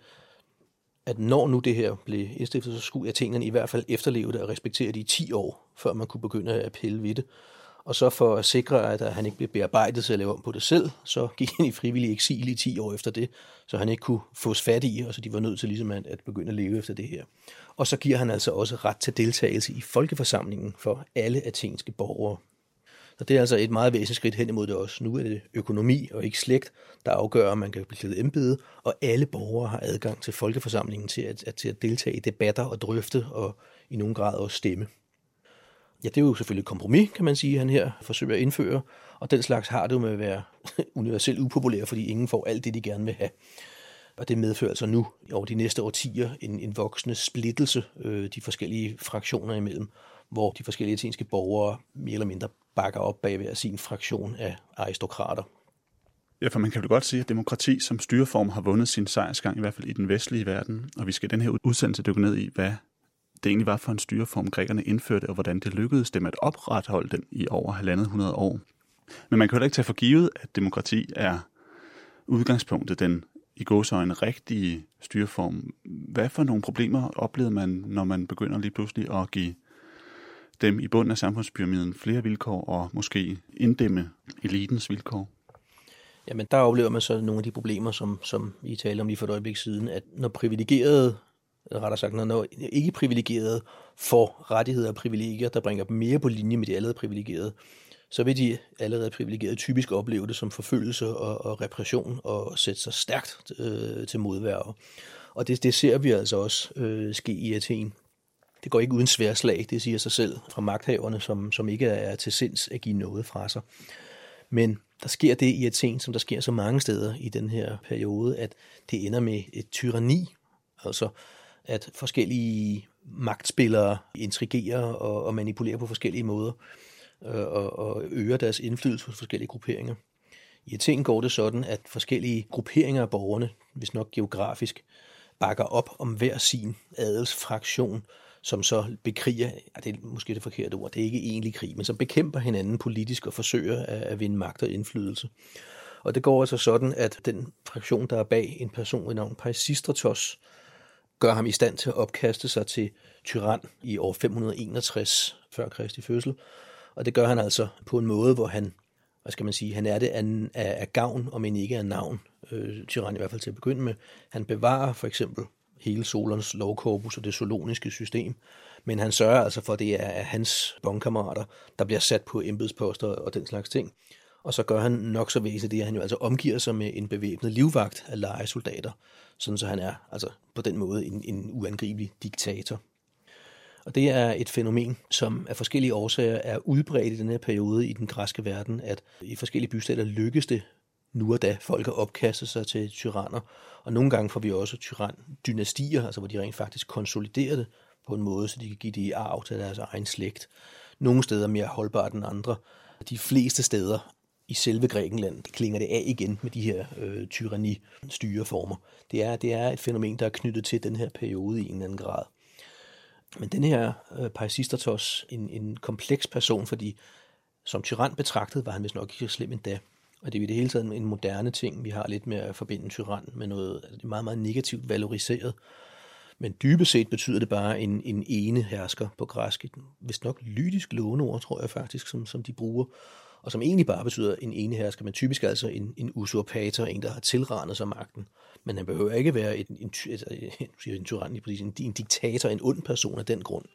at når nu det her blev indstiftet, så skulle athenerne i hvert fald efterleve det og respektere det i ti år, før man kunne begynde at pille ved det. Og så for at sikre, at han ikke blev bearbejdet til at lave om på det selv, så gik han i frivillig eksil i ti år efter det, så han ikke kunne fås fat i, og så de var nødt til ligesom at, at begynde at leve efter det her. Og så giver han altså også ret til deltagelse i folkeforsamlingen for alle athenske borgere. Så det er altså et meget væsentligt skridt hen imod det også. Nu er det økonomi og ikke slægt, der afgør, om man kan blive embede, og alle borgere har adgang til folkeforsamlingen til at, at, til at deltage i debatter og drøfte, og i nogen grad også stemme. Ja, det er jo selvfølgelig et kompromis, kan man sige, han her forsøger at indføre, og den slags har det jo med at være universelt upopulær, fordi ingen får alt det, de gerne vil have. Og det medfører altså nu over de næste årtier en, en voksende splittelse, øh, de forskellige fraktioner imellem, hvor de forskellige athenske borgere mere eller mindre bakker op bag hver sin fraktion af aristokrater. Ja, for man kan vel godt sige, at demokrati som styreform har vundet sin sejrsgang, i hvert fald i den vestlige verden, og vi skal i den her udsendelse dykke ned i, hvad det egentlig var for en styreform, grækerne indførte, og hvordan det lykkedes dem at opretholde den i over halvandet hundrede år. Men man kan heller ikke tage for givet, at demokrati er udgangspunktet, den i gåseøjne rigtige styreform. Hvad for nogle problemer oplevede man, når man begynder lige pludselig at give dem i bunden af samfundspyramiden flere vilkår, og måske inddæmme elitens vilkår? Jamen, der oplever man så nogle af de problemer, som, som I talte om lige for et øjeblik siden, at når privilegerede, eller rettere sagt, når ikke privilegerede får rettigheder og privilegier, der bringer dem mere på linje med de allerede privilegerede, så vil de allerede privilegerede typisk opleve det som forfølgelse og, og repression og sætte sig stærkt øh, til modværge. Og det, det ser vi altså også øh, ske i Athen. Det går ikke uden sværslag, det siger sig selv, fra magthaverne, som, som ikke er til sinds at give noget fra sig. Men der sker det i Athen, som der sker så mange steder i den her periode, at det ender med et tyranni, altså at forskellige magtspillere intrigerer og, og manipulerer på forskellige måder, og, og øger deres indflydelse på forskellige grupperinger. I Athen går det sådan, at forskellige grupperinger af borgerne, hvis nok geografisk, bakker op om hver sin adelsfraktion, som så bekriger, ja, det er måske det forkerte ord, det er ikke egentlig krig, men som bekæmper hinanden politisk og forsøger at, at vinde magt og indflydelse. Og det går altså sådan, at den fraktion, der er bag en person ved navn Peisistratos, gør ham i stand til at opkaste sig til tyran i år fem hundrede enogtres før Kristi fødsel. Og det gør han altså på en måde, hvor han, hvad skal man sige, han er det af, af gavn, og men ikke af navn, øh, tyran i hvert fald til at begynde med. Han bevarer for eksempel hele Solons lovkorpus og det soloniske system, men han sørger altså for, at det er hans bondkammerater, der bliver sat på embedsposter og den slags ting. Og så gør han nok så væsentligt det, at han jo altså omgiver sig med en bevæbnet livvagt af lejesoldater, sådan så han er altså på den måde en, en uangribelig diktator. Og det er et fænomen, som af forskellige årsager er udbredt i den her periode i den græske verden, at i forskellige bystater lykkes det nu og da folk at opkaste sig til tyranner. Og nogle gange får vi også tyrandynastier, altså hvor de rent faktisk konsoliderer det på en måde, så de kan give det i arv til deres egen slægt. Nogle steder mere holdbart end andre. De fleste steder i selve Grækenland klinger det af igen med de her øh, tyranni-styreformer. Det er, det er et fænomen, der er knyttet til den her periode i en eller anden grad. Men den her øh, Peisistratos, en, en kompleks person, fordi som tyran betragtet var han vist nok ikke så slem endda. Og det er i det hele taget en moderne ting. Vi har lidt med at forbinde tyran med noget altså det er meget, meget negativt valoriseret. Men dybest set betyder det bare en, en ene hersker på græsk. Vist nok lydisk låneord, tror jeg faktisk, som, som de bruger. Og som egentlig bare betyder en ene hersker, men typisk altså en, en usurpator, en der har tilranet sig magten. Men han behøver ikke være en, en, en, en, en tyran, en, en diktator, en ond person af den grund.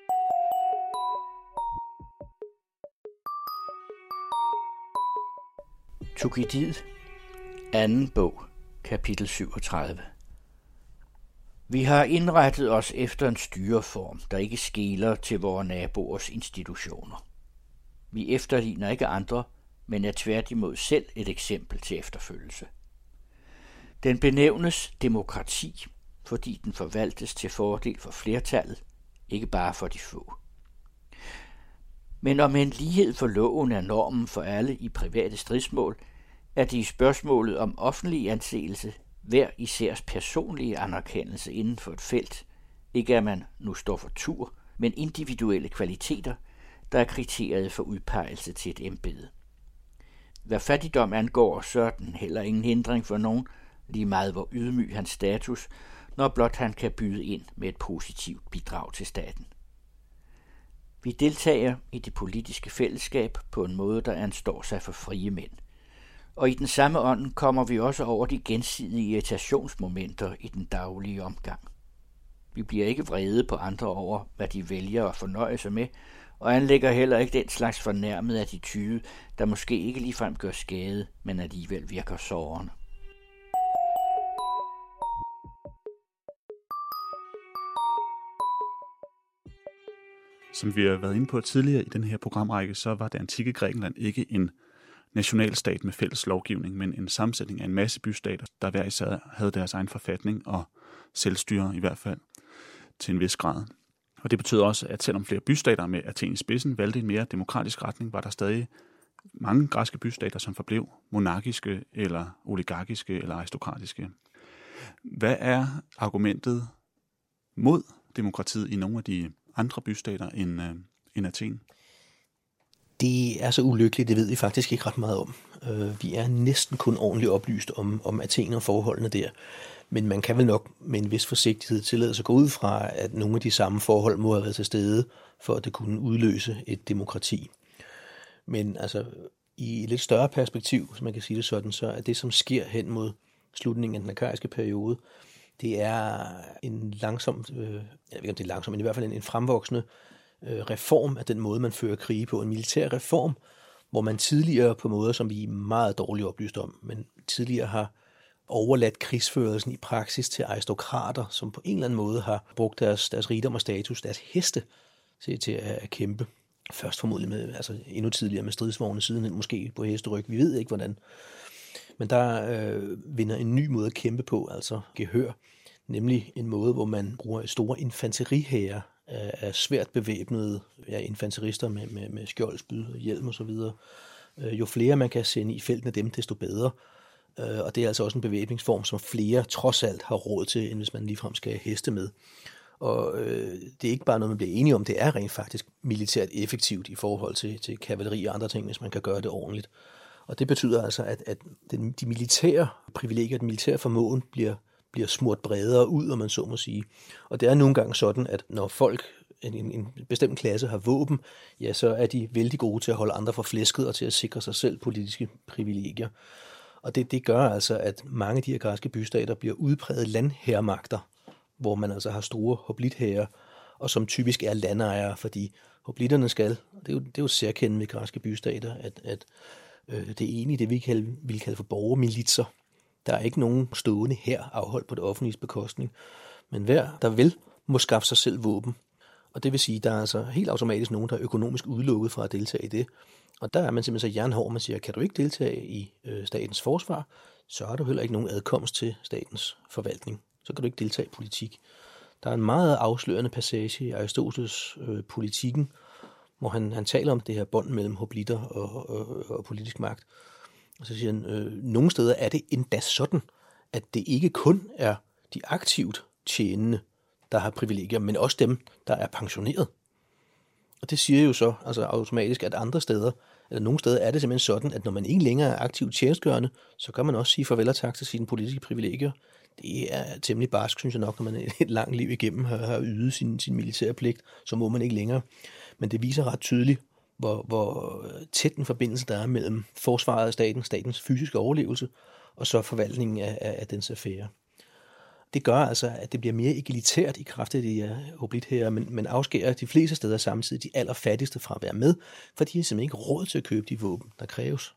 Thukydid, anden bog, kapitel syvogtredive. Vi har indrettet os efter en styreform, der ikke skeler til vores naboers institutioner. Vi efterligner ikke andre, men er tværtimod selv et eksempel til efterfølgelse. Den benævnes demokrati, fordi den forvaltes til fordel for flertallet, ikke bare for de få. Men om en lighed for loven er normen for alle i private stridsmål, er det i spørgsmålet om offentlig anseelse hver isærs personlige anerkendelse inden for et felt, ikke at man nu står for tur, men individuelle kvaliteter, der er kriteriet for udpegelse til et embede. Hvad fattigdom angår, så er den heller ingen hindring for nogen, lige meget hvor ydmyg hans status, når blot han kan byde ind med et positivt bidrag til staten. Vi deltager i det politiske fællesskab på en måde, der anstår sig for frie mænd. Og i den samme ånd kommer vi også over de gensidige irritationsmomenter i den daglige omgang. Vi bliver ikke vrede på andre over, hvad de vælger at fornøje sig med, og anlægger heller ikke den slags fornærmet attitude, der måske ikke ligefrem gør skade, men alligevel virker sårende. Som vi har været inde på tidligere i den her programrække, så var det antikke Grækenland ikke en nationalstat med fælles lovgivning, men en sammensætning af en masse bystater, der hver især havde deres egen forfatning og selvstyre i hvert fald til en vis grad. Og det betød også, at selvom flere bystater med Athen i spidsen valgte en mere demokratisk retning, var der stadig mange græske bystater, som forblev monarkiske eller oligarkiske eller aristokratiske. Hvad er argumentet mod demokratiet i nogle af de andre bystater end, øh, end Athen? Det er så ulykkeligt, det ved vi faktisk ikke ret meget om. Vi er næsten kun ordentligt oplyst om, om Athen og forholdene der. Men man kan vel nok med en vis forsigtighed tillade sig at gå ud fra, at nogle af de samme forhold må have været til stede, for at det kunne udløse et demokrati. Men altså, i et lidt større perspektiv, hvis man kan sige det sådan, så er det, som sker hen mod slutningen af den arkaiske periode, det er en langsom, øh, jeg ved ikke om det er langsom, men i hvert fald en, en fremvoksende øh, reform af den måde, man fører krige på. En militær reform, hvor man tidligere på måder, som vi er meget dårligt oplyst om, men tidligere har overladt krigsførelsen i praksis til aristokrater, som på en eller anden måde har brugt deres, deres rigdom og status, deres heste, til, til at kæmpe. Først formodentlig med, altså endnu tidligere med stridsvogne, sidenhen måske på hesteryg. Vi ved ikke, hvordan. Men der øh, vinder en ny måde at kæmpe på, altså gehør. Nemlig en måde, hvor man bruger store infanterihære af, af svært bevæbnede ja, infanterister med, med, med skjold, spyd, hjelm og så videre. Øh, jo flere man kan sende i felten af dem, desto bedre. Øh, og det er altså også en bevæbningsform, som flere trods alt har råd til, end hvis man ligefrem skal have heste med. Og øh, det er ikke bare noget, man bliver enige om, det er rent faktisk militært effektivt i forhold til, til kavaleri og andre ting, hvis man kan gøre det ordentligt. Og det betyder altså, at, at den, de militære privilegier, den militære formåen bliver, bliver smurt bredere ud, om man så må sige. Og det er nogle gange sådan, at når folk, en, en bestemt klasse har våben, ja, så er de vældig gode til at holde andre for flæsket og til at sikre sig selv politiske privilegier. Og det, det gør altså, at mange af de her græske bystater bliver udpræget landhærmagter, hvor man altså har store hoplithære, og som typisk er landejere, fordi hoplitterne skal, det er jo, det er jo særkendende ved græske bystater, at, at øh, det er egentlig det, vi kalde, vil kalde for borgermilitser. Der er ikke nogen stående hær afholdt på det offentliges bekostning, men hver, der vil, må skaffe sig selv våben. Og det vil sige, der er altså helt automatisk nogen, der er økonomisk udelukket fra at deltage i det. Og der er man simpelthen så jernhård, man siger, kan du ikke deltage i øh, statens forsvar, så er der heller ikke nogen adkomst til statens forvaltning. Så kan du ikke deltage i politik. Der er en meget afslørende passage i Aristoteles øh, Politikken, hvor han, han taler om det her bånd mellem hoplitter og, og, og politisk magt. Og så siger han, øh, nogle steder er det endda sådan, at det ikke kun er de aktivt tjenende, der har privilegier, men også dem, der er pensioneret. Og det siger jo så altså automatisk, at andre steder, eller nogle steder er det simpelthen sådan, at når man ikke længere er aktivt tjenestgørende, så kan man også sige farvel og tak til sine politiske privilegier. Det er temmelig barsk, synes jeg nok, når man et langt liv igennem har, har ydet sin, sin militære pligt, så må man ikke længere. Men det viser ret tydeligt, hvor, hvor tæt en forbindelse der er mellem forsvaret af staten, statens fysiske overlevelse, og så forvaltningen af, af, af dens affære. Det gør altså, at det bliver mere egalitært i kraft af de her hoplithære, men, men afskærer de fleste steder samtidig de allerfattigste fra at være med, for de har simpelthen ikke råd til at købe de våben, der kræves.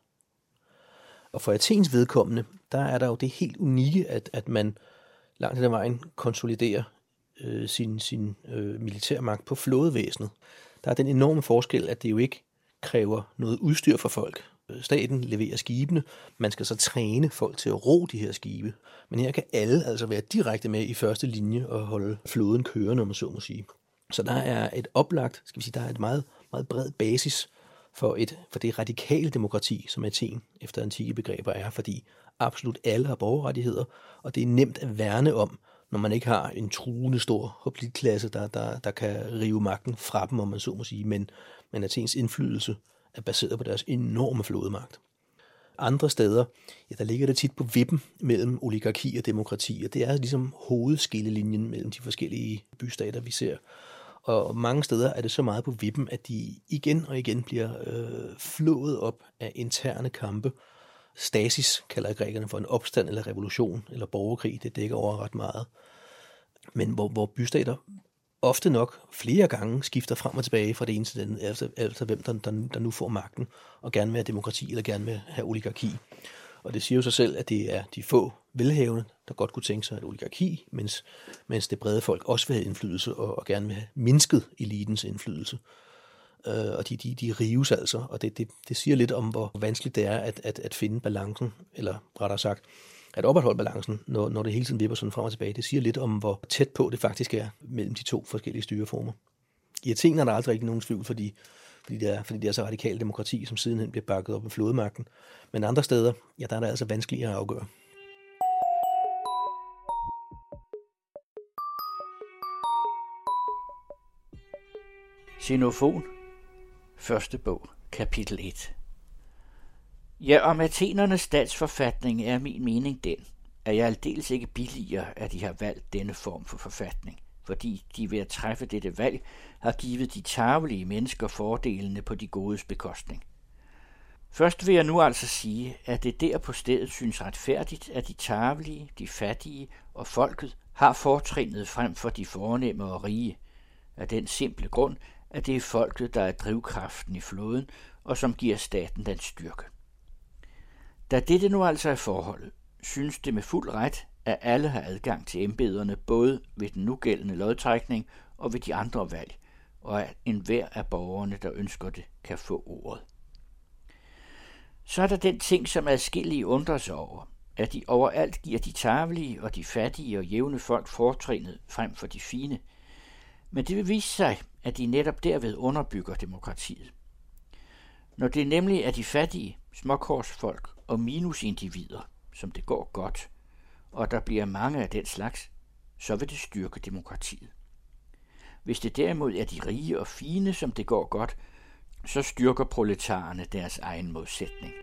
Og for Athens vedkommende, der er der jo det helt unikke, at, at man langt hen ad vejen konsoliderer øh, sin, sin øh, militærmagt på flådevæsenet. Der er den enorme forskel, at det jo ikke kræver noget udstyr for folk. Staten leverer skibene, man skal så træne folk til at ro de her skibe. Men her kan alle altså være direkte med i første linje og holde flåden kørende, om man så må sige. Så der er et oplagt, skal vi sige, der er et meget, meget bred basis for, et, for det radikale demokrati, som Athen efter antikke begreber er, fordi absolut alle har borgerrettigheder, og det er nemt at værne om, når man ikke har en truende stor hoplitklasse, der, der, der kan rive magten fra dem, om man så må sige, men, men Athens indflydelse er baseret på deres enorme flådemagt. Andre steder, ja, der ligger det tit på vippen mellem oligarki og demokrati, og det er ligesom hovedskillelinjen mellem de forskellige bystater, vi ser. Og mange steder er det så meget på vippen, at de igen og igen bliver øh, flået op af interne kampe. Stasis kalder grækerne for en opstand eller revolution eller borgerkrig, det dækker over ret meget. Men hvor, hvor bystater ofte nok flere gange skifter frem og tilbage fra det ene til den anden, altså, altså hvem der, der, der nu får magten, og gerne vil have demokrati eller gerne vil have oligarki. Og det siger jo sig selv, at det er de få velhavende, der godt kunne tænke sig et oligarki, mens, mens det brede folk også vil have indflydelse og, og gerne vil have mindsket elitens indflydelse. Uh, og de, de, de rives altså, og det, det, det siger lidt om, hvor vanskeligt det er at, at, at finde balancen, eller rettere sagt, at opretholde balancen, når, når det hele tiden vipper sådan frem og tilbage. Det siger lidt om, hvor tæt på det faktisk er mellem de to forskellige styreformer. I Athen er der aldrig rigtig nogen tvivl, fordi, fordi, det er, fordi det er så radikalt demokrati, som sidenhen bliver bakket op af flådemagten. Men andre steder, ja, der er det altså vanskeligere at afgøre. Xenofon, første bog, kapitel et. Ja, om athenernes statsforfatning er min mening den, at jeg aldeles ikke billiger, at de har valgt denne form for forfatning, fordi de ved at træffe dette valg har givet de tarvelige mennesker fordelene på de godes bekostning. Først vil jeg nu altså sige, at det der på stedet synes retfærdigt, at de tarvelige, de fattige og folket har fortrinet frem for de fornemme og rige, af den simple grund, at det er folket, der er drivkraften i flåden, og som giver staten den styrke. Da dette nu altså er forholdet, synes det med fuld ret, at alle har adgang til embederne både ved den nugældende lodtrækning og ved de andre valg, og at enhver af borgerne, der ønsker det, kan få ordet. Så er der den ting, som adskillige undrer sig over, at de overalt giver de tarvelige og de fattige og jævne folk fortrinet frem for de fine, men det vil vise sig, at de netop derved underbygger demokratiet. Når det nemlig er de fattige, småkorsfolk og minusindivider, som det går godt, og der bliver mange af den slags, så vil det styrke demokratiet. Hvis det derimod er de rige og fine, som det går godt, så styrker proletarerne deres egen modsætning.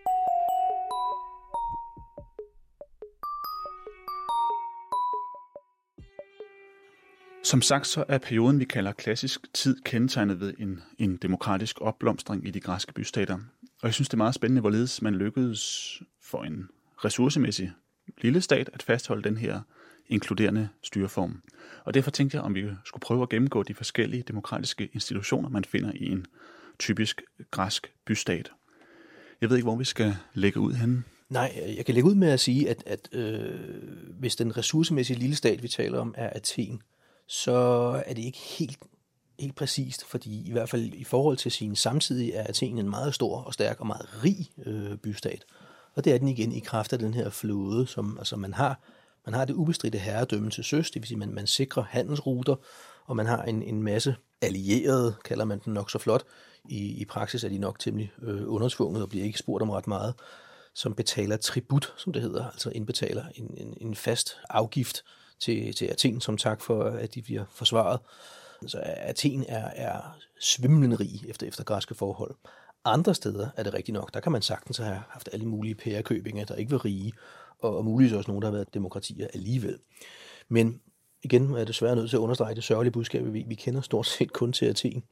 Som sagt, så er perioden, vi kalder klassisk tid, kendetegnet ved en, en demokratisk opblomstring i de græske bystater. Og jeg synes, det er meget spændende, hvorledes man lykkedes for en ressourcemæssig lille stat at fastholde den her inkluderende styreform. Og derfor tænkte jeg, om vi skulle prøve at gennemgå de forskellige demokratiske institutioner, man finder i en typisk græsk bystat. Jeg ved ikke, hvor vi skal lægge ud henne. Nej, jeg kan lægge ud med at sige, at, at øh, hvis den ressourcemæssige lille stat, vi taler om, er Athen, så er det ikke helt, helt præcist, fordi i hvert fald i forhold til sin samtidige er Athen en meget stor og stærk og meget rig øh, bystat. Og det er den igen i kraft af den her flåde, som altså man har. Man har det ubestridte herredømme til søs, det vil sige, at man, man sikrer handelsruter, og man har en, en masse allierede, kalder man den nok så flot. I, i praksis er de nok temmelig øh, undertvunget og bliver ikke spurgt om ret meget, som betaler tribut, som det hedder, altså indbetaler en, en, en fast afgift til, til Athen som tak for, at de bliver forsvaret. Så Athen er, er svimlende rig efter, efter græske forhold. Andre steder er det rigtigt nok. Der kan man sagtens have haft alle mulige pærekøbinger, der ikke var rige, og, og muligvis også nogle, der har været demokratier alligevel. Men igen er jeg desværre nødt til at understrege det sørgelige budskab, vi, vi kender stort set kun til Athen.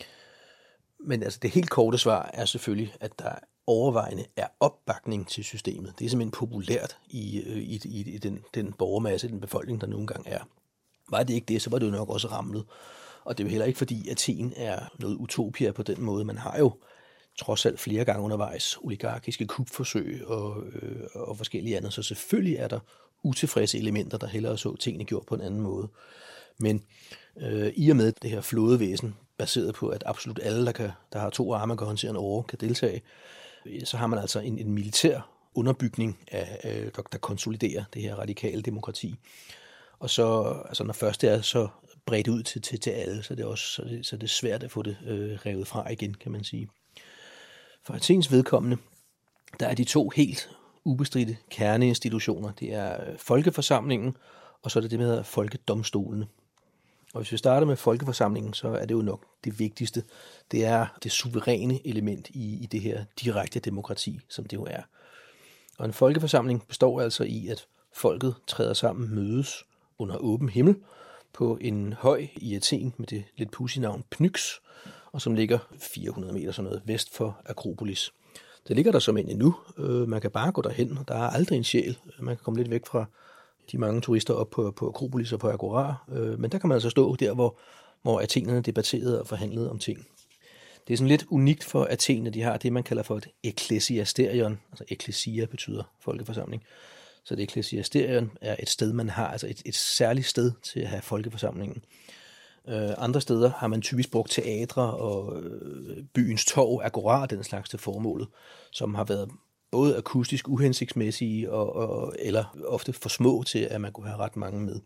Men altså det helt korte svar er selvfølgelig, at der overvejende er opbakning til systemet. Det er simpelthen populært i, i, i, i den, den borgermasse, den befolkning, der nu engang er. Var det ikke det, så var det jo nok også ramlet. Og det er jo heller ikke, fordi Athen er noget utopia på den måde. Man har jo trods alt flere gange undervejs oligarkiske kupforsøg og, øh, og forskellige andre. Så selvfølgelig er der utilfredse elementer, der hellere så tingene gjort på en anden måde. Men øh, i og med det her flådevæsen, baseret på, at absolut alle, der, kan, der har to arme og kan håndtere en åre, kan deltage, så har man altså en, en militær underbygning, af, øh, der, der konsoliderer det her radikale demokrati. Og så, altså når først det er så bredt ud til, til, til alle, så er det også så det, så det er svært at få det øh, revet fra igen, kan man sige. For Athens vedkommende, der er de to helt ubestridte kerneinstitutioner. Det er folkeforsamlingen, og så er det det, der hedder folkedomstolene. Og hvis vi starter med folkeforsamlingen, så er det jo nok det vigtigste. Det er det suveræne element i, i det her direkte demokrati, som det jo er. Og en folkeforsamling består altså i, at folket træder sammen, mødes under åben himmel på en høj i Athen med det lidt pudsige navn Pnyx, og som ligger fire hundrede meter sådan noget vest for Akropolis. Det ligger der som end endnu. Man kan bare gå derhen, og der er aldrig en sjæl. Man kan komme lidt væk fra de mange turister op på, på Akropolis og på Agora, men der kan man altså stå der, hvor, hvor athenerne debatterede og forhandlede om ting. Det er sådan lidt unikt for Athen, at de har det, man kalder for et ecclesiasterion, altså ecclesia betyder folkeforsamling, Så det ecclesiasterion er et sted, man har, altså et, et særligt sted til at have folkeforsamlingen. Øh, andre steder har man typisk brugt teatre og øh, byens torv, agora, den slags til formålet, som har været både akustisk uhensigtsmæssige og, og, eller ofte for små til, at man kunne have ret mange med.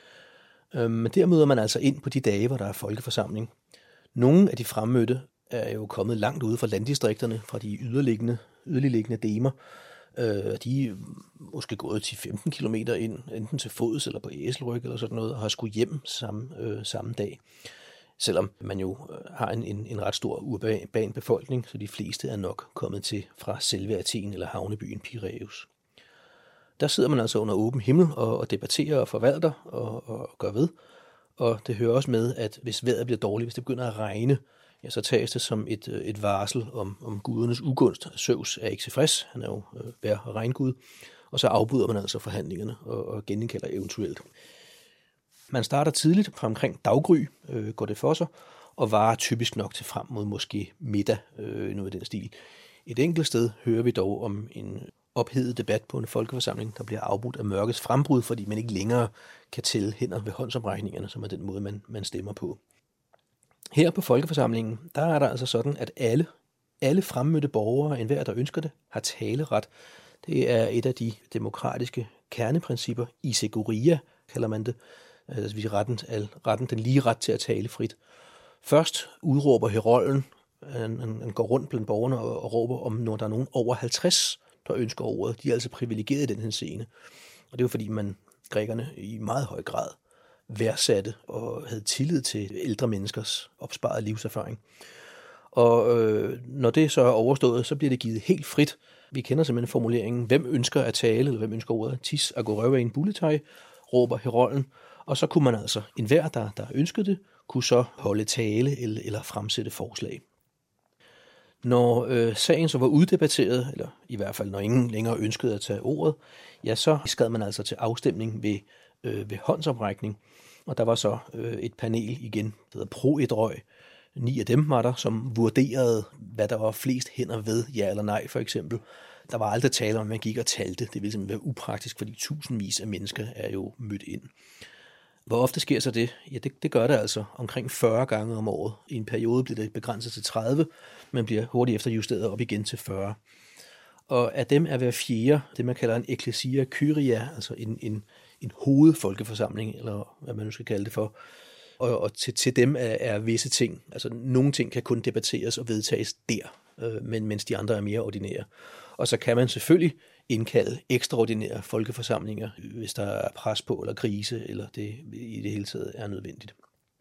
Øh, men der møder man altså ind på de dage, hvor der er folkeforsamling. Nogle af de fremmødte er jo kommet langt ude fra landdistrikterne, fra de yderliggende, yderliggende demer. Øh, de er måske gået til femten kilometer ind, enten til fods eller på æselryg eller sådan noget, og har skulle hjem samme, øh, samme dag. Selvom man jo har en, en, en ret stor urban befolkning, så de fleste er nok kommet til fra selve Athen eller havnebyen Piræus. Der sidder man altså under åben himmel og, og debatterer og forvalter og, og gør ved. Og det hører også med, at hvis vejret bliver dårligt, hvis det begynder at regne, ja, så tages det som et, et varsel om, om gudernes ugunst. Zeus er ikke tilfreds, han er jo øh, vejr- og regngud, og så afbryder man altså forhandlingerne og, og genindkalder eventuelt. Man starter tidligt, fra omkring daggry øh, går det for sig, og varer typisk nok til frem mod måske middag, øh, noget i den stil. Et enkelt sted hører vi dog om en ophedet debat på en folkeforsamling, der bliver afbrudt af mørkets frembrud, fordi man ikke længere kan tælle hænder ved håndsoprækningerne, som er den måde, man, man stemmer på. Her på folkeforsamlingen, der er der altså sådan, at alle, alle fremmødte borgere, enhver der ønsker det, har taleret. Det er et af de demokratiske kerneprincipper, isegoria kalder man det, altså vi retten, retten, den lige ret til at tale frit. Først udråber herolden, han, han går rundt blandt borgerne og, og råber, om når der er nogen over halvtreds, der ønsker ordet. De er altså privilegerede i den her scene. Og det er jo fordi, man grækerne i meget høj grad værdsatte og havde tillid til ældre menneskers opsparede livserfaring. Og øh, når det så er overstået, så bliver det givet helt frit. Vi kender simpelthen formuleringen, hvem ønsker at tale, eller hvem ønsker ordet, tis agorøvein bulletai, råber herolden. Og så kunne man altså, enhver der, der ønskede det, kunne så holde tale eller, eller fremsætte forslag. Når øh, sagen så var uddebatteret, eller i hvert fald når ingen længere ønskede at tage ordet, ja, så skred man altså til afstemning ved, øh, ved håndsoprækning. Og der var så øh, et panel igen, der hedder pro-et-røg. Ni af dem var der, som vurderede, hvad der var flest hænder ved, ja eller nej for eksempel. Der var aldrig tale om, at man gik og talte. Det ville simpelthen være upraktisk, fordi tusindvis af mennesker er jo mødt ind. Hvor ofte sker så det? Ja, det, det gør det altså omkring fyrre gange om året. I en periode bliver det begrænset til tredive, men bliver hurtigt efter justeret op igen til fyrre. Og af dem er hver fjerde, det man kalder en ecclesia kyria, altså en, en, en hovedfolkeforsamling, eller hvad man nu skal kalde det for. Og, og til, til dem er, er visse ting, altså nogle ting kan kun debatteres og vedtages der, øh, men mens de andre er mere ordinære. Og så kan man selvfølgelig indkalde ekstraordinære folkeforsamlinger, hvis der er pres på eller krise, eller det i det hele taget er nødvendigt.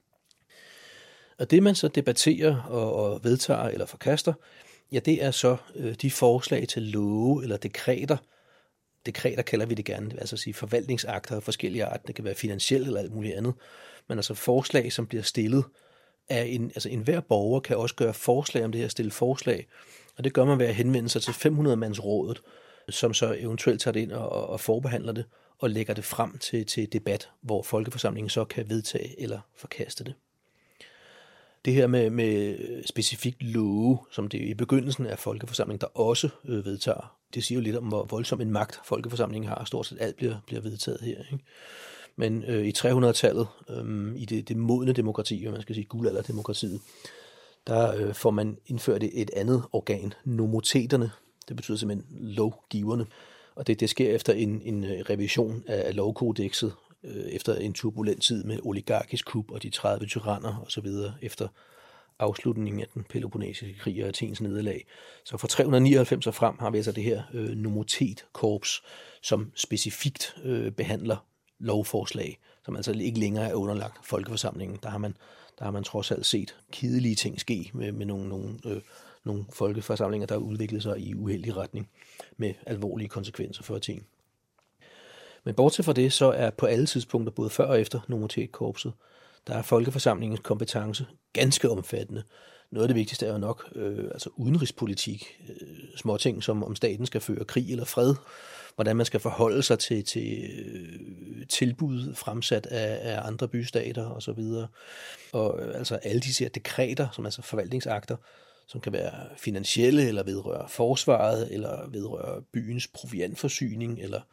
Og det man så debatterer og, og vedtager eller forkaster, ja, det er så øh, de forslag til love eller dekreter. Dekreter kalder vi det gerne, altså at sige forvaltningsakter af forskellige arter. Det kan være finansielt eller alt muligt andet. Men altså forslag, som bliver stillet af en, altså enhver borger kan også gøre forslag om det her, stille forslag. Og det gør man ved at henvende sig til fem hundrede mands rådet, som så eventuelt tager det ind og, og forbehandler det og lægger det frem til, til debat, hvor folkeforsamlingen så kan vedtage eller forkaste det. Det her med, med specifikt love, som det i begyndelsen af folkeforsamlingen, der også øh, vedtager, det siger jo lidt om, hvor voldsom en magt folkeforsamlingen har. Stort set alt bliver, bliver vedtaget her, ikke? Men øh, i tre hundrede-tallet, øh, i det, det modne demokrati, og man skal sige guldalderdemokratiet, der øh, får man indført et andet organ, nomoteterne. Det betyder simpelthen lovgiverne. Og det, det sker efter en, en revision af lovkodekset, øh, efter en turbulent tid med oligarkisk kup og de tredive tyranner osv., efter afslutningen af den peloponnesiske krig og Athens nederlag. Så fra tre hundrede nioghalvfems og frem har vi altså det her øh, nomotetkorps, som specifikt øh, behandler lovforslag, som altså ikke længere er underlagt folkeforsamlingen. Der har man, der har man trods alt set kedelige ting ske med, med nogle, nogle, øh, nogle folkeforsamlinger, der udvikler sig i uheldig retning med alvorlige konsekvenser for Athen. Men bortset fra det, så er på alle tidspunkter, både før og efter nomotetkorpset, der er folkeforsamlingens kompetence ganske omfattende. Noget af det vigtigste er jo nok øh, altså udenrigspolitik, øh, småting som om staten skal føre krig eller fred, hvordan man skal forholde sig til, til øh, tilbud fremsat af, af andre bystater osv. Og, og øh, altså alle disse her dekreter, som altså forvaltningsakter, som kan være finansielle eller vedrøre forsvaret, eller vedrøre byens proviantforsyning, eller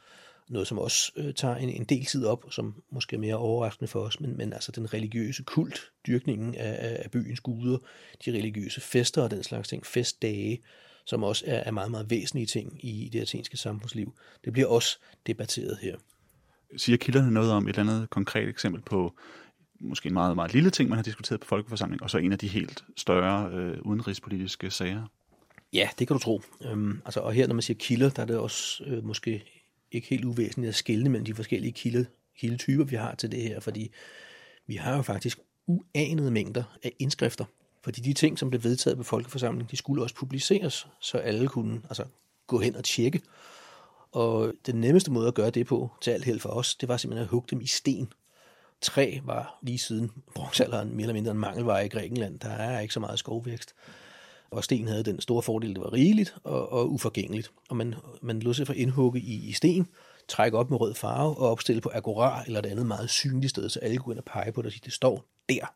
noget, som også øh, tager en, en del tid op, som måske er mere overraskende for os, men, men altså den religiøse kult, dyrkningen af, af byens guder, de religiøse fester og den slags ting, festdage, som også er, er meget, meget væsentlige ting i det athenske samfundsliv. Det bliver også debatteret her. Siger kilderne noget om et eller andet konkret eksempel på måske en meget, meget lille ting, man har diskuteret på folkeforsamling, og så en af de helt større øh, udenrigspolitiske sager? Ja, det kan du tro. Øhm, altså, og her, når man siger kilder, der er det også øh, måske ikke helt uvæsentligt at skelne mellem de forskellige kilde, kildetyper, vi har til det her, fordi vi har jo faktisk uanede mængder af indskrifter. Fordi de ting, som blev vedtaget på folkeforsamlingen, de skulle også publiceres, så alle kunne altså, gå hen og tjekke. Og den nemmeste måde at gøre det på, til alt held for os, det var simpelthen at hugge dem i sten. Træ var lige siden bronzealderen mere eller mindre en mangelvare i Grækenland. Der er ikke så meget skovvækst. Og sten havde den store fordel, det var rigeligt og, og uforgængeligt. Og man, man lod sig for indhugge i, i sten, trække op med rød farve og opstille på agora eller et andet meget synligt sted, så alle kunne ind og pege på det og sige, det står der.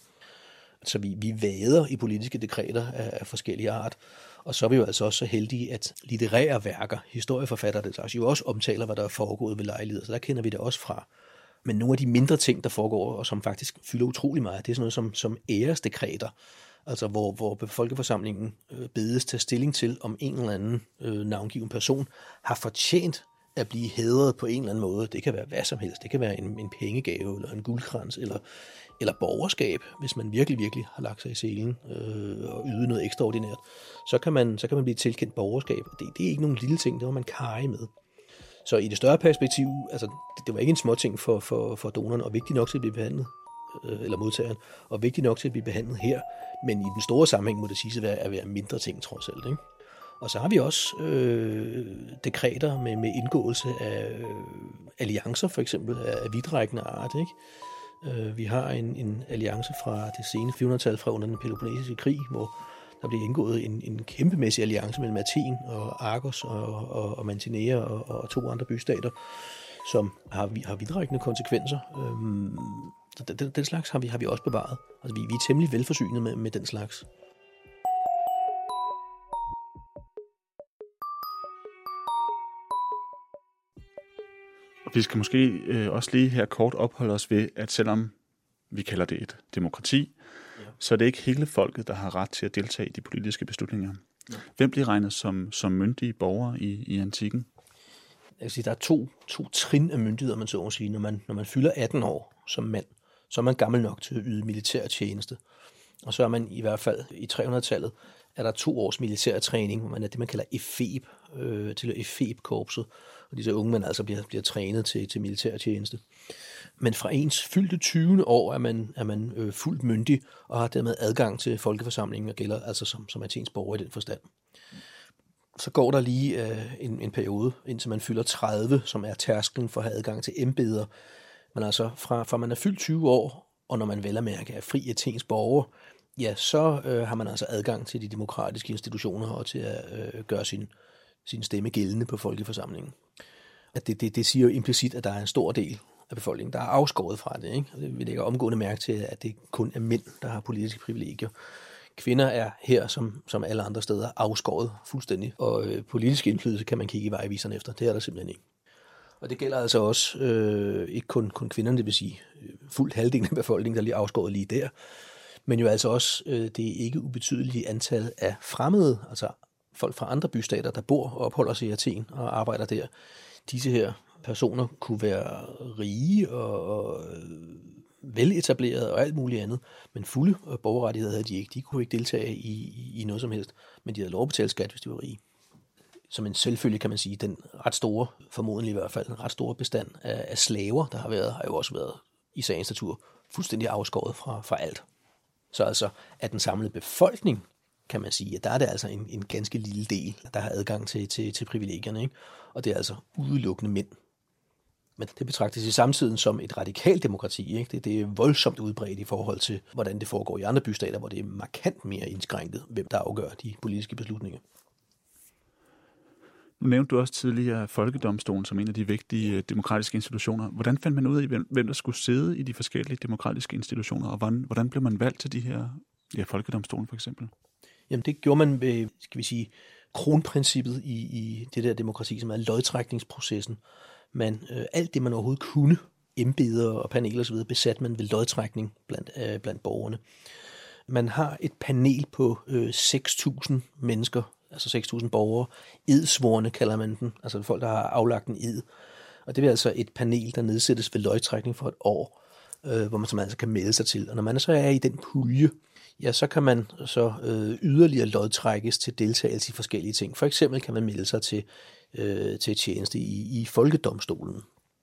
Så vi, vi vader i politiske dekreter af, af forskellige art. Og så er vi jo altså også så heldige, at litterære værker, historieforfattere, det slags, jo også omtaler, hvad der er foregået ved lejligheder. Så der kender vi det også fra. Men nogle af de mindre ting, der foregår, og som faktisk fylder utrolig meget, det er sådan noget som, som æresdekreter. Altså hvor, hvor folkeforsamlingen øh, bedes tage stilling til, om en eller anden øh, navngiven person har fortjent at blive hædret på en eller anden måde. Det kan være hvad som helst. Det kan være en, en pengegave, eller en guldkrans, eller, eller borgerskab, hvis man virkelig, virkelig har lagt sig i selen øh, og ydet noget ekstraordinært. Så kan man, så kan man blive tilkendt borgerskab. Det, det er ikke nogen lille ting, det var man karre med. Så i det større perspektiv, altså det, det var ikke en små ting for, for, for donoren, og vigtigt nok til at blive behandlet, øh, eller modtageren, og vigtigt nok til at blive behandlet her. Men i den store sammenhæng må det siges at være, at være mindre ting, trods alt, ikke? Og så har vi også øh, dekreter med, med indgåelse af øh, alliancer, for eksempel af, af vidtrækkende art, ikke? Øh, vi har en, en alliance fra det sene fire hundrede-tal, fra under den Peloponnesiske krig, hvor der blev indgået en, en kæmpemæssig alliance mellem Athen og Argos og, og, og Mantinea og, og to andre bystater, som har, har vidtrækkende konsekvenser. Øhm, den, den slags har vi, har vi også bevaret. Altså, vi, vi er temmelig velforsynet med, med den slags. Og vi skal måske øh, også lige her kort opholde os ved, at selvom vi kalder det et demokrati, ja. så er det ikke hele folket, der har ret til at deltage i de politiske beslutninger. Ja. Hvem bliver regnet som, som myndige borgere i, i antikken? Jeg vil sige, der er to, to trin af myndigheder, man så må sige. Når man, når man fylder atten år som mand, så er man gammel nok til at yde militær tjeneste. Og så er man i hvert fald i tre hundrede-tallet, er der to års militær træning, hvor man er det, man kalder efeb, øh, til efeb-korpset. Og disse unge mænd altså bliver, bliver trænet til, til militær tjeneste. Men fra ens fyldte tyvende år er man, er man øh, fuldt myndig og har dermed adgang til folkeforsamlingen og gælder altså som, som Athens borger i den forstand. Så går der lige øh, en, en periode, indtil man fylder tredive, som er tærsklen for at have adgang til embeder. Men altså fra, fra man er fyldt tyve år, og når man vel at mærke er fri Athens borger, ja, så øh, har man altså adgang til de demokratiske institutioner og til at øh, gøre sin, sin stemme gældende på folkeforsamlingen. At det, det, det siger jo implicit, at der er en stor del af befolkningen, der er afskåret fra det, ikke? Vi lægger omgående mærke til, at det kun er mænd, der har politiske privilegier. Kvinder er her, som, som alle andre steder, afskåret fuldstændig, og øh, politisk indflydelse kan man kigge i vejviserne efter. Det er der simpelthen ikke. Og det gælder altså også øh, ikke kun, kun kvinderne, det vil sige fuldt halvdelen af befolkningen, der er lige afskåret lige der, men jo altså også øh, det ikke ubetydelige antal af fremmede, altså folk fra andre bystater, der bor og opholder sig i Athen og arbejder der. Disse her personer kunne være rige og, og veletablerede og alt muligt andet, men fulde borgerrettigheder havde de ikke. De kunne ikke deltage i, i, i noget som helst, men de havde lov at betale skat, hvis de var rige. Som en selvfølge kan man sige, den ret store, formodentlig i hvert fald, en ret store bestand af, af slaver, der har været, har jo også været i sagens natur fuldstændig afskåret fra, fra alt. Så altså, at den samlede befolkning, kan man sige, at der er det altså en, en ganske lille del, der har adgang til, til, til privilegierne, ikke? Og det er altså udelukkende mænd. Men det betragtes i samtiden som et radikalt demokrati, ikke? Det, det er voldsomt udbredt i forhold til, hvordan det foregår i andre bystater, hvor det er markant mere indskrænket, hvem der afgør de politiske beslutninger. Nu nævnte du også tidligere Folkedomstolen som en af de vigtige demokratiske institutioner. Hvordan fandt man ud af, hvem der skulle sidde i de forskellige demokratiske institutioner, og hvordan, hvordan blev man valgt til de her, ja, Folkedomstolen for eksempel? Jamen det gjorde man ved, skal vi sige, kronprincippet i, i det der demokrati, som er lodtrækningsprocessen. man øh, alt det, man overhovedet kunne, embeder og paneler osv., besat man ved lodtrækning blandt, øh, blandt borgerne. Man har et panel på øh, seks tusind mennesker, altså seks tusind borgere. Edsvorne kalder man den, altså folk, der har aflagt en ed. Og det er altså et panel, der nedsættes ved lodtrækning for et år, øh, hvor man som altså kan melde sig til. Og når man så er i den pulje, ja, så kan man så øh, yderligere lodtrækkes til deltagelse i forskellige ting. For eksempel kan man melde sig til, øh, til tjeneste i, i Folkedomstolen.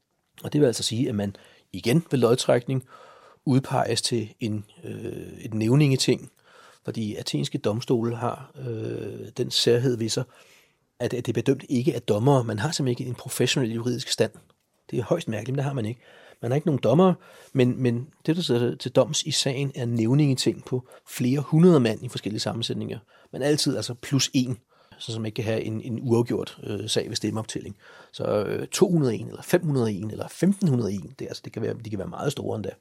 Og det vil altså sige, at man igen ved lodtrækning udpeges til en, øh, et nævningeting, fordi athenske domstole har øh, den særhed ved sig, at, at det er bedømt ikke af dommere. Man har simpelthen ikke en professionel juridisk stand. Det er højst mærkeligt, men det har man ikke. Man har ikke nogen dommere, men, men det, der sidder til doms i sagen, er nævningeting på flere hundrede mand i forskellige sammensætninger. Men altid altså plus en, så som ikke kan have en, en uafgjort øh, sag ved stemmeoptælling. Så øh, to hundrede og en, eller fem hundrede og en, eller femten hundrede og en, det, altså, det kan være, de kan være meget store endda.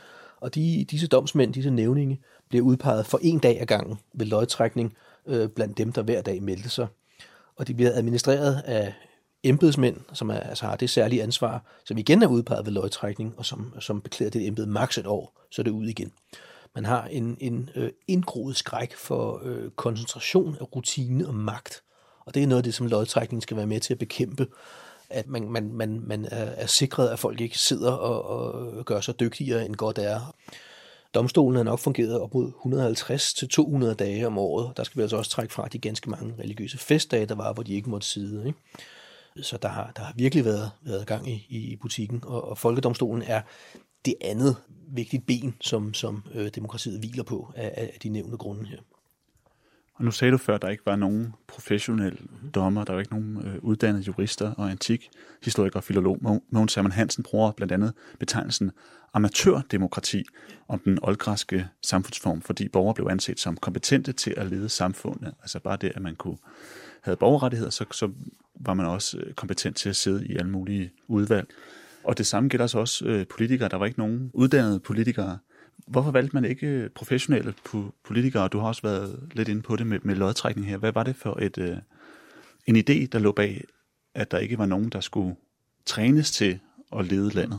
Og de, disse domsmænd, disse nævninge, bliver udpeget for en dag ad gangen ved lodtrækning øh, blandt dem, der hver dag meldte sig. Og de bliver administreret af embedsmænd, som er, altså har det særlige ansvar, som igen er udpeget ved lodtrækning, og som, som beklæder det embede maks et år, så er det ud igen. Man har en, en øh, indgroet skræk for øh, koncentration af rutine og magt, og det er noget af det, som lodtrækning skal være med til at bekæmpe, at man, man, man, man er, er sikret, at folk ikke sidder og, og gør sig dygtigere, end godt er. Domstolen har nok fungeret op mod et hundrede og halvtreds til to hundrede dage om året. Der skal vi altså også trække fra de ganske mange religiøse festdage, der var, hvor de ikke måtte sidde. Ikke? Så der har, der har virkelig været, været gang i, i butikken, og, og Folkedomstolen er det andet vigtigt ben, som, som øh, demokratiet hviler på af, af de nævnte grunde her. Og nu sagde du før, at der ikke var nogen professionelle dommer, der var ikke nogen øh, uddannede jurister og antikhistoriker og filolog. Mogens Hermann Hansen bruger blandt andet betegnelsen amatørdemokrati om den oldgræske samfundsform, fordi borgere blev anset som kompetente til at lede samfundet. Altså bare det, at man kunne have borgerrettigheder, så, så var man også kompetent til at sidde i alle mulige udvalg. Og det samme gælder så også øh, politikere. Der var ikke nogen uddannede politikere. Hvorfor valgte man ikke professionelle politikere? Du har også været lidt inde på det med, med lodtrækning her. Hvad var det for et, øh, en idé, der lå bag, at der ikke var nogen, der skulle trænes til at lede landet?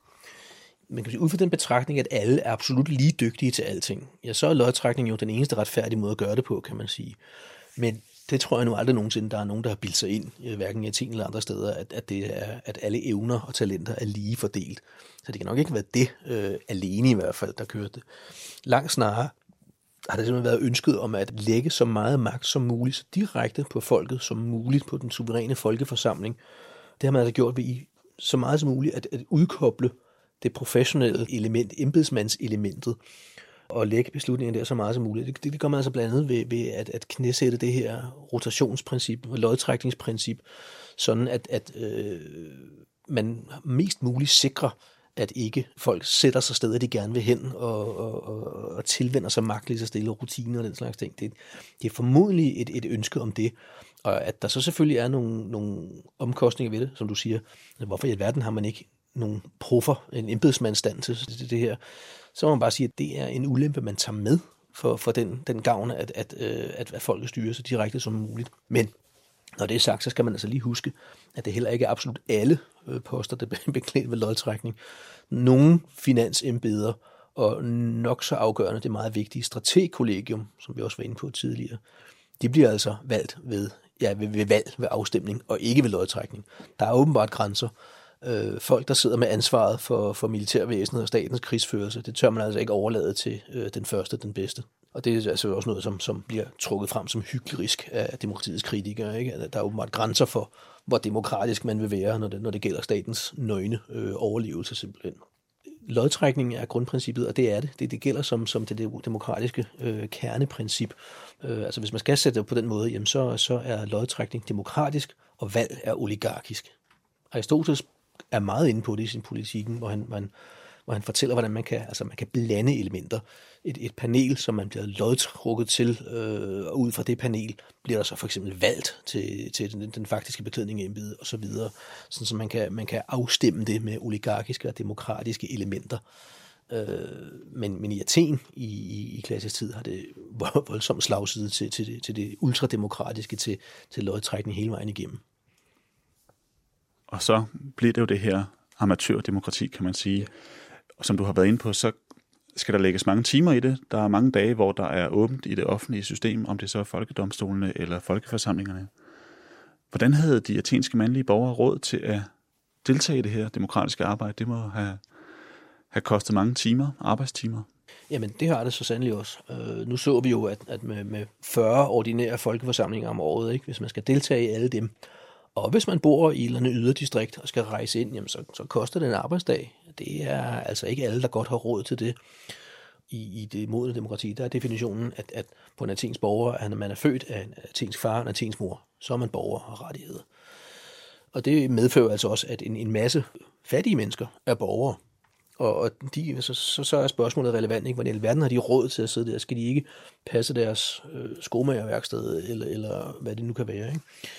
Man kan sige, ud fra den betragtning, at alle er absolut lige dygtige til alting, ja, så er lodtrækning jo den eneste retfærdige måde at gøre det på, kan man sige. Men det tror jeg nu aldrig nogensinde, der er nogen, der har bildt sig ind, hverken i Athen eller andre steder, at, at, det er, at alle evner og talenter er lige fordelt. Så det kan nok ikke være det øh, alene i hvert fald, der kørte det. Langt snarere har det simpelthen været ønsket om at lægge så meget magt som muligt, så direkte på folket som muligt, på den suveræne folkeforsamling. Det har man altså gjort ved i så meget som muligt at, at udkoble det professionelle element, embedsmandselementet, og lægge beslutningen der så meget som muligt. Det, det gør man altså blandt andet ved, ved at, at knæsætte det her rotationsprincip og lodtrækningsprincip, sådan at, at øh, man mest muligt sikrer, at ikke folk sætter sig steder, de gerne vil hen, og, og, og, og tilvender sig magt lige så stille, og rutiner og den slags ting. Det, det er formodentlig et, et ønske om det, og at der så selvfølgelig er nogle, nogle omkostninger ved det, som du siger. Hvorfor i alverden har man ikke nogle proffer, en embedsmandsstand til det, det her? Så må man bare sige, at det er en ulempe, man tager med for, for den, den gavn, at, at, at, at folket styrer så direkte som muligt. Men når det er sagt, så skal man altså lige huske, at det heller ikke er absolut alle poster, der bliver beklædt ved lodtrækning. Nogle finansembeder, og nok så afgørende, det meget vigtige strategkollegium, som vi også var inde på tidligere, de bliver altså valgt ved, ja, ved, ved valg, ved afstemning, og ikke ved lodtrækning. Der er åbenbart grænser. Øh, folk, der sidder med ansvaret for, for militærvæsenet og statens krigsførelse, det tør man altså ikke overlade til øh, den første, den bedste. Og det er altså også noget, som, som bliver trukket frem som hyklerisk af demokratiets kritikere. Ikke? Der er åbenbart grænser for, hvor demokratisk man vil være, når det, når det gælder statens nøgne øh, overlevelse simpelthen. Lodtrækning er grundprincippet, og det er det. Det, det gælder som, som det demokratiske øh, kerneprincip. Øh, altså hvis man skal sætte det på den måde, jamen så, så er lodtrækning demokratisk, og valg er oligarkisk. Aristoteles er meget inde på det i sin politikken, hvor han, hvor han, hvor han fortæller, hvordan man kan, altså man kan blande elementer. Et, et panel, som man bliver lodtrukket til, øh, og ud fra det panel bliver der så for eksempel valgt til, til den, den faktiske beklædning af embedet og så videre, sådan så man kan, man kan afstemme det med oligarkiske og demokratiske elementer. Øh, men, men i Athen i, i, i klassisk tid har det voldsomt slagside til, til, det, til det ultrademokratiske, til, til lodtrækning hele vejen igennem. Og så bliver det jo det her amatørdemokrati, kan man sige. Og som du har været inde på, så skal der lægges mange timer i det. Der er mange dage, hvor der er åbent i det offentlige system, om det så er folkedomstolene eller folkeforsamlingerne. Hvordan havde de athenske mandlige borgere råd til at deltage i det her demokratiske arbejde? Det må have, have kostet mange timer, arbejdstimer. Jamen, det har det så sandelig også. Uh, nu så vi jo, at, at med, med fyrre ordinære folkeforsamlinger om året, ikke, hvis man skal deltage i alle dem, og hvis man bor i et eller andet yderdistrikt og skal rejse ind, jamen så, så koster det en arbejdsdag. Det er altså ikke alle, der godt har råd til det. I, i det modne demokrati, der er definitionen, at, at på en athensk borger, at man er født af en athensk far og en athensk mor, så er man borger og har rettigheder. Og det medfører altså også, at en, en masse fattige mennesker er borgere. Og, og de, så, så, så er spørgsmålet relevant, ikke? Hvordan i alverden har de råd til at sidde der? Skal de ikke passe deres øh, skomagerværksted, eller, eller hvad det nu kan være, ikke?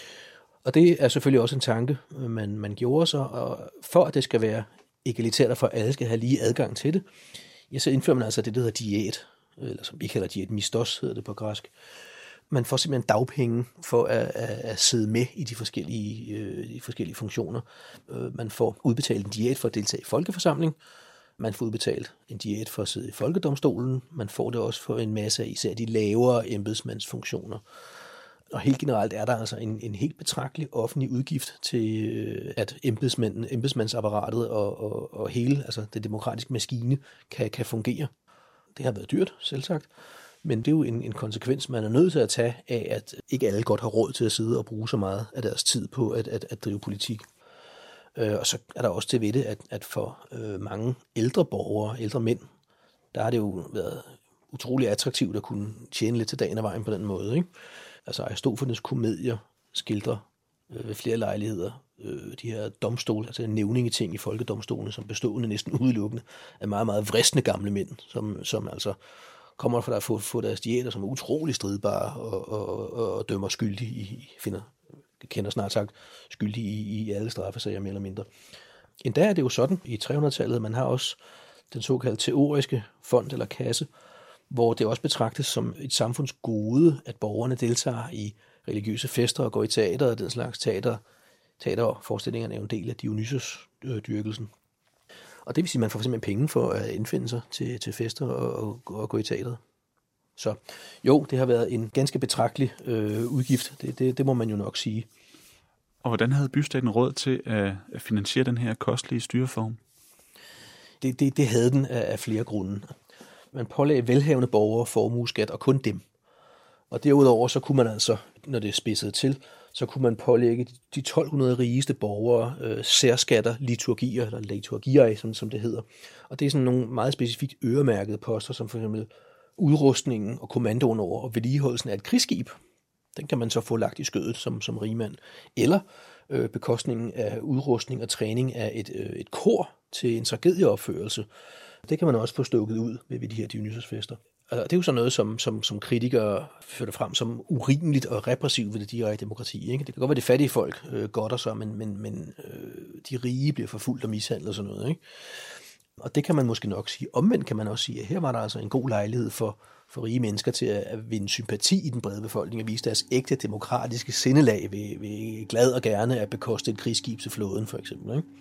Og det er selvfølgelig også en tanke, man, man gjorde sig, og for at det skal være egalitært, og for at alle skal have lige adgang til det, ja, så indfører man altså det, der hedder diæt, eller som vi kalder diæt, mistos hedder det på græsk. Man får simpelthen dagpenge for at, at, at sidde med i de forskellige, øh, de forskellige funktioner. Man får udbetalt en diæt for at deltage i folkeforsamling, man får udbetalt en diæt for at sidde i folkedomstolen, man får det også for en masse af især de lavere embedsmandsfunktioner. Og helt generelt er der altså en, en helt betragtelig offentlig udgift til, at embedsmænden, embedsmandsapparatet og, og, og hele altså det demokratiske maskine kan, kan fungere. Det har været dyrt, selvsagt, men det er jo en, en konsekvens, man er nødt til at tage af, at ikke alle godt har råd til at sidde og bruge så meget af deres tid på at, at, at drive politik. Øh, og så er der også til ved det, at, at for øh, mange ældre borgere, ældre mænd, der har det jo været utrolig attraktivt at kunne tjene lidt til dagen og vejen på den måde, ikke? Altså Aristofanes komedier skildrer øh, ved flere lejligheder øh, de her domstole, altså nævningeting i folkedomstolene, som bestående næsten udelukkende af meget, meget vristende gamle mænd, som, som altså kommer for at få, få deres diæter, som er utrolig stridbare og, og, og, og dømmer skyldige i, finder, kender snart sagt, skyldige i, i alle straffesager mere eller mindre. Endda er det jo sådan i tre hundrede-tallet, man har også den såkaldte teoriske fond eller kasse, hvor det også betragtes som et samfunds gode, at borgerne deltager i religiøse fester og går i teater og den slags teater. Teaterforestillingerne er jo en del af Dionysos-dyrkelsen. Og det vil sige, at man får simpelthen penge for at indfinde sig til, til fester og, og, og gå i teateret. Så jo, det har været en ganske betragtelig øh, udgift, det, det, det må man jo nok sige. Og hvordan havde bystaten råd til at, at finansiere den her kostelige styreform? Det, det, det havde den af, af flere grunde. Man pålagde velhavende borgere formueskat, og kun dem. Og derudover så kunne man altså, når det spidsede til, så kunne man pålægge de tolv hundrede rigeste borgere øh, særskatter, liturgier, eller liturgier, som, som det hedder. Og det er sådan nogle meget specifikt øremærkede poster, som for eksempel udrustningen og kommandoen over og vedligeholdelsen af et krigsskib. Den kan man så få lagt i skødet som, som rigmand. Eller øh, bekostningen af udrustning og træning af et, øh, et kor til en tragedieopførelse. Det kan man også få stukket ud ved, ved de her Dionysos-fester. Og det er jo sådan noget, som, som, som kritikere fører frem som urimeligt og repressivt ved det direkte demokrati. Ikke? Det kan godt være, det fattige folk øh, godt og så, men, men, men øh, de rige bliver forfulgt og mishandlet og sådan noget. Ikke? Og det kan man måske nok sige. Omvendt kan man også sige, at her var der altså en god lejlighed for, for rige mennesker til at, at vinde sympati i den brede befolkning og vise deres ægte demokratiske sindelag ved, ved glad og gerne at bekoste et krigsskib til flåden, for eksempel. Ikke?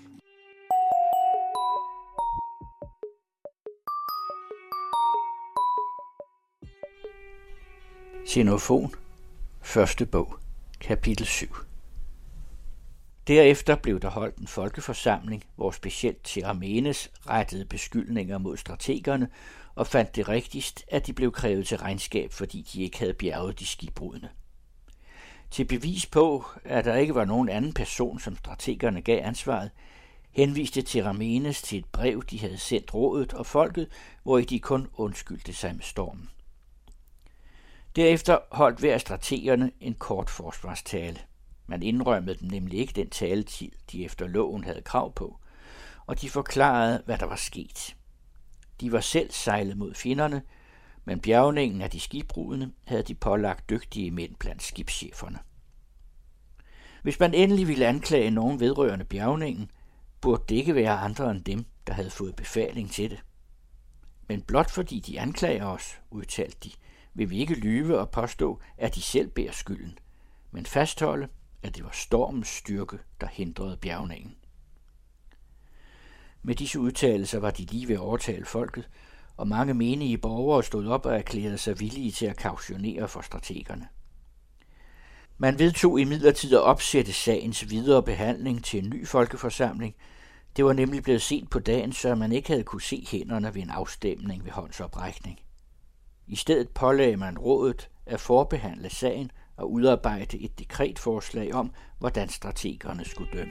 Xenofon, første bog, kapitel syv. Derefter blev der holdt en folkeforsamling, hvor specielt Theramenes rettede beskyldninger mod strategerne og fandt det rigtigst, at de blev krævet til regnskab, fordi de ikke havde bjerget de skibbrudne. Til bevis på, at der ikke var nogen anden person, som strategerne gav ansvaret, henviste Theramenes til et brev, de havde sendt rådet og folket, hvor de kun undskyldte sig med stormen. Derefter holdt hver af strategerne en kort forsvarstale. Man indrømmede dem nemlig ikke den taletid, de efter loven havde krav på, og de forklarede, hvad der var sket. De var selv sejlet mod fjenderne, men bjergningen af de skibbrudne havde de pålagt dygtige mænd blandt skibscheferne. Hvis man endelig ville anklage nogen vedrørende bjergningen, burde det ikke være andre end dem, der havde fået befaling til det. Men blot fordi de anklager os, udtalte de, vil vi ikke lyve og påstå, at de selv bærer skylden, men fastholde, at det var stormens styrke, der hindrede bjergningen. Med disse udtalelser var de lige ved at overtale folket, og mange menige borgere stod op og erklærede sig villige til at kautionere for strategerne. Man vedtog imidlertid at opsætte sagens videre behandling til en ny folkeforsamling. Det var nemlig blevet sent på dagen, så man ikke havde kunne se hænderne ved en afstemning ved håndsoprækning. I stedet pålagde man rådet at forbehandle sagen og udarbejde et dekretforslag om, hvordan strategerne skulle dømmes.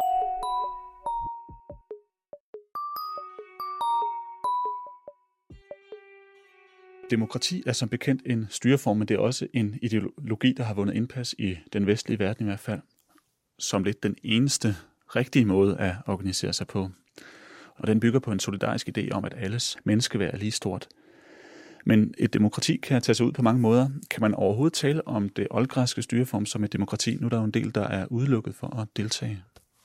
Demokrati er som bekendt en styreform, men det er også en ideologi, der har vundet indpas i den vestlige verden i hvert fald, som lidt den eneste rigtige måde at organisere sig på. Og den bygger på en solidarisk idé om, at alles menneskeværd er lige stort. Men et demokrati kan tage sig ud på mange måder. Kan man overhovedet tale om det oldgræske styreform som et demokrati? Nu er der jo en del, der er udelukket for at deltage.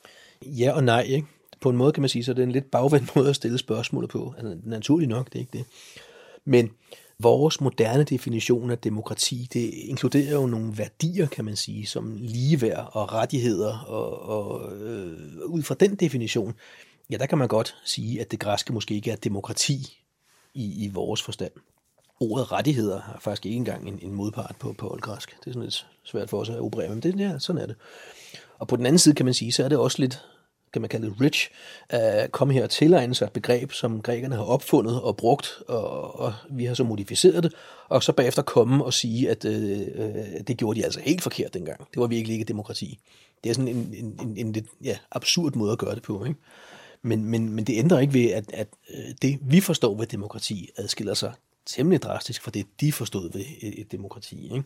Ja og nej, ikke? På en måde kan man sige, så det er en lidt bagvendt måde at stille spørgsmålet på. Altså, naturligt nok, det er ikke det. Men vores moderne definition af demokrati, det inkluderer jo nogle værdier, kan man sige, som ligeværd og rettigheder. Og, og øh, ud fra den definition, ja, der kan man godt sige, at det græske måske ikke er demokrati i, i vores forstand. Ordet rettigheder har faktisk ikke engang en, en modpart på, på oldgræsk. Det er sådan lidt svært for os at operere med, men det, ja, sådan er det. Og på den anden side kan man sige, så er det også lidt, kan man kalde det rich, at komme her og tilegne sig et begreb, som grækerne har opfundet og brugt, og, og vi har så modificeret det, og så bagefter komme og sige, at øh, det gjorde de altså helt forkert dengang. Det var virkelig ikke demokrati. Det er sådan en, en, en, en lidt ja, absurd måde at gøre det på, ikke? Men, men, men det ændrer ikke ved, at, at det vi forstår ved demokrati adskiller sig temmelig drastisk fra det, de forstod ved et, et demokrati, ikke?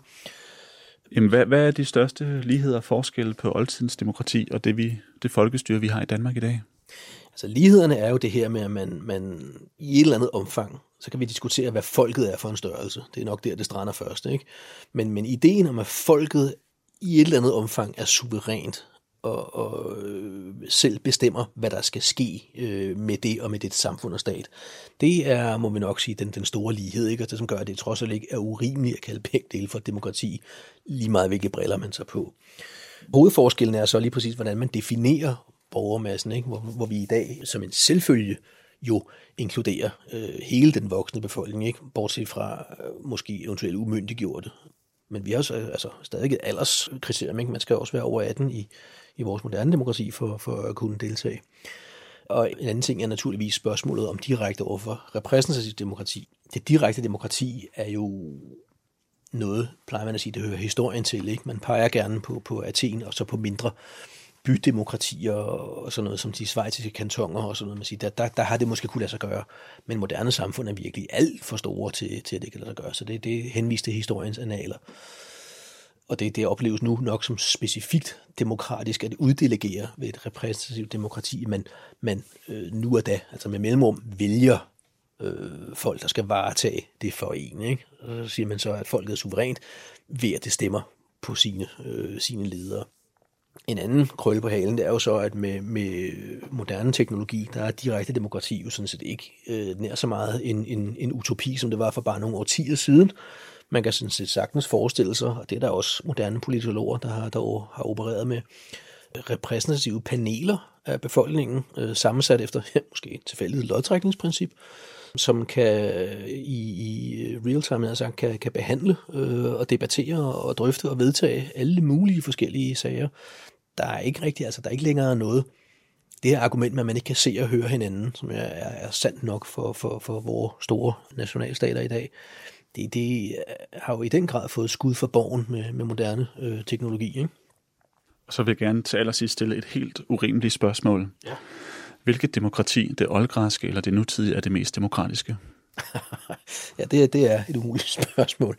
Jamen, hvad, hvad er de største ligheder og forskelle på oldtidens demokrati og det, vi, det folkestyre, vi har i Danmark i dag? Altså lighederne er jo det her med, at man, man i et eller andet omfang, så kan vi diskutere, hvad folket er for en størrelse. Det er nok der, det strander først, ikke? Men, men ideen om, at folket i et eller andet omfang er suverænt og, og øh, selv bestemmer, hvad der skal ske øh, med det og med det samfund og stat, det er, må vi nok sige, den, den store lighed, ikke? Og det, som gør, at det trods alt ikke er urimeligt at kalde begge dele for demokrati, lige meget hvilke briller man tager på. Hovedforskellen er så lige præcis, hvordan man definerer borgermassen, ikke? Hvor, hvor vi i dag som en selvfølge jo inkluderer øh, hele den voksne befolkning, ikke? Bortset fra øh, måske eventuelt umyndiggjorte. Men vi har også altså, stadig et alderskriterium, ikke? Man skal også være over atten i, i vores moderne demokrati for, for at kunne deltage. Og en anden ting er naturligvis spørgsmålet om direkte overfor repræsentativt demokrati. Det direkte demokrati er jo noget, plejer man at sige, det hører historien til, ikke? Man peger gerne på, på Athen og så på mindre bydemokratier og sådan noget som de schweiziske kantoner og sådan noget. Man siger, der, der, der har det måske kunne lade sig gøre, men moderne samfund er virkelig alt for store til, til at det kan lade sig gøre. Så det, det henvist til historiens annaler. Og det, det opleves nu nok som specifikt demokratisk at uddelegere ved et repræsentativt demokrati, men man øh, nu og da, altså med mellemrum, vælger øh, folk, der skal varetage det for en, ikke? Og så siger man så, at folket er suverænt ved at det stemmer på sine, øh, sine ledere. En anden krølle på halen, det er jo så, at med, med moderne teknologi, der er direkte demokrati jo sådan set ikke øh, nær så meget en, en, en utopi, som det var for bare nogle årtier siden. Man kan sådan set sagtens forestille sig, og det er der også moderne politologer, der har, der har opereret med, repræsentative paneler af befolkningen, øh, sammensat efter ja, måske et tilfældigt lodtrækningsprincip, som kan i, i real time altså, kan, kan behandle øh, og debattere og drøfte og vedtage alle mulige forskellige sager. Der er ikke rigtig, altså der er ikke længere noget, det her argument med, at man ikke kan se og høre hinanden, som er, er, er sandt nok for, for, for vores store nationalstater i dag, det, det har jo i den grad fået skud for borgen med, med moderne øh, teknologi, ikke? Og så vil jeg gerne til allersidst stille et helt urimeligt spørgsmål. Ja. Hvilket demokrati, det oldgræske eller det nutidige, er det mest demokratiske? Ja, det, det er et umuligt spørgsmål.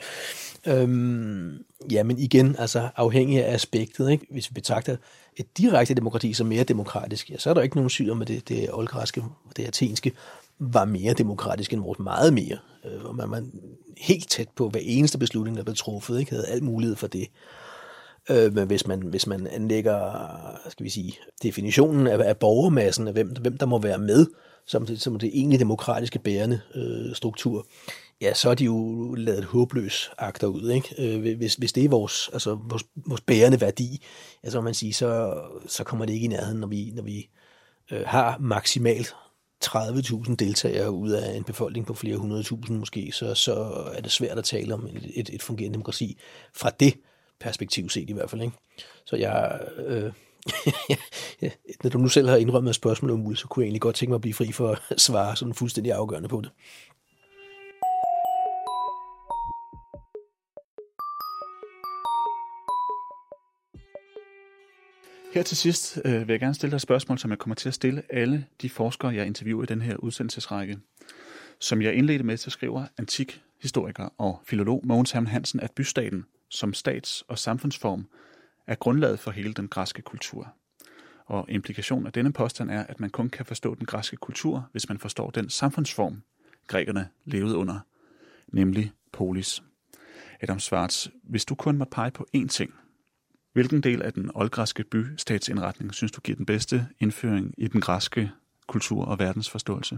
Øhm, ja, men igen, altså afhængig af aspektet, ikke? Hvis vi betragter et direkte demokrati som mere demokratisk, ja, så er der ikke nogen syg om, at det, det oldgræske, det athenske, var mere demokratisk end vores, meget mere. Øh, og man var helt tæt på hver eneste beslutning, der blev truffet, ikke? Havde alt mulighed for det. Øh, men hvis man, hvis man anlægger, skal vi sige, definitionen af, af borgermassen, af hvem, hvem der må være med, som det, som det egentlig demokratiske bærende øh, struktur, ja, så er de jo lavet håbløs akter ud, ikke? Hvis, hvis det er vores, altså vores, vores bærende værdi, altså må man sige, så, så kommer det ikke i nærheden, når vi, når vi øh, har maksimalt tredive tusind deltagere ud af en befolkning på flere hundrede tusind måske, så, så er det svært at tale om et, et, et fungerende demokrati fra det perspektiv set i hvert fald, ikke? Så jeg... Øh, når du nu selv har indrømmet spørgsmål om muligt, så kunne jeg egentlig godt tænke mig at blive fri for at svare sådan fuldstændig afgørende på det. Her til sidst øh, vil jeg gerne stille dig et spørgsmål, som jeg kommer til at stille alle de forskere, jeg interviewer i den her udsendelsesrække. Som jeg indledte med, så skriver antik historiker og filolog Mogens Hermann Hansen, at bystaten som stats- og samfundsform er grundlaget for hele den græske kultur. Og implikationen af denne påstand er, at man kun kan forstå den græske kultur, hvis man forstår den samfundsform, grækerne levede under, nemlig polis. Adam Schwartz, hvis du kun måtte pege på én ting, hvilken del af den oldgræske bystatsindretning synes du giver den bedste indføring i den græske kultur og verdensforståelse?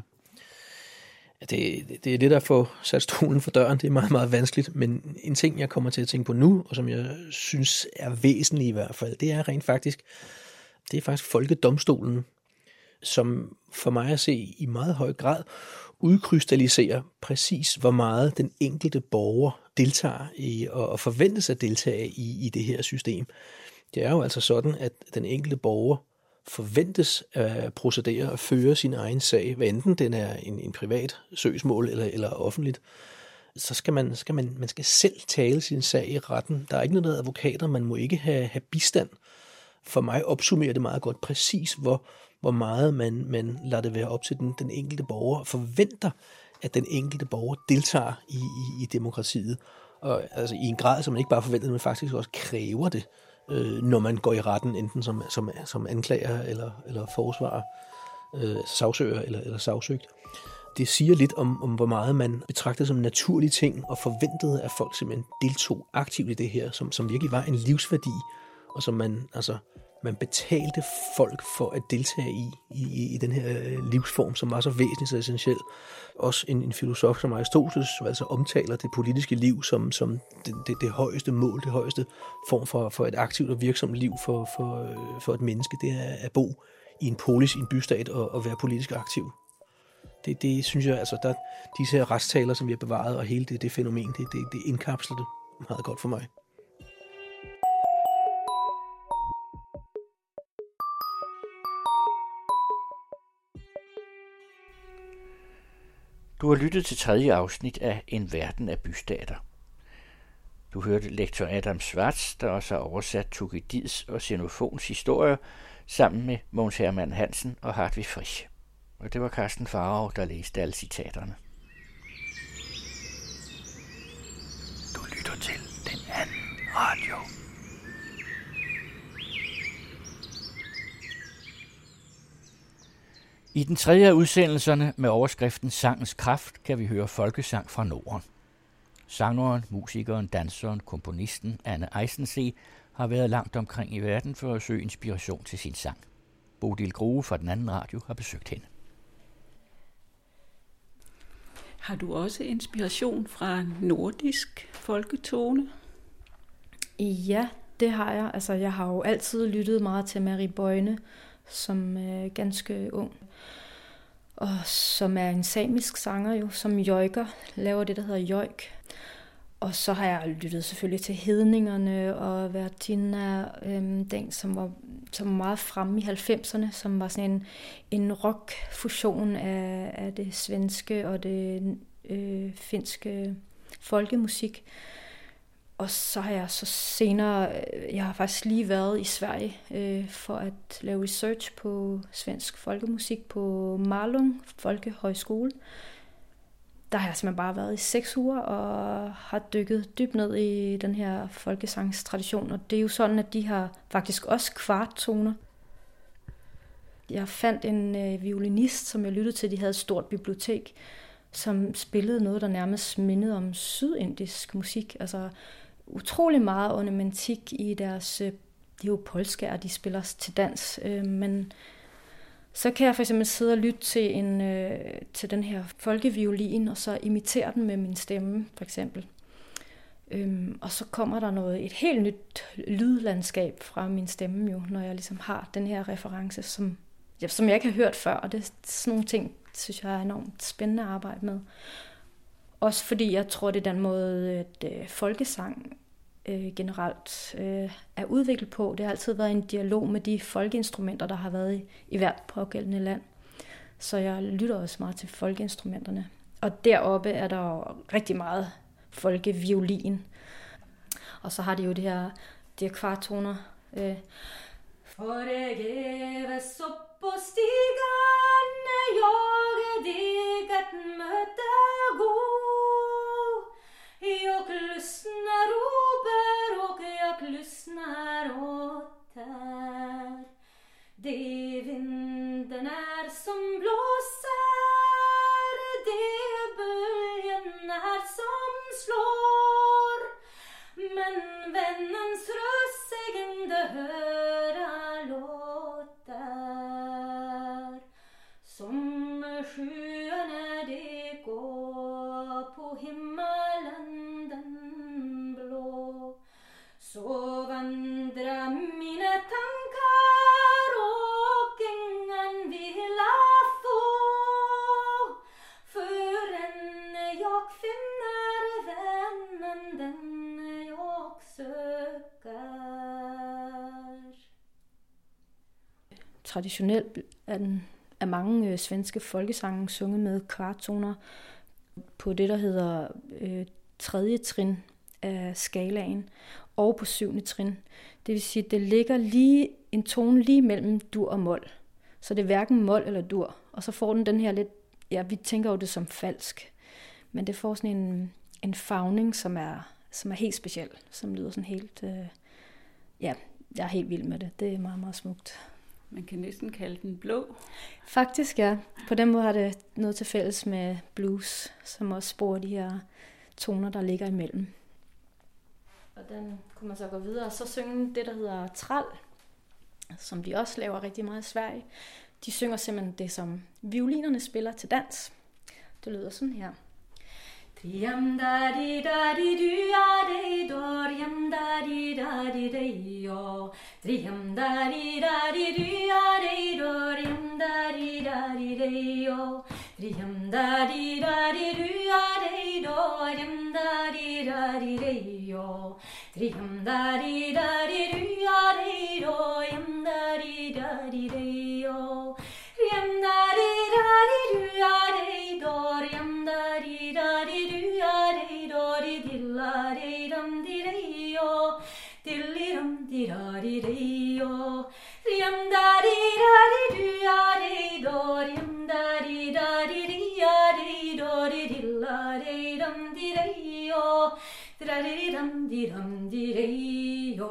Det, det er det, der får sat stolen for døren. Det er meget, meget vanskeligt. Men en ting, jeg kommer til at tænke på nu, og som jeg synes er væsentlig i hvert fald, det er rent faktisk, det er faktisk folkedomstolen, som for mig at se i meget høj grad udkrystalliserer præcis, hvor meget den enkelte borger deltager i og forventes at deltage i, i det her system. Det er jo altså sådan, at den enkelte borger forventes at procedere og føre sin egen sag, hvad enten den er en, en privat søgsmål eller, eller offentligt, så skal man, skal man, man skal selv tale sin sag i retten. Der er ikke noget, der hedder advokater, man må ikke have, have bistand. For mig opsummerer det meget godt præcis, hvor, hvor meget man, man lader det være op til den, den enkelte borger og forventer, at den enkelte borger deltager i, i, i demokratiet. Og altså i en grad, som man ikke bare forventer, men faktisk også kræver det, øh, når man går i retten, enten som, som, som anklager eller, eller forsvarer, øh, sagsøger eller, eller sagsøgt. Det siger lidt om, om, hvor meget man betragter som naturlige ting og forventede, at folk simpelthen deltog aktivt i det her, som, som virkelig var en livsværdi, og som man, altså, man betalte folk for at deltage i, i, i den her livsform, som var så væsentlig så essentiel. Også en, en filosof som Aristoteles altså omtaler det politiske liv som, som det, det, det højeste mål, det højeste form for, for et aktivt og virksomt liv for, for, for et menneske. Det er at bo i en polis, i en bystat og, og være politisk aktiv. Det, det synes jeg, altså, der, disse her retstaler, som vi har bevaret, og hele det, det fænomen, det, det, det indkapsler det meget godt for mig. Du har lyttet til tredje afsnit af En verden af bystater. Du hørte lektor Adam Schwartz, der også har oversat Thukydids og Xenofons historier, sammen med Mogens Hermann Hansen og Hartwig Frisch. Og det var Carsten Farag, der læste alle citaterne. Du lytter til Den Anden Radio. I den tredje af udsendelserne med overskriften Sangens Kraft kan vi høre folkesang fra Norden. Sangeren, musikeren, danseren, komponisten Anne Eisensee har været langt omkring i verden for at søge inspiration til sin sang. Bodil Grue fra Den Anden Radio har besøgt hende. Har du også inspiration fra nordisk folketone? Ja, det har jeg. Altså, jeg har jo altid lyttet meget til Mary Boine, som er ganske ung, og som er en samisk sanger jo, som joiker, laver det, der hedder joik. Og så har jeg lyttet selvfølgelig til hedningerne og Vertina, øhm, den, som var, som var meget fremme i halvfemserne, som var sådan en, en rock-fusion af, af det svenske og det øh, finske folkemusik. Og så har jeg så senere, jeg har faktisk lige været i Sverige øh, for at lave research på svensk folkemusik på Malung Folkehøjskole. Der har jeg simpelthen bare været i seks uger og har dykket dybt ned i den her folkesangstradition. Og det er jo sådan, at de har faktisk også kvarttoner. Jeg fandt en øh, violinist, som jeg lyttede til. De havde et stort bibliotek, som spillede noget, der nærmest mindede om sydindisk musik. Altså utrolig meget ornamentik i deres... De er jo polskær, de spiller til dans, øh, men Så kan jeg for eksempel sidde og lytte til, en, øh, til den her folkeviolin, og så imitere den med min stemme, for eksempel. Øhm, og så kommer der noget, et helt nyt lydlandskab fra min stemme, jo, når jeg ligesom har den her reference, som, ja, som jeg ikke har hørt før. Og det er sådan nogle ting, synes jeg er enormt spændende at arbejde med. Også fordi jeg tror, det er den måde, at øh, folkesang øh, generelt øh, er udviklet på. Det har altid været en dialog med de folkeinstrumenter, der har været i, i hvert pågældende land. Så jeg lytter også meget til folkeinstrumenterne. Og deroppe er der rigtig meget folkeviolin. Og så har de jo det her, de her kvartoner. Øh. Forgæves upp på stigene, jager dig at møte gå. Jag lyssnar roper och jag lyssnar åter. Det vinden är som blåser, det böljen är som slår. Men vännens röst sig inte höra låter. Som skyarna det går på himmelen den blå. Så vandrar mina tankar och ingen vila få. Förrän jag finner vännen den jag söker. Traditionelt er, den, er mange øh, svenske folkesange sunget med kvartoner på det, der hedder øh, tredje trin af skalaen, og på syvende trin. Det vil sige, at det ligger lige en tone lige mellem dur og mol. Så det er hverken mol eller dur. Og så får den den her lidt, ja, vi tænker jo det som falsk, men det får sådan en, en farvning, som er, som er helt speciel, som lyder sådan helt, øh, ja, jeg er helt vild med det. Det er meget, meget smukt. Man kan næsten kalde den blå. Faktisk, ja. På den måde har det noget til fælles med blues, som også sporer de her toner, der ligger imellem. Og den kunne man så gå videre og så synge det, der hedder tral, som de også laver rigtig meget i Sverige. De synger simpelthen det, som violinerne spiller til dans. Det lyder sådan her. Triam da di da di du ya de doriam da di da di de yo. Triam da di da di du ya de doriam da di da di de yo. Triam da di da di du ya de doriam da di da di de yo. Triam da di da di du ya de doriam da di da di de yo. Triam da di da di du ya de doriam da di da di du ya de do di dilla de dum di de yo. Dilli dum di da di de yo. Triam da di da di du ya de doriam da di da di di ya de do di dilla de dum di de yo. Da di dum di dum di de yo.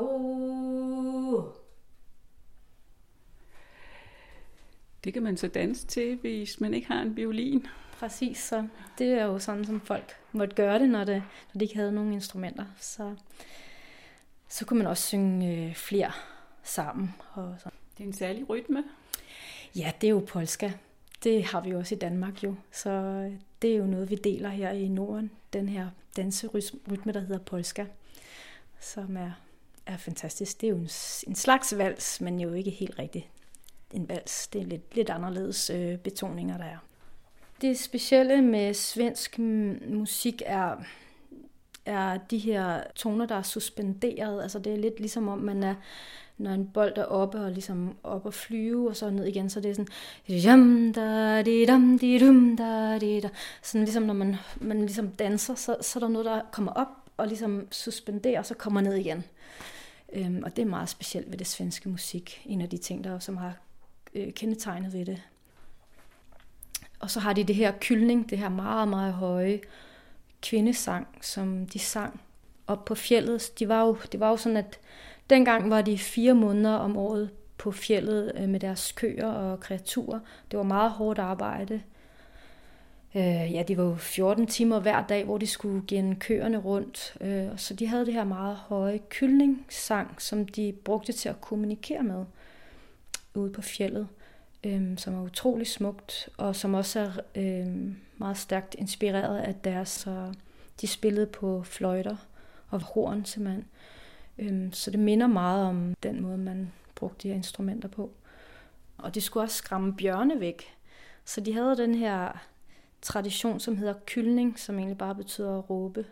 Det kan man så danse til, hvis man ikke har en violin. Præcis, så det er jo sådan, som folk måtte gøre det, når, det, når de ikke havde nogen instrumenter. Så, så kunne man også synge øh, flere sammen. Og så. Det er en særlig rytme. Ja, det er jo polska. Det har vi jo også i Danmark jo. Så det er jo noget, vi deler her i Norden. Den her danserytme, der hedder polska, som er, er fantastisk. Det er jo en, en slags vals, men jo ikke helt rigtigt en vals. Det er lidt, lidt anderledes øh, betoninger, der er. Det specielle med svensk musik er, er de her toner, der er suspenderet. Altså det er lidt ligesom om, man er, når en bold er oppe og ligesom op og flyve, og så ned igen, så det er sådan, jam, da, di, dam, di, dum, da, di, da. Sådan ligesom når man, man ligesom danser, så, så er der noget, der kommer op og ligesom suspenderer, og så kommer ned igen. Øhm, og det er meget specielt ved det svenske musik. En af de ting, der som har øh, kendetegnet ved det. Og så har de det her kyldning, det her meget, meget høje kvindesang, som de sang op på fjeldet. De var jo, det var jo sådan, at dengang var de fire måneder om året på fjeldet med deres køer og kreaturer. Det var meget hårdt arbejde. Ja, de var jo fjorten timer hver dag, hvor de skulle genne køerne rundt. Så de havde det her meget høje kyldningssang, som de brugte til at kommunikere med ude på fjeldet. øhm, som er utrolig smukt, og som også er øhm, meget stærkt inspireret af deres, så de spillede på fløjter og horn simpelthen. Øhm, så det minder meget om den måde, man brugte de her instrumenter på. Og det skulle også skræmme bjørne væk. Så de havde den her tradition, som hedder kyldning, som egentlig bare betyder at råbe.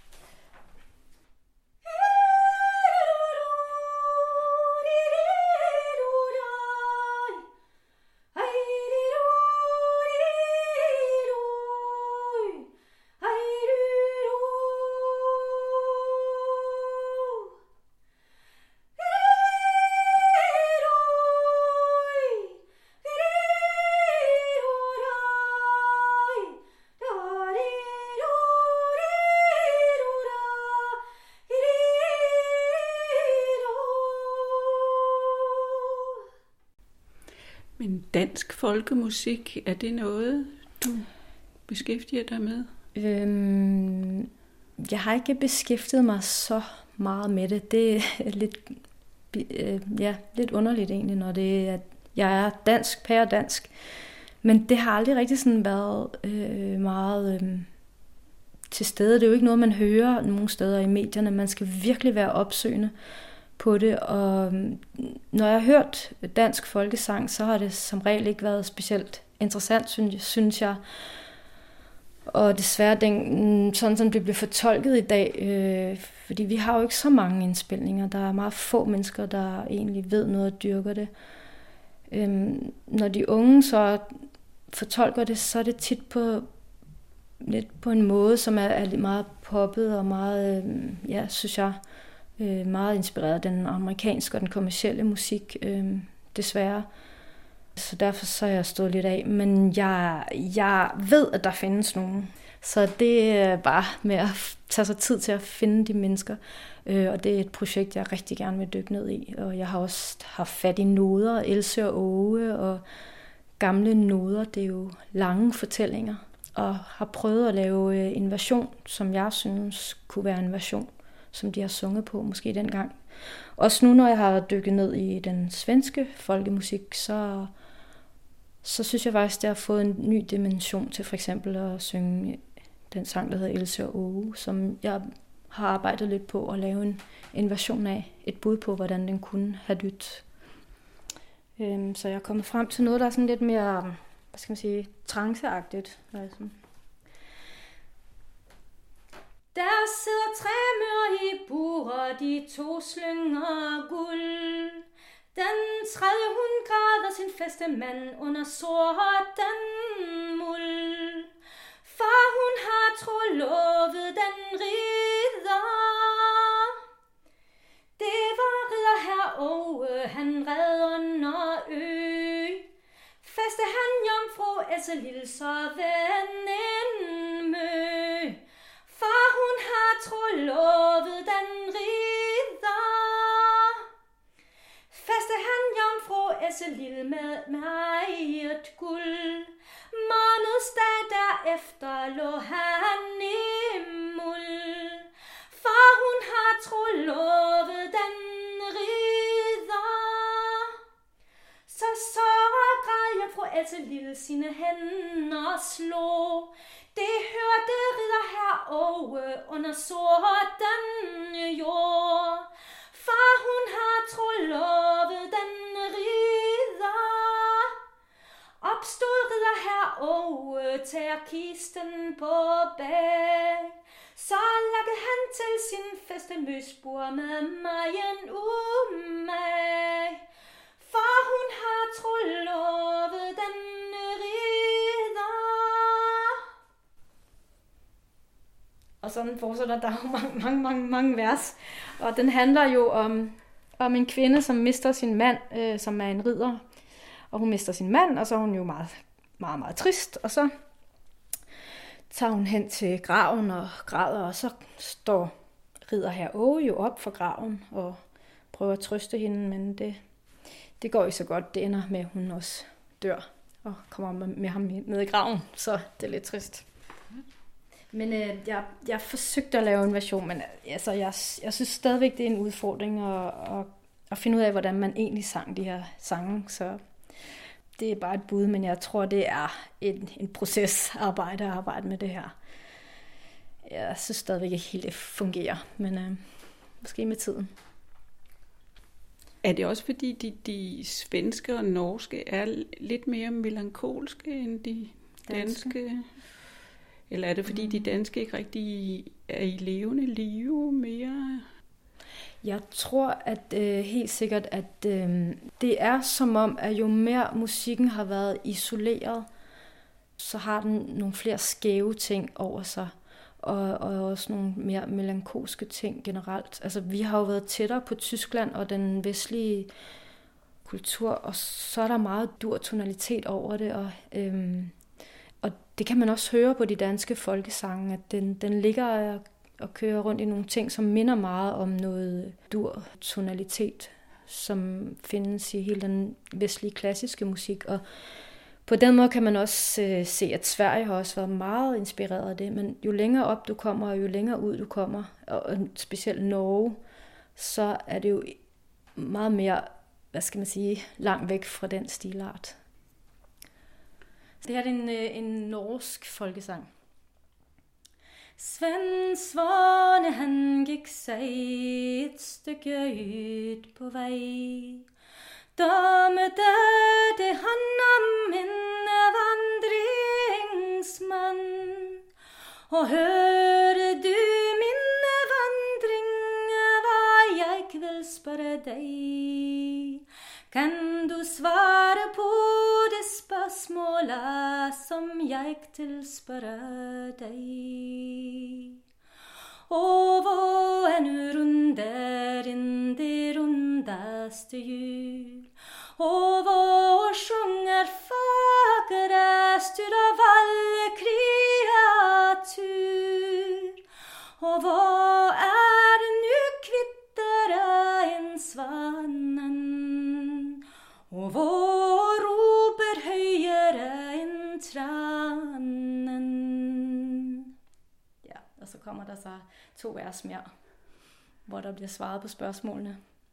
Men dansk folkemusik, er det noget, du beskæftiger dig med? Øhm, jeg har ikke beskæftiget mig så meget med det. Det er lidt, øh, ja, lidt underligt egentlig, når det er, at jeg er dansk, pæredansk. Men det har aldrig rigtig sådan været øh, meget øh, til stede. Det er jo ikke noget, man hører nogle steder i medierne. Man skal virkelig være opsøgende på det, og når jeg har hørt dansk folkesang, så har det som regel ikke været specielt interessant, synes, synes jeg. Og desværre, den, sådan som det bliver fortolket i dag, øh, fordi vi har jo ikke så mange indspilninger, der er meget få mennesker, der egentlig ved noget og dyrker det. Øhm, når de unge så fortolker det, så er det tit på lidt på en måde, som er, er meget poppet og meget, øh, ja, synes jeg, øh, meget inspireret af den amerikanske og den kommercielle musik, øh, desværre. Så derfor så er jeg stået lidt af. Men jeg, jeg ved, at der findes nogen. Så det er bare med at tage sig tid til at finde de mennesker. Øh, og det er et projekt, jeg rigtig gerne vil dykke ned i. Og jeg har også haft fat i noder, Else og Åge og gamle noder. Det er jo lange fortællinger. Og har prøvet at lave en version, som jeg synes kunne være en version, som de har sunget på måske dengang. Også nu, når jeg har dykket ned i den svenske folkemusik, så, så synes jeg faktisk, at jeg har fået en ny dimension til for eksempel at synge den sang, der hedder Else og Åge, som jeg har arbejdet lidt på at lave en, en version af, et bud på, hvordan den kunne have lyttet. Øhm, så jeg er kommet frem til noget, der er sådan lidt mere, hvad skal man sige, tranceagtigt. Altså. Der sidder tre mør i burer, de to slynger guld. Den tredje hun græder sin feste mand under sorten muld. For hun har trolovet den ridder. Det var ridder her Åge, han red under ø. Feste han jomfru Else Lille, så vennen mø. For hun har trolovet den ridder. Feste han jomfru Else Lille med meget guld. Måneds dag derefter lå han i muld. For hun har trolovet den ridder. Så sårer græd jomfru Else Lille sine hænder slog. Det hørte ridder her Åge under sorten jord. For hun har trolovet den ridder. Opstod ridder her Åge, tager kisten på bag. Så lagde han til sin feste møsbord med megen umag. For hun har trolovet den ridder. Og sådan fortsætter der jo mange, mange, mange, mange vers. Og den handler jo om, om en kvinde, som mister sin mand, øh, som er en ridder. Og hun mister sin mand, og så er hun jo meget, meget, meget trist. Og så tager hun hen til graven og græder, og så står ridder her Åge jo op for graven og prøver at trøste hende, men det, det går ikke så godt. Det ender med, at hun også dør og kommer med, med ham ned i graven, så det er lidt trist. Men øh, jeg, jeg forsøgte at lave en version, men altså, jeg, jeg synes stadigvæk, det er en udfordring at, at, at finde ud af, hvordan man egentlig sang de her sange. Så det er bare et bud, men jeg tror, det er en, en procesarbejde at arbejde med det her. Jeg synes stadigvæk ikke helt, det fungerer, men øh, måske med tiden. Er det også fordi, de, de svenske og norske er lidt mere melankolske end de danske? danske? Eller er det fordi, mm. de danske ikke rigtig er i levende live mere? Jeg tror at øh, helt sikkert, at øh, det er som om, at jo mere musikken har været isoleret, så har den nogle flere skæve ting over sig. Og, og også nogle mere melankolske ting generelt. Altså, vi har jo været tættere på Tyskland og den vestlige kultur, og så er der meget dur tonalitet over det, og, øhm, og det kan man også høre på de danske folkesange, at den, den ligger og, og kører rundt i nogle ting, som minder meget om noget dur tonalitet, som findes i hele den vestlige klassiske musik, og på den måde kan man også øh, se, at Sverige har også været meget inspireret af det, men jo længere op du kommer, og jo længere ud du kommer, og specielt Norge, så er det jo meget mere, hvad skal man sige, langt væk fra den stilart. Det her er en, øh, en norsk folkesang. Svend Svane, han gik sig et stykke ud på vej. Da mødte han om en vandringsmann, og hører du min vandring, hva jeg vil spørre deg? Kan du svare på det spørsmålet som jeg til spørre deg? Over en runde inn det rundeste jul, over sjunger fagrest ut av alle kreatur. Og hva er nu kvittere enn svanen, og hva roper høyere enn tranen? Ja, og så kommer der så to vers mere, hvor der bliver svaret på spørgsmålene.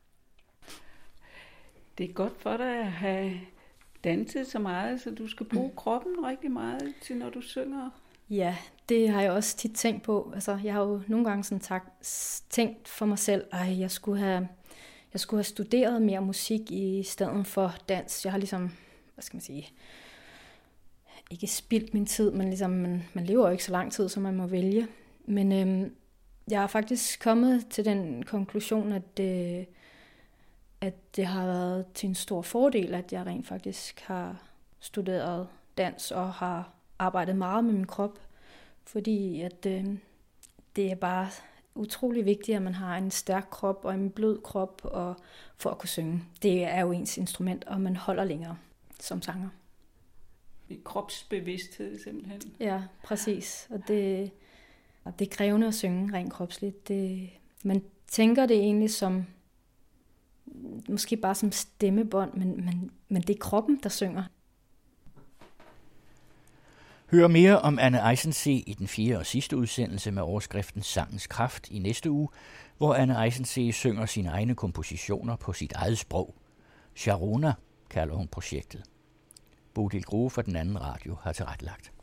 Det er godt for dig at have danset så meget, så du skal bruge kroppen rigtig meget til, når du synger. Ja, det har jeg også tit tænkt på. Altså, jeg har jo nogle gange sådan tak, tænkt for mig selv, at jeg skulle have, jeg skulle have studeret mere musik i stedet for dans. Jeg har ligesom, hvad skal man sige, ikke spildt min tid, men ligesom, man, man lever jo ikke så lang tid, som man må vælge. Men øhm, jeg er faktisk kommet til den konklusion, at, øh, at det har været til en stor fordel, at jeg rent faktisk har studeret dans og har arbejdet meget med min krop, fordi at, øh, det er bare utrolig vigtigt, at man har en stærk krop og en blød krop og for at kunne synge. Det er jo ens instrument, og man holder længere som sanger. Kropsbevidsthed simpelthen. Ja, præcis. Og det, og det er krævende at synge rent kropsligt. Det, man tænker det egentlig som, måske bare som stemmebånd, men, men, men det er kroppen, der synger. Hør mere om Anne Eisensee i den fjerde og sidste udsendelse med overskriften Sangens Kraft i næste uge, hvor Anne Eisensee synger sine egne kompositioner på sit eget sprog. Sharona kalder hun projektet. Bodil Grue for Den Anden Radio har tilrettelagt.